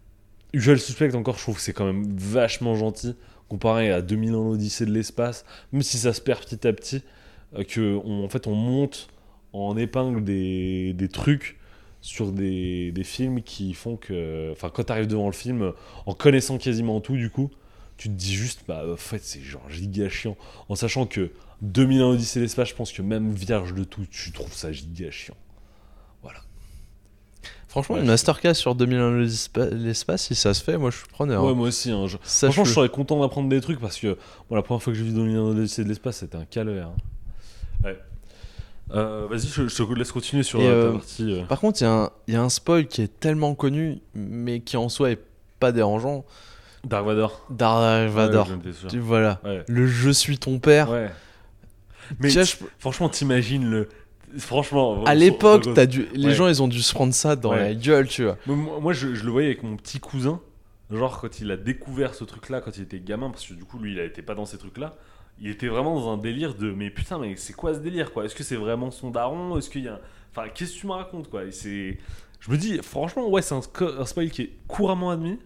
Usual Suspect, encore, je trouve que c'est quand même vachement gentil, comparé à deux mille ans l'Odyssée de l'espace, même si ça se perd petit à petit, euh, que on, en fait, on monte en épingle des, des trucs sur des, des films qui font que... Enfin, quand t'arrives devant le film, en connaissant quasiment tout, du coup, tu te dis juste, bah, en fait, c'est genre giga chiant. En sachant que deux mille ans Odyssée de l'espace, je pense que même vierge de tout, tu trouves ça giga chiant. Voilà. Franchement, Ouais, une je- masterclass sur deux mille ans l'espa- l'espace, si ça se fait, moi je suis preneur. Ouais, hein. moi aussi. Hein, je- Ça, Franchement, je je serais content d'apprendre des trucs parce que bon, la première fois que j'ai vu deux mille ans Odyssée de l'espace, c'était un calvaire. hein. Ouais. Euh, vas-y, je, je te laisse continuer sur Et, euh, ta euh, partie. euh. Par contre, il y, a un- il y a un spoil qui est tellement connu, mais qui en soi est pas dérangeant. Dark Vador. Dark Vador. Ouais, j'en étais sûr. Tu- voilà. Ouais. Le je suis ton père. Ouais. Mais Tu vois, t- franchement, t'imagines le. Franchement. À sur- l'époque, sur- t'as dû... les Ouais. gens ils ont dû se prendre ça dans Ouais. la gueule, tu vois. Moi, moi, je, je le voyais avec mon petit cousin. Genre, quand il a découvert ce truc-là, quand il était gamin, parce que du coup, lui, il était pas dans ces trucs-là. Il était vraiment dans un délire de mais putain, mais c'est quoi ce délire quoi? Est-ce que c'est vraiment son daron? Est-ce qu'il y a. un- Enfin, qu'est-ce que tu me racontes quoi? Et c'est. Je me dis, franchement, ouais, c'est un, sco- un spoil qui est couramment admis.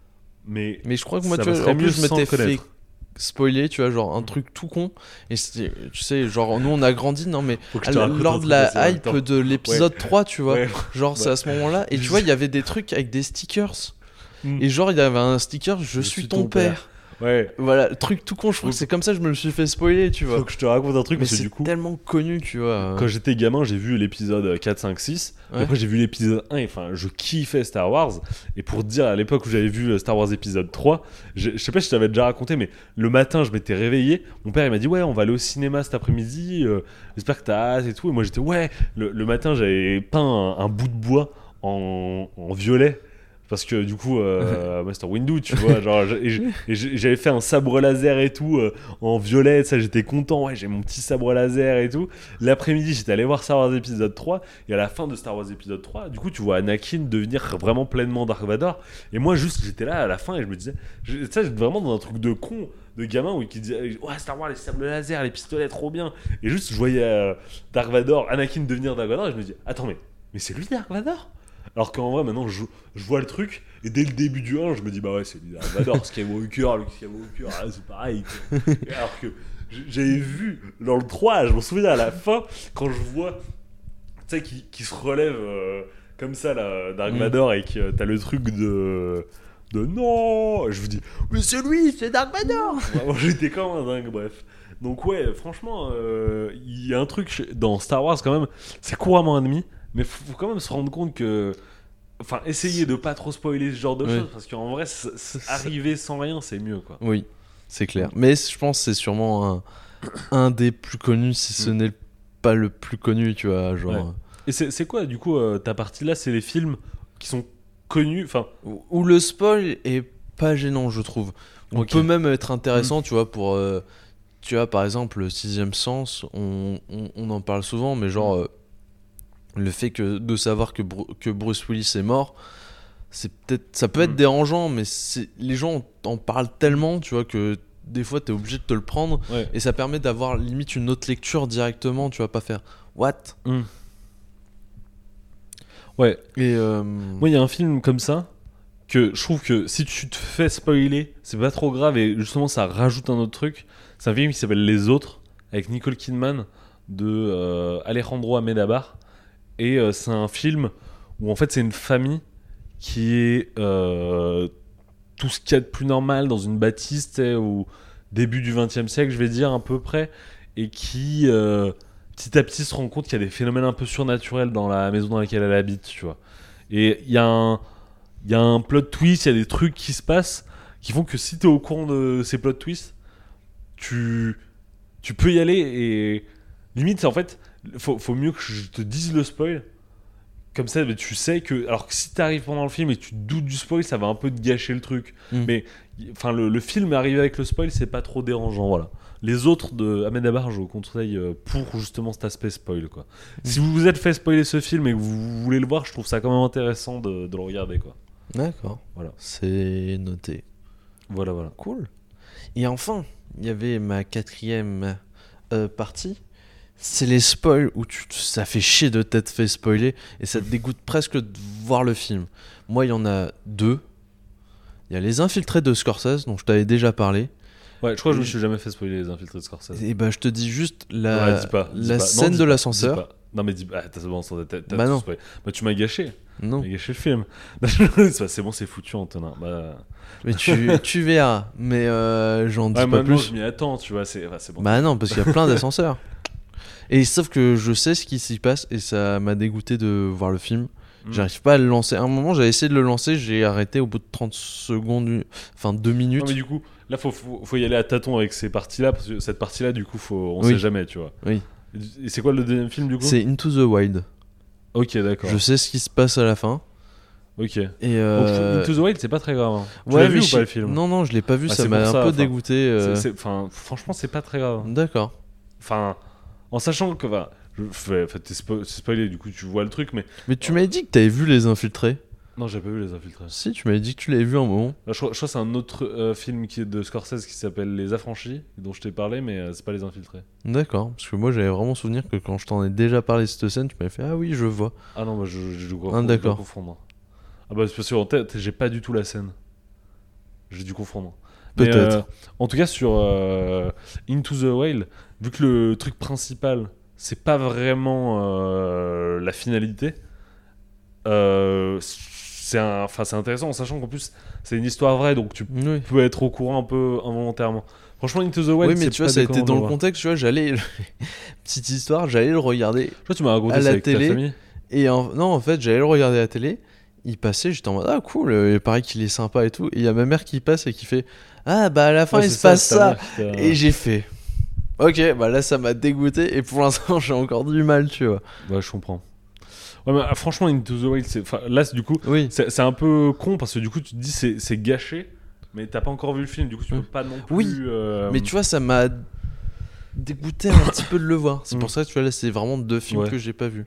Mais. Mais je crois que moi, Ça tu vois, passerait en plus, mieux je sans m'étais le fait connaître. spoiler, tu vois, genre un truc tout con. Et c'était, tu sais, genre, nous on a grandi, non mais Faut que je à te la- raconte un lors de truc la aussi en même hype temps. de l'épisode trois, tu vois. Ouais. Genre, c'est à ce moment-là. Et tu vois, il y avait des trucs avec des stickers. Mm. Et genre, il y avait un sticker, je, suis ton, père. Ouais. Voilà, le truc tout con, je trouve que c'est comme ça que je me le suis fait spoiler, tu vois. Faut que je te raconte un truc Mais parce que c'est du coup. tellement connu, tu vois. Quand j'étais gamin, j'ai vu l'épisode quatre, cinq, six. Ouais. Après, j'ai vu l'épisode un. Et enfin, je kiffais Star Wars. Et pour te dire, à l'époque où j'avais vu Star Wars épisode trois, je, je sais pas si je t'avais déjà raconté, mais le matin, je m'étais réveillé. Mon père, il m'a dit, ouais, on va aller au cinéma cet après-midi. euh, j'espère que t'as hâte et tout. Et moi, j'étais, ouais. Le, le matin, j'avais peint un, un bout de bois en, en violet. Parce que du coup, euh, Master Windu, tu vois, genre, et j'- et j'- j'avais fait un sabre laser et tout euh, en violet, ça j'étais content, ouais, j'ai mon petit sabre laser et tout. L'après-midi, j'étais allé voir Star Wars épisode trois, et à la fin de Star Wars épisode trois, du coup, tu vois Anakin devenir vraiment pleinement Dark Vador, et moi, juste, j'étais là à la fin et je me disais, je- ça, j'étais vraiment dans un truc de con, de gamin, où qui disait, ouais, Star Wars, les sabres laser, les pistolets, trop bien. Et juste, je voyais euh, Dark Vador, Anakin devenir Dark Vador, et je me dis, attends, mais, mais c'est lui Dark Vador? Alors qu'en vrai, maintenant, je, je vois le truc, et dès le début du un, je me dis, bah ouais, c'est lui, Dark Vador, Skywalker, Luke Skywalker, ah, c'est pareil. quoi. Et alors que j- j'avais vu dans le trois, je m'en souviens à la fin, quand je vois, tu sais, qui, qui se relève euh, comme ça, là, Dark Mm. Vador, et que euh, t'as le truc de. de non! Je vous dis, mais c'est lui, c'est Dark Vador! Vraiment, j'étais comme un dingue, bref. Donc, ouais, franchement, euh, il y a un truc chez- dans Star Wars, quand même, c'est couramment admis. Mais faut, faut quand même se rendre compte que. Enfin, essayer de pas trop spoiler ce genre de Oui. choses, parce qu'en vrai, c- c- C'est- arriver sans rien, c'est mieux, quoi. Oui, c'est clair. Mais je pense que c'est sûrement un, un des plus connus, si ce Mm. n'est pas le plus connu, tu vois, genre. Ouais. Et c'est c'est quoi, du coup, euh, ta partie là, c'est les films qui sont connus, enfin. Où où le spoil est pas gênant, je trouve. On Ok. peut même être intéressant, tu vois, pour. euh, tu vois, par exemple, le sixième sens, on, on, on en parle souvent, mais genre. euh, le fait que de savoir que, Bru- que Bruce Willis est mort, c'est peut-être, ça peut être Mm. dérangeant, mais c'est, les gens en parlent tellement, tu vois, que des fois t'es obligé de te le prendre, Ouais. et ça permet d'avoir limite une autre lecture directement, tu vas pas faire what. Ouais. Et euh, Moi, il y a un film comme ça que je trouve que si tu te fais spoiler, c'est pas trop grave et justement ça rajoute un autre truc. C'est un film qui s'appelle Les Autres avec Nicole Kidman de euh, Alejandro Amenábar et euh, c'est un film où en fait c'est une famille qui est euh, tout ce qu'il y a de plus normal dans une bâtisse, tu sais, où début du vingtième siècle, je vais dire, à peu près, et qui, euh, petit à petit, se rend compte qu'il y a des phénomènes un peu surnaturels dans la maison dans laquelle elle habite, tu vois. Et il y a un, il y a un plot twist, il y a des trucs qui se passent qui font que si t'es au courant de ces plot twists, tu, tu peux y aller et limite, en fait, faut, faut mieux que je te dise le spoil. Comme ça, mais tu sais que. Alors que si t'arrives pendant le film et tu te doutes du spoil, ça va un peu te gâcher le truc. Mm. Mais enfin, le, le film est arrivé avec le spoil, c'est pas trop dérangeant, voilà. Les autres de Amenabar, je vous conseille pour justement cet aspect spoil, quoi. Mm. Si vous vous êtes fait spoiler ce film et que vous voulez le voir, je trouve ça quand même intéressant de, de le regarder, quoi. D'accord. Voilà. C'est noté. Voilà, voilà. Cool. Et enfin, il y avait ma quatrième euh, partie. C'est les spoils où tu, ça fait chier de t'être fait spoiler et ça te dégoûte presque de voir le film. Moi, il y en a deux. Il y a Les Infiltrés de Scorsese, dont je t'avais déjà parlé. Ouais, je crois que je me suis jamais fait spoiler Les Infiltrés de Scorsese. Et bah, je te dis juste la, ouais, dis pas, dis la pas. scène non, de pas, l'ascenseur. Non, mais dis pas. Ah, t'as, bon, t'as, t'as bah tout non. spoilé. Bah, tu m'as gâché. Non. Tu m'as gâché le film. C'est bon, c'est foutu, Antonin. Bah. Mais tu, tu verras. Mais euh, j'en dis ouais, pas plus. Je m'y attends, tu vois. C'est, enfin, c'est bon. Bah non, parce qu'il y a plein d'ascenseurs. Et sauf que je sais ce qui s'y passe et ça m'a dégoûté de voir le film. Mmh. J'arrive pas à le lancer. À un moment, j'avais essayé de le lancer, j'ai arrêté au bout de trente secondes, enfin deux minutes. Non, mais du coup, là, faut, faut, faut y aller à tâtons avec ces parties-là, parce que cette partie-là, du coup, faut, on oui. sait jamais, tu vois. Oui. Et c'est quoi le deuxième film, du coup ? C'est Into the Wild. Ok, d'accord. Je sais ce qui se passe à la fin. Ok. Et euh... Donc, Into the Wild, c'est pas très grave. Hein. Tu ouais, l'as vu ou je... pas le film ? Non, non, je l'ai pas vu, bah, ça m'a un ça, peu dégoûté. Euh... C'est, c'est, franchement, c'est pas très grave. D'accord. Enfin, en sachant que. Bah, je fais, fait, t'es spo- spoilé, du coup, tu vois le truc, mais. Mais tu m'avais dit que t'avais vu Les Infiltrés. Non, j'ai pas vu Les Infiltrés. Si, tu m'avais dit que tu l'avais vu un moment. Je crois, je crois que c'est un autre euh, film qui est de Scorsese qui s'appelle Les Affranchis, dont je t'ai parlé, mais euh, c'est pas Les Infiltrés. D'accord, parce que moi j'avais vraiment souvenir que quand je t'en ai déjà parlé de cette scène, tu m'avais fait ah oui, je vois. Ah non, bah je, je, je, dois, ah, d'accord. je dois confondre. Ah bah c'est parce qu'en tête, j'ai pas du tout la scène. J'ai dû confondre. Peut-être. Mais, euh, en tout cas, sur euh, Into the Wild, vu que le truc principal, c'est pas vraiment euh, la finalité, euh, c'est, un, c'est intéressant en sachant qu'en plus c'est une histoire vraie, donc tu oui. peux être au courant un peu involontairement. Franchement, Into the Wild, oui, mais c'est tu vois, pas ça a été dans le voir. contexte, tu vois, j'allais. Petite histoire, j'allais le regarder. Je crois que tu m'as raconté à ça la avec télé, ta famille. Et en... non, en fait, j'allais le regarder à la télé. Il passait, j'étais en mode ah cool, il paraît qu'il est sympa et tout. Et il y a ma mère qui passe et qui fait ah bah à la fin ouais, il se ça, passe ça. Mère, et j'ai fait ok, bah là ça m'a dégoûté et pour l'instant j'ai encore du mal, tu vois. Ouais, je comprends. Ouais, mais franchement, Into the Wild, c'est... là du coup, oui. c'est, c'est un peu con parce que du coup tu te dis c'est, c'est gâché, mais t'as pas encore vu le film, du coup tu mmh. peux pas non plus. Oui, euh... mais tu vois, ça m'a dégoûté un petit peu de le voir. C'est mmh. pour ça que tu vois, là c'est vraiment deux films ouais. que j'ai pas vus.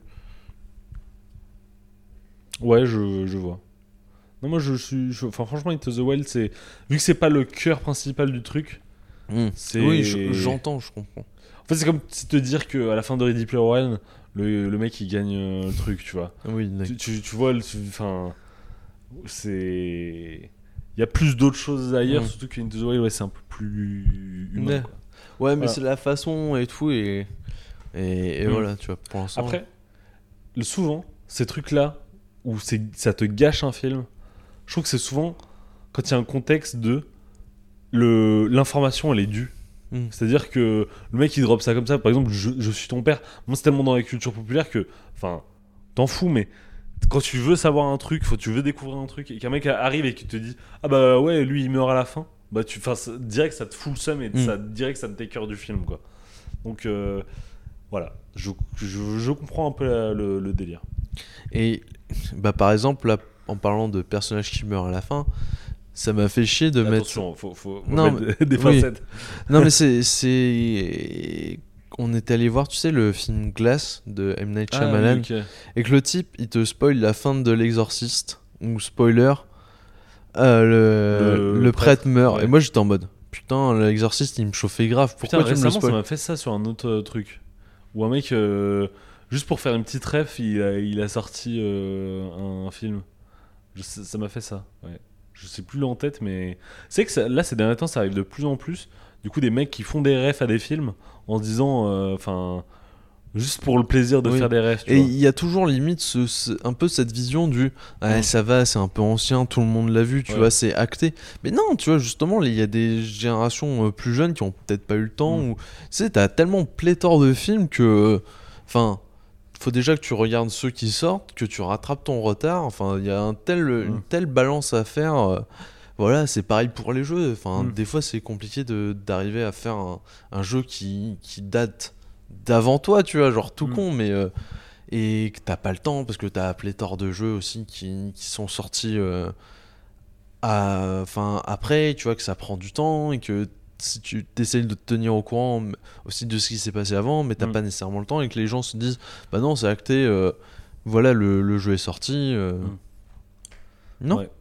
Ouais, je, je vois. Non, moi je suis. Je, enfin, franchement, Into the Wild, c'est. Vu que c'est pas le cœur principal du truc, mmh. c'est. Oui, je, j'entends, je comprends. En fait, c'est comme si te dire qu'à la fin de Ready Player One, le, le mec il gagne euh, le truc, tu vois. Oui, tu, tu, tu vois, enfin. C'est. Il y a plus d'autres choses ailleurs, mmh. surtout que Into the Wild, ouais, c'est un peu plus humain. Ouais, quoi. ouais mais voilà. c'est la façon et tout, et. Et, et mmh. voilà, tu vois, pour l'instant. Après, le, souvent, ces trucs-là, où c'est, ça te gâche un film, je trouve que c'est souvent quand il y a un contexte de le, l'information elle est due. Mm. C'est-à-dire que le mec il drop ça comme ça, par exemple je, je suis ton père, moi c'est tellement dans la culture populaire que, enfin, t'en fous, mais quand tu veux savoir un truc, faut, tu veux découvrir un truc et qu'un mec arrive et qui te dit ah bah ouais lui il meurt à la fin, bah tu, enfin direct ça te fout le seum et mm. ça direct ça te take du film quoi. Donc euh, voilà, je, je, je comprends un peu la, le, le délire. Et bah par exemple là, en parlant de personnages qui meurent à la fin, ça m'a fait chier de Attention, mettre faut, faut, faut non, mettre mais... des facettes. Oui. Non mais c'est, c'est on est allé voir, tu sais, le film Glass de M. Night Shyamalan, ah, okay. et que le type il te spoil la fin de L'Exorciste, ou spoiler euh, le, le, le prêtre, prêtre meurt, ouais. Et moi j'étais en mode putain L'Exorciste il me chauffait grave, pourquoi putain, tu me le spoil? Ça m'a fait ça sur un autre euh, truc où un mec euh... juste pour faire une petite ref, il a, il a sorti euh, un, un film. Je sais, ça m'a fait ça. Ouais. Je sais plus en tête, mais c'est que ça, là, ces derniers temps, ça arrive de plus en plus. Du coup, des mecs qui font des refs à des films en se disant, enfin, Juste pour le plaisir de oui. faire des rêves. Et il y a toujours limite ce, ce, un peu cette vision du ah, mmh. ça va, c'est un peu ancien, tout le monde l'a vu, tu ouais. vois, c'est acté. Mais non, tu vois, justement, il y a des générations plus jeunes qui ont peut-être pas eu le temps. Mmh. Ou... Tu sais, t'as tellement pléthore de films que. Enfin, faut déjà que tu regardes ceux qui sortent, que tu rattrapes ton retard. Enfin, il y a un tel, mmh. une telle balance à faire. Euh, voilà, c'est pareil pour les jeux. Enfin, mmh. des fois, c'est compliqué de, d'arriver à faire un, un jeu qui, qui date d'avant toi, tu vois, genre tout mmh. con, mais euh, et que t'as pas le temps parce que t'as pléthore de jeux aussi qui, qui sont sortis euh, à, enfin après, tu vois, que ça prend du temps et que si tu t'essayes de te tenir au courant aussi de ce qui s'est passé avant, mais t'as mmh. pas nécessairement le temps et que les gens se disent bah non, c'est acté, euh, voilà, le, le jeu est sorti, euh... mmh. non. Ouais.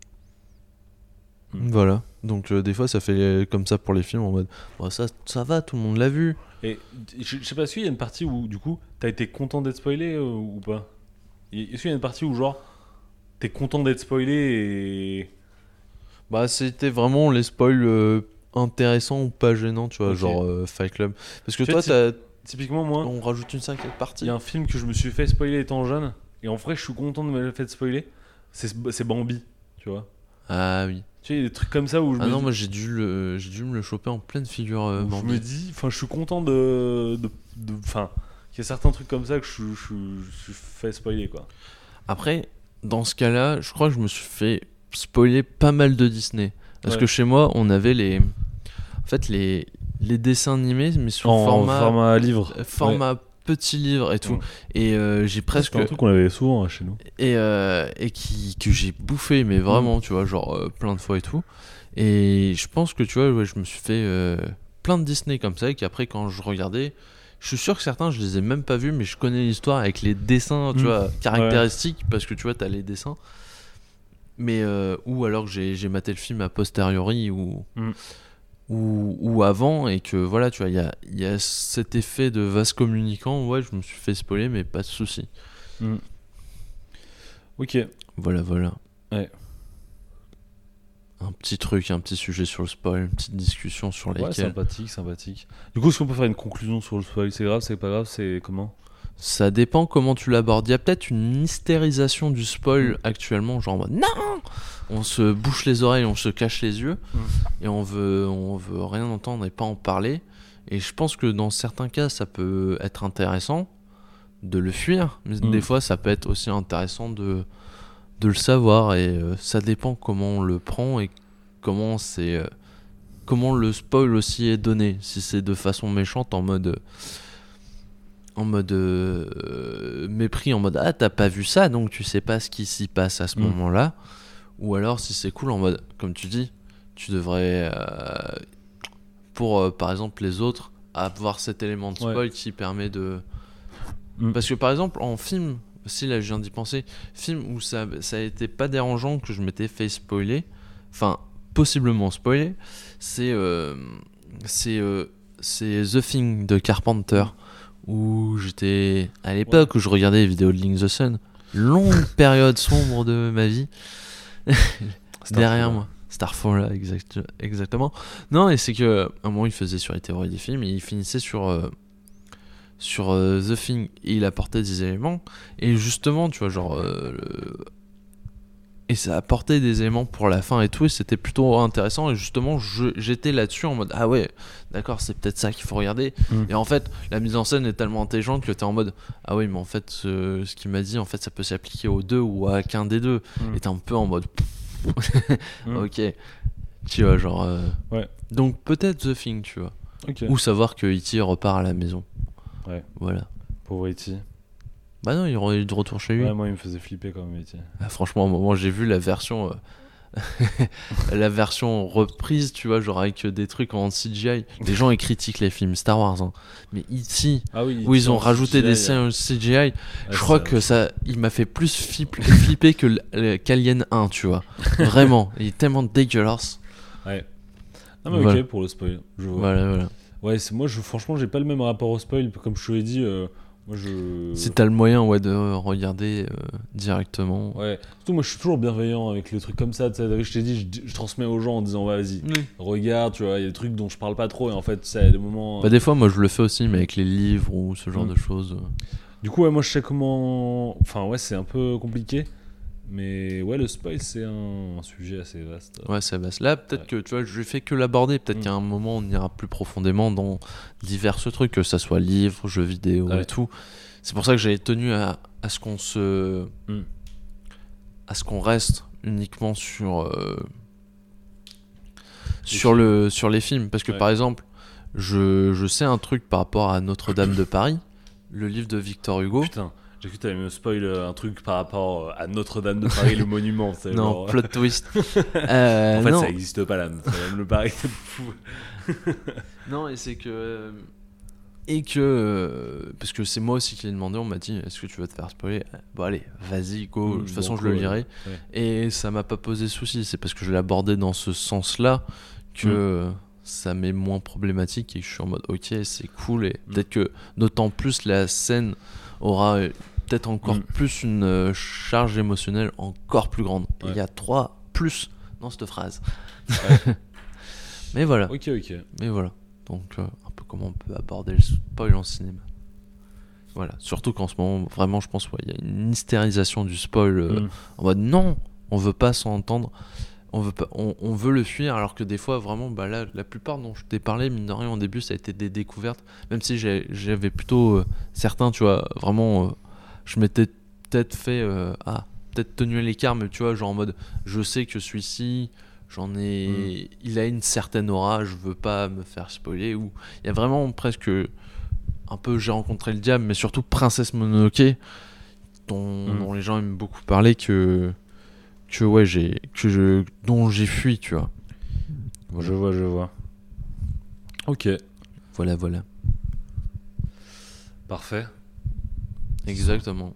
Voilà, donc euh, des fois ça fait comme ça pour les films en mode bah, ça, ça va, tout le monde l'a vu. Et je, je sais pas si il y a une partie où du coup t'as été content d'être spoilé euh, ou pas. Est-ce qu'il y a une partie où genre t'es content d'être spoilé et bah c'était vraiment les spoils euh, intéressants ou pas gênants, tu vois, okay. genre euh, Fight Club. Parce que tu toi t'as typiquement moi on rajoute une cinquième partie. Il y a un film que je me suis fait spoiler étant jeune et en vrai je suis content de me l'avoir fait spoiler. C'est, c'est Bambi, tu vois. Ah oui. Tu sais, il y a des trucs comme ça où je ah me non, dis... moi j'ai dû, le, j'ai dû me le choper en pleine figure. Euh, je me dis, enfin, je suis content de. Enfin, il y a certains trucs comme ça que je, je, je, je suis fait spoiler, quoi. Après, dans ce cas-là, je crois que je me suis fait spoiler pas mal de Disney. Parce ouais. que chez moi, on avait les. En fait, les, les dessins animés, mais sur en format. format livre. Format. Ouais. Petit livre et tout, ouais. et euh, j'ai presque. C'est un truc qu'on avait souvent hein, chez nous. Et, euh, et qui, que j'ai bouffé, mais vraiment, mmh. tu vois, genre euh, plein de fois et tout. Et je pense que, tu vois, ouais, je me suis fait euh, plein de Disney comme ça, et qu'après, quand je regardais, je suis sûr que certains, je les ai même pas vus, mais je connais l'histoire avec les dessins, tu mmh. vois, caractéristiques, ouais. parce que tu vois, t'as les dessins. Mais, euh, ou alors que j'ai, j'ai maté le film a posteriori, ou. Mmh. Ou, ou avant, et que voilà, tu vois, il y a, y a cet effet de vase communicant. Ouais, je me suis fait spoiler, mais pas de soucis. Mm. Ok. Voilà, voilà. Ouais. Un petit truc, un petit sujet sur le spoil, une petite discussion sur lesquels. Ouais, sympathique, sympathique. Du coup, est-ce qu'on peut faire une conclusion sur le spoil ? C'est grave, c'est pas grave, c'est comment ? Ça dépend comment tu l'abordes. Il y a peut-être une hystérisation du spoil mmh. actuellement, genre en mode non, on se bouche les oreilles, on se cache les yeux mmh. et on veut, on veut rien entendre et pas en parler. Et je pense que dans certains cas, ça peut être intéressant de le fuir, mais mmh. des fois, ça peut être aussi intéressant de, de le savoir. Et euh, ça dépend comment on le prend et comment c'est, euh, comment le spoil aussi est donné. Si c'est de façon méchante, en mode. Euh, en mode euh, mépris, en mode ah t'as pas vu ça donc tu sais pas ce qui s'y passe à ce mmh. moment là, ou alors si c'est cool en mode comme tu dis tu devrais euh, pour euh, par exemple les autres avoir cet élément de spoil ouais. qui permet de mmh. parce que par exemple en film si là je viens d'y penser, film où ça, ça a été pas dérangeant que je m'étais fait spoiler, enfin possiblement spoiler, c'est euh, c'est euh, c'est The Thing de Carpenter. Où j'étais à l'époque ouais. où je regardais les vidéos de Link the Sun, longue période sombre de ma vie derrière moi. Starfall là, exact, exactement. Non, et c'est que à un moment il faisait sur les théories des films et il finissait sur euh, sur euh, The Thing et il apportait des éléments et justement tu vois genre euh, le... et ça apportait des éléments pour la fin et tout et c'était plutôt intéressant et justement je, j'étais là-dessus en mode ah ouais d'accord c'est peut-être ça qu'il faut regarder mmh. et en fait la mise en scène est tellement intelligente que t'es en mode ah oui mais en fait ce, ce qu'il m'a dit en fait ça peut s'appliquer aux deux ou à qu'un des deux mmh. et t'es un peu en mode mmh. ok tu vois genre euh... ouais. donc peut-être The Thing tu vois okay. ou savoir que E T repart à la maison ouais voilà pauvre E T. Bah non, il est de retour chez lui. Ouais, moi il me faisait flipper quand même. Ah, franchement, au moment j'ai vu la version, euh, la version reprise, tu vois, genre avec des trucs en C G I. Les gens ils critiquent les films Star Wars, hein. Mais ici, ah oui, où ils ont rajouté C G I, des scènes C G I, ouais, je crois que ça, il m'a fait plus flipper que le, le, qu'Alien un, tu vois. Vraiment, il est tellement dégueulasse. Ouais. Non mais voilà. Ok pour le spoil. Je vois. Voilà, voilà. Ouais, c'est moi, je, franchement, j'ai pas le même rapport au spoil. Comme je te l'ai dit. Euh, Moi, je... Si t'as le moyen ouais, de regarder euh, directement. Ouais, surtout moi je suis toujours bienveillant avec les trucs comme ça, tu sais, je t'ai dit, je, je transmets aux gens en disant ouais, vas-y, Oui. regarde, tu vois, il y a des trucs dont je parle pas trop et en fait, ça, il y a des moments... Bah, des fois, moi je le fais aussi, mais avec les livres ou ce genre Mm. de choses. Du coup, ouais, moi je sais comment... Enfin, ouais, c'est un peu compliqué, mais ouais, le spoil, c'est un, un sujet assez vaste. Ouais, c'est vaste. Là, peut-être Ouais. que tu vois, je fais que l'aborder. Peut-être Mm. qu'à un moment, on ira plus profondément dans divers trucs, que ça soit livres, jeux vidéo Ouais. et tout. C'est pour ça que j'avais tenu à, à ce qu'on se. Mm. à ce qu'on reste uniquement sur. Euh, Les sur, le, sur les films. Parce que Ouais. par exemple, je, je sais un truc par rapport à Notre-Dame de Paris, le livre de Victor Hugo. Putain, j'ai cru que t'allais me spoil euh, un truc par rapport à Notre-Dame de Paris, le monument. C'est Non, genre... plot twist. Euh, En fait, non. ça existe pas là, Notre-Dame de Paris, c'est fou. Non, et c'est que. Et que. euh, parce que c'est moi aussi qui l'ai demandé, on m'a dit est-ce que tu veux te faire spoiler ? Bon, allez, vas-y, go. Mm, De toute façon, bon, je le cool, lirai. ouais. Et ça m'a pas posé souci. C'est parce que je l'ai abordé dans ce sens-là que Mm. euh, ça m'est moins problématique et que je suis en mode ok, c'est cool. Et Mm. peut-être que d'autant plus la scène aura euh, peut-être encore Mm. plus une euh, charge émotionnelle encore plus grande. Et Il Ouais. y a trois plus dans cette phrase. Ouais. Mais voilà. Ok, ok. Mais voilà, donc euh, un peu comment on peut aborder le spoil en cinéma. Voilà, surtout qu'en ce moment, vraiment, je pense qu'il ouais, y a une hystérisation du spoil euh, Mm. en mode non, on veut pas s'en entendre, on veut, pas, on, on veut le fuir, alors que des fois, vraiment, bah là, la plupart dont je t'ai parlé, mine de rien, au début, ça a été des découvertes, même si j'ai- j'avais plutôt euh, certains, tu vois, vraiment, euh, je m'étais peut-être fait, euh, ah, peut-être tenu à l'écart, mais tu vois, genre en mode, je sais que celui-ci. J'en ai. Mm. Il a une certaine aura, je veux pas me faire spoiler. Ou il y a vraiment presque un peu J'ai rencontré le diable, mais surtout Princesse Mononoke, dont, Mm. dont les gens aiment beaucoup parler, que. que ouais, j'ai. que je. dont j'ai fui, tu vois. Voilà. Je vois, je vois. Ok. Voilà, voilà. Parfait. Exactement.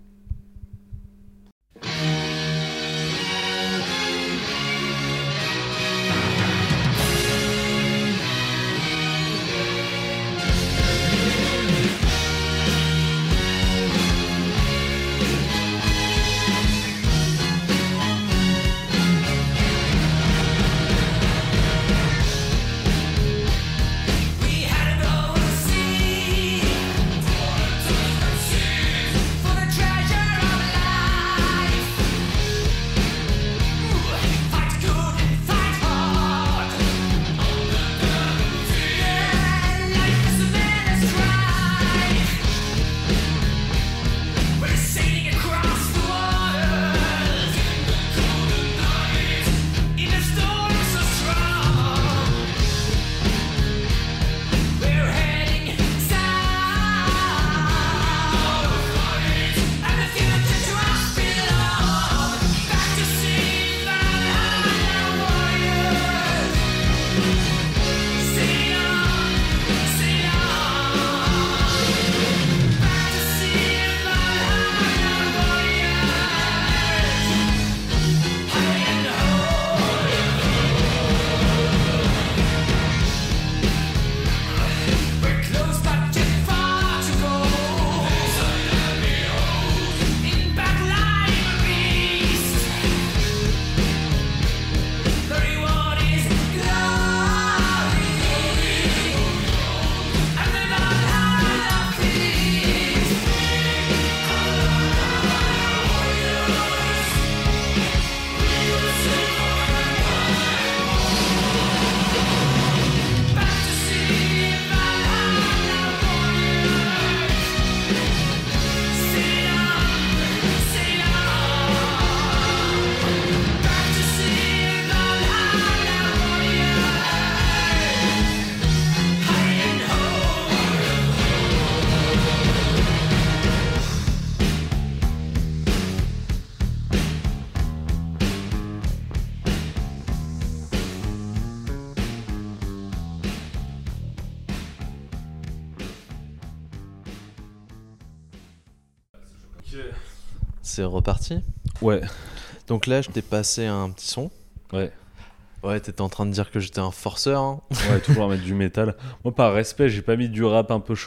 C'est reparti. Ouais. Donc là, je t'ai passé un petit son. Ouais. Ouais, t'étais en train de dire que j'étais un forceur. Hein. Ouais, toujours à mettre du métal. Moi, par respect, j'ai pas mis du rap un peu chelou.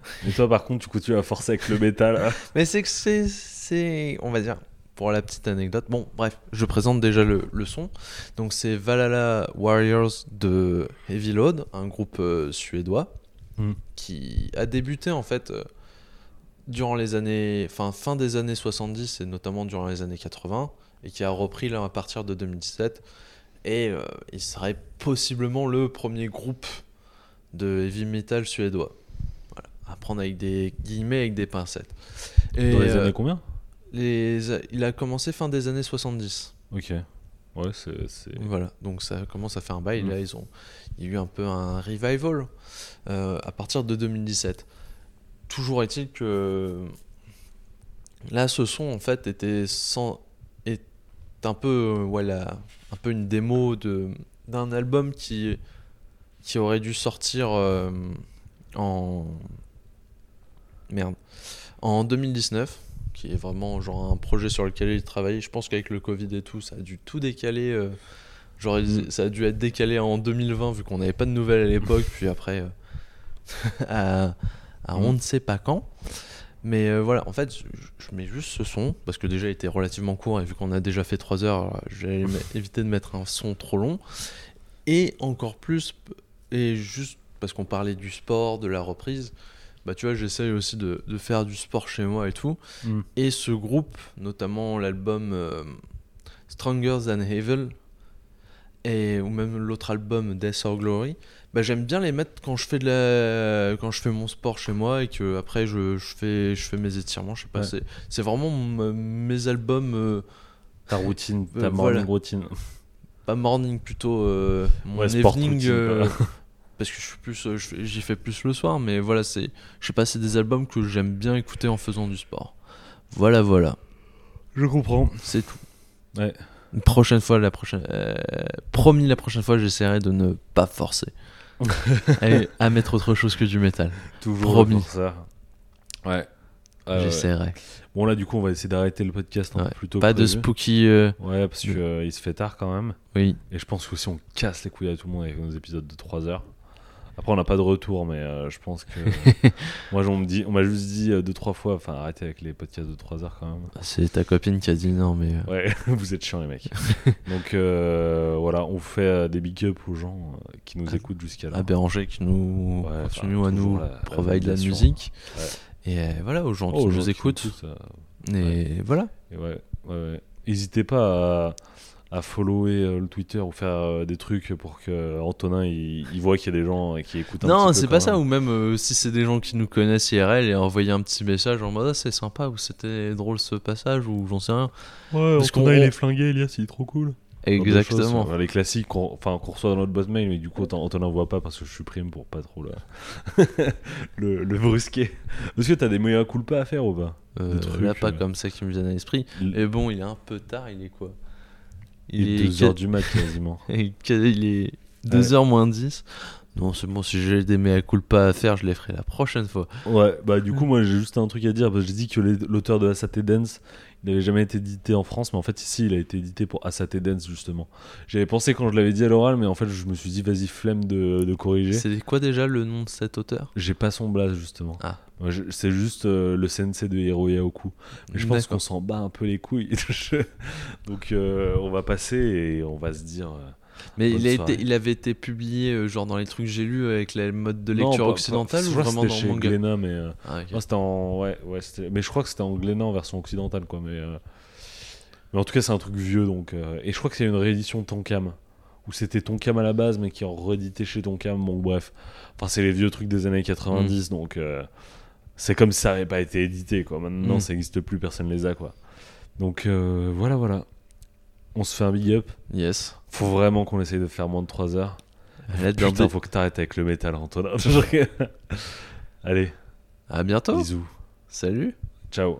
Et toi, par contre, du coup, tu vas forcer avec le métal. Mais c'est que c'est, c'est, on va dire, pour la petite anecdote. Bon, bref, je présente déjà le, le son. Donc, c'est Valhalla Warriors de Heavy Load, un groupe euh, suédois mm. qui a débuté en fait euh, durant les années, enfin fin des années soixante-dix et notamment durant les années quatre-vingts, et qui a repris là à partir de deux mille dix-sept. Et euh, il serait possiblement le premier groupe de heavy metal suédois. Voilà, à prendre avec des guillemets, avec des pincettes. Et dans les euh, années combien les... Il a commencé fin des années soixante-dix. Ok. Ouais, c'est, c'est... Voilà, donc ça commence à faire un bail. Mmh. Là, ils ont... il y a eu un peu un revival euh, à partir de deux mille dix-sept. Toujours est-il que là, ce son en fait était sans... est un peu, voilà, un peu une démo de... d'un album qui qui aurait dû sortir euh, en merde en deux mille dix-neuf, qui est vraiment genre un projet sur lequel il travaillait. Je pense qu'avec le Covid et tout, ça a dû tout décaler. Euh, genre mmh. ça a dû être décalé en deux mille vingt vu qu'on n'avait pas de nouvelles à l'époque. Puis après, euh, à, à mmh. on ne sait pas quand. Mais euh, voilà, en fait, je, je mets juste ce son parce que déjà il était relativement court et vu qu'on a déjà fait trois heures, j'allais éviter de mettre un son trop long. Et encore plus, et juste parce qu'on parlait du sport, de la reprise, bah tu vois, j'essaye aussi de, de faire du sport chez moi et tout. Mm. Et ce groupe, notamment l'album euh, Stronger Than Evil, et, ou même l'autre album Death or Glory, bah j'aime bien les mettre quand je fais de la, quand je fais mon sport chez moi et que après je, je fais, je fais mes étirements. Je sais pas, ouais. c'est, c'est vraiment mon, mes albums. Euh, ta routine, ta euh, morning voilà. routine. Pas morning, plutôt euh, mon ouais, evening. Routine, euh, parce que je suis plus, euh, je fais, j'y fais plus le soir, mais voilà, c'est, je sais pas, c'est des albums que j'aime bien écouter en faisant du sport. Voilà, voilà. Je comprends. C'est tout. Ouais. Une prochaine fois, la prochaine, euh, promis, la prochaine fois, j'essaierai de ne pas forcer à, à mettre autre chose que du métal. Toujours promis. Pour ça. Ouais. Euh, j'essaierai. Ouais. Bon là du coup on va essayer d'arrêter le podcast un ouais. peu plus tôt. Pas de spooky. Euh... Ouais parce qu'il euh, se fait tard quand même. Oui. Et je pense que si on casse les couilles à tout le monde avec nos épisodes de trois heures. Après on n'a pas de retour mais euh, je pense que moi on me dit, on m'a juste dit euh, deux trois fois, enfin arrêtez avec les podcasts de trois heures quand même. C'est ta copine qui a dit non mais. Euh... Ouais vous êtes chiants les mecs. Donc euh, voilà on fait euh, des big up aux gens euh, qui nous ah, écoutent jusqu'à là. À Béranger qui nous ouais, continue à nous la, provide la, la musique. Ouais. Et euh, voilà aux gens oh, qui aux nous gens écoutent. Qui écoutent euh, et ouais. voilà. Et ouais, ouais, ouais. N'hésitez pas à, à follower euh, le Twitter ou faire euh, des trucs pour que Antonin il, il voit qu'il y a des gens qui écoutent un non, petit peu. Non, c'est pas même. Ça. Ou même euh, si c'est des gens qui nous connaissent I R L et envoyer un petit message en mode ah, c'est sympa ou c'était drôle ce passage ou j'en sais rien. Ouais, Parce Antonin il est flingué, Elias il est trop cool. Exactement. Choses, les classiques qu'on, enfin, qu'on reçoit dans notre boîte mail, mais du coup, on t'en envoie pas parce que je supprime pour pas trop le, le, le brusquer. Est-ce que t'as des mea culpa à faire ou pas euh, trucs, Là, pas euh... comme ça qui me viennent à l'esprit. L... Et bon, il est un peu tard, il est quoi Il, il est deux heures du mat quasiment. Il est deux heures moins dix. Non, c'est bon, si j'ai des mea culpa à faire, je les ferai la prochaine fois. Ouais, bah du coup, moi j'ai juste un truc à dire parce que j'ai dit que les, l'auteur de Asate Dance. Il n'avait jamais été édité en France, mais en fait ici il a été édité pour Asate Dance justement. J'avais pensé quand je l'avais dit à l'oral, mais en fait je me suis dit vas-y flemme de, de corriger. C'est quoi déjà le nom de cet auteur ? J'ai pas son blaze justement. Ah. Moi, je, c'est juste euh, le sensei de Hiro Yaoku. Mais je pense D'accord. qu'on s'en bat un peu les couilles. Donc euh, on va passer et on va se dire... Euh, mais il, a été, il avait été publié euh, genre dans les trucs que j'ai lus avec la mode de lecture non, occidentale pas, ou vraiment dans le manga Glénat, mais euh, ah, okay. non, c'était en ouais ouais c'était... mais je crois que c'était en Glénat en version occidentale quoi mais euh... mais en tout cas c'est un truc vieux donc euh... et je crois que c'est une réédition de Tonkam où c'était Tonkam à la base mais qui est réédité chez Tonkam bon bref enfin c'est les vieux trucs des années quatre-vingt-dix mm. donc euh... c'est comme si ça avait pas été édité quoi maintenant mm. ça existe plus personne les a quoi donc euh... voilà voilà on se fait un big up. Yes. Faut vraiment qu'on essaye de faire moins de trois heures. Let's Putain, faut que t'arrêtes avec le métal, Antonin. Allez. À bientôt. Bisous. Salut. Ciao.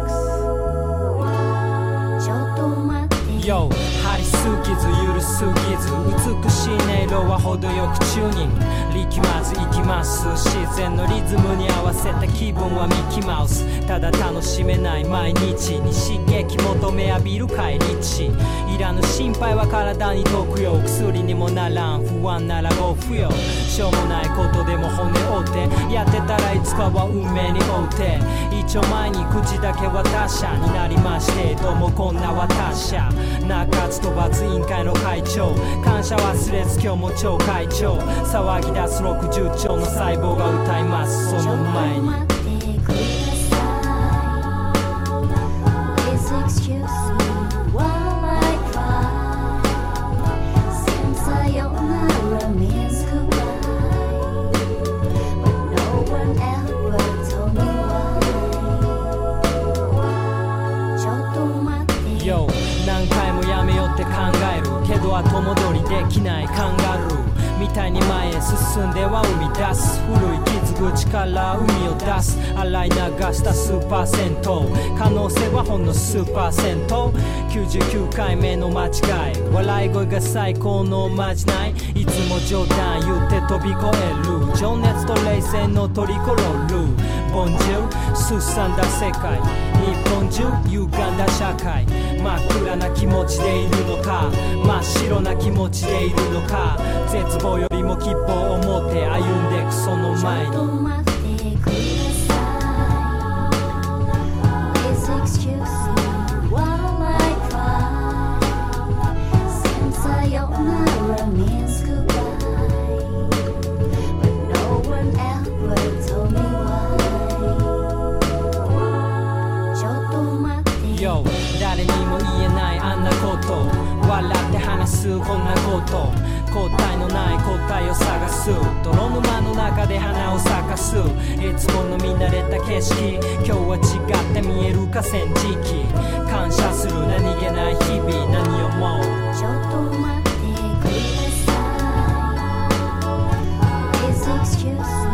Yo, 張りすぎずゆるすぎず美しい音色は程よくチューニング力まずいきます自然のリズムに合わせた気分はミッキーマウスただ楽しめない毎日に刺激求め浴びる帰り地いらぬ心配は体に毒よ薬にもならん不安ならご不要しょうもないことでも骨折ってやってたらいつかは運命に追うて一応前に口だけは他者になりましてどうもこんな私者中津と罰委員会の会長感謝忘れず今日も超会長騒ぎ出すろくじゅっちょうの細胞が歌いますその前に何回もやめよって考えるけど後戻りできないカンガルーみたいに前へ進んでは生み出す古い傷口から海を出す洗い流した数パーセント可能性はほんの数パーセントきゅうじゅうきゅうかいめの間違い笑い声が最高のおまじないいつも冗談言って飛び越える情熱と冷静のトリコロールボンジュールすさんだ世界日本中歪んだ社会真っ暗な気持ちでいるのか真っ白な気持ちでいるのか絶望よりも希望を持って歩んでいくその前に誰にも言えないあんなこと笑って話すこんなこと答えのない答えを探す泥沼の中で花を咲かすいつもの見慣れた景色今日は違って見える河川敷感謝する何気ない日々何を思うちょっと待ってください Please excuse me